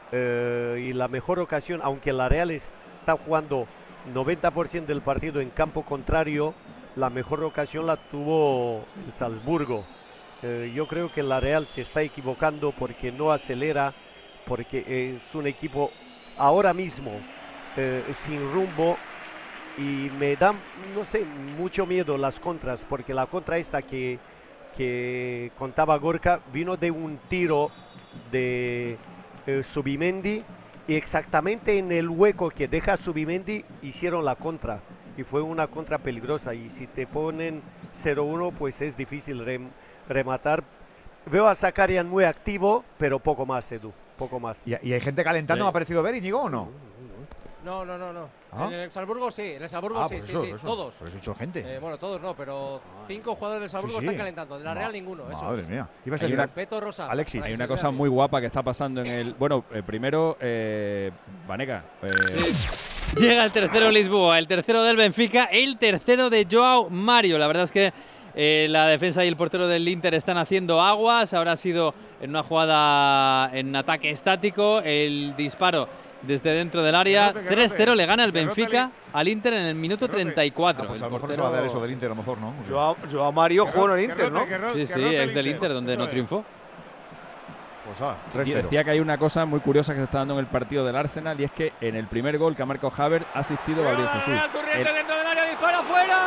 eh, y la mejor ocasión, aunque la Real está jugando noventa por ciento del partido en campo contrario, la mejor ocasión la tuvo el Salzburgo. Eh, yo creo que la Real se está equivocando porque no acelera, porque es un equipo ahora mismo eh, sin rumbo. Y me da, no sé, mucho miedo las contras, porque la contra esta que, que contaba Gorka vino de un tiro de eh, Zubimendi y exactamente en el hueco que deja Zubimendi hicieron la contra y fue una contra peligrosa y si te ponen cero uno pues es difícil rem, rematar. Veo a Zakarian muy activo, pero poco más, Edu, poco más. ¿Y, y hay gente calentando? Sí. ¿Me ha parecido ver, Íñigo, o no? No, no, no, no. ¿Ah? En el Salzburgo sí, en el Salzburgo ah, sí, pues sí, eso, sí, eso. todos. Pues he dicho gente. Eh, bueno, todos no, pero cinco jugadores del Salzburgo sí, sí. están calentando. De la Real Ma ninguno. Eso madre es. mía. Ibas a Hay decir una, Peto Rosa. Alexis. Hay una cosa muy guapa que está pasando en el. Bueno, eh, primero, eh, Vanega. Eh, Llega el tercero Lisboa, el tercero del Benfica, el tercero de Joao Mario. La verdad es que eh, la defensa y el portero del Inter están haciendo aguas. Ahora ha sido en una jugada en ataque estático. El disparo desde dentro del área. tres cero le gana el Benfica al Inter en el minuto treinta y cuatro. Ah, pues el a lo mejor portero... se va a dar eso del Inter, a lo mejor, ¿no? Joao, Joao Mario jugó en el Inter, ¿no? Sí, sí, es del Inter, donde no triunfó. Pues ah, tres y cero. decía que hay una cosa muy curiosa que se está dando en el partido del Arsenal y es que en el primer gol que ha marcado Havertz ha asistido Gabriel Jesús. Turriente el... dentro del área, dispara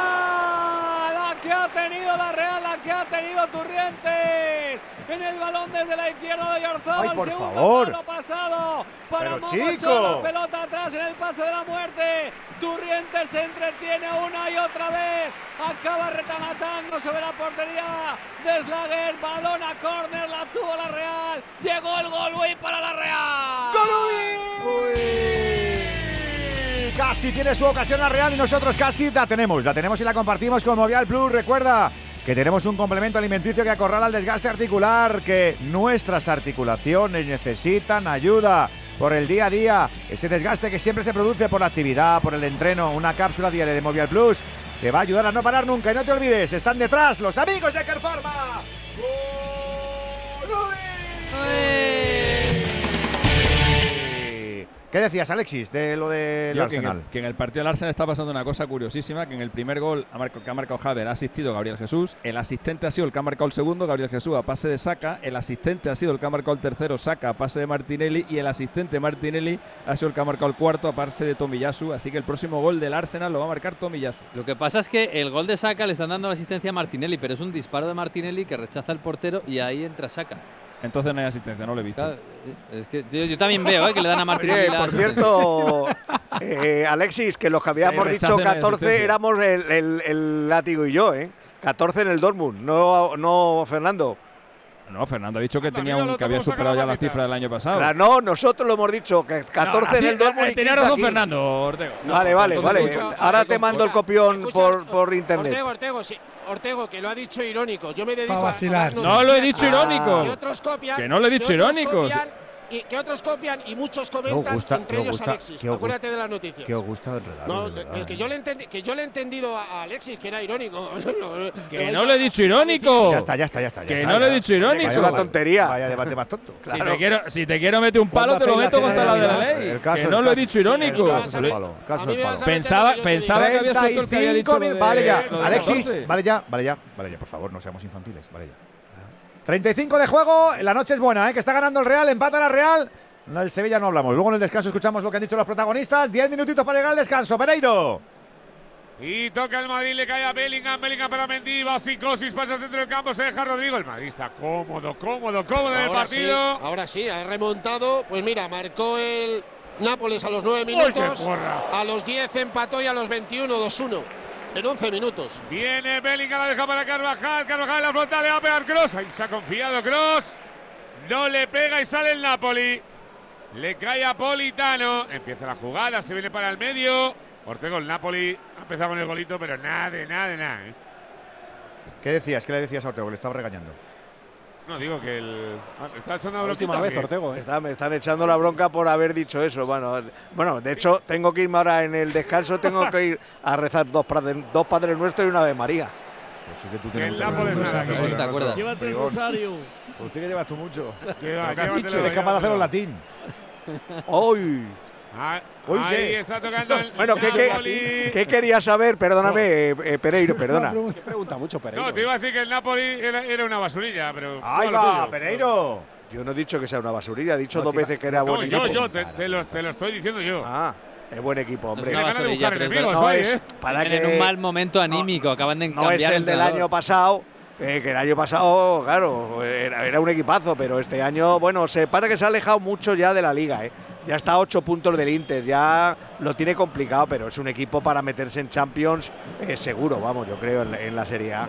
fuera. La que ha tenido la Real, la que ha tenido Turrientes. En el balón desde la izquierda de Yarzábal. Ay, por segundo favor. palo pasado para Pero Momocho, chico. la pelota atrás en el pase de la muerte. Turrientes se entretiene una y otra vez. Acaba retamatando sobre la portería de Slager. Balón a córner, la tuvo la Real. Llegó el gol, Uy, para la Real. ¡Gol! Casi tiene su ocasión la Real y nosotros casi la tenemos. La tenemos y la compartimos con Movial Plus. Recuerda que tenemos un complemento alimenticio que acorrala el desgaste articular, que nuestras articulaciones necesitan ayuda por el día a día, ese desgaste que siempre se produce por la actividad, por el entreno. Una cápsula diaria de Movial Plus te va a ayudar a no parar nunca. Y no te olvides, están detrás los amigos de Kerpharma. ¡Gol! ¿Qué decías, Alexis, de lo del Yo que en, Arsenal? el, que en el partido del Arsenal está pasando una cosa curiosísima, que en el primer gol ha marcado, que ha marcado Haver ha asistido Gabriel Jesús, el asistente ha sido el que ha marcado el segundo, Gabriel Jesús, a pase de Saka, el asistente ha sido el que ha marcado el tercero, Saka, a pase de Martinelli, y el asistente Martinelli ha sido el que ha marcado el cuarto, a pase de Tomiyasu, así que el próximo gol del Arsenal lo va a marcar Tomiyasu. Lo que pasa es que el gol de Saka le están dando la asistencia a Martinelli, pero es un disparo de Martinelli que rechaza el portero y ahí entra Saka. Entonces no hay asistencia, no lo he visto. Claro, es que yo, yo también veo ¿eh? que le dan a Martinelli. Oye, por cierto, eh, Alexis, que los que habíamos Sí, dicho catorce asistencia. éramos el, el, el látigo y yo, ¿eh? catorce en el Dortmund, no, no Fernando. No, Fernando ha dicho que, tenía Mira, un, que había saca superado la ya la papita. cifra del año pasado. La- no, nosotros lo hemos dicho, que catorce No, en el Dortmund y tenía quince razón aquí. Fernando, Ortego. Vale, vale, vale. escucha, Ahora te mando el copión Escucha, por, por internet. Ortego, Ortego, sí. Ortego, que lo ha dicho irónico. Yo me dedico Pa' a- a vacilar. dar No lo he noticias dicho irónico. Que otros copian. Que no lo he dicho que otros irónico. copian, y que otros copian y muchos comentan, gusta- entre qué os ellos gusta- Alexis. qué os Acuérdate de las noticias. Que os gusta enredarlo, No, de verdad, que, que ¿eh? yo le entendi- que yo le he entendido a Alexis que era irónico. Que no lo he dicho irónico. Ya está, ya está, ya está. ya Que está, no ya. lo he dicho irónico. Es una tontería. Vaya debate más tonto. Si, te quiero, si te quiero meter un palo, ¿Cuándo te lo hacéis meto la contra la de la cena ley. el caso, Que el no lo he caso? dicho Sí, irónico. el caso es el palo, el caso A mí es me el vas palo. a meter Pensaba, lo que yo te pensaba que había sido tú el que había dicho lo mil. de- Vale ya, lo de Alexis, catorce. vale ya, vale ya, vale ya, por favor, no seamos infantiles, vale ya. treinta y cinco de juego, la noche es buena, ¿eh? Que está ganando el Real, empata la Real. No, el Sevilla no hablamos. Luego en el descanso escuchamos lo que han dicho los protagonistas. diez minutitos para llegar al descanso. Pereiro. Y toca el Madrid, le cae a Bellingham, Bellingham para Mendy, va psicosis, pasa al centro del campo, se deja Rodrigo. El Madrid está cómodo, cómodo, cómodo en el Ahora partido. sí, ahora sí, ha remontado. Pues mira, marcó el Nápoles a los nueve ¡Uy, qué minutos. porra! A los diez empató y a los veintiuno dos uno. En once minutos. Viene Bellingham, la deja para Carvajal, Carvajal en la frontal, le va a pegar Kroos. Ahí se ha confiado Kroos. No le pega y sale el Napoli. Le cae a Politano. Empieza la jugada, se viene para el medio. Ortego, el Napoli ha empezado con el golito, pero nada, de nada, de nada. ¿eh? ¿Qué decías? ¿Qué le decías a Ortego? Le estaba regañando. No, digo que el. ah, Está echando la La última bronquita, vez, ¿o qué? Ortego. ¿eh? Está- me están echando la bronca por haber dicho eso. Bueno, bueno, de hecho, tengo que irme ahora en el descanso. Tengo que ir a rezar dos, padres, dos Padres Nuestros y una Ave María. Pues sí que tú Que tienes el mucha Nápoles vergüenza, nada, que Padre te Nuestro. acuerdas. Llévate el Bribón. rosario. Usted que llevas tú mucho. Que va, Lo que has llévatelo, dicho, eres capaz de hacerlo en llévatelo. latín. ¡Uy! Ah, Uy, ahí ¿qué? está tocando el Bueno, ¿qué, qué, Napoli. qué querías saber? Perdóname, eh, eh, Pereiro, perdona. Que pregunta mucho Pereiro. No, te iba a decir que el Napoli era, era una basurilla, pero. ¡Ahí no lo va, tuyo. Pereiro! Yo no he dicho que sea una basurilla, he dicho No, dos te iba- veces que era No, buen yo, equipo. yo, te, te lo, te lo estoy diciendo yo. Ah, es buen equipo, hombre. Tiene una ganas de basurilla, buscar pero es enemigos No hoy, es ¿eh? para Vienen que en un mal momento anímico, acaban de no cambiar es el del entrenador. año pasado, eh, que el año pasado, claro, era, era un equipazo, pero este año, bueno, se para que se ha alejado mucho ya de la liga, ¿eh? Ya está a ocho puntos del Inter, ya lo tiene complicado, pero es un equipo para meterse en Champions eh, seguro, vamos, yo creo, en, en la Serie A.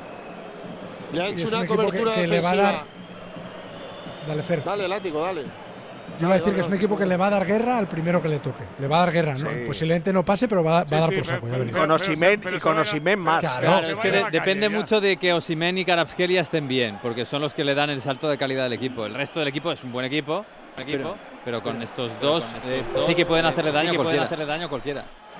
Le ha Y hecho es un una equipo que- cobertura que le va a defensiva. dar- Dale, Fer. Dale, látigo, dale. Yo iba a decir que es un equipo que le va a dar guerra al primero que le toque. Le va a dar guerra, ¿no? Sí. Posiblemente no pase, pero va, va Sí, a dar sí, por pero- saco. ya pero- verás. Y con Osimhen, pero y se con vaya- Osimhen más. Claro. Claro, Se es vaya que a de- la depende calle, ya. mucho de que Osimhen y Kvaratskhelia estén bien, porque son los que le dan el salto de calidad al equipo. El resto del equipo es un buen equipo, buen equipo pero, con estos dos, eh, sí que pueden hacerle daño, sí que a pueden cualquiera. hacerle daño a cualquiera.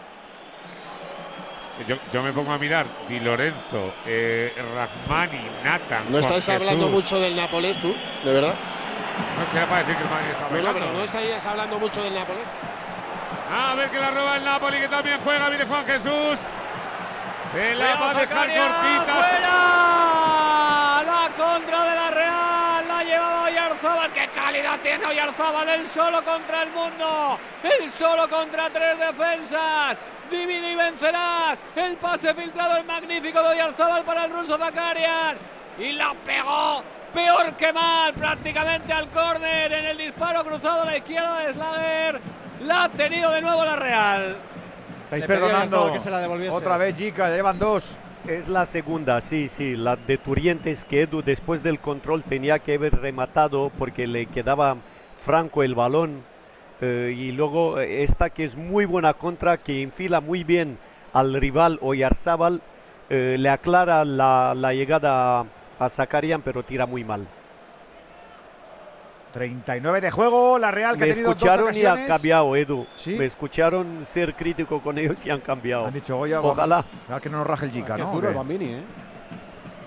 Yo, yo me pongo a mirar Di Lorenzo, eh, Rahmani, Nathan. No Juan estáis hablando Jesús. mucho del Nápoles, tú, de verdad. No es que era para decir que el Madrid está No, no, bailando. pero no estáis hablando mucho del Nápoles. A ver que la roba el Napoli, que también juega. Viene Juan Jesús. Se la va a dejar cortita. ¡Fuera! La contra de la Real. La ha llevado Oyarzabal. ¡Qué calidad tiene Oyarzabal! El solo contra el mundo. El solo contra tres defensas. Divide y vencerás. El pase filtrado, el magnífico de Oyarzabal para el ruso Zakarian. Y la pegó. Peor que mal, prácticamente al córner en el disparo cruzado a la izquierda de Slager. La ha tenido de nuevo la Real. Estáis Le pedí al perdonando. jugador que se la devolviese. Otra vez, Jica, ya llevan dos. Es la segunda, sí, sí, la de Turientes, que Edu después del control tenía que haber rematado porque le quedaba franco el balón. Eh, y luego eh, esta que es muy buena contra, que enfila muy bien al rival Oyarzabal, eh, le aclara la, la llegada a Zakarian, pero tira muy mal. treinta y nueve de juego, la Real que Me ha tenido dos escucharon y han ocasiones. cambiado, Edu. ¿Sí? Me escucharon ser crítico con ellos y han cambiado. Han dicho, oye, Ojalá. vamos, que no nos raje el Jica, Qué ¿no? duro ¿O el qué? Bambini, ¿eh?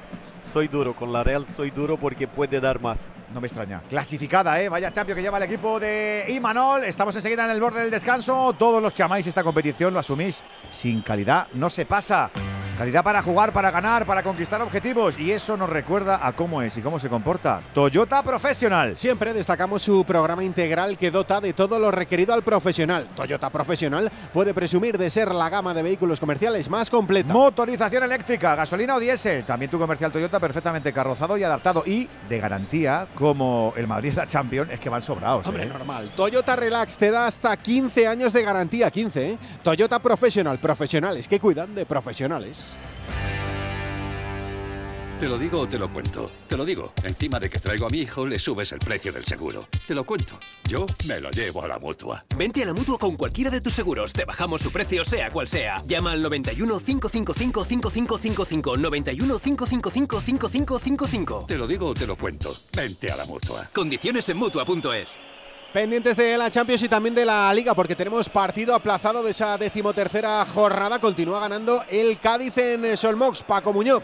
soy duro, con la Real soy duro porque puede dar más. No me extraña. Clasificada, ¿eh? Vaya Champions que lleva el equipo de Imanol. Estamos enseguida en el borde del descanso. Todos los que amáis esta competición lo asumís. Sin calidad no se pasa. Calidad para jugar, para ganar, para conquistar objetivos. Y eso nos recuerda a cómo es y cómo se comporta Toyota Professional. Siempre destacamos su programa integral que dota de todo lo requerido al profesional. Toyota Professional puede presumir de ser la gama de vehículos comerciales más completa. Motorización eléctrica, gasolina o diésel. También tu comercial Toyota perfectamente carrozado y adaptado. Y de garantía, como el Madrid la Champions, es que van sobrados. Hombre, ¿eh? normal. Toyota Relax te da hasta quince años de garantía. quince, ¿eh? Toyota Professional. Profesionales que cuidan de profesionales. Te lo digo o te lo cuento. Te lo digo. Encima de que traigo a mi hijo, le subes el precio del seguro. Te lo cuento. Yo me lo llevo a la Mutua. Vente a la Mutua con cualquiera de tus seguros. Te bajamos su precio, sea cual sea. Llama al noventa y uno, cinco cinco cinco, cinco cinco cinco cinco. noventa y uno, cinco cinco cinco, cinco cinco cinco cinco. Te lo digo o te lo cuento. Vente a la Mutua. Condiciones en Mutua punto es. Pendientes de la Champions y también de la Liga, porque tenemos partido aplazado de esa decimotercera jornada. Continúa ganando el Cádiz en Solmox. Paco Muñoz.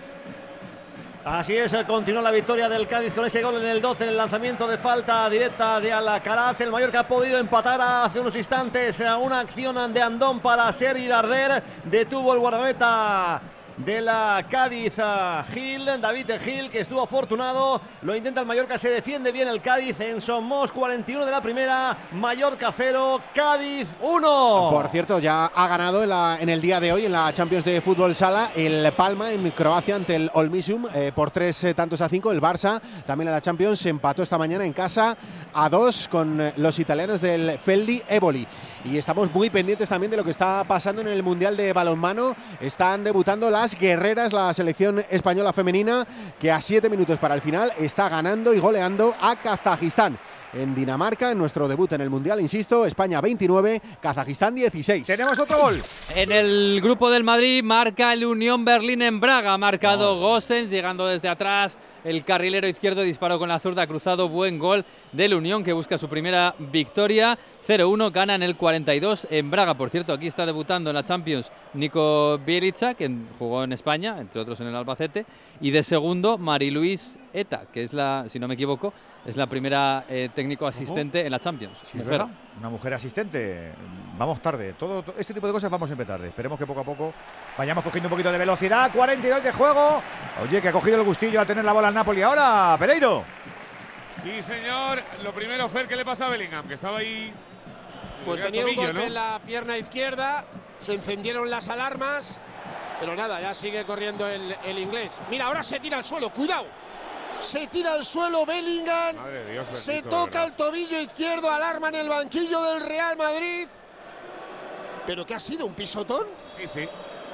Así es, continúa la victoria del Cádiz con ese gol en el doce en el lanzamiento de falta directa de Alcaraz. El Mallorca ha podido empatar hace unos instantes a una acción de Andón para Sergi Darder. Detuvo el guardameta de la Cádiz a Gil, David Gil, que estuvo afortunado. Lo intenta el Mallorca, se defiende bien el Cádiz en Somos. Cuarenta y uno de la primera, Mallorca cero, Cádiz uno. Por cierto, ya ha ganado en, la, en el día de hoy en la Champions de Fútbol Sala el Palma en Croacia ante el Olmisum eh, por tres eh, tantos a cinco. El Barça también en la Champions se empató esta mañana en casa a dos con eh, los italianos del Feldi Eboli. Y estamos muy pendientes también de lo que está pasando en el Mundial de Balonmano. Están debutando las guerreras, la selección española femenina, que a siete minutos para el final está ganando y goleando a Kazajistán. En Dinamarca, en nuestro debut en el Mundial, insisto, España veintinueve, Kazajistán dieciséis. Tenemos otro gol. En el grupo del Madrid marca el Unión Berlín en Braga. Ha marcado oh. Gosens, llegando desde atrás. El carrilero izquierdo disparó con la zurda, cruzado. Buen gol del Unión, que busca su primera victoria. cero uno, gana en el cuarenta y dos en Braga. Por cierto, aquí está debutando en la Champions Nico Bielica, que jugó en España, entre otros en el Albacete. Y de segundo, Mariluis Eta, que es la, si no me equivoco, es la primera eh, técnico asistente ¿Cómo? en la Champions. Sí, mujer. ¿Verdad? Una mujer asistente. Vamos tarde. Todo, todo este tipo de cosas vamos siempre tarde. Esperemos que poco a poco vayamos cogiendo un poquito de velocidad. cuarenta y dos de juego. Oye, que ha cogido el gustillo a tener la bola el Napoli ahora, Pereiro. Sí, señor. Lo primero, Fer, ¿qué le pasa a Bellingham? Que estaba ahí. Pues tenía tobillo, un golpe, ¿no?, en la pierna izquierda. Se encendieron las alarmas. Pero nada, ya sigue corriendo el, el inglés. Mira, ahora se tira al suelo. ¡Cuidado! Se tira al suelo Bellingham. Madre Dios, bendito, se toca el tobillo izquierdo. Alarma en el banquillo del Real Madrid. ¿Pero qué ha sido? ¿Un pisotón? Sí, sí.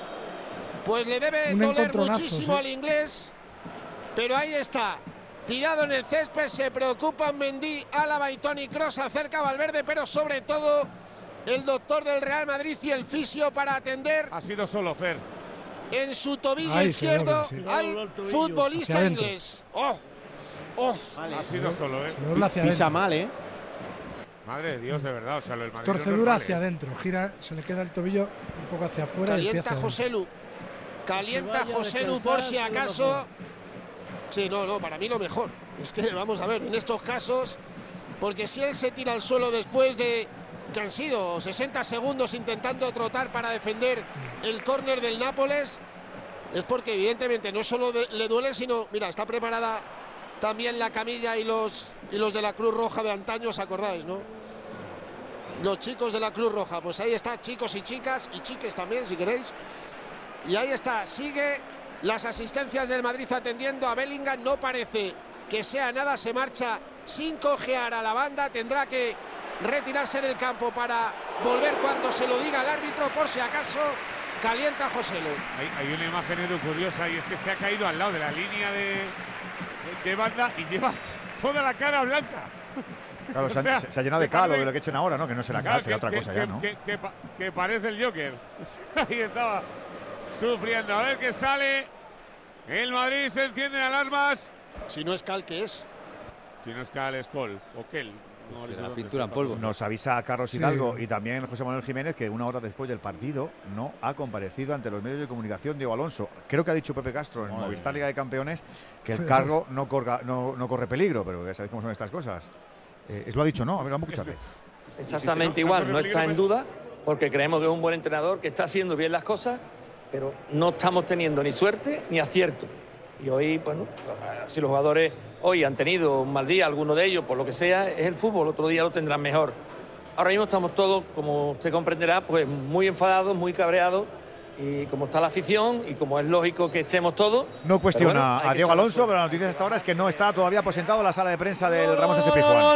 Pues le debe Un doler muchísimo ¿sí? al inglés. Pero ahí está. Tirado en el césped, se preocupan Mendy, Álava y Toni Kroos, acerca Valverde, pero sobre todo el doctor del Real Madrid y el fisio para atender. Ha sido solo, Fer. En su tobillo Ay, izquierdo sí, sí. al futbolista inglés. ¡Oh! ¡Oh! Vale, ha sido solo, ¿eh? Pisa mal, ¿eh? Madre de Dios, de verdad. O sea, lo del Madrid Torcedura no hacia ¿eh? adentro. Gira, se le queda el tobillo un poco hacia afuera. Calienta y el pie hacia Joselu. Calienta Joselu por si acaso. Sí, no, no, para mí lo mejor. Es que vamos a ver, en estos casos, porque si él se tira al suelo después de que han sido sesenta segundos intentando trotar para defender el córner del Nápoles, es porque evidentemente no solo de, le duele, sino, mira, está preparada también la camilla y los, y los de la Cruz Roja de antaño, ¿os acordáis, no? Los chicos de la Cruz Roja, pues ahí está, chicos y chicas, y chiques también, si queréis. Y ahí está, sigue las asistencias del Madrid atendiendo a Bellingham, no parece que sea nada, se marcha sin cojear a la banda, tendrá que retirarse del campo para volver cuando se lo diga el árbitro, por si acaso calienta Joselu. Hay, hay una imagen, Edu, curiosa, y es que se ha caído al lado de la línea de, de, de banda y lleva toda la cara blanca. Claro, se, sea, se, se ha llenado de cal o de lo que echen ahora, ¿no? Que no será cal, será otra que, cosa que, ya, ¿no? Que, que, que, que parece el Joker. Ahí estaba sufriendo. A ver qué sale. El Madrid, se encienden alarmas. Si no es cal, ¿qué es? Si no es cal, es col o kel. La pintura en polvo. Nos avisa Carlos Hidalgo sí. y también José Manuel Jiménez que una hora después del partido no ha comparecido ante los medios de comunicación Diego Alonso. Creo que ha dicho Pepe Castro en Movistar Liga de Campeones que el cargo no, corga, no, no corre peligro, pero ya sabéis cómo son estas cosas. Eh, ¿Es lo ha dicho, no? A ver, vamos a escucharle. Exactamente igual, no está en duda, porque creemos que es un buen entrenador, que está haciendo bien las cosas, pero no estamos teniendo ni suerte ni acierto. Y hoy, bueno, si los jugadores hoy han tenido un mal día, alguno de ellos, por lo que sea, es el fútbol, otro día lo tendrán mejor. Ahora mismo estamos todos, como usted comprenderá, pues muy enfadados, muy cabreados, y como está la afición y como es lógico que estemos todos. No cuestiona bueno, a Diego Alonso, pero la noticia hasta ahora es que no está todavía aposentado en la sala de prensa del Ramón Sánchez Pizjuán.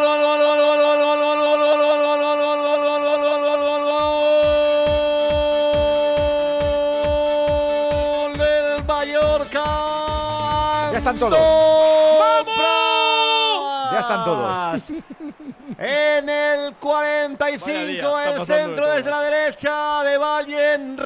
¡Del Mallorca! Ya están todos. ¡Vamos! Ya están todos. En el cuarenta y cinco, el centro desde la derecha de Vallen,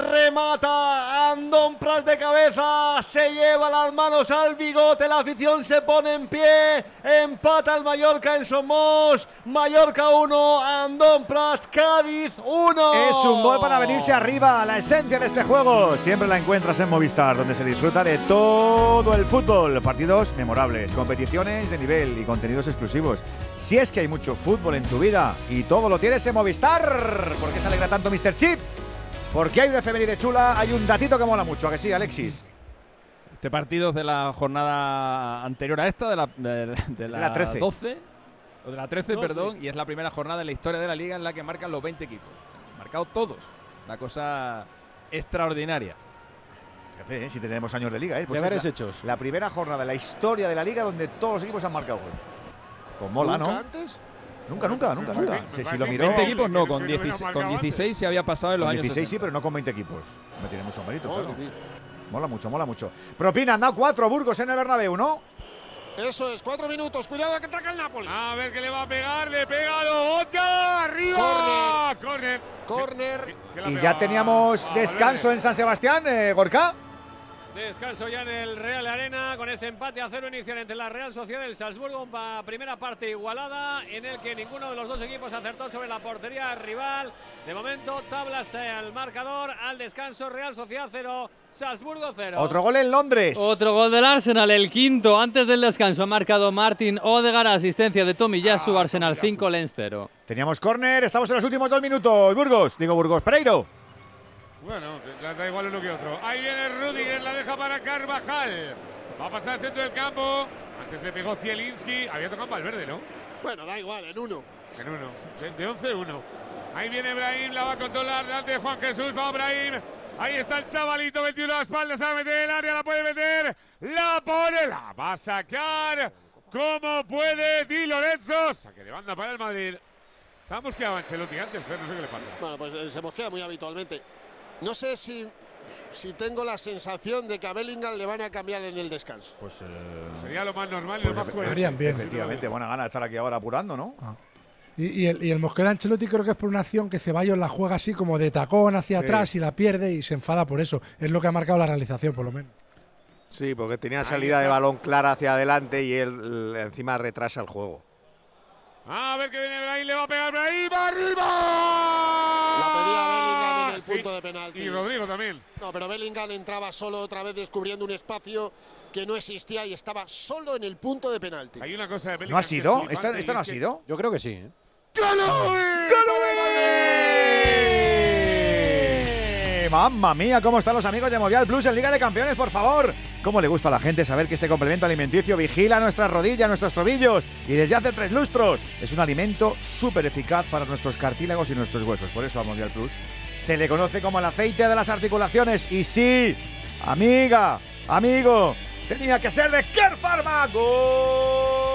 remata Andón Prats de cabeza, se lleva las manos al bigote, la afición se pone en pie, empata el Mallorca en Somos, Mallorca uno, Andón Prats, Cádiz uno. Es un gol para venirse arriba, la esencia de este juego siempre la encuentras en Movistar, donde se disfruta de todo el fútbol, partidos memorables, competiciones de nivel y contenidos exclusivos. Si es que hay mucho fútbol en tu vida y todo lo tienes en Movistar, ¿por qué se alegra tanto míster Chip? Porque hay una efeméride chula, hay un datito que mola mucho, ¿a que sí, Alexis? Este partido es de la jornada anterior a esta, de la, de, de la, de la trece. doce, o de la trece, perdón, y es la primera jornada en la historia de la Liga en la que marcan los veinte equipos. Marcado todos, una cosa extraordinaria. Fíjate, ¿eh? Si tenemos años de Liga, ¿eh? Pues deberes la, hechos. La primera jornada en la historia de la Liga donde todos los equipos han marcado gol. Pues mola, ¿no? ¿Nunca antes? Nunca, nunca, nunca, nunca. Si, si lo miró. veinte equipos no, con dieciséis, con dieciséis se había pasado en los con años dieciséis sesenta. sí, pero no con veinte equipos. Me tiene mucho mérito, Madre claro. mía. Mola mucho, mola mucho. Propina, han dado cuatro Burgos en el Bernabéu, ¿no? Eso es, cuatro minutos. Cuidado que ataca el Nápoles. A ver qué le va a pegar. Le pega a Lobotka. ¡Arriba! Corner. Corner. Y ya teníamos descanso en San Sebastián, eh, Gorka. Descanso ya en el Real Arena con ese empate a cero inicial entre la Real Sociedad y el Salzburgo. Una primera parte igualada en el que ninguno de los dos equipos acertó sobre la portería rival. De momento, tablas al marcador. Al descanso, Real Sociedad cero, Salzburgo cero. Otro gol en Londres. Otro gol del Arsenal, el quinto. Antes del descanso ha marcado Martin Odegaard, asistencia de Tomiyasu, ah, Arsenal cinco, Lens cero. Teníamos córner, estamos en los últimos dos minutos. Burgos, digo Burgos, Pereiro. Bueno, da igual uno que otro. Ahí viene Rudiger, la deja para Carvajal. Va a pasar al centro del campo. Antes le pegó Zielinski. Había tocado Valverde, ¿no? Bueno, da igual, en uno. En uno. De, de once uno. Ahí viene Brahim, la va a controlar delante de Juan Jesús. Va Brahim. Ahí está el chavalito, veintiuno a la espalda. Se va a meter en el área, la puede meter. La pone, la va a sacar. Como puede Di Lorenzo. Saque de banda para el Madrid. Estaba mosqueado Ancelotti antes, Fer, no sé qué le pasa. Bueno, pues eh, se mosquea muy habitualmente. No sé si, si tengo la sensación de que a Bellingham le van a cambiar en el descanso. Pues eh, sería lo más normal y pues lo más coherente. Bien, bien. Efectivamente, buena gana de estar aquí ahora apurando, ¿no? Ah. Y, y, el, y el Mosquera Ancelotti creo que es por una acción que Ceballos la juega así como de tacón hacia sí. atrás y la pierde y se enfada por eso. Es lo que ha marcado la realización, por lo menos. Sí, porque tenía salida de balón clara hacia adelante y él encima retrasa el juego. A ver que viene Brahim, le va a pegar Brahim, ¡arriba! La pedía Bellingham en el sí. punto de penalti. Y Rodrigo también. No, pero Bellingham entraba solo otra vez descubriendo un espacio que no existía y estaba solo en el punto de penalti. Hay una cosa de Bellingham. ¿No ha sido? ¿Esta, esta no ha sido? Yo creo que sí. ¿eh? ¡Mamma mía! ¿Cómo están los amigos de Movial Plus en Liga de Campeones, por favor? ¿Cómo le gusta a la gente saber que este complemento alimenticio vigila nuestras rodillas, nuestros tobillos? Y desde hace tres lustros es un alimento súper eficaz para nuestros cartílagos y nuestros huesos. Por eso a Movial Plus se le conoce como el aceite de las articulaciones. Y sí, amiga, amigo, tenía que ser de Care Pharma. ¡Gol!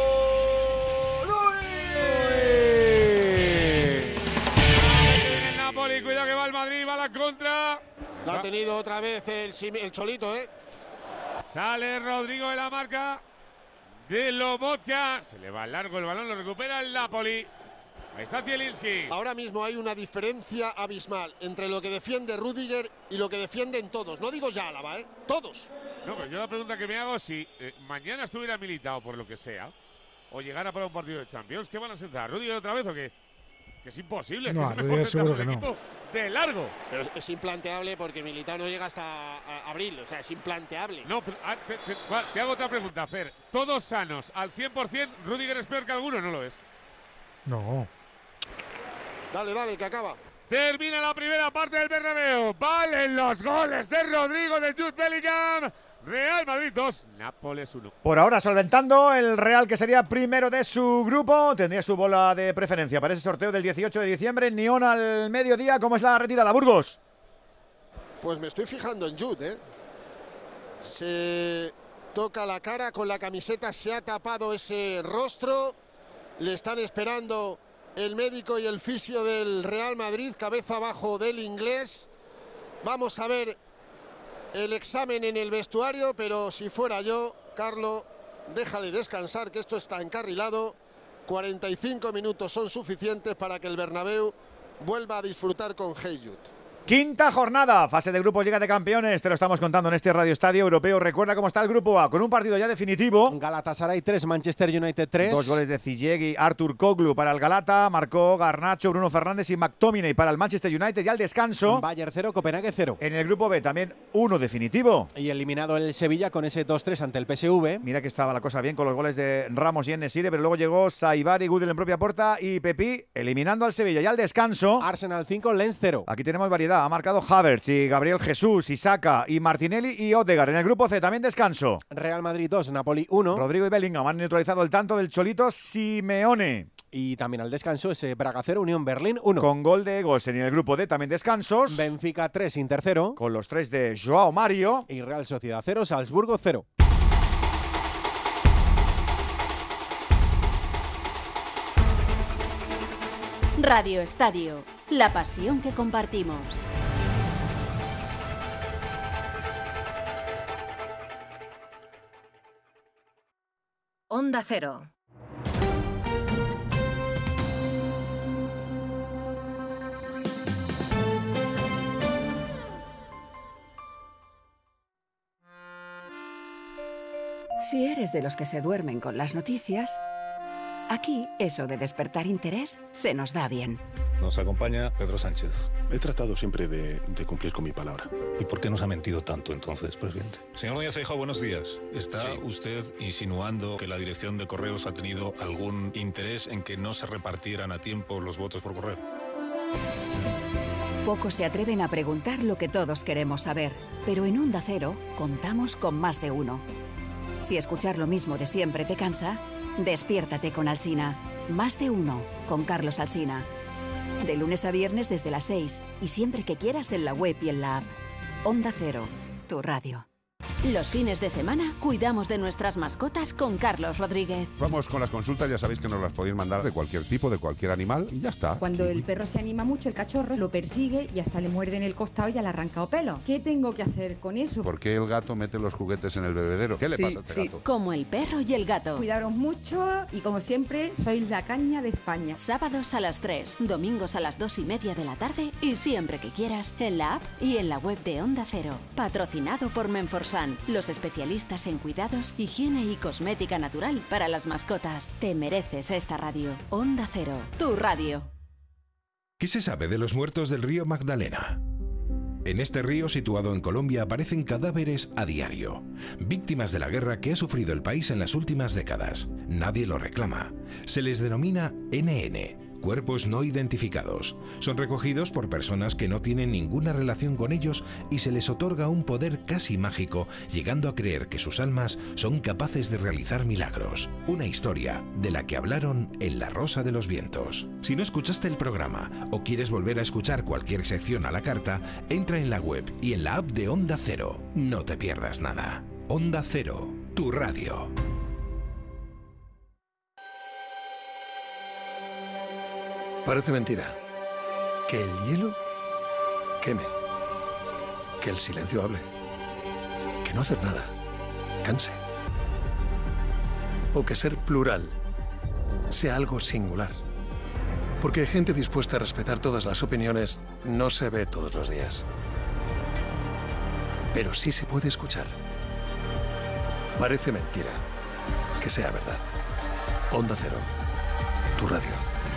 Cuidado que va el Madrid, va a la contra. La ha tenido otra vez el, el Cholito, ¿eh? Sale Rodrigo de la marca de Lobotka. Se le va largo el balón, lo recupera el Napoli. Ahí está Zielinski. Ahora mismo hay una diferencia abismal entre lo que defiende Rudiger y lo que defienden todos. No digo ya Álava, ¿eh? Todos. No, pero yo la pregunta que me hago, si eh, mañana estuviera militado por lo que sea, o llegara para un partido de Champions. ¿Qué van a sentar? ¿Rudiger otra vez o qué? Que es imposible. No, es que Rudiger seguro que no. equipo de largo. Pero es implanteable porque Militao no llega hasta a, abril, o sea, es implanteable. No, pero, ah, te, te, te hago otra pregunta, Fer. ¿Todos sanos al cien por cien? ¿Rudiger es peor que alguno? No lo es. No. Dale, dale, que acaba. Termina la primera parte del Bernabéu. Valen los goles de Rodrigo, de Jude Bellingham. Real Madrid dos, Nápoles uno. Por ahora solventando el Real, que sería primero de su grupo. Tendría su bola de preferencia para ese sorteo del dieciocho de diciembre. Nión al mediodía. ¿Cómo es la retirada, Burgos? Pues me estoy fijando en Jude, ¿eh? Se toca la cara con la camiseta, se ha tapado ese rostro. Le están esperando el médico y el fisio del Real Madrid, cabeza abajo del inglés. Vamos a ver el examen en el vestuario, pero si fuera yo, Carlo, déjale descansar, que esto está encarrilado. cuarenta y cinco minutos son suficientes para que el Bernabéu vuelva a disfrutar con Hey Jude. Quinta jornada, fase de grupos, Liga de Campeones. Te lo estamos contando en este Radio Estadio Europeo. Recuerda cómo está el grupo A, con un partido ya definitivo. Galatasaray tres, Manchester United tres. Dos goles de Ziyech y Artur Koglu para el Galata. Marcó Garnacho, Bruno Fernández y McTominay para el Manchester United. Y al descanso, Bayern cero, Copenhague cero. En el grupo B también uno definitivo. Y eliminado el Sevilla con ese dos tres ante el P S V. Mira que estaba la cosa bien con los goles de Ramos y En-Nesyri, pero luego llegó Saibari, Gudel en propia puerta y Pepi eliminando al Sevilla. Y al descanso, Arsenal cinco, Lens cero. Aquí tenemos variedad. Ha marcado Havertz y Gabriel Jesús, y Saka y Martinelli y Odegaard. En el grupo C también descanso. Real Madrid dos, Napoli uno. Rodrigo y Bellingham han neutralizado el tanto del Cholito Simeone. Y también al descanso ese Braga cero, Unión Berlín uno. Con gol de Egosen. En el grupo D también descansos. Benfica tres, Inter cero. Con los tres de Joao Mario. Y Real Sociedad cero, Salzburgo cero. Radio Estadio, la pasión que compartimos. Onda Cero. Si eres de los que se duermen con las noticias, aquí eso de despertar interés se nos da bien. Nos acompaña Pedro Sánchez. He tratado siempre de, de cumplir con mi palabra. ¿Y por qué nos ha mentido tanto entonces, presidente? Señor Núñez Feijóo, buenos días. ¿Está sí. usted insinuando que la dirección de correos ha tenido algún interés en que no se repartieran a tiempo los votos por correo? Pocos se atreven a preguntar lo que todos queremos saber, pero en Onda Cero contamos con más de uno. Si escuchar lo mismo de siempre te cansa, despiértate con Alsina. Más de uno con Carlos Alsina. De lunes a viernes desde las seis y siempre que quieras en la web y en la app. Onda Cero, tu radio. Los fines de semana cuidamos de nuestras mascotas con Carlos Rodríguez. Vamos con las consultas, ya sabéis que nos las podéis mandar de cualquier tipo, de cualquier animal y ya está. Cuando el perro se anima mucho, el cachorro lo persigue y hasta le muerde en el costado y ya le ha arrancado pelo. ¿Qué tengo que hacer con eso? ¿Por qué el gato mete los juguetes en el bebedero? ¿Qué le Sí, pasa a este sí. gato? Como el perro y el gato. Cuidaros mucho y como siempre, sois la caña de España. Sábados a las tres, domingos a las dos y media de la tarde y siempre que quieras en la app y en la web de Onda Cero. Patrocinado por Menforsan, los especialistas en cuidados, higiene y cosmética natural para las mascotas. Te mereces esta radio. Onda Cero, tu radio. ¿Qué se sabe de los muertos del río Magdalena? En este río situado en Colombia aparecen cadáveres a diario, víctimas de la guerra que ha sufrido el país en las últimas décadas. Nadie lo reclama. Se les denomina N N, cuerpos no identificados. Son recogidos por personas que no tienen ninguna relación con ellos y se les otorga un poder casi mágico, llegando a creer que sus almas son capaces de realizar milagros. Una historia de la que hablaron en La Rosa de los Vientos. Si no escuchaste el programa o quieres volver a escuchar cualquier sección a la carta, entra en la web y en la app de Onda Cero. No te pierdas nada. Onda Cero, tu radio. Parece mentira. Que el hielo queme. Que el silencio hable. Que no hacer nada canse. O que ser plural sea algo singular. Porque gente dispuesta a respetar todas las opiniones no se ve todos los días. Pero sí se puede escuchar. Parece mentira que sea verdad. Onda Cero, tu radio.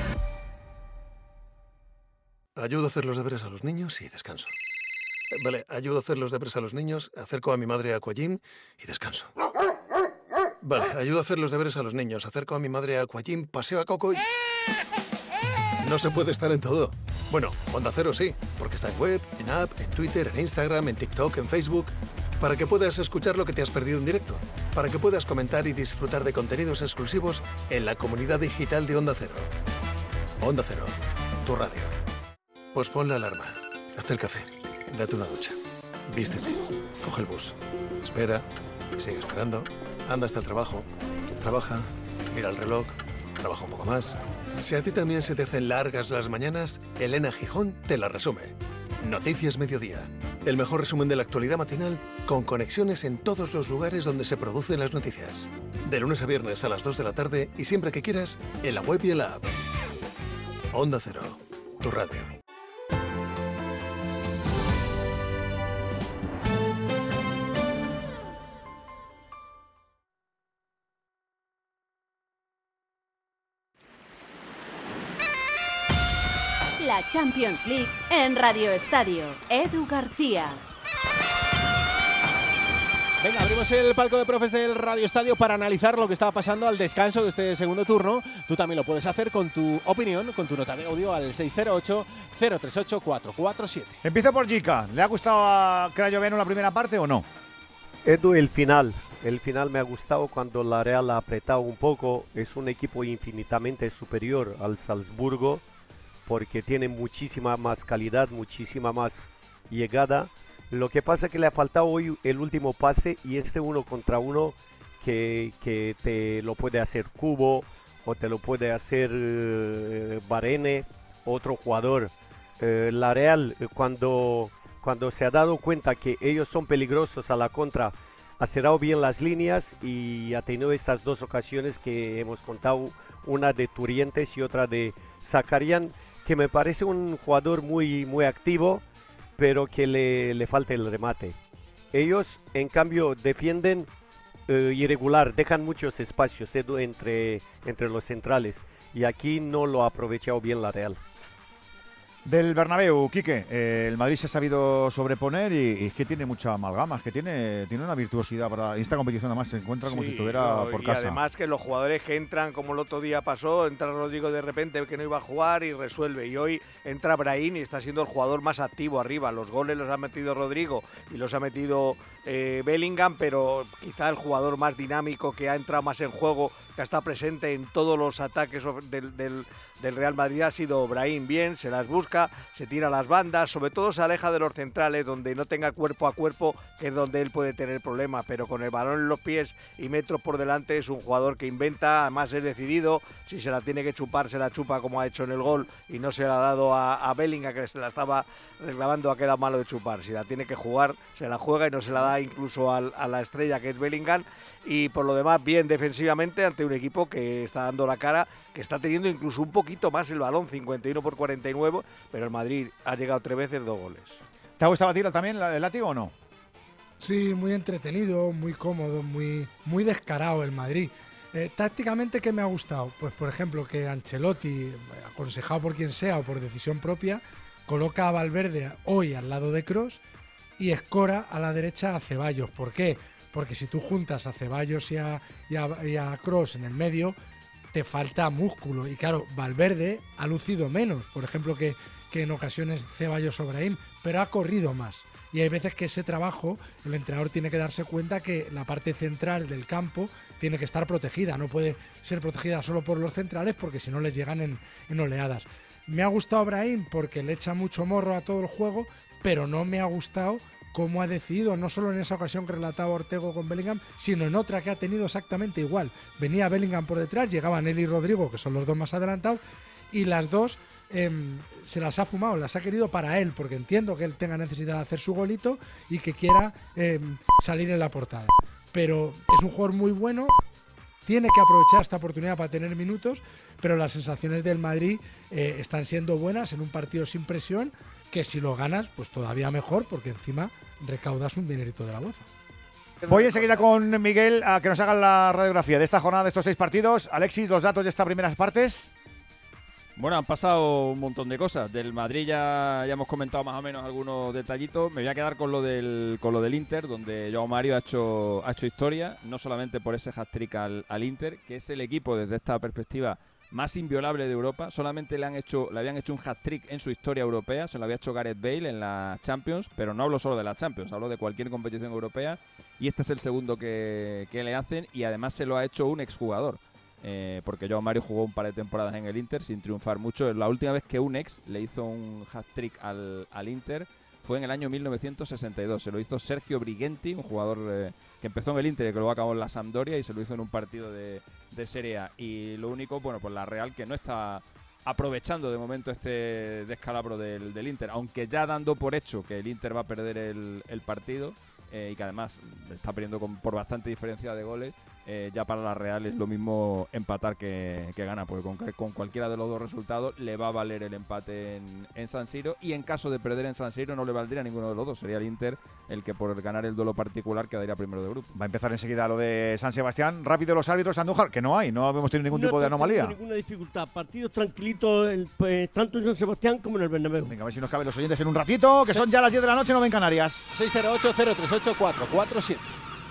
Ayudo a hacer los deberes a los niños y descanso. Vale, ayudo a hacer los deberes a los niños, acerco a mi madre a Aquagym y descanso. Vale, ayudo a hacer los deberes a los niños, acerco a mi madre a Aquagym, paseo a Coco y... No se puede estar en todo. Bueno, Onda Cero sí, porque está en web, en app, en Twitter, en Instagram, en TikTok, en Facebook... Para que puedas escuchar lo que te has perdido en directo. Para que puedas comentar y disfrutar de contenidos exclusivos en la comunidad digital de Onda Cero. Onda Cero, tu radio. Pues pon la alarma, haz el café, date una ducha, vístete, coge el bus, espera, sigue esperando, anda hasta el trabajo, trabaja, mira el reloj, trabaja un poco más. Si a ti también se te hacen largas las mañanas, Elena Gijón te la resume. Noticias Mediodía. El mejor resumen de la actualidad matinal con conexiones en todos los lugares donde se producen las noticias. De lunes a viernes a las dos de la tarde y siempre que quieras, en la web y en la app. Onda Cero, tu radio. La Champions League en Radio Estadio. Edu García. Venga, abrimos el palco de profes del Radio Estadio para analizar lo que estaba pasando al descanso de este segundo turno. Tú también lo puedes hacer con tu opinión, con tu nota de audio al seis cero ocho, cero tres ocho, cuatro cuatro siete. Empiezo por Jica. ¿Le ha gustado a Craioveno la primera parte o no? Edu, el final. El final me ha gustado cuando la Real ha apretado un poco. Es un equipo infinitamente superior al Salzburgo, porque tiene muchísima más calidad, muchísima más llegada. Lo que pasa es que le ha faltado hoy el último pase y este uno contra uno que, que te lo puede hacer Kubo o te lo puede hacer uh, Varane, otro jugador. Uh, la Real, cuando, cuando se ha dado cuenta que ellos son peligrosos a la contra, ha cerrado bien las líneas y ha tenido estas dos ocasiones que hemos contado, una de Turientes y otra de Zakarian, que me parece un jugador muy, muy activo, pero que le, le falta el remate. Ellos, en cambio, defienden eh, irregular, dejan muchos espacios eh, entre, entre los centrales, y aquí no lo ha aprovechado bien la Real. Del Bernabéu, Quique, eh, el Madrid se ha sabido sobreponer y, y es que tiene mucha amalgama, es que tiene, tiene una virtuosidad para esta competición, además se encuentra como sí, si estuviera no, por y casa. Además que los jugadores que entran, como el otro día pasó, entra Rodrigo de repente que no iba a jugar y resuelve, y hoy entra Brahim y está siendo el jugador más activo arriba. Los goles los ha metido Rodrigo y los ha metido eh, Bellingham, pero quizá el jugador más dinámico, que ha entrado más en juego, que está presente en todos los ataques del, del, del Real Madrid, ha sido Brahim. Bien, se las busca, se tira a las bandas, sobre todo se aleja de los centrales, donde no tenga cuerpo a cuerpo, que es donde él puede tener problemas, pero con el balón en los pies y metros por delante es un jugador que inventa, además es decidido. Si se la tiene que chupar, se la chupa, como ha hecho en el gol, y no se la ha dado a, a Bellingham, que se la estaba reclamando a que era malo de chupar. Si la tiene que jugar, se la juega y no se la da incluso a, a la estrella, que es Bellingham. Y por lo demás, bien defensivamente ante un equipo que está dando la cara, que está teniendo incluso un poquito más el balón, cincuenta y uno por cuarenta y nueve, pero el Madrid ha llegado tres veces, dos goles. ¿Te ha gustado a ti también el látigo o no? Sí, muy entretenido, muy cómodo, muy, muy descarado el Madrid. Eh, tácticamente, ¿qué me ha gustado? Pues por ejemplo que Ancelotti, aconsejado por quien sea o por decisión propia, coloca a Valverde hoy al lado de Kroos y escora a la derecha a Ceballos. ¿Por qué? Porque si tú juntas a Ceballos y a, y a, y a Kroos en el medio, te falta músculo. Y claro, Valverde ha lucido menos, por ejemplo, que, que en ocasiones Ceballos o Brahim, pero ha corrido más. Y hay veces que ese trabajo, el entrenador tiene que darse cuenta que la parte central del campo tiene que estar protegida. No puede ser protegida solo por los centrales, porque si no les llegan en, en oleadas. Me ha gustado Brahim porque le echa mucho morro a todo el juego, pero no me ha gustado cómo ha decidido, no solo en esa ocasión que relataba Ortego con Bellingham, sino en otra que ha tenido exactamente igual. Venía Bellingham por detrás, llegaban él y Rodrigo, que son los dos más adelantados, y las dos eh, se las ha fumado, las ha querido para él, porque entiendo que él tenga necesidad de hacer su golito y que quiera eh, salir en la portada. Pero es un jugador muy bueno, tiene que aprovechar esta oportunidad para tener minutos, pero las sensaciones del Madrid eh, están siendo buenas en un partido sin presión, que si lo ganas, pues todavía mejor, porque encima recaudas un dinerito de la UEFA. Voy enseguida con Miguel a que nos hagan la radiografía de esta jornada, de estos seis partidos. Alexis, los datos de estas primeras partes. Bueno, han pasado un montón de cosas. Del Madrid ya, ya hemos comentado más o menos algunos detallitos. Me voy a quedar con lo del con lo del Inter, donde Joao Mario ha hecho, ha hecho historia, no solamente por ese hat-trick al, al Inter, que es el equipo desde esta perspectiva más inviolable de Europa. Solamente le han hecho le habían hecho un hat-trick en su historia europea, se lo había hecho Gareth Bale en la Champions, pero no hablo solo de la Champions, hablo de cualquier competición europea, y este es el segundo que, que le hacen, y además se lo ha hecho un exjugador. Eh, porque Joao Mario jugó un par de temporadas en el Inter sin triunfar mucho. La última vez que un ex le hizo un hat-trick al, al Inter fue en el año mil novecientos sesenta y dos. Se lo hizo Sergio Brighenti, un jugador eh, que empezó en el Inter y que luego acabó en la Sampdoria, y se lo hizo en un partido de, de Serie A. Y lo único, bueno, pues la Real, que no está aprovechando de momento este descalabro del, del Inter, aunque ya dando por hecho que el Inter va a perder el, el partido, eh, y que además está perdiendo con, por bastante diferencia de goles. Eh, ya para la Real es lo mismo empatar que, que ganar, porque con, con cualquiera de los dos resultados le va a valer el empate en, en San Siro, y en caso de perder en San Siro no le valdría a ninguno de los dos, sería el Inter el que por ganar el duelo particular quedaría primero de grupo. Va a empezar enseguida lo de San Sebastián. Rápido los árbitros, Andújar, que no hay, no hemos tenido ningún no tipo de anomalía. No ninguna dificultad, partidos tranquilitos en, pues, tanto en San Sebastián como en el Bernabéu. Venga, a ver si nos caben los oyentes en un ratito, que sí. Son ya las diez de la noche, no ven Canarias. seis cero ocho cero tres ocho cuatro cuatro siete.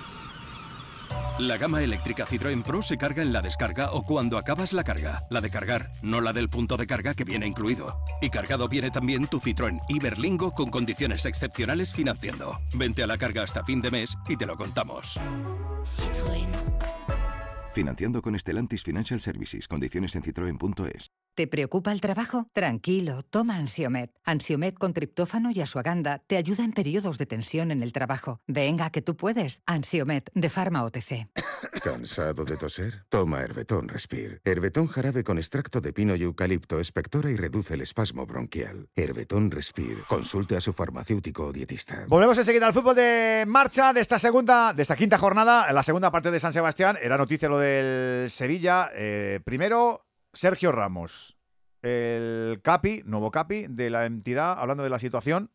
La gama eléctrica Citroën Pro se carga en la descarga o cuando acabas la carga. La de cargar, no la del punto de carga que viene incluido. Y cargado viene también tu Citroën Iberlingo con condiciones excepcionales financiando. Vente a la carga hasta fin de mes y te lo contamos. Citroën. Financiando con Stellantis Financial Services. Condiciones en citroen punto es. ¿Te preocupa el trabajo? Tranquilo, toma Ansiomed. Ansiomed con triptófano y asuaganda te ayuda en periodos de tensión en el trabajo. Venga, que tú puedes. Ansiomed, de Pharma O T C. ¿Cansado de toser? Toma Herbetón Respire. Herbetón jarabe con extracto de pino y eucalipto espectora y reduce el espasmo bronquial. Herbetón Respire. Consulte a su farmacéutico o dietista. Volvemos enseguida al fútbol de marcha de esta segunda, de esta quinta jornada. En la segunda parte de San Sebastián era noticia lo del Sevilla. Eh, primero, Sergio Ramos, el capi, nuevo capi de la entidad, hablando de la situación.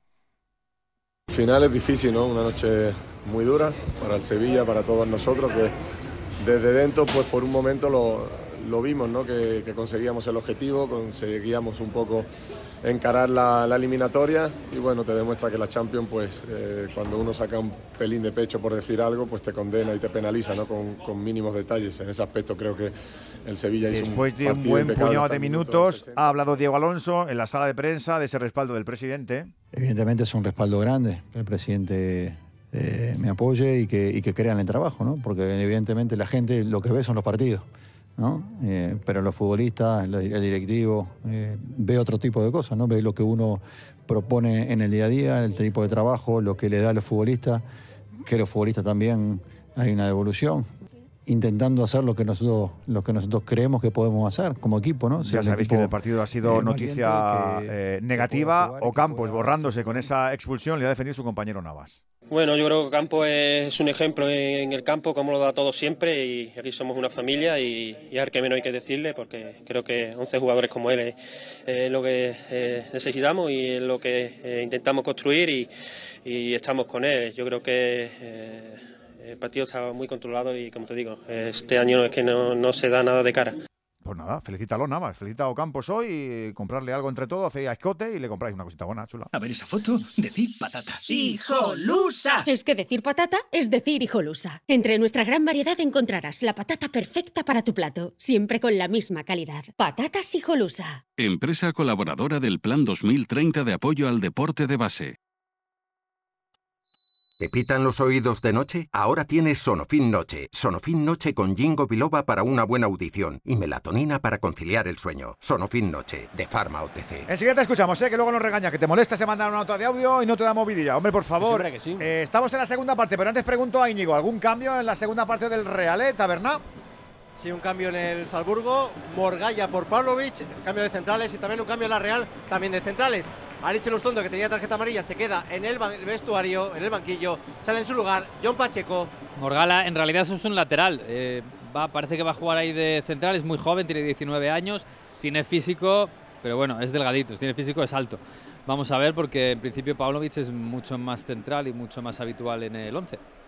Al final es difícil, ¿no? Una noche muy dura para el Sevilla, para todos nosotros, que desde dentro, pues por un momento lo, lo vimos, ¿no? Que, que conseguíamos el objetivo, conseguíamos un poco encarar la, la eliminatoria, y bueno, te demuestra que la Champions, pues eh, cuando uno saca un pelín de pecho por decir algo, pues te condena y te penaliza, ¿no? Con, con mínimos detalles. En ese aspecto creo que el Sevilla hizo Después un de un buen puñado de minutos, ha hablado Diego Alonso en la sala de prensa de ese respaldo del presidente. Evidentemente es un respaldo grande, que el presidente eh, me apoye y que, y que crea en el trabajo, ¿no? Porque evidentemente la gente lo que ve son los partidos, ¿no? Eh, pero los futbolistas, el directivo, eh, ve otro tipo de cosas, ¿no? Ve lo que uno propone en el día a día, el tipo de trabajo, lo que le da a los futbolistas, que los futbolistas también hay una devolución, intentando hacer lo que nosotros lo que nosotros creemos que podemos hacer como equipo, ¿no? Ya sabéis que en el partido ha sido noticia que, eh, negativa. Ocampos borrándose con esa expulsión, le ha defendido su compañero Navas. Bueno, yo creo que Campos es un ejemplo en el campo, como lo da todo siempre, y aquí somos una familia y, y al que menos hay que decirle, porque creo que once jugadores como él es, es lo que eh, necesitamos y es lo que eh, intentamos construir, y, y estamos con él. Yo creo que eh, el partido está muy controlado y, como te digo, este año es que no, no se da nada de cara. Pues nada, felicítalo nada más. Felicita a Ocampos hoy, comprarle algo entre todos, hacéis a escote y le compráis una cosita buena, chula. A ver esa foto, decir patata. ¡Hijolusa! Es que decir patata es decir hijolusa. Entre nuestra gran variedad encontrarás la patata perfecta para tu plato, siempre con la misma calidad. Patatas Hijolusa. Empresa colaboradora del Plan dos mil treinta de apoyo al deporte de base. ¿Te pitan los oídos de noche? Ahora tienes Sonofin Noche. Sonofin Noche con Ginkgo biloba para una buena audición y melatonina para conciliar el sueño. Sonofin Noche, de Pharma O T C. Enseguida te escuchamos, ¿eh? Que luego nos regaña, que te molesta se mandar una nota de audio y no te da movidilla. Hombre, por favor. Que sí, que sí. Eh, estamos en la segunda parte, pero antes pregunto a Íñigo, ¿algún cambio en la segunda parte del Real, eh, Taberná? Sí, un cambio en el Salzburgo, Morgalla por Pavlovic, cambio de centrales, y también un cambio en la Real, también de centrales. Ariche Lustondo, que tenía tarjeta amarilla, se queda en el vestuario, en el banquillo, sale en su lugar John Pacheco. Morgala en realidad es un lateral, eh, va, parece que va a jugar ahí de central, es muy joven, tiene diecinueve años, tiene físico, pero bueno, es delgadito, tiene físico, es alto. Vamos a ver, porque en principio Pavlovic es mucho más central y mucho más habitual en el once.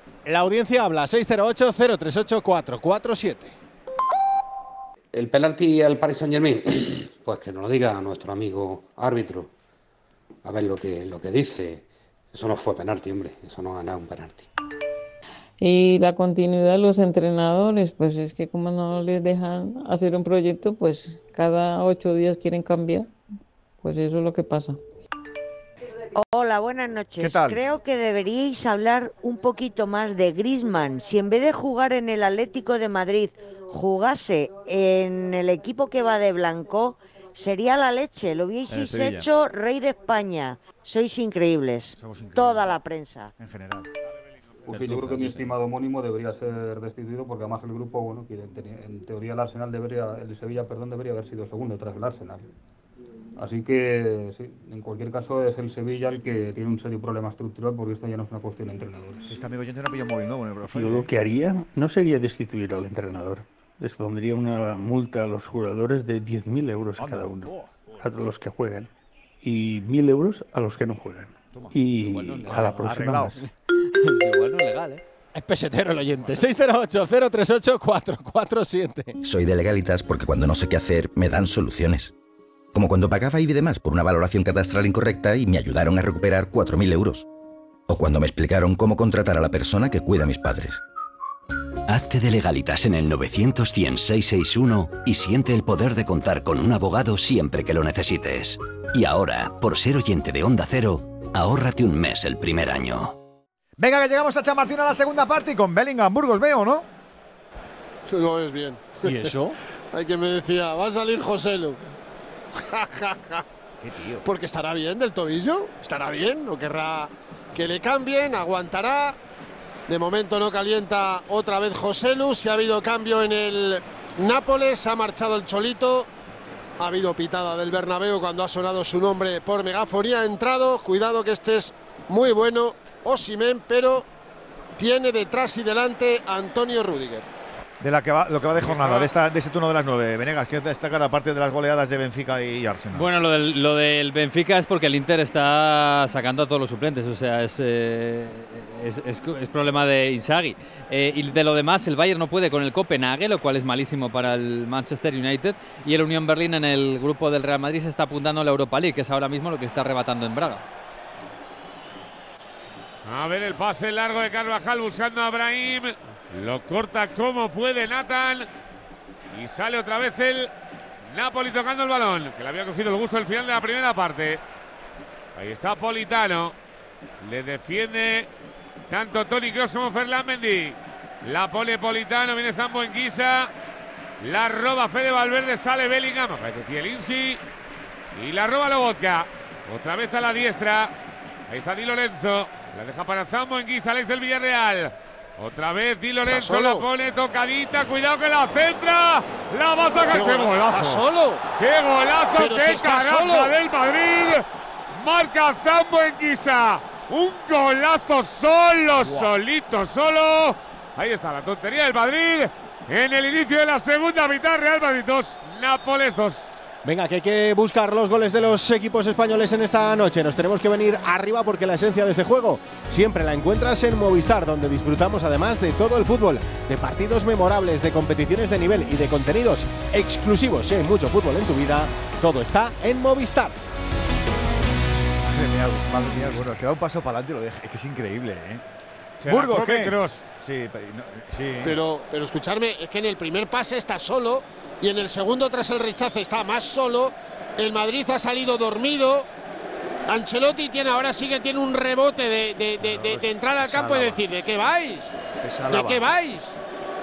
La audiencia habla, seis cero ocho, cero tres ocho, cuatro cuatro siete. El penalti al Paris Saint-Germain, pues que nos lo diga nuestro amigo árbitro, a ver lo que, lo que dice. Eso no fue penalti, hombre, eso no ha ganado un penalti. Y la continuidad de los entrenadores, pues es que como no les dejan hacer un proyecto, pues cada ocho días quieren cambiar, pues eso es lo que pasa. Hola, buenas noches. ¿Qué tal? Creo que deberíais hablar un poquito más de Griezmann. Si en vez de jugar en el Atlético de Madrid, jugase en el equipo que va de blanco, sería la leche. Lo hubieseis hecho rey de España. Sois increíbles. increíbles. Toda la prensa. En general. Pues sí, yo creo que mi estimado homónimo debería ser destituido porque además el grupo, bueno, que en teoría el Arsenal debería, el Sevilla, perdón, debería haber sido segundo tras el Arsenal. Así que, sí, en cualquier caso es el Sevilla el que tiene un serio problema estructural porque esto ya no es una cuestión de entrenadores. Este amigo oyente no pilló un móvil nuevo en el profe. Yo lo que haría no sería destituir al entrenador. Les pondría una multa a los jugadores de diez mil euros a cada uno, a los que jueguen, y mil euros a los que no juegan. Toma, y no a la próxima más. Igual no es legal, ¿eh? Es pesetero el oyente. seis cero ocho, cero tres ocho, cuatro cuatro siete. Soy de Legalitas porque cuando no sé qué hacer me dan soluciones. Como cuando pagaba I B I más por una valoración catastral incorrecta y me ayudaron a recuperar cuatro mil euros. O cuando me explicaron cómo contratar a la persona que cuida a mis padres. Hazte de Legalitas en el novecientos, cien, seiscientos sesenta y uno y siente el poder de contar con un abogado siempre que lo necesites. Y ahora, por ser oyente de Onda Cero, ahórrate un mes el primer año. Venga, que llegamos a Chamartín a la segunda parte y con Bellingham, Burgos, veo, ¿no? Lo ves bien. ¿Y eso? Hay que me decía, va a salir Joselu. ¿Qué tío? Porque estará bien del tobillo, estará bien, no querrá que le cambien, aguantará. De momento no calienta otra vez Joselu. Si ha habido cambio en el Nápoles, ha marchado el Cholito. Ha habido pitada del Bernabéu cuando ha sonado su nombre por megafonía. Ha entrado, cuidado que este es muy bueno, Osimhen, pero tiene detrás y delante a Antonio Rüdiger. De la que va, lo que va de jornada, de, esta, de ese turno de las nueve. Venegas, ¿qué destacar aparte de las goleadas de Benfica y Arsenal? Bueno, lo del, lo del Benfica es porque el Inter está sacando a todos los suplentes, o sea, es, eh, es, es, es problema de Inzaghi. Eh, y de lo demás, el Bayern no puede con el Copenhague, lo cual es malísimo para el Manchester United, y el Unión Berlín en el grupo del Real Madrid se está apuntando a la Europa League, que es ahora mismo lo que está arrebatando en Braga. A ver el pase largo de Carvajal buscando a Brahim. Lo corta como puede Nathan. Y sale otra vez el Napoli tocando el balón, que le había cogido el gusto al final de la primera parte. Ahí está Politano. Le defiende tanto Toni Kroos como Ferland Mendy. La pone Politano, viene Zambo en Guisa. La roba Fede Valverde, sale Bellingham. Aparece Zielinski. Y la roba Lobotka. Otra vez a la diestra. Ahí está Di Lorenzo. La deja para Zambo en Guisa, Alex del Villarreal. Otra vez Di Lorenzo la pone tocadita. Cuidado que la centra. La va a sacar. ¡Qué golazo! Solo. ¡Qué golazo! Pero ¡Qué si caraja del Madrid! Marca Zambo en Guisa. Un golazo solo, wow. solito, solo. Ahí está la tontería del Madrid. En el inicio de la segunda mitad, Real Madrid dos, Nápoles dos. Venga, que hay que buscar los goles de los equipos españoles en esta noche. Nos tenemos que venir arriba porque la esencia de este juego siempre la encuentras en Movistar, donde disfrutamos además de todo el fútbol, de partidos memorables, de competiciones de nivel y de contenidos exclusivos. Si hay mucho fútbol en tu vida, todo está en Movistar. Madre mía, madre mía, bueno, queda un paso para adelante y lo deja. Es que es increíble, ¿eh? Burgos, ¿qué? Cross. Sí, pero, no, sí. Pero, pero escucharme, es que en el primer pase está solo y en el segundo tras el rechace está más solo. El Madrid ha salido dormido. Ancelotti tiene ahora sí que tiene un rebote de, de, de, de, de entrar al campo y decir, ¿de qué vais? ¿De qué vais?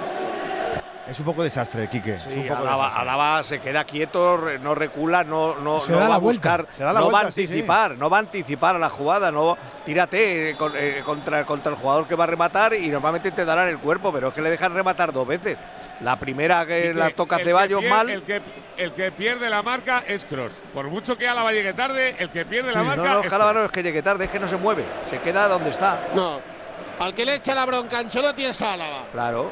Es un poco desastre, Quique. Sí, es un poco Alaba, desastre. Alaba se queda quieto, no recula, no, no, Se no da va la a buscar, vuelta. Se da la no vuelta, va a sí, anticipar, sí. no va a anticipar a la jugada, no tírate eh, con, eh, contra, contra el jugador que va a rematar y normalmente te darán el cuerpo, pero es que le dejan rematar dos veces. La primera que, que la toca Ceballos pierde, mal. El que, el que pierde la marca es Kroos. Por mucho que Alaba llegue tarde, el que pierde Sí, la marca no, no, es Alaba Kroos. no es que llegue tarde, es que no se mueve, se queda donde está. No, al que le echa la bronca Ancelotti es Alaba. Claro.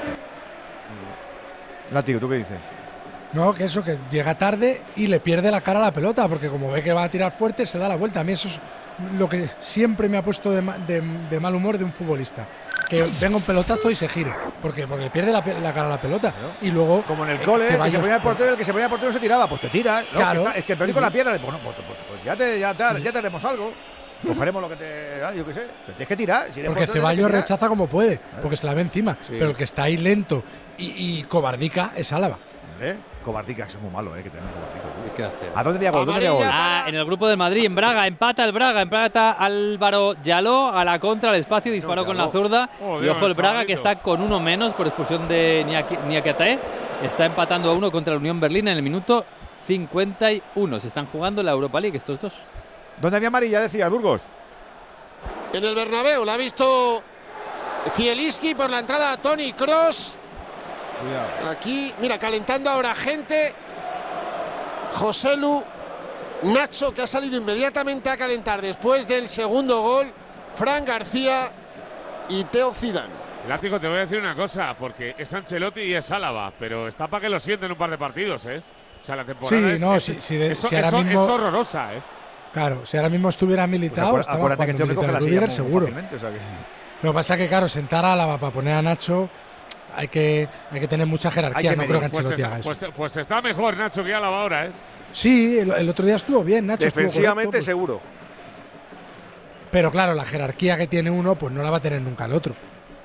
Látigo, ¿tú qué dices? No, que eso, que llega tarde y le pierde la cara a la pelota, porque como ve que va a tirar fuerte, se da la vuelta. A mí eso es lo que siempre me ha puesto de, ma de, de mal humor de un futbolista. Que que venga un pelotazo y se gire, porque porque pierde la, la cara a la pelota. Claro. Y luego como en el cole, eh, que se ponía el portero, el que se ponía el portero se tiraba, pues te tiras, ¿no? Claro. Que está, es que perdí sí, con sí. la piedra, bueno, pues, pues, pues ya te ya te, ya te haremos algo. Cogeremos lo que te. Ah, yo qué sé. Te tienes que tirar. Si porque Ceballos rechaza como puede, porque se la ve encima. Sí. Pero el que está ahí lento y, y cobardica es Álava. ¿Eh? Cobardica, que es muy malo, ¿eh? Que tenemos cobardica. ¿Qué hace? ¿A dónde había gol? ¿Dónde había gol? Ah, en el grupo de Madrid, en Braga. Empata el Braga. Empata Álvaro Yaló a la contra, al espacio. Disparó no, con la zurda. Oh, y ojo el Braga, chavalito. Que está con uno menos por expulsión de Niakate. Está empatando a uno contra la Unión Berlín en el minuto cincuenta y uno. Se están jugando la Europa League estos dos. ¿Dónde había amarilla, decía Burgos? En el Bernabéu, la ha visto Zielinski por la entrada a Toni Kroos. Aquí, mira, calentando ahora gente. Joselu, Nacho, que ha salido inmediatamente a calentar después del segundo gol. Fran García y Teo Zidane. Látigo, te voy a decir una cosa, porque es Ancelotti y es Álava, pero está para que lo sienten un par de partidos, ¿eh? O sea, la temporada sí, es, no, es, si, si de, es, si ahora es, mismo, es horrorosa, ¿eh? Claro, si ahora mismo estuviera militado, pues estaba acuérdate que este hombre coge la silla seguro. O sea que... Lo que pasa es que, claro, sentar a Álava para poner a Nacho, hay que, hay que tener mucha jerarquía. Que no creo que Ancelotti pues, haga eso. Pues, pues está mejor Nacho que Álava ahora, ¿eh? Sí, el, el otro día estuvo bien, Nacho. Defensivamente correcto, pues, seguro. Pero claro, la jerarquía que tiene uno, pues no la va a tener nunca el otro.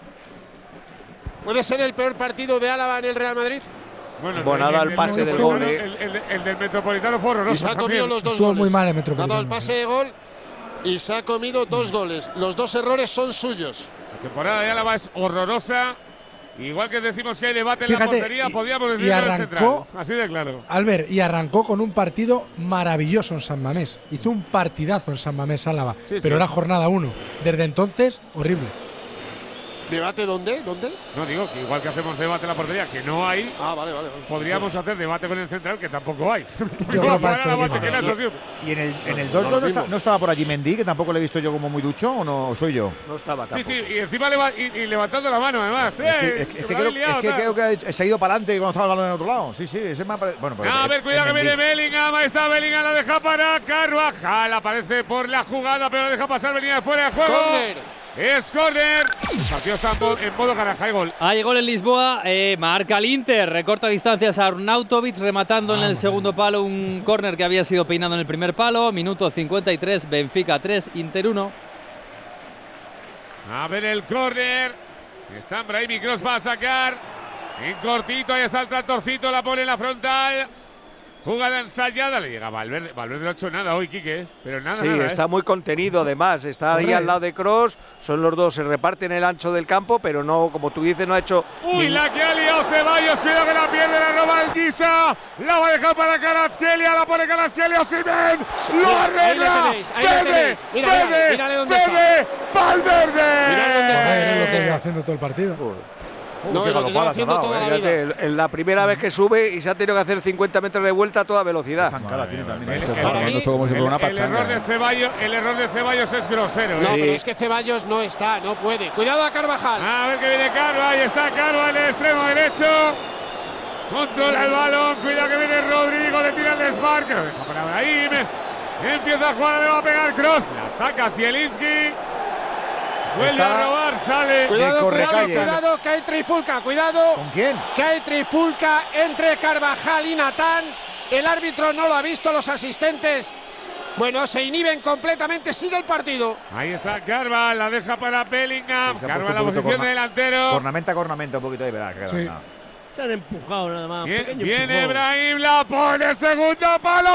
¿Puede ser el peor partido de Álava en el Real Madrid? Bueno, Bonada el, el, el pase del gol. El, el, el, el del Metropolitano fue horroroso. Y se ha comido los dos Estuvo goles. muy mal el Metropolitano. Ha dado el pase de gol y se ha comido dos goles. Los dos errores son suyos. La temporada de Álava es horrorosa. Igual que decimos que hay debate Fíjate, en la portería, y, podríamos decir y arrancó, así de claro. Albert, y arrancó con un partido maravilloso en San Mamés. Hizo un partidazo en San Mamés Álava, sí, pero sí. Era jornada uno. Desde entonces, horrible. ¿Debate dónde? ¿Dónde? No, digo que igual que hacemos debate en la portería, que no hay. Ah, vale, vale. vale. Podríamos sí. hacer debate con el central, que tampoco hay. Yo no, para para debate que Nacho siempre. Y en el en el dos dos no, no, no estaba por allí Mendy, que tampoco le he visto yo como muy ducho, o no soy yo. No estaba tampoco. Sí, sí, y encima leva y, y levantando la mano además. Es que, es que, es que, creo, liado, es que creo que ha dicho, se ha ido para adelante cuando estaba el balón en el otro lado. Sí, sí, ese me ha parecido. Bueno, pues, no, a ver, cuidado que viene Bellingham. Ahí está Bellingham, la deja para Carvajal. Aparece por la jugada, pero la deja pasar. Venía de fuera de juego. Corner. Es córner. El partido está en modo caraja. Hay gol. Hay gol en Lisboa. Eh, marca el Inter. Recorta distancias a Arnautovic, rematando ah, en el segundo palo un córner que había sido peinado en el primer palo. Minuto cincuenta y tres. Benfica tres, Inter uno. A ver el córner. Está Brahim y Kroos va a sacar. En cortito. Ahí está el tractorcito. La pone en la frontal. Jugada ensayada, le llega Valverde. Valverde no ha hecho nada hoy, Quique, pero nada. Sí, nada, está ¿eh? muy contenido además. Está ahí al lado de Kroos. Son los dos, se reparten el ancho del campo, pero no, como tú dices, no ha hecho. Uy, ni... la que ha liado Ceballos. Cuidado que la pierde, la roba el Guisa. La va a dejar para Kvaratskhelia. La pone Kvaratskhelia. Osimhen. Lo arregla. Fede. Fede. Fede. Valverde. Mirad dónde está. Es lo que está haciendo todo el partido. Uh. Uh, no, qué galopada se ha dado, eh. Fíjate, en la primera vez que sube y se ha tenido que hacer cincuenta metros de vuelta a toda velocidad. Zancada tiene también. El, el, el, el, error de Ceballos, el error de Ceballos es grosero. No, sí. Pero es que Ceballos no está, no puede. Cuidado a Carvajal. A ver que viene Carva, ahí está Carva en el extremo derecho. Controla el balón, cuidado que viene Rodrigo, le tira el desmarque, lo deja para Brahim. Empieza a jugar, le va a pegar Kroos, la saca Zielinski. Vuelve a robar, sale. Cuidado, cuidado, cuidado, que hay trifulca, cuidado. ¿Con quién? Que hay trifulca entre Carvajal y Natán. El árbitro no lo ha visto, los asistentes. Bueno, se inhiben completamente, sigue el partido. Ahí está Carva, la deja para Bellingham. Carva en la posición de delantero. Cornamenta, cornamenta, un poquito ahí, verá. Que sí. Se han empujado nada más. Bien, viene Brahim, la pone, segundo palo,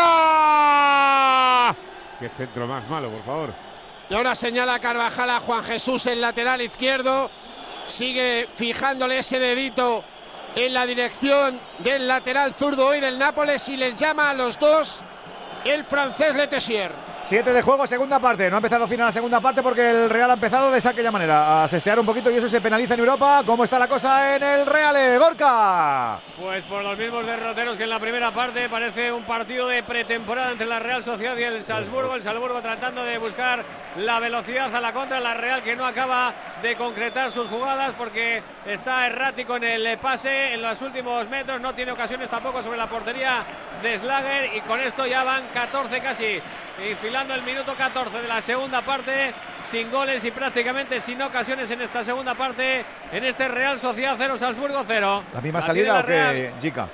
fuera. Qué centro más malo, por favor. Y ahora señala Carvajal a Juan Jesús, el lateral izquierdo. Sigue fijándole ese dedito en la dirección del lateral zurdo hoy del Nápoles y les llama a los dos el francés Letessier. Siete de juego, segunda parte. No ha empezado final la segunda parte porque el Real ha empezado de aquella manera a sestear un poquito y eso se penaliza en Europa. ¿Cómo está la cosa en el Real, Gorka? Pues por los mismos derroteros que en la primera parte. Parece un partido de pretemporada entre la Real Sociedad y el Salzburgo. El Salzburgo tratando de buscar la velocidad a la contra. La Real que no acaba de concretar sus jugadas porque está errático en el pase en los últimos metros. No tiene ocasiones tampoco sobre la portería de Schlager y con esto ya van catorce casi. Y perfilando el minuto catorce de la segunda parte, sin goles y prácticamente sin ocasiones en esta segunda parte, en este Real Sociedad cero, Salzburgo cero. ¿La misma salida o qué, Jica?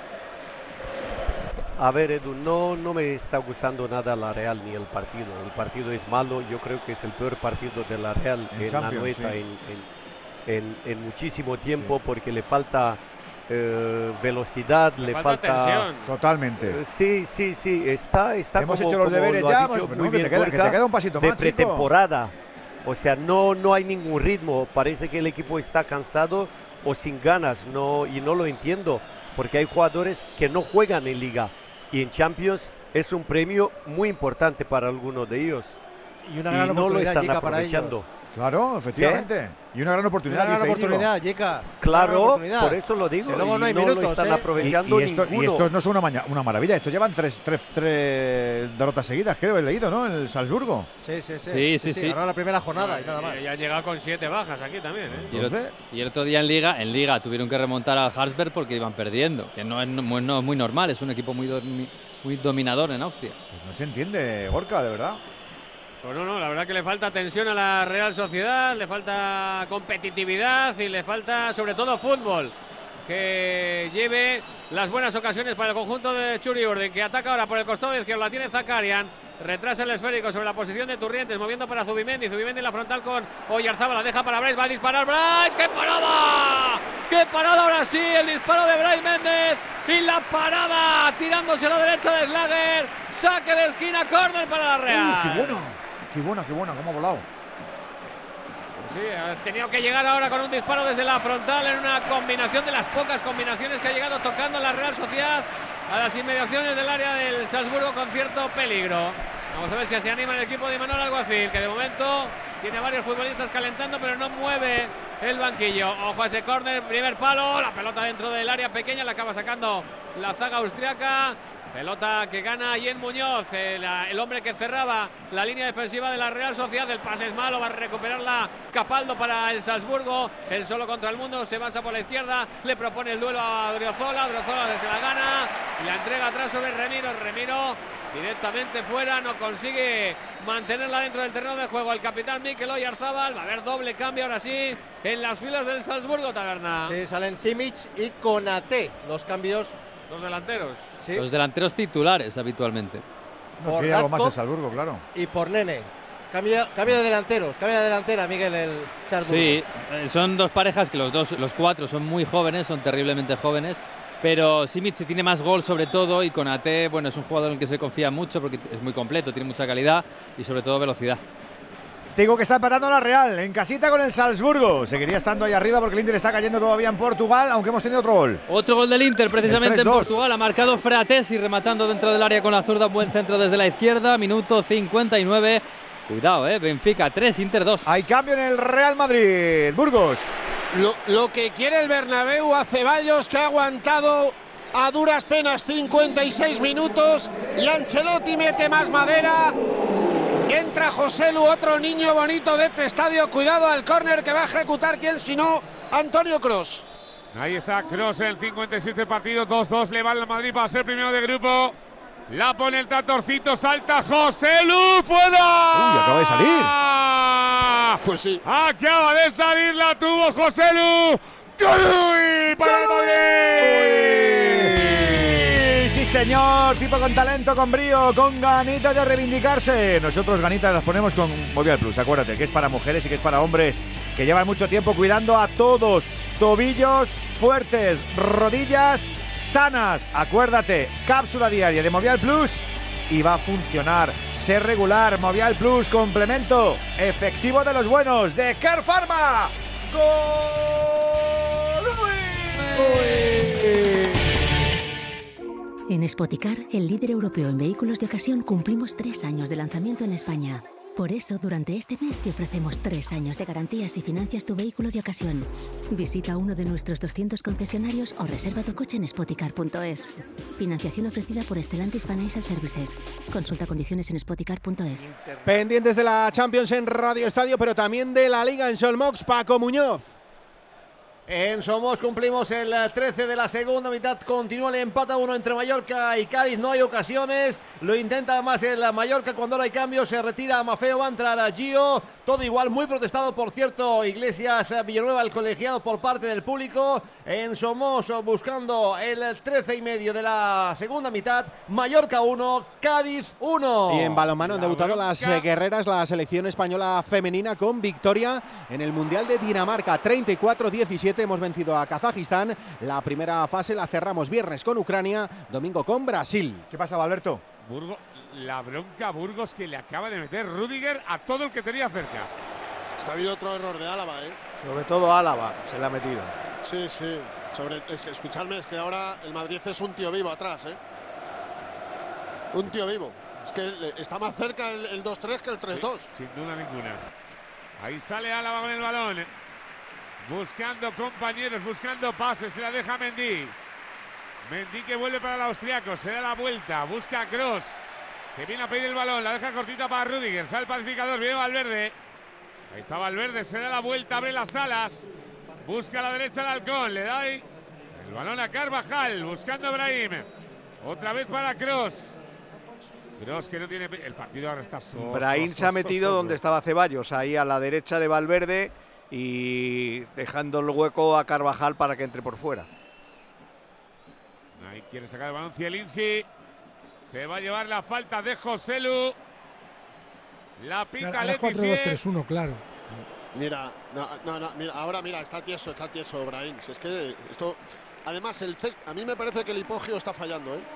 A ver, Edu, no, no me está gustando nada la Real ni el partido. El partido es malo, yo creo que es el peor partido de la Real en, en la Noeta sí. en, en, en, en muchísimo tiempo, sí. porque le falta eh, velocidad, le, le falta, falta tensión. Totalmente. Eh, sí, sí, sí, está, está Hemos como, hecho los deberes ya, hemos, muy no, bien, que, te queda, que te queda un pasito de más, pretemporada. Chico. O sea, no, no hay ningún ritmo, parece que el equipo está cansado o sin ganas, no, y no lo entiendo, porque hay jugadores que no juegan en Liga. Y en Champions es un premio muy importante para algunos de ellos. Y una gran y no lo están Jica, aprovechando. Claro, efectivamente. ¿Qué? Y una gran oportunidad. Una gran oportunidad, Jica. Claro, oportunidad. por eso lo digo. Que luego no hay no minutos, lo están ¿eh? aprovechando y, y, esto, y estos no son una, una maravilla. Estos llevan tres, tres, tres derrotas seguidas, creo, he leído, ¿no? En el Salzburgo. Sí, sí, sí. Sí, sí, sí. Ganó la primera jornada y nada más. Y han llegado con siete bajas aquí también, ¿eh? Y el, y el otro día en Liga, en Liga tuvieron que remontar al Harzberg porque iban perdiendo, que no es, no, no es muy normal, es un equipo muy, do, muy dominador en Austria. Pues no se entiende, Gorka, de verdad. Pues no, no, la verdad que le falta tensión a la Real Sociedad, le falta competitividad y le falta sobre todo fútbol. Que lleve las buenas ocasiones para el conjunto de Churi Orden, que ataca ahora por el costado izquierdo, la tiene Zakarian. Retrasa el esférico sobre la posición de Turrientes, moviendo para Zubimendi. Zubimendi en la frontal con Oyarzábal, la deja para Bryce, va a disparar Bryce. ¡Qué parada! ¡Qué parada ahora sí! El disparo de Bryce Méndez y la parada tirándose a la derecha de Slager. Saque de esquina, córner para la Real. Uh, ¡Qué bueno! ¡Qué bueno, qué bueno! ¿Cómo ha volado? Sí, ha tenido que llegar ahora con un disparo desde la frontal en una combinación de las pocas combinaciones que ha llegado tocando la Real Sociedad a las inmediaciones del área del Salzburgo con cierto peligro. Vamos a ver si se anima el equipo de Imanol Alguacil, que de momento tiene varios futbolistas calentando, pero no mueve el banquillo. Ojo a ese córner, primer palo, la pelota dentro del área pequeña, la acaba sacando la zaga austriaca. Pelota que gana Jen Muñoz, el, el hombre que cerraba la línea defensiva de la Real Sociedad. El pase es malo, va a recuperarla Capaldo para el Salzburgo. El solo contra el mundo, se basa por la izquierda, le propone el duelo a Odriozola. Odriozola se la gana y la entrega atrás sobre Remiro. Remiro directamente fuera, no consigue mantenerla dentro del terreno de juego. El capitán Mikel Oyarzábal, va a haber doble cambio ahora sí en las filas del Salzburgo, Taberna. Sí, salen Simic y Konate, los cambios. Los delanteros. ¿Sí? Los delanteros titulares habitualmente. No quiere algo más el Salzburgo, claro. Y por Nene. Cambio, cambio de delanteros, cambio de delantera, Miguel, el Salzburgo. Sí, son dos parejas que los dos, los cuatro son muy jóvenes, son terriblemente jóvenes. Pero Simic tiene más gol sobre todo y Konate, bueno, es un jugador en el que se confía mucho porque es muy completo, tiene mucha calidad y sobre todo velocidad. Digo que está empatando la Real en casita con el Salzburgo. Seguiría estando ahí arriba porque el Inter está cayendo todavía en Portugal, aunque hemos tenido otro gol. Otro gol del Inter precisamente en Portugal. Ha marcado Fratesi rematando dentro del área con la zurda. Buen centro desde la izquierda. Minuto cincuenta y nueve. Cuidado, eh. Benfica tres, Inter dos. Hay cambio en el Real Madrid. Burgos. Lo, lo que quiere el Bernabéu a Ceballos, que ha aguantado a duras penas cincuenta y seis minutos. Y Ancelotti mete más madera. Entra Joselu, otro niño bonito de este estadio. Cuidado al córner que va a ejecutar quien si no, Antonio Kroos. Ahí está Kroos en el cincuenta y seis de partido. dos dos le va al Madrid para ser primero de grupo. La pone el Tatorcito, salta Joselu, fuera. Uy, acaba de salir. Pues sí. Acaba de salir, la tuvo Joselu. ¡Uy! ¡Para el Madrid! Sí, señor, tipo con talento, con brío, con ganitas de reivindicarse. Nosotros ganitas las ponemos con Movial Plus, acuérdate, que es para mujeres y que es para hombres que llevan mucho tiempo cuidando a todos. Tobillos fuertes, rodillas sanas. Acuérdate, cápsula diaria de Movial Plus y va a funcionar. Ser regular, Movial Plus, complemento efectivo de los buenos de Care Pharma. ¡Gol! ¡Uy! En Spoticar, el líder europeo en vehículos de ocasión, cumplimos tres años de lanzamiento en España. Por eso, durante este mes te ofrecemos tres años de garantías si financias tu vehículo de ocasión. Visita uno de nuestros doscientos concesionarios o reserva tu coche en spoticar punto es. Financiación ofrecida por Stellantis Financial Services. Consulta condiciones en spoticar punto es. Pendientes de la Champions en Radio Estadio, pero también de la Liga en Solmox, Paco Muñoz. En Somos cumplimos el trece de la segunda mitad. Continúa el empate a uno entre Mallorca y Cádiz. No hay ocasiones. Lo intenta además el Mallorca cuando no hay cambio. Se retira Mafeo, va a entrar a Gio. Todo igual, muy protestado por cierto Iglesias Villanueva, el colegiado, por parte del público. En Somos buscando el trece y medio de la segunda mitad. Mallorca uno, Cádiz uno. Y en balonmano han debutado las eh, guerreras, la selección española femenina, con victoria en el Mundial de Dinamarca. treinta y cuatro a diecisiete hemos vencido a Kazajistán. La primera fase la cerramos viernes con Ucrania, domingo con Brasil. ¿Qué pasaba, Alberto? Burgos, la bronca a Burgos que le acaba de meter Rüdiger a todo el que tenía cerca. Es que ha habido otro error de Álava, ¿eh? Sobre todo Álava se le ha metido. Sí, sí. Sobre, es, escuchadme, es que ahora el Madrid es un tío vivo atrás, ¿eh? Un tío vivo. Es que está más cerca el, el dos tres que el tres dos. Sí, sin duda ninguna. Ahí sale Álava con el balón. Buscando compañeros, buscando pases. Se la deja Mendy. Mendy que vuelve para el austriaco. Se da la vuelta. Busca a Kroos, que viene a pedir el balón. La deja cortita para Rüdiger. Sale el pacificador. Viene Valverde. Ahí está Valverde. Se da la vuelta. Abre las alas. Busca a la derecha el halcón. Le da ahí el balón a Carvajal. Buscando a Brahim. Otra vez para Kroos. Kroos que no tiene... El partido ahora está solo. Brahim so, so, se ha so, metido so, so. donde estaba Ceballos, ahí a la derecha de Valverde, y dejando el hueco a Carvajal para que entre por fuera. Ahí quiere sacar el balón Zielinski. Se va a llevar la falta de Joselu. La pita Claro, Letizier. cuatro dos tres uno, claro. Mira, no, no, no, mira, ahora mira, está tieso, está tieso Brahim. Si es que esto, además el césped, a mí me parece que el hipogeo está fallando, ¿eh?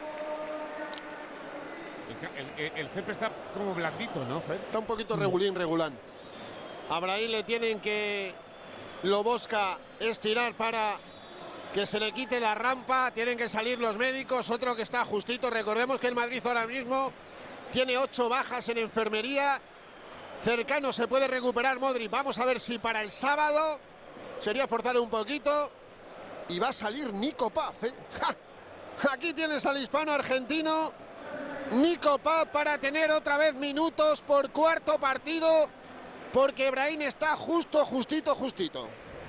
El, el, el césped está como blandito, ¿no, Fer? Está un poquito regulín, regulán. A Brahim le tienen que Loboska estirar para que se le quite la rampa. Tienen que salir los médicos. Otro que está justito. Recordemos que el Madrid ahora mismo tiene ocho bajas en enfermería. Cercano se puede recuperar Modric. Vamos a ver si para el sábado sería forzar un poquito. Y va a salir Nico Paz, ¿eh? Aquí tienes al hispano argentino Nico Paz para tener otra vez minutos por cuarto partido, porque Brahim está justo, justito, justito.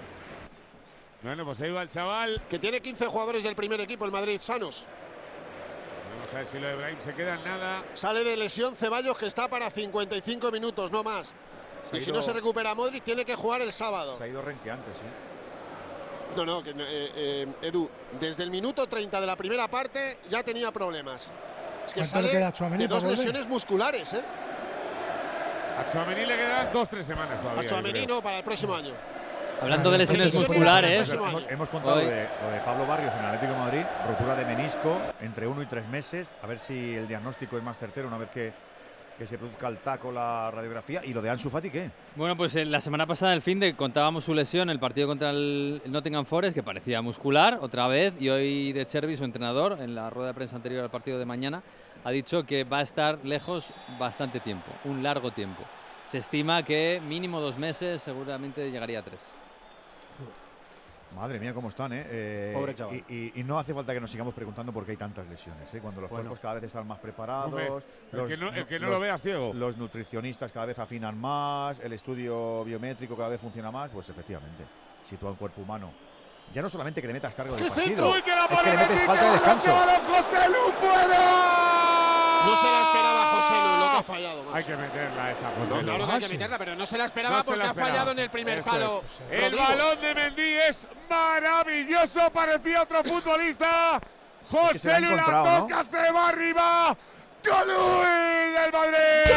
Bueno, pues ahí va el chaval. Que tiene quince jugadores del primer equipo, el Madrid, sanos. Vamos a ver si lo de Brahim se queda en nada. Sale de lesión Ceballos, que está para cincuenta y cinco minutos, no más. Se y si ido... no se recupera Modric, tiene que jugar el sábado. Se ha ido renqueante, sí. No, no, que, eh, eh, Edu, desde el minuto treinta de la primera parte ya tenía problemas. Es que sale de dos lesiones musculares, ¿eh? A Tchouaméni le quedan dos, tres semanas todavía. A Tchouaméni no, para el próximo año. Hablando de lesiones musculares, hemos, hemos contado lo de, lo de Pablo Barrios en el Atlético de Madrid, rotura de menisco entre uno y tres meses, a ver si el diagnóstico es más certero una vez que, que se produzca el taco, la radiografía. Y lo de Ansu Fati, ¿qué? Bueno, pues eh, la semana pasada, el fin de contábamos su lesión, el partido contra el Nottingham Forest, que parecía muscular otra vez, y hoy De Chervi, su entrenador, en la rueda de prensa anterior al partido de mañana, ha dicho que va a estar lejos bastante tiempo, un largo tiempo. Se estima que mínimo dos meses, seguramente llegaría a tres. Madre mía, cómo están, ¿eh? eh Pobre chaval. Y, y, y no hace falta que nos sigamos preguntando por qué hay tantas lesiones, ¿eh? Cuando los bueno. cuerpos cada vez están más preparados. Hombre, los, el que no, el que no los, lo veas ciego. Los nutricionistas cada vez afinan más, el estudio biométrico cada vez funciona más, pues efectivamente, sitúa un cuerpo humano. Ya no solamente que le metas cargo del partido, ¡Uy, que la es que le metes falta de descanso. ¡Joselu fuera! No se la esperaba Joselu, lo que ha fallado. Macho. Hay que meterla esa Joselu. No, claro que hay que meterla, pero no se la esperaba no porque la esperaba. ha fallado en el primer Eso palo. Es. El balón de Mendy es maravilloso, parecía otro futbolista. Joselu es la, la toca, ¿no? Se va arriba. ¡Gol del Madrid!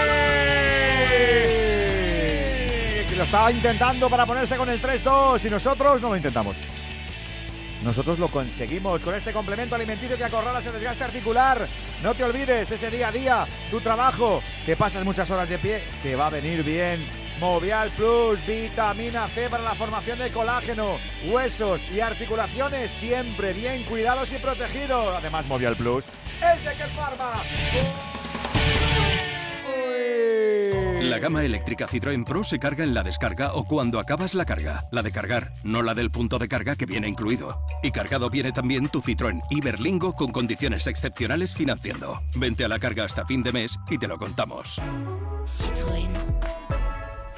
Que lo estaba intentando para ponerse con el tres dos y nosotros no lo intentamos. Nosotros lo conseguimos con este complemento alimenticio que acorrala ese desgaste articular. No te olvides, ese día a día, tu trabajo, que pasas muchas horas de pie, te va a venir bien. Movial Plus, vitamina C para la formación de colágeno, huesos y articulaciones, siempre bien cuidados y protegidos. Además, Movial Plus es de Kern Pharma. La gama eléctrica Citroën Pro se carga en la descarga o cuando acabas la carga. La de cargar, no la del punto de carga que viene incluido. Y cargado viene también tu Citroën Iberlingo con condiciones excepcionales financiando. Vente a la carga hasta fin de mes y te lo contamos. Citroën.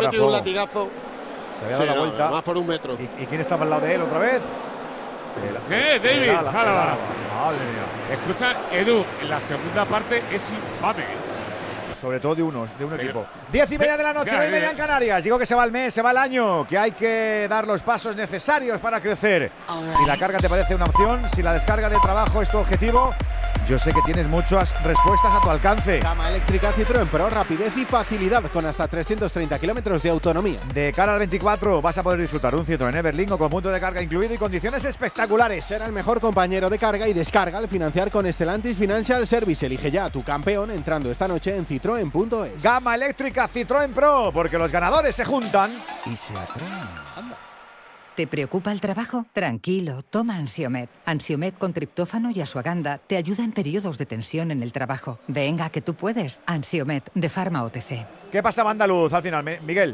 metido fuera un de latigazo. Se había Sí, dado la no, vuelta. más por un metro. ¿Y, y quién estaba al lado de él otra vez? El- ¿Qué, el David? Álava, el Álava. Álava. Madre mía. Escucha, Edu, en la segunda parte es infame. ¿eh? sobre todo de unos, de un Pero, equipo. Diez y media de la noche, nueve y media en Canarias. Digo que se va el mes, se va el año, que hay que dar los pasos necesarios para crecer. Si la carga te parece una opción, si la descarga de trabajo es tu objetivo, yo sé que tienes muchas respuestas a tu alcance. Gama eléctrica Citroën Pro, rapidez y facilidad con hasta trescientos treinta kilómetros de autonomía. De cara al veinticuatro vas a poder disfrutar de un Citroën Everlingo con punto de carga incluido y condiciones espectaculares. Será el mejor compañero de carga y descarga al financiar con Stellantis Financial Service. Elige ya a tu campeón entrando esta noche en citroen punto es. Gama eléctrica Citroën Pro, porque los ganadores se juntan y se atraen. ¿Te preocupa el trabajo? Tranquilo, toma Ansiomed. Ansiomed con triptófano y asuaganda te ayuda en periodos de tensión en el trabajo. Venga, que tú puedes. Ansiomed, de Pharma O T C. ¿Qué pasa, Andaluz, al final, Miguel?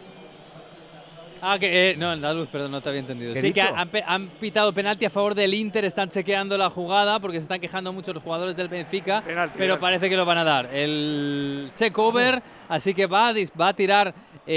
Ah, que eh, no, Andaluz, perdón, no te había entendido. ¿Qué Sí, he que dicho? han, han pitado penalti a favor del Inter, están chequeando la jugada porque se están quejando mucho los jugadores del Benfica, Penalti, pero penalti. parece que lo van a dar. El check over, así que va a, dis- va a tirar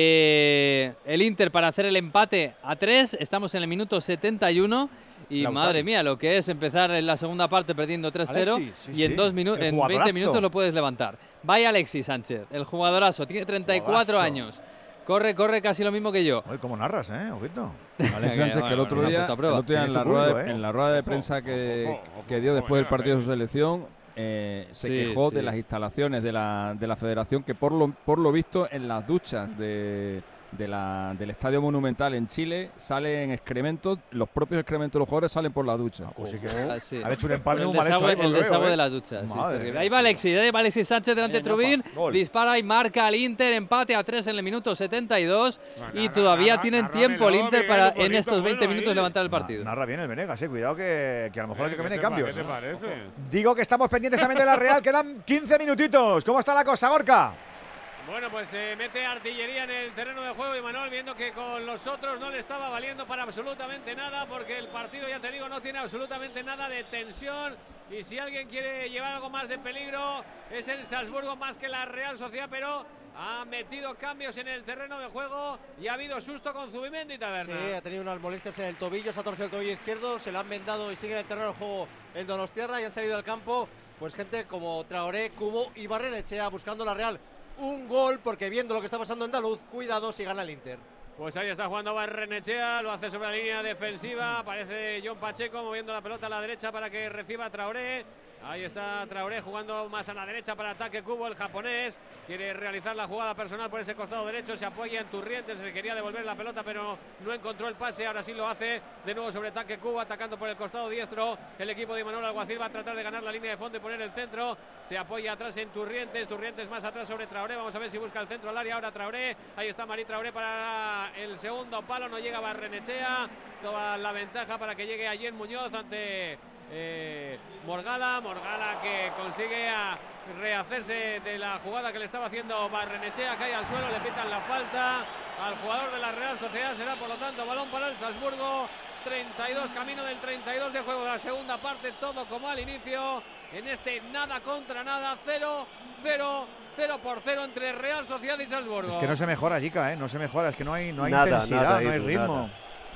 eh, el Inter para hacer el empate a tres. Estamos en el minuto setenta y uno. Y Lautaro. madre mía, lo que es empezar en la segunda parte perdiendo tres cero Alexis, sí, y en, sí. dos minu- Qué en jugadorazo. veinte minutos lo puedes levantar. Vaya Alexis Sánchez, el jugadorazo, tiene treinta y cuatro Jugadorazo. años. Corre, corre casi lo mismo que yo. Oye, ¿cómo narras, eh? Ojito. Alex Sánchez, que el otro Una día, puesta a el prueba. otro día en, Tienes la tu rueda público, de, ¿eh? en la rueda de prensa que, ojo, ojo, que dio ojo, después del venga, partido de sí. su selección, eh, se Sí, quejó sí. de las instalaciones de la, de la federación, que por lo, por lo visto en las duchas de, de la, del Estadio Monumental en Chile salen excrementos, los propios excrementos de los jugadores salen por la ducha. Pues sí que Ah, sí. han hecho un empalme el muy mal hecho desagüe, ahí, por el lo que desagüe veo, de ¿eh? las duchas. sí, es Madre terrible. mía. Ahí va Alexis, ahí va Alexis Sánchez delante de Venga, Trubín. pa, gol. Dispara y marca al Inter. Empate a tres en el minuto setenta y dos. Bueno, Y narra- todavía narra- tienen narrámelo, tiempo el Inter Miguel, para un en poquito, estos veinte bueno, minutos ahí. levantar el Na- partido. Narra bien el Venegas, eh. Cuidado que, que a lo mejor hay que vienen ¿Qué te pa- cambios. ¿Qué te parece? Digo que estamos pendientes también de la Real. Quedan quince minutitos. ¿Cómo está la cosa, Gorka? Bueno, pues se mete artillería en el terreno de juego y Manuel viendo que con los otros no le estaba valiendo para absolutamente nada porque el partido, ya te digo, no tiene absolutamente nada de tensión y si alguien quiere llevar algo más de peligro es el Salzburgo más que la Real Sociedad, pero ha metido cambios en el terreno de juego y ha habido susto con Zubimendi, Taberna. Sí, ha tenido unas molestias en el tobillo, se ha torcido el tobillo izquierdo, se lo han vendado y sigue en el terreno de juego el Donostiarra y han salido al campo pues gente como Traoré, Cubo y Barrenechea buscando la Real un gol porque viendo lo que está pasando en Andaluz, cuidado si gana el Inter. Pues ahí está jugando Barrenechea, lo hace sobre la línea defensiva, aparece John Pacheco moviendo la pelota a la derecha para que reciba a Traoré. Ahí está Traoré jugando más a la derecha para ataque Cubo, el japonés. Quiere realizar la jugada personal por ese costado derecho, se apoya en Turrientes, se le quería devolver la pelota pero no encontró el pase, ahora sí lo hace. De nuevo sobre ataque Cubo, atacando por el costado diestro. El equipo de Imanol Alguacil va a tratar de ganar la línea de fondo y poner el centro. Se apoya atrás en Turrientes, Turrientes más atrás sobre Traoré. Vamos a ver si busca el centro al área ahora Traoré. Ahí está Marí Traoré para el segundo palo, no llega Barrenechea. Toda la ventaja para que llegue allí en Muñoz ante eh, Morgala. Morgala que consigue a rehacerse de la jugada que le estaba haciendo Barrenechea, cae al suelo, le pitan la falta al jugador de la Real Sociedad, será por lo tanto balón para el Salzburgo. treinta y dos, camino del treinta y dos de juego de la segunda parte, todo como al inicio, en este nada contra nada, cero, cero, cero por cero entre Real Sociedad y Salzburgo. Es que no se mejora, Jica, ¿eh? No se mejora, es que no hay, no hay Nada, intensidad, nada, no hay Edu, ritmo. nada.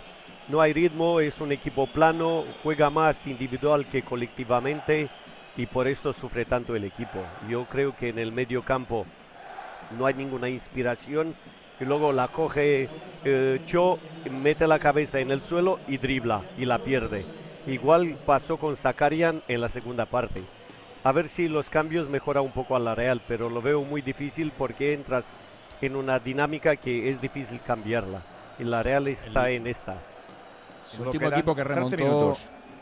No hay ritmo, es un equipo plano, juega más individual que colectivamente y por esto sufre tanto el equipo. Yo creo que en el medio campo no hay ninguna inspiración y luego la coge eh, Cho, mete la cabeza en el suelo y dribla y la pierde. Igual pasó con Zakarian en la segunda parte. A ver si los cambios mejoran un poco a la Real, pero lo veo muy difícil porque entras en una dinámica que es difícil cambiarla. Y la Real está El- en esta. El último equipo que remontó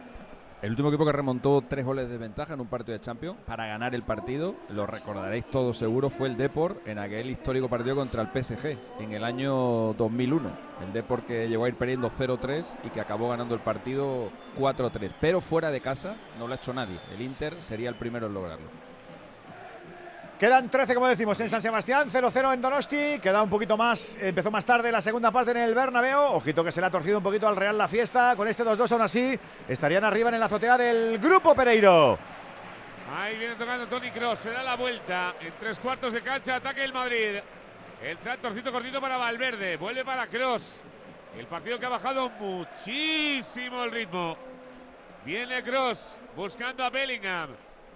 el último equipo que remontó tres goles de ventaja en un partido de Champions para ganar el partido, lo recordaréis todos seguro, fue el Depor en aquel histórico partido contra el P S G en el año dos mil uno. El Depor que llegó a ir perdiendo cero tres y que acabó ganando el partido cuatro tres. Pero fuera de casa no lo ha hecho nadie. El Inter sería el primero en lograrlo. Quedan trece, como decimos, en San Sebastián, cero cero en Donosti. Queda un poquito más, empezó más tarde la segunda parte en el Bernabéu. Ojito que se le ha torcido un poquito al Real la fiesta. Con este dos dos aún así estarían arriba en la azotea del Grupo Pereiro. Ahí viene tocando Toni Kroos, se da la vuelta en tres cuartos de cancha, ataque el Madrid. El tractorcito cortito para Valverde, vuelve para Kroos. El partido que ha bajado muchísimo el ritmo. Viene Kroos buscando a Bellingham.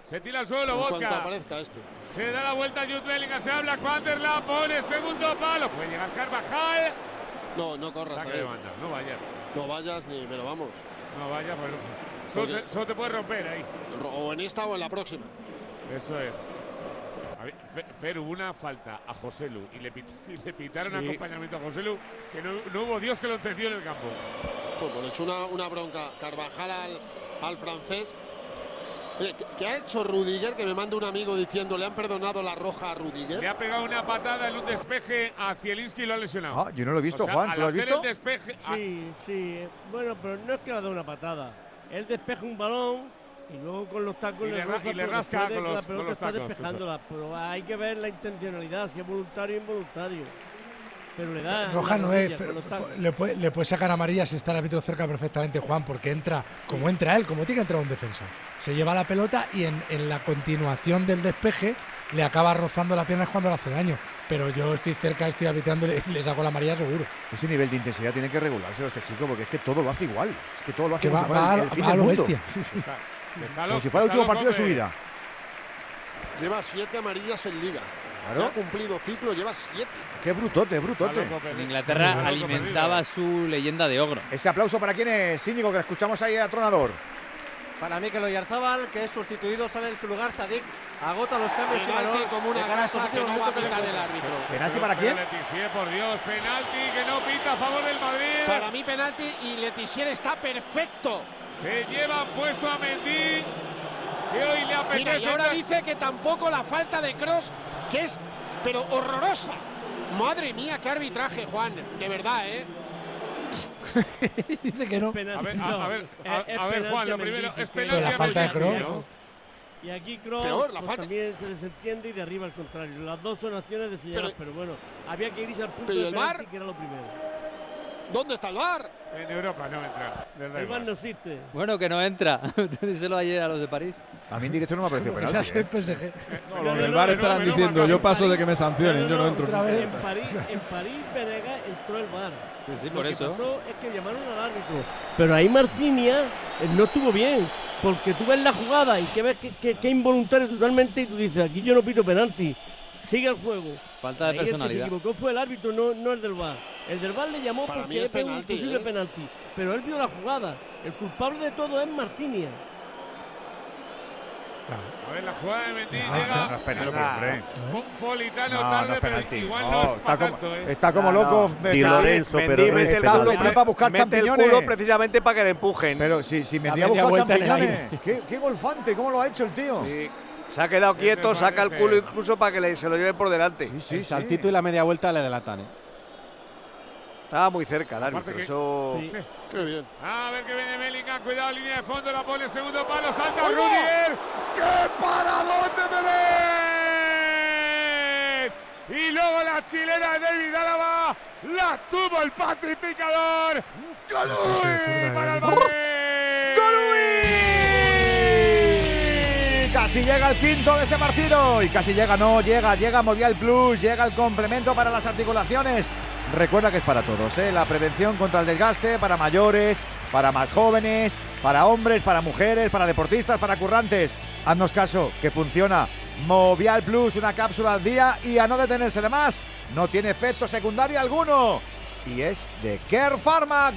Se tira al suelo, En Vodka. cuanto aparezca este. Se da la vuelta a Jude Bellingham, se da Black Panther, la pone, segundo palo. Puede llegar Carvajal. No, no corras. Saque ahí. de banda, no vayas. No vayas ni me lo vamos. No vayas, pero solo te, solo te puedes romper ahí. O en esta o en la próxima. Eso es. A ver, Fe- Fer, hubo una falta a Joselu y le, pit- y le pitaron Sí. acompañamiento a Joselu que no, no hubo Dios que lo entendió en el campo. Pues le echó una, una bronca Carvajal al, al francés. Oye, ¿qué, qué ha hecho Rudiger? Que me manda un amigo diciendo le han perdonado la roja a Rudiger. Le ha pegado una patada en un despeje a Zielinski y lo ha lesionado. Ah, yo no lo he visto, O sea, Juan, al ¿tú lo has hacer visto? el despeje, a- Sí, sí. Bueno, pero no es que le ha dado una patada. Él despeja un balón y luego con los tacos Y le ra- roza, y le pero rasca después de con que los- la con pelota los está tacos, despejándola. Pero hay que ver la intencionalidad, si es voluntario o involuntario. Pero le da. Roja en la no es, rodilla pero con los tacos. le puede, le puede sacar amarilla si está el árbitro cerca perfectamente, Juan, porque entra como entra él, como tiene que entrar un defensa. Se lleva la pelota y en, en la continuación del despeje le acaba rozando la pierna cuando le hace daño. Pero yo estoy cerca, estoy arbitrando y le saco la amarilla seguro. Ese nivel de intensidad tiene que regulárselo este chico, porque es que todo lo hace igual. Es que todo lo hace Que como va- si fuera va el, a- el fin va a del lo mundo. bestia, sí, sí. Está, está Como loco, si fuera el está último loco partido de su que- vida. Lleva siete amarillas en liga. Claro. Ya ha cumplido ciclo, lleva siete. Qué brutote, brutote. En Inglaterra alimentaba su leyenda de ogro. Ese aplauso para quién es, Íñigo, que escuchamos ahí a Tronador. Para Mikel Oyarzabal, que es sustituido, sale en su lugar Sadik, agota los cambios y Penalti balón como una de cara a casa estos que no últimos va a minutos del pitar el encuentro. árbitro. ¿Penalti para quién? Letizier, por Dios, penalti que no pita a favor del Madrid. Para mí penalti y Letizier está perfecto. Se lleva puesto a Mendy, que hoy le apetece. Mira, y ahora dice que tampoco la falta de Kroos, que es pero horrorosa. Madre mía, qué arbitraje, Juan. De verdad, ¿eh? Dice que no. A ver, a, a ver, a, Es- es a ver, penalti Juan, lo a Mendy, primero es porque- penalti Pero la a falta de Mendy, Kroos. ¿no? Y aquí Kroos Peor, la pues, falta. también se desentiende y derriba al contrario. Las dos son acciones de señalar, Pero- pero, bueno, había que irse al punto pero ¿y de el penalti, VAR? que era lo primero. ¿Dónde está el VAR? En Europa no entra. les da El VAR igual. no existe. Bueno, que no entra. Díselo ayer a los de París. A mí en directo no me ha parecido Esa penalti. es el ¿eh? P S G. No, los del bar estarán diciendo, yo paso de que me sancionen, yo no entro. Otra vez. En París, en París, Venegas entró el VAR. Sí, sí, Lo por que eso. pasó es que llamaron al árbitro. Pero ahí Marcinia eh, no estuvo bien. Porque tú ves la jugada y que ves que, que, que es involuntario totalmente y tú dices, aquí yo no pito penalti. Sigue el juego. Falta de Ahí el que personalidad. se equivocó fue el árbitro, no, no el del VAR. El del VAR le llamó Para porque mí es es un penalti, posible ¿eh? penalti. Pero él vio la jugada. El culpable de todo es Marcinia. A ver, la jugada de Mendy Ah, no llega. es penalti, hombre. Politano No, tarde, no es pero penalti. igual No, no, es está para como, tanto, ¿eh? está como Ah, no. loco. Di Lorenzo, Mendy pero no mete es el penalti. culo, para buscar mete el champiñones. culo precisamente para que le empujen. Pero si, si me Da dio a media buscar vuelta en el champiñones. ¿Qué, qué golfante, ¿cómo lo ha hecho el tío? Sí. Se ha quedado quieto, Ese saca el parece- culo incluso para que le- se lo lleve por delante. Sí, sí, el sí. saltito y la media vuelta le delatan, ¿eh? Estaba muy cerca el Aparte árbitro. que- Eso. Sí. Qué bien. A ver que viene Bellingham, cuidado, línea de fondo, la pone segundo palo, salta ¡Oiga! Rudiger. ¡Qué paradón de Pérez! Y luego la chilena de David Álava, la tuvo el pacificador. ¡Golui para el Madrid! ¡Golui! Casi llega el quinto de ese partido. Y casi llega, no, llega, llega Movial Plus, llega el complemento para las articulaciones. Recuerda que es para todos, ¿eh? La prevención contra el desgaste, para mayores, para más jóvenes, para hombres, para mujeres, para deportistas, para currantes. Haznos caso, que funciona. Movial Plus, una cápsula al día y a no detenerse de más. No tiene efecto secundario alguno. Y es de Care Pharma.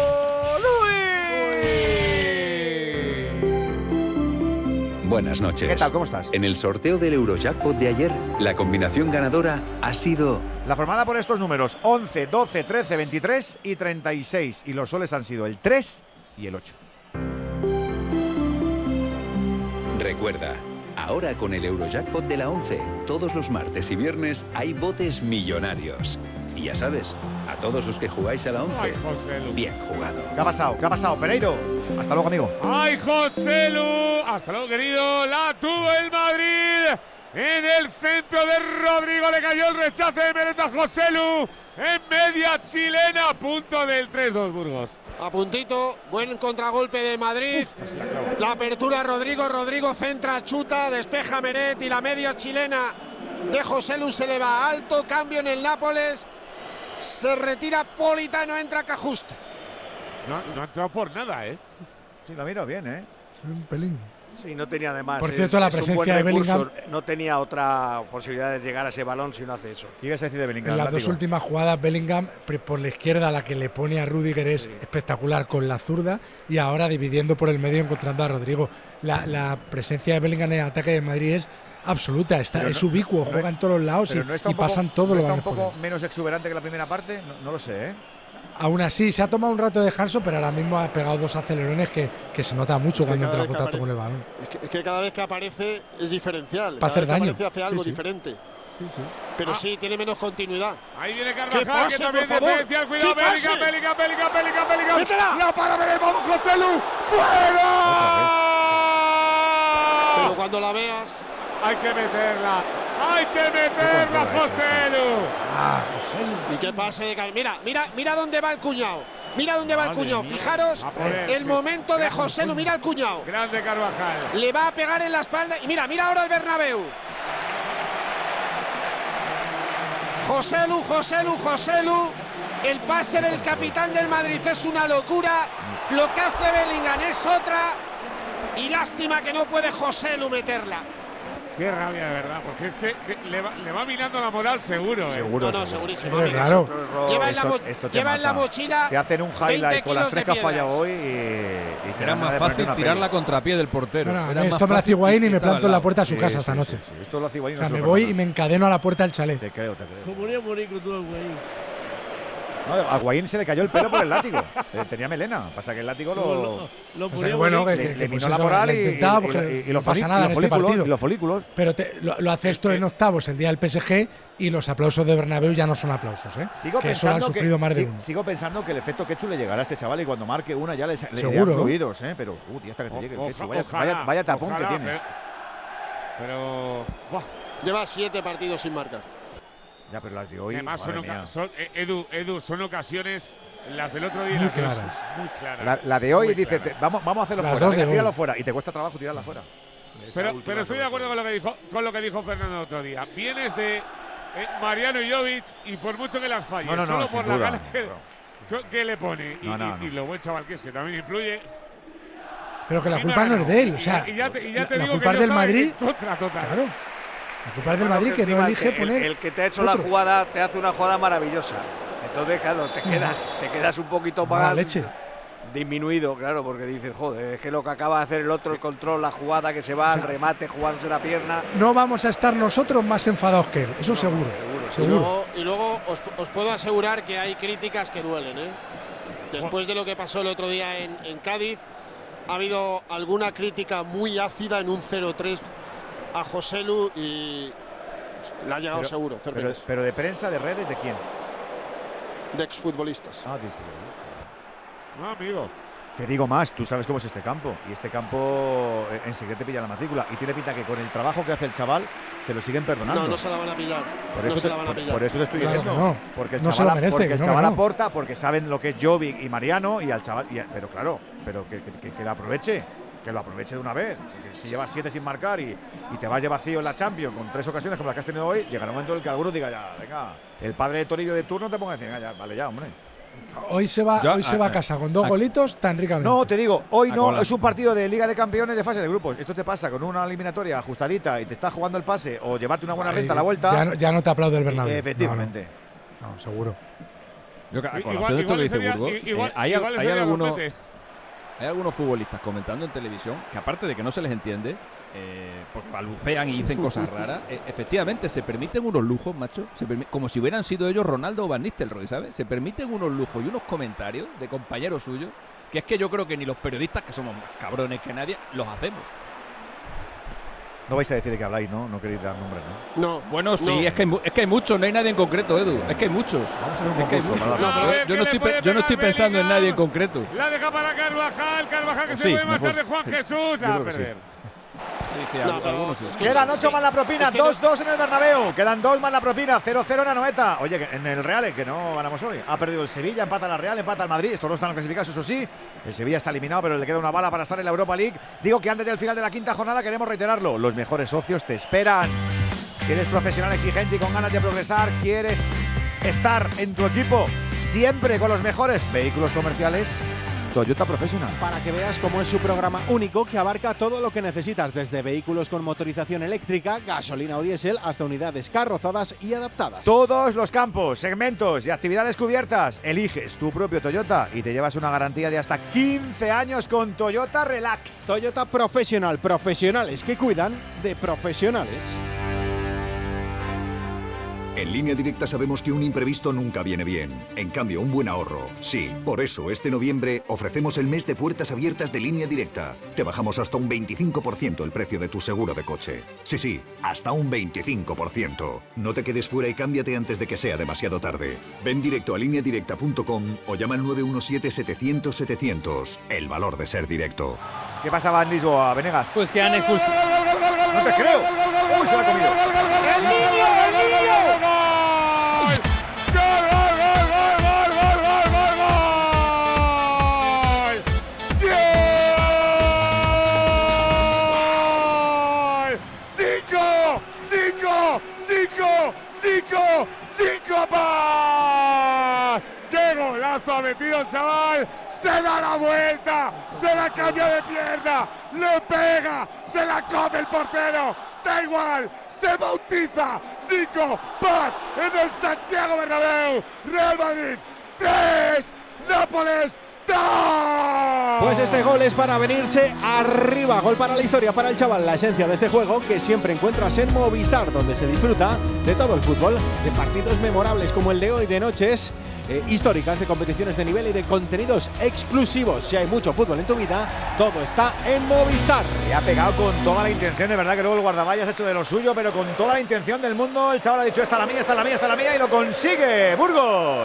¡Golui! Buenas noches. ¿Qué tal? ¿Cómo estás? En el sorteo del Eurojackpot de ayer, la combinación ganadora ha sido La formada por estos números once, doce, trece, veintitrés y treinta y seis. Y los soles han sido el tres y el ocho. Recuerda, ahora con el Eurojackpot de la once, todos los martes y viernes hay botes millonarios. Y ya sabes, a todos los que jugáis a la once, Ay, Joselu. bien jugado. ¿Qué ha pasado? ¿Qué ha pasado? Pereiro. Hasta luego, amigo. ¡Ay, Joselu! Hasta luego, querido. La tuvo el Madrid. En el centro de Rodrigo le cayó el rechace de Meret a Joselu. En media chilena, a punto del tres dos Burgos. A puntito, buen contragolpe de Madrid. La apertura Rodrigo, Rodrigo centra, chuta, despeja Meret y la media chilena de Joselu se le va alto. Cambio en el Nápoles. Se retira Politano, entra Cajusta. No, no ha entrado por nada, ¿eh? Sí, lo miro bien, ¿eh? Sí, un pelín. Sí, no tenía además. Por cierto, la presencia de Bellingham. No tenía otra posibilidad de llegar a ese balón si no hace eso. ¿Qué ibas a decir de Bellingham? En las dos últimas jugadas, Bellingham por la izquierda, la que le pone a Rüdiger es sí. espectacular con la zurda, y ahora dividiendo por el medio encontrando a Rodrigo. La, la presencia de Bellingham en el ataque de Madrid es absoluta, está, es no, ubicuo, no juega en todos los lados y, no y poco, pasan todos ¿no los balones. ¿Está un poco menos exuberante que la primera parte? No, no lo sé, ¿eh? Aún así, se ha tomado un rato de descanso, pero ahora mismo ha pegado dos acelerones que, que se nota mucho es cuando entra en contacto con el balón. Es que, es que cada vez que aparece es diferencial. Para hacer daño. Aparece hace algo sí, sí. diferente. Sí, sí. Pero ah. sí, tiene menos continuidad. Ahí viene Carvajal, que también diferencial. Cuidado, Bellingham, Bellingham, Bellingham, Bellingham, Bellingham. ¡Métela! ¡La para Bellingham! ¡Vamos, Joselu! ¡Fuera! Pero cuando la veas… Hay que meterla. ¡Hay que meterla, Joselu! Ah, Joselu. ¿Y qué pase de Car… Mira, mira, mira dónde va el cuñado. Mira dónde va el cuñado. Mía. Fijaros Poder, el sí, momento sí. de Joselu. Mira el cuñado. Grande Carvajal. Le va a pegar en la espalda. Y mira, mira ahora el Bernabéu. Joselu, Joselu, Joselu. El pase del capitán del Madrid es una locura. Lo que hace Bellingham es otra. Y lástima que no puede Joselu meterla. Qué rabia, de verdad, porque es que le va, le va minando la moral seguro. ¿eh? Seguro, no, no, seguro. segurísimo. Es raro. Lleva en la, mo esto te lleva en la mochila. Te hacen un highlight con las tres que ha fallado hoy y, y te Era más fácil tirar la contrapié del portero. No, no, Era esto me lo hace Higuaín y me planto en la puerta a su sí, casa sí, esta sí, noche. Sí, sí. Esto lo hace Higuaín. O sea, no me se voy perdona. y me encadeno a la puerta del chalet. Te creo, te creo. Como ponía Morico tú, Higuaín. No, a Higuaín se le cayó el pelo por el látigo. Eh, tenía melena. Pasa que el látigo lo. No, lo, lo Pasa que, bueno, que, le, que, le pues minó la eso, moral y, intentaba, y, y, y, y los, no pasa foli- nada y en los este folículos. partido. Y los folículos. Pero te, lo, lo hace esto en octavos, el día del P S G, y los aplausos de Bernabéu ya no son aplausos, ¿eh? Sigo que eso lo han pensando sufrido que, más de sigo, uno. sigo pensando que el efecto Quechu le llegará a este chaval y cuando marque una ya le, le Seguro. irán fluidos, ¿eh? Pero, uh, tío, hasta que te llegue el O- Quechu. oja- Vaya, ojalá, vaya, vaya tapón ojalá, que tienes. Pero. Buah. Lleva siete partidos sin marcar. Ya, pero las de hoy. Además, son, madre mía. son, eh, Edu, Edu, son ocasiones. Las del otro día. Muy las de hoy claras. son muy claras. La, la de hoy muy dice, claras. te- vamos, vamos a hacerlo Las fuera. dos de Venga, tíralo hoy. fuera. Y te cuesta trabajo tirarla fuera. Pero, pero estoy de acuerdo con lo que dijo, con lo que dijo Fernando el otro día. Vienes de eh, Mariano Jovic y por mucho que las falles, No, no, no, solo sin por la duda. gana que, que le pone. Y, No, no, y- no. y lo buen chaval que es, que también influye. Pero que la Y culpa no es de él, o sea, y ya te, y ya la, te la digo culpa que es yo del estaba Madrid. en contra total. Claro. La culpa es del Claro, Madrid que no encima elige el que, poner. El, el que te ha hecho otro. la jugada te hace una jugada maravillosa. Entonces, claro, te quedas, te quedas un poquito Mala más leche. disminuido, claro, porque dices, joder, es que lo que acaba de hacer el otro, el control, la jugada que se va, el remate, jugándose la pierna. No vamos a estar nosotros más enfadados que él, eso seguro. Y Seguro. luego, y luego os, os puedo asegurar que hay críticas que duelen, ¿eh? Después de lo que pasó el otro día en, en Cádiz, ha habido alguna crítica muy ácida en un cero tres a Joselu y le ha llegado Pero- seguro, Pero, Cervantes, pero de prensa, de redes, ¿de quién? de exfutbolistas. Ah, dice. No, amigo. Te digo más, tú sabes cómo es este campo. Y este campo eh, enseguida te pilla la matrícula. Y tiene pinta que con el trabajo que hace el chaval se lo siguen perdonando. No, no se la van a pillar. Por no eso, se te, la van a por, pillar. por eso te estoy Claro diciendo. que no. Porque el No se chaval, lo merece, porque que el no, chaval que no. aporta, porque saben lo que es Jovic y Mariano. Y al chaval. y a- pero claro, pero que, que, que- que lo aproveche. Que lo aproveche de una vez. Porque si llevas siete sin marcar y, y te vas de vacío en la Champions con tres ocasiones como las que has tenido hoy, llegará un momento en el que alguno diga ya, venga, el padre de Toribio de turno te ponga a decir, venga, ya, vale, ya, hombre. Hoy se va, Yo- hoy se a- va a a- casa con dos a- golitos tan ricamente. No, te digo, hoy A no cola. es un partido de Liga de Campeones de fase de grupos. Esto te pasa con una eliminatoria ajustadita y te estás jugando el pase o llevarte una buena Ahí, renta a la vuelta. Ya no, ya no te aplaude el Bernabéu. Efectivamente. No, no, no, seguro. Yo, a Igual- colación de esto igual que dice ese día- Burgos, i- igual- eh, hay, igual hay ese día algunos, compete. hay algunos futbolistas comentando en televisión que aparte de que no se les entiende, eh, porque balbucean y dicen cosas raras, eh, efectivamente se permiten unos lujos, macho, se permi- como si hubieran sido ellos Ronaldo o Van Nistelrooy, ¿sabes? Se permiten unos lujos y unos comentarios de compañeros suyos que es que yo creo que ni los periodistas, que somos más cabrones que nadie, los hacemos. No vais a decir de qué habláis, ¿no? No queréis dar nombres, ¿no? No. Bueno, sí, no. es, que hay, mu- es que hay muchos, no hay nadie en concreto, Edu. Es que hay muchos. Vamos a hacer un Es que hay concurso. muchos. para dar No, nombres. a ver, Yo ¿qué no le estoy, puede pe- yo no estoy pegar pensando en Bellingham? nadie en concreto. La deja para Carvajal, Carvajal que se Sí, puede marchar mejor. de Juan Jesús. La va a creo que sí. perder. Sí, sí, No, al- pero- algunos sí. Escucha, Quedan es ocho que- más la propina, es que dos no- dos en el Bernabéu. Quedan dos más la propina, cero cero en Anoeta. Oye, que en el Real, que no ganamos hoy. Ha perdido el Sevilla, empata la Real, empata el Madrid. Estos no están clasificados, eso sí. El Sevilla está eliminado, pero le queda una bala para estar en la Europa League. Digo que antes del final de la quinta jornada queremos reiterarlo. Los mejores socios te esperan. Si eres profesional exigente y con ganas de progresar, quieres estar en tu equipo siempre con los mejores vehículos comerciales, Toyota Professional. Para que veas cómo es su programa único que abarca todo lo que necesitas, desde vehículos con motorización eléctrica, gasolina o diésel, hasta unidades carrozadas y adaptadas. Todos los campos, segmentos y actividades cubiertas. Eliges tu propio Toyota y te llevas una garantía de hasta quince años con Toyota Relax. Toyota Professional, profesionales que cuidan de profesionales. En Línea Directa sabemos que un imprevisto nunca viene bien. En cambio, un buen ahorro, sí. Por eso, este noviembre ofrecemos el mes de puertas abiertas de Línea Directa. Te bajamos hasta un veinticinco por ciento el precio de tu seguro de coche. Sí, sí, hasta un veinticinco por ciento. No te quedes fuera y cámbiate antes de que sea demasiado tarde. Ven directo a línea directa punto com o llama al nueve uno siete setecientos setecientos. El valor de ser directo. ¿Qué pasaba en Lisboa, Venegas? Pues que han expulsado. ¡No te creo! ¡Uy, se la ha comido! ¡El niño, el niño! ¡Gol! ¡Gol, gol, gol, gol, gol, gol, gol, gol! ¡Nico! ¡Nico! ¡Nico! ¡Nico! ¡Nico! ¡Paz! ¡Qué golazo ha metido el chaval! ¡Se da la vuelta! ¡Se la cambia de pierna! ¡Le pega! ¡Se la come el portero! ¡Da igual! ¡Se bautiza! ¡Nico Paz en el Santiago Bernabéu! ¡Real Madrid! ¡tres! ¡Nápoles! ¡dos! Pues este gol es para venirse arriba. Gol para la historia, para el chaval. La esencia de este juego que siempre encuentras en Movistar, donde se disfruta de todo el fútbol, de partidos memorables como el de hoy, de noches eh, históricas, de competiciones de nivel y de contenidos exclusivos. Si hay mucho fútbol en tu vida, todo está en Movistar. Y ha pegado con toda la intención, de verdad que luego el guardaballas ha hecho de lo suyo, pero con toda la intención del mundo. El chaval ha dicho, esta es la mía, esta es la mía, esta es la mía, y lo consigue. ¡Burgos!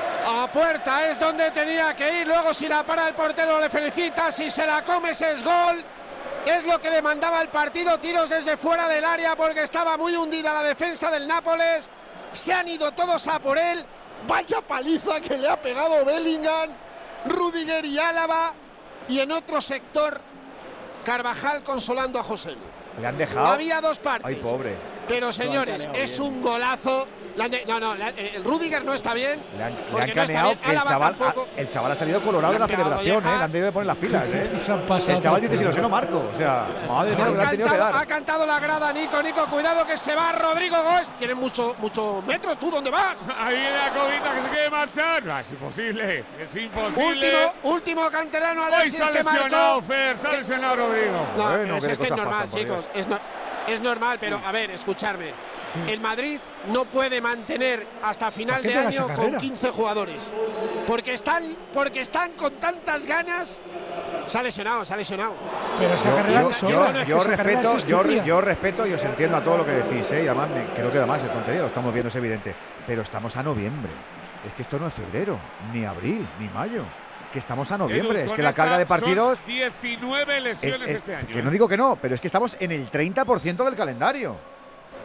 A puerta es donde tenía que ir. Luego, si la para el portero, le felicita. Si se la comes, es gol. Es lo que demandaba el partido. Tiros desde fuera del área porque estaba muy hundida la defensa del Nápoles. Se han ido todos a por él. Vaya paliza que le ha pegado Bellingham, Rudiger y Álava. Y en otro sector, Carvajal consolando a Joselu. Le han dejado. Había dos partes. Ay, pobre. Pero señores, es un golazo. De, no, no, la, el Rudiger no está bien. Le han, le han caneado no que el chaval, ha, el chaval ha salido colorado de la celebración, ¿eh? Le han debido de poner las pilas, ¿eh? El chaval dice, si lo sé, no marco. O sea, madre mía, lo que le han tenido que dar. Ha cantado la grada, Nico, Nico, cuidado que se va Rodrigo Góes. Tienes mucho, mucho metros, ¿tú dónde vas? Ahí viene la cobita que se quiere marchar. No, es imposible, es imposible. Último, último canterano, Alexis, Hoy se ha lesionado, Fer, se ha lesionado Rodrigo. No, bueno, es, es que es normal, pasan, chicos, es, no, es normal, pero a ver, escucharme. Sí. El Madrid no puede mantener hasta final de año con quince jugadores. Porque están, porque están con tantas ganas. Se ha lesionado, se ha lesionado. Pero esa carrera yo, yo, yo, yo, yo respeto, yo, yo respeto y os entiendo a todo lo que decís, ¿eh? Y además me, creo que además es tontería, lo estamos viendo, es evidente. Pero estamos a noviembre. Es que esto no es febrero, ni abril, ni mayo. Que estamos a noviembre, Edu, es que la carga de partidos. Son diecinueve lesiones es, es, este año. Que no digo que no, pero es que estamos en el treinta por ciento del calendario.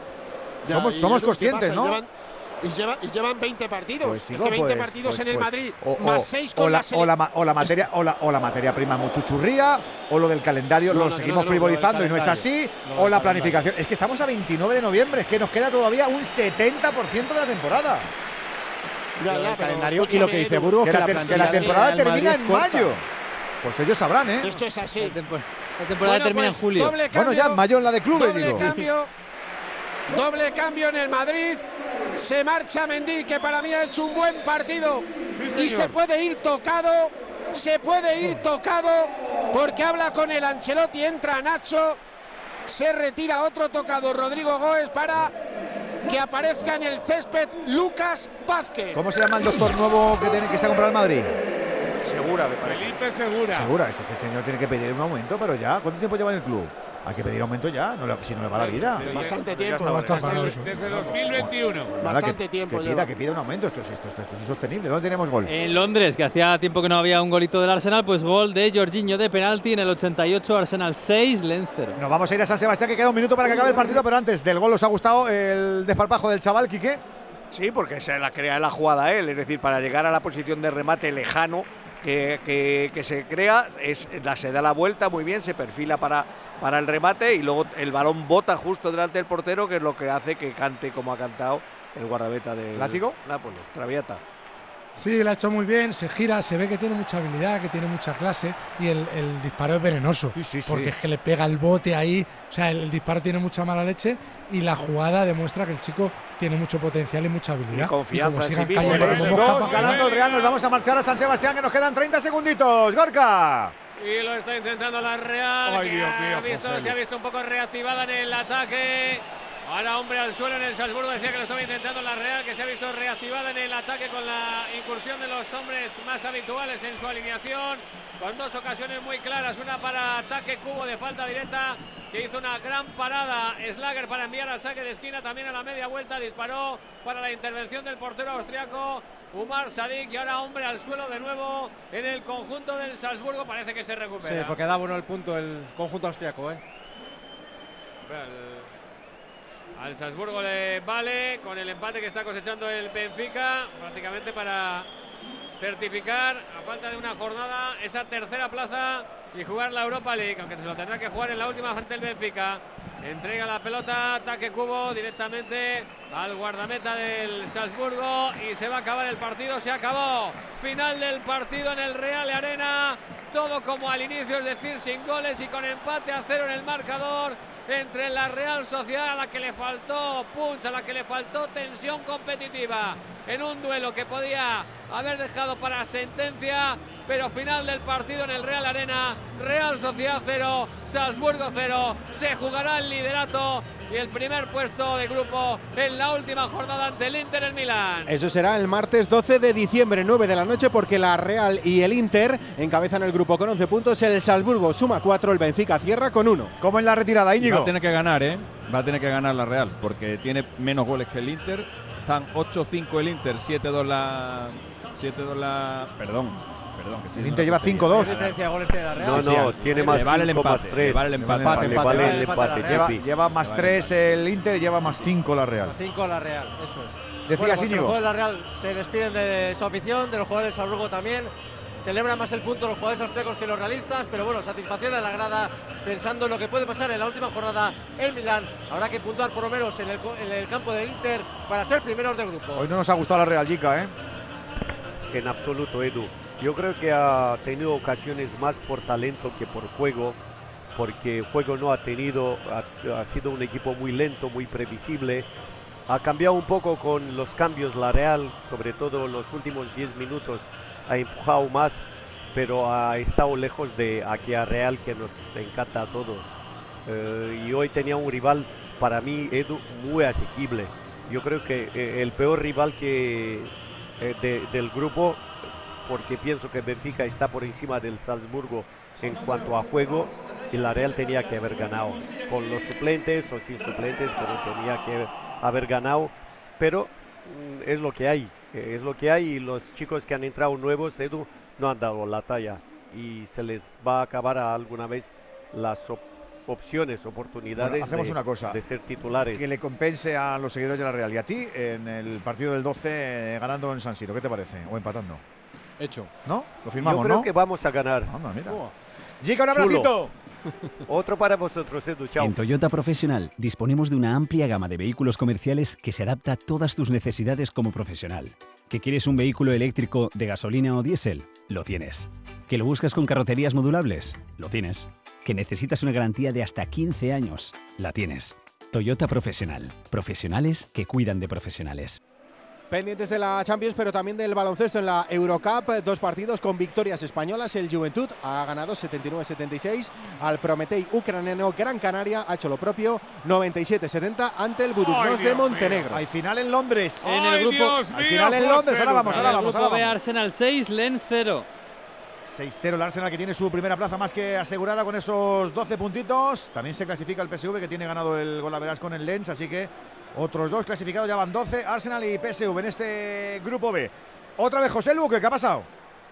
Ya, somos somos conscientes, ¿no? Y llevan, y, llevan, y llevan veinte partidos. Pues digo, es que veinte pues, partidos pues, en el pues, Madrid, o, más seis con o la, la, o, la, o la materia o la, o la materia prima muchuchurría, o lo del calendario no, lo no, seguimos no, no, frivolizando y no es así, no, o la planificación. Es que estamos a veintinueve de noviembre, es que nos queda todavía un setenta por ciento de la temporada. Ya, ya, el calendario y lo que dice Burgos, que, que, la, te, que la temporada termina en corta. mayo. Pues ellos sabrán, ¿eh? Esto es así. La, tempor la temporada bueno, termina pues, en julio. Cambio, bueno, ya en mayo en la de clubes, doble digo. Cambio, doble cambio en el Madrid. Se marcha Mendy, que para mí ha hecho un buen partido. Sí, y se puede ir tocado. Se puede ir tocado porque habla con el Ancelotti. Entra Nacho. Se retira otro tocado, Rodrigo Góes, para que aparezca en el césped Lucas Vázquez. ¿Cómo se llama el doctor nuevo que, tiene, que se ha comprado el Madrid? Segura, me parece. Felipe Segura. Segura, ese, ese señor tiene que pedir un aumento, pero ya. ¿Cuánto tiempo lleva en el club? Hay que pedir aumento ya, no le, si no le va la vida. Bastante tiempo. Ya está, desde, desde, desde dos mil veintiuno. Bastante que, tiempo. Que pida, que pida un aumento, esto, esto, esto, esto es insostenible. ¿Dónde tenemos gol? En Londres, que hacía tiempo que no había un golito del Arsenal, pues gol de Jorginho de penalti en el ochenta y ocho, Arsenal seis, Leinster. Nos vamos a ir a San Sebastián, que queda un minuto para que acabe el partido, pero antes del gol, ¿os ha gustado el desparpajo del chaval, Quique? Sí, porque se la crea la jugada él, es decir, para llegar a la posición de remate lejano que, que, que se crea, es, la, se da la vuelta muy bien, se perfila para, para el remate y luego el balón bota justo delante del portero, que es lo que hace que cante como ha cantado el guardameta del ¿Látigo? Nápoles, Traviata. Sí, lo ha hecho muy bien, se gira, se ve que tiene mucha habilidad, que tiene mucha clase y el, el disparo es venenoso, sí, sí, porque sí. es que le pega el bote ahí, o sea, el, el disparo tiene mucha mala leche y la jugada demuestra que el chico tiene mucho potencial y mucha habilidad. Y confianza y como en sigan sí mismo. cayendo Pues como dos, mosca, ganando el Real, nos vamos a marchar a San Sebastián, que nos quedan treinta segunditos. Gorka. Y lo está intentando la Real, Ay, que Dios ha mío, visto, Joselu. se ha visto un poco reactivada en el ataque. Ahora hombre al suelo en el Salzburgo, decía que lo estaba intentando la Real, que se ha visto reactivada en el ataque con la incursión de los hombres más habituales en su alineación, con dos ocasiones muy claras, una para ataque Cubo de falta directa, que hizo una gran parada Schlager para enviar a saque de esquina, también a la media vuelta disparó para la intervención del portero austriaco Umar Sadik, y ahora hombre al suelo de nuevo en el conjunto del Salzburgo, parece que se recupera. Sí, porque da bueno el punto el conjunto austriaco, ¿eh? El, al Salzburgo le vale con el empate que está cosechando el Benfica, prácticamente para certificar a falta de una jornada esa tercera plaza y jugar la Europa League, aunque se lo tendrá que jugar en la última frente el Benfica. Entrega la pelota, ataque Cubo directamente al guardameta del Salzburgo y se va a acabar el partido, se acabó. Final del partido en el Real Arena, todo como al inicio, es decir, sin goles y con empate a cero en el marcador entre la Real Sociedad, a la que le faltó punch, a la que le faltó tensión competitiva en un duelo que podía haber dejado para sentencia, pero final del partido en el Real Arena, Real Sociedad cero, Salzburgo cero, se jugará el liderato y el primer puesto de grupo en la última jornada ante el Inter en Milán. Eso será el martes doce de diciembre, nueve de la noche, porque la Real y el Inter encabezan el grupo con once puntos, el Salzburgo suma cuatro, el Benfica cierra con uno. ¿Cómo en la retirada, Íñigo? Va a tener que ganar, ¿eh? Va a tener que ganar la Real, porque tiene menos goles que el Inter. Están ocho cinco el Inter, siete dos la... siete dos la... Perdón, perdón. Que el Inter lleva cinco dos. ¿Qué diferencia de goles tiene la Real? No, Sí, no, sí, tiene le más vale el cinco empate, más tres. le vale el empate. Empate, Le empate, vale vale. el empate, Lleva, Chepi. lleva más tres el Inter y lleva más cinco la Real. cinco la Real, eso es. Decías, Bueno, pues Íñigo. los jugadores de la Real se despiden de su afición, de los jugadores del Salzburgo también. Celebran más el punto los jugadores austriacos que los realistas, pero bueno, satisfacción a la grada pensando en lo que puede pasar en la última jornada en Milán. Habrá que puntuar por lo menos en el, en el campo del Inter para ser primeros de grupo. Hoy no nos ha gustado la Real, Jica, ¿eh? En absoluto, Edu. Yo creo que ha tenido ocasiones más por talento que por juego, porque juego no ha tenido, ha, ha sido un equipo muy lento, muy previsible. Ha cambiado un poco con los cambios la Real, sobre todo los últimos diez minutos ha empujado más, pero ha estado lejos de aquella Real que nos encanta a todos. Eh, y hoy tenía un rival, para mí, Edu, muy asequible. Yo creo que eh, el peor rival que eh, de, del grupo, porque pienso que Benfica está por encima del Salzburgo en cuanto a juego, y la Real tenía que haber ganado, con los suplentes o sin suplentes, pero tenía que haber ganado, pero mm, es lo que hay. Es lo que hay y los chicos que han entrado nuevos, Edu, no han dado la talla y se les va a acabar a alguna vez las op opciones, oportunidades Bueno, hacemos de, una cosa, de ser titulares. que le compense a los seguidores de la Real y a ti en el partido del doce eh, ganando en San Siro. ¿Qué te parece? O empatando. Hecho. ¿No? Lo firmamos, Yo creo ¿no? que vamos a ganar. Anda, mira. Jica, un abracito. Chulo. Otro para vosotros, Edu. Chao. En Toyota Profesional disponemos de una amplia gama de vehículos comerciales que se adapta a todas tus necesidades como profesional. ¿Que quieres un vehículo eléctrico de gasolina o diésel? Lo tienes. ¿Que lo buscas con carrocerías modulables? Lo tienes. ¿Que necesitas una garantía de hasta quince años? La tienes. Toyota Profesional. Profesionales que cuidan de profesionales. Pendientes de la Champions, pero también del baloncesto en la Eurocup. Dos partidos con victorias españolas. El Juventud ha ganado setenta y nueve setenta y seis al Prometei ucraniano. Gran Canaria ha hecho lo propio, noventa y siete setenta ante el Budućnost de Montenegro. Hay final en Londres. En el grupo, Dios Hay mío, final en Londres. José Ahora vamos, Luca. ahora en el vamos, grupo ahora B, vamos. Arsenal seis, Lens cero. seis cero el Arsenal, que tiene su primera plaza más que asegurada con esos doce puntitos. También se clasifica el P S V, que tiene ganado el Golaveras con el Lens, así que otros dos clasificados ya van doce, Arsenal y P S V en este grupo B. Otra vez José Luque, ¿qué ha pasado?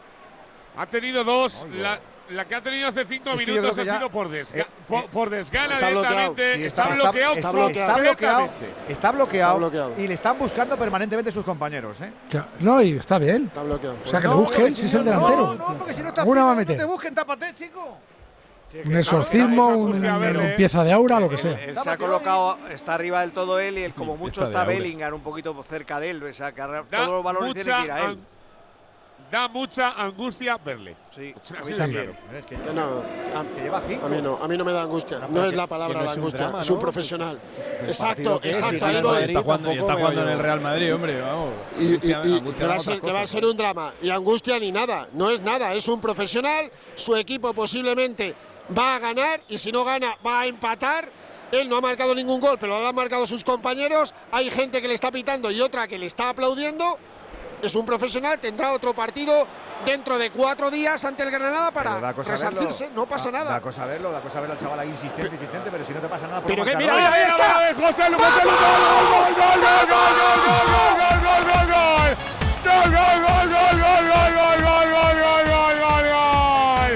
Ha tenido dos. Oigo. La, la que ha tenido hace cinco Es que yo minutos creo ha que ya- sido por, desga eh, por, eh, por desgana está bloqueado. directamente. Sí, está, bloqueado está, está bloqueado, completamente. está bloqueado, Está bloqueado. y le están buscando permanentemente sus compañeros, ¿eh? Claro, no, y está bien. Está bloqueado. O sea, que No, lo busquen porque si es el no, delantero. No, no, porque si no está Una va a fino, no meter. te busquen, tápate, chico. Un exorcismo, Esa un- angustia una verde. limpieza de aura, lo que Él, sea. él se ha colocado, está arriba del todo él y él como Limpieza mucho de está aura. Bellingham un poquito cerca de él. O sea, que Da todos los balones tienen mucha que ir a él. an- da mucha angustia verle. Sí, a mí también. Es que, no, no, a, que lleva cinco. A mí no, a mí no me da angustia. No, no es la palabra la angustia, drama, es un ¿no? profesional. El exacto, que exacto. Es, Madrid, Madrid, está jugando, y está jugando en el Real Madrid, hombre, vamos. Y, y, y, y que, va a ser, que va a ser un drama. Y angustia ni nada, no es nada, es un profesional. Su equipo posiblemente va a ganar y si no gana va a empatar. Él no ha marcado ningún gol, pero lo han marcado sus compañeros. Hay gente que le está pitando y otra que le está aplaudiendo. Es un profesional, tendrá otro partido dentro de cuatro días ante el Granada para resarcirse. No pasa da, nada. Da cosa verlo, da cosa verlo al chaval ahí insistente, insistente, pero si no te pasa nada. Pero que mira, mira, ahí está. José Lu, José Lu, gol, gol, gol, gol, gol, gol, gol, gol, gol, gol, gol. Gol, gol, gol, gol, gol, gol, gol, gol, gol, gol, gol, gol, gol.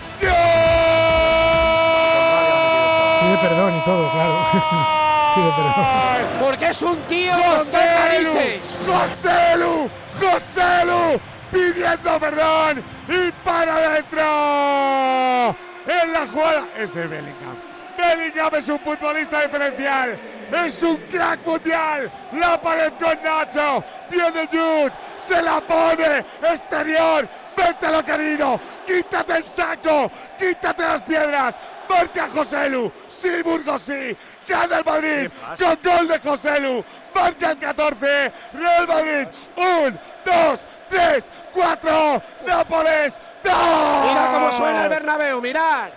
Pide perdón y todo, claro. Pide perdón. Porque es un tío José Lu, José Lu, José Lu, pidiendo perdón y para adentro. En la jugada es de Bellingham. Bellingham es un futbolista diferencial. Es un crack mundial. La pared con Nacho. Viene Jude. Se la pone. Exterior. Mételo, querido. Quítate el saco. Quítate las piedras. Marca José Lu. Sí, Burgos, sí. Gana el Madrid con gol de José Lu. Marca el catorce. Real Madrid. Un, dos, tres, cuatro. Nápoles. ¡Dos! Mira cómo suena el Bernabéu. Mirad.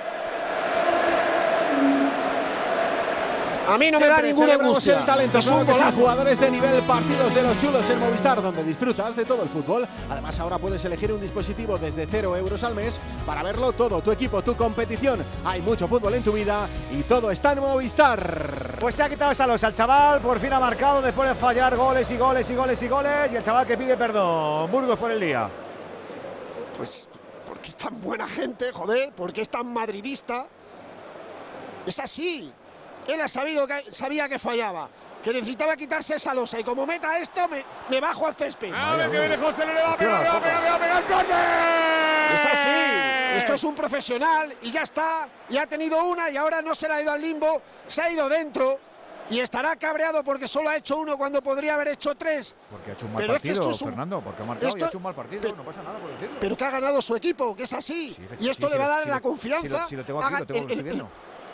A mí no Siempre me da ninguna angustia. El talento, es un golazo. Jugadores de nivel, partidos de los chulos en Movistar, donde disfrutas de todo el fútbol. Además, ahora puedes elegir un dispositivo desde cero euros al mes para verlo todo, tu equipo, tu competición. Hay mucho fútbol en tu vida y todo está en Movistar. Pues se ha quitado esa losa. El chaval por fin ha marcado después de fallar goles y goles y goles y goles. Y el chaval que pide perdón. Burgos por el día. Pues porque es tan buena gente, joder, porque es tan madridista. Es así. Él ha sabido que, sabía que fallaba, que necesitaba quitarse esa losa y como meta esto me, me bajo al césped. A ver que viene José, le va a pegar, le va a pegar, le va a pegar, ¡corte! Es así, esto es un profesional y ya está, y ha tenido una y ahora no se le ha ido al limbo, se ha ido dentro y estará cabreado porque solo ha hecho uno cuando podría haber hecho tres. Porque ha hecho un mal pero partido, es que esto es un, Fernando, porque ha marcado esto, y ha hecho un mal partido, pero, no pasa nada por decirlo. Pero que ha ganado su equipo, que es así, sí, y esto sí, le va a dar si la lo, confianza. Si lo, si lo tengo aquí, haga, lo tengo el, el, viendo.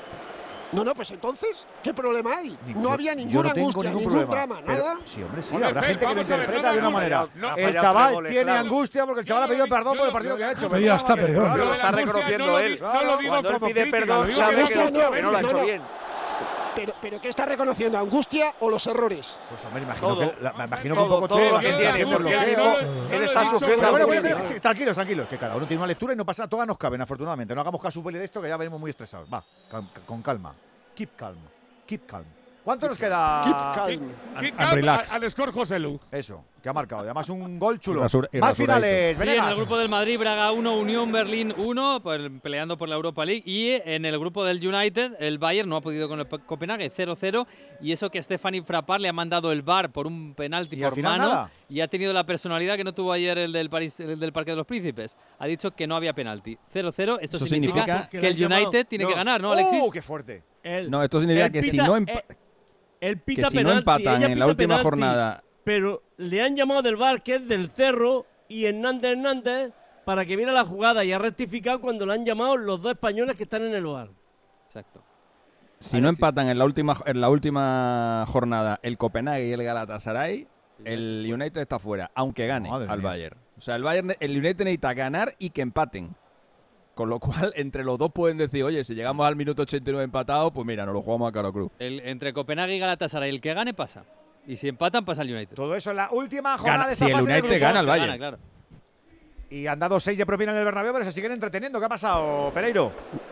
No, no, pues entonces, ¿qué problema hay? Ni, no había ninguna yo no tengo angustia, ningún, ningún problema, drama, pero, nada. Sí, hombre, sí, Hombre, habrá Fer, gente que lo vamos a ver, interpreta no, de una no, manera. no, el no, chaval goles, tiene claro. angustia porque el chaval ha pedido perdón por el partido que ha hecho. Pero ya está, perdón. Pero lo está reconociendo él. No lo digo Cuando él como pide crítica, perdón, lo sabe digo que no, no, no, que no lo ha no, hecho no. bien. Pero, pero ¿qué está reconociendo? ¿Angustia o los errores? Pues hombre, imagino Todo. que, la, me imagino Todo, que un poco todo lo que está tiene, haciendo porque bloqueo. él- él está sufriendo Pero bueno, angustia. bueno, bueno, tranquilos, tranquilos, que cada uno tiene una lectura y no pasa nada, todas nos caben, afortunadamente. No hagamos caso de esto que ya venimos muy estresados. Va, cal- con calma. Keep calm. Keep calm. ¿Cuánto nos queda? Keep calm. Kick And up relax. al score José Lu. Eso, que ha marcado. Además, un gol chulo. Y rasur- y Más rasuradito. finales, Sí, en el Venegas. grupo del Madrid, Braga uno, Unión Berlín uno, pues, peleando por la Europa League. Y en el grupo del United, el Bayern no ha podido con el P- Copenhague, cero cero. Y eso que Stephanie Frappart le ha mandado el V A R por un penalti Y al por final mano. nada. Y ha tenido la personalidad que no tuvo ayer el del, París, el del Parque de los Príncipes. Ha dicho que no había penalti. cero cero. Esto Eso significa, significa que el que le han United tiene No. que ganar, ¿no, Alexis? ¡Oh, qué fuerte! Él, No, esto significa él que si pita- no empa- eh, él que pita si no penalti, empatan ella en la pita última penalti, jornada. Pero le han llamado del V A R, que es del Cerro, y Hernández Hernández, para que viera la jugada y ha rectificado cuando le han llamado los dos españoles que están en el V A R. Exacto. Si no empatan en la última en la última jornada el Copenhague y el Galatasaray, el United está fuera, aunque gane Madre al mía. Bayern. O sea, el Bayern, el United necesita ganar y que empaten. Con lo cual, entre los dos pueden decir, oye, si llegamos al minuto ochenta y nueve empatado, pues mira, nos lo jugamos a cara cruz. El, entre Copenhague y Galatasaray, el que gane pasa. Y si empatan, pasa el United. Todo eso en la última jornada Gana- de esta si el fase de United grupos. gana, el Bayern. Gana, claro. Y han dado seis de propina en el Bernabéu, pero se siguen entreteniendo. ¿Qué ha pasado, Pereiro?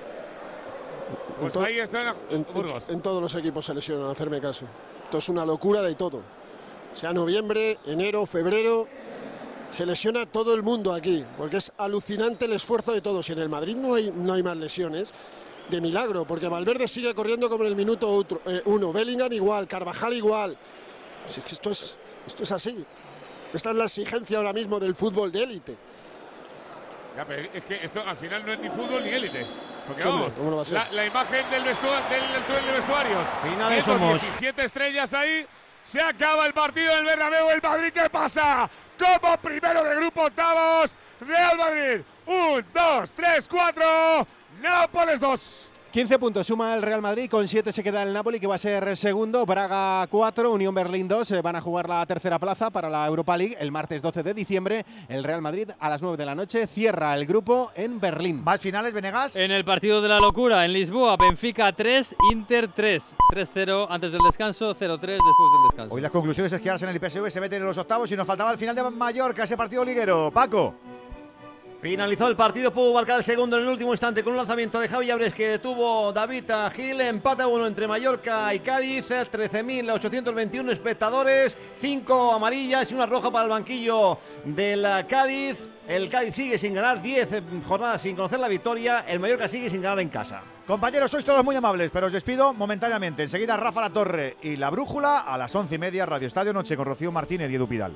Pues to- ahí está En, en- Burgos. en todos los equipos se lesionan, hacerme caso. Esto es una locura de todo. Sea noviembre, enero, febrero, se lesiona todo el mundo aquí, porque es alucinante el esfuerzo de todos. Y en el Madrid no hay, no hay más lesiones. De milagro, porque Valverde sigue corriendo como en el minuto otro, eh, uno. Bellingham igual, Carvajal igual. Pues es que esto es, esto es así. Esta es la exigencia ahora mismo del fútbol de élite. Ya, pero es que esto al final no es ni fútbol ni élite. Porque Sí, hombre, vamos, ¿cómo lo va a ser? la, la imagen del, vestua- del, del túnel de vestuarios. Finales viendo somos. diecisiete estrellas ahí. Se acaba el partido del Bernabéu. El Madrid, ¿qué pasa? como primero de grupo octavos. Real Madrid, un, dos, tres, cuatro. Nápoles dos. quince puntos suma el Real Madrid, con siete se queda el Napoli, que va a ser segundo. Braga cuatro, Unión Berlín dos, van a jugar la tercera plaza para la Europa League el martes doce de diciembre. El Real Madrid a las nueve de la noche cierra el grupo en Berlín. ¿Más finales, Venegas? En el partido de la locura, en Lisboa, Benfica tres, Inter tres. tres cero antes del descanso, cero tres después del descanso. Hoy las conclusiones es que Arsenal y P S V se meten en los octavos y nos faltaba el final de Mallorca, ese partido liguero. Paco. Finalizó el partido, pudo marcar el segundo en el último instante con un lanzamiento de Javi Llabres que detuvo David Gil. Empate a uno entre Mallorca y Cádiz, trece mil ochocientos veintiuno espectadores, cinco amarillas y una roja para el banquillo del Cádiz. El Cádiz sigue sin ganar, diez jornadas sin conocer la victoria. El Mallorca sigue sin ganar en casa. Compañeros, sois todos muy amables, pero os despido momentáneamente. Enseguida Rafa La Torre y La Brújula a las once y media, Radio Estadio Noche con Rocío Martínez y Edu Pidal.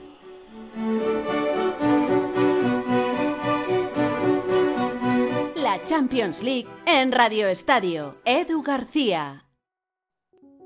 La Champions League en Radio Estadio. Edu García.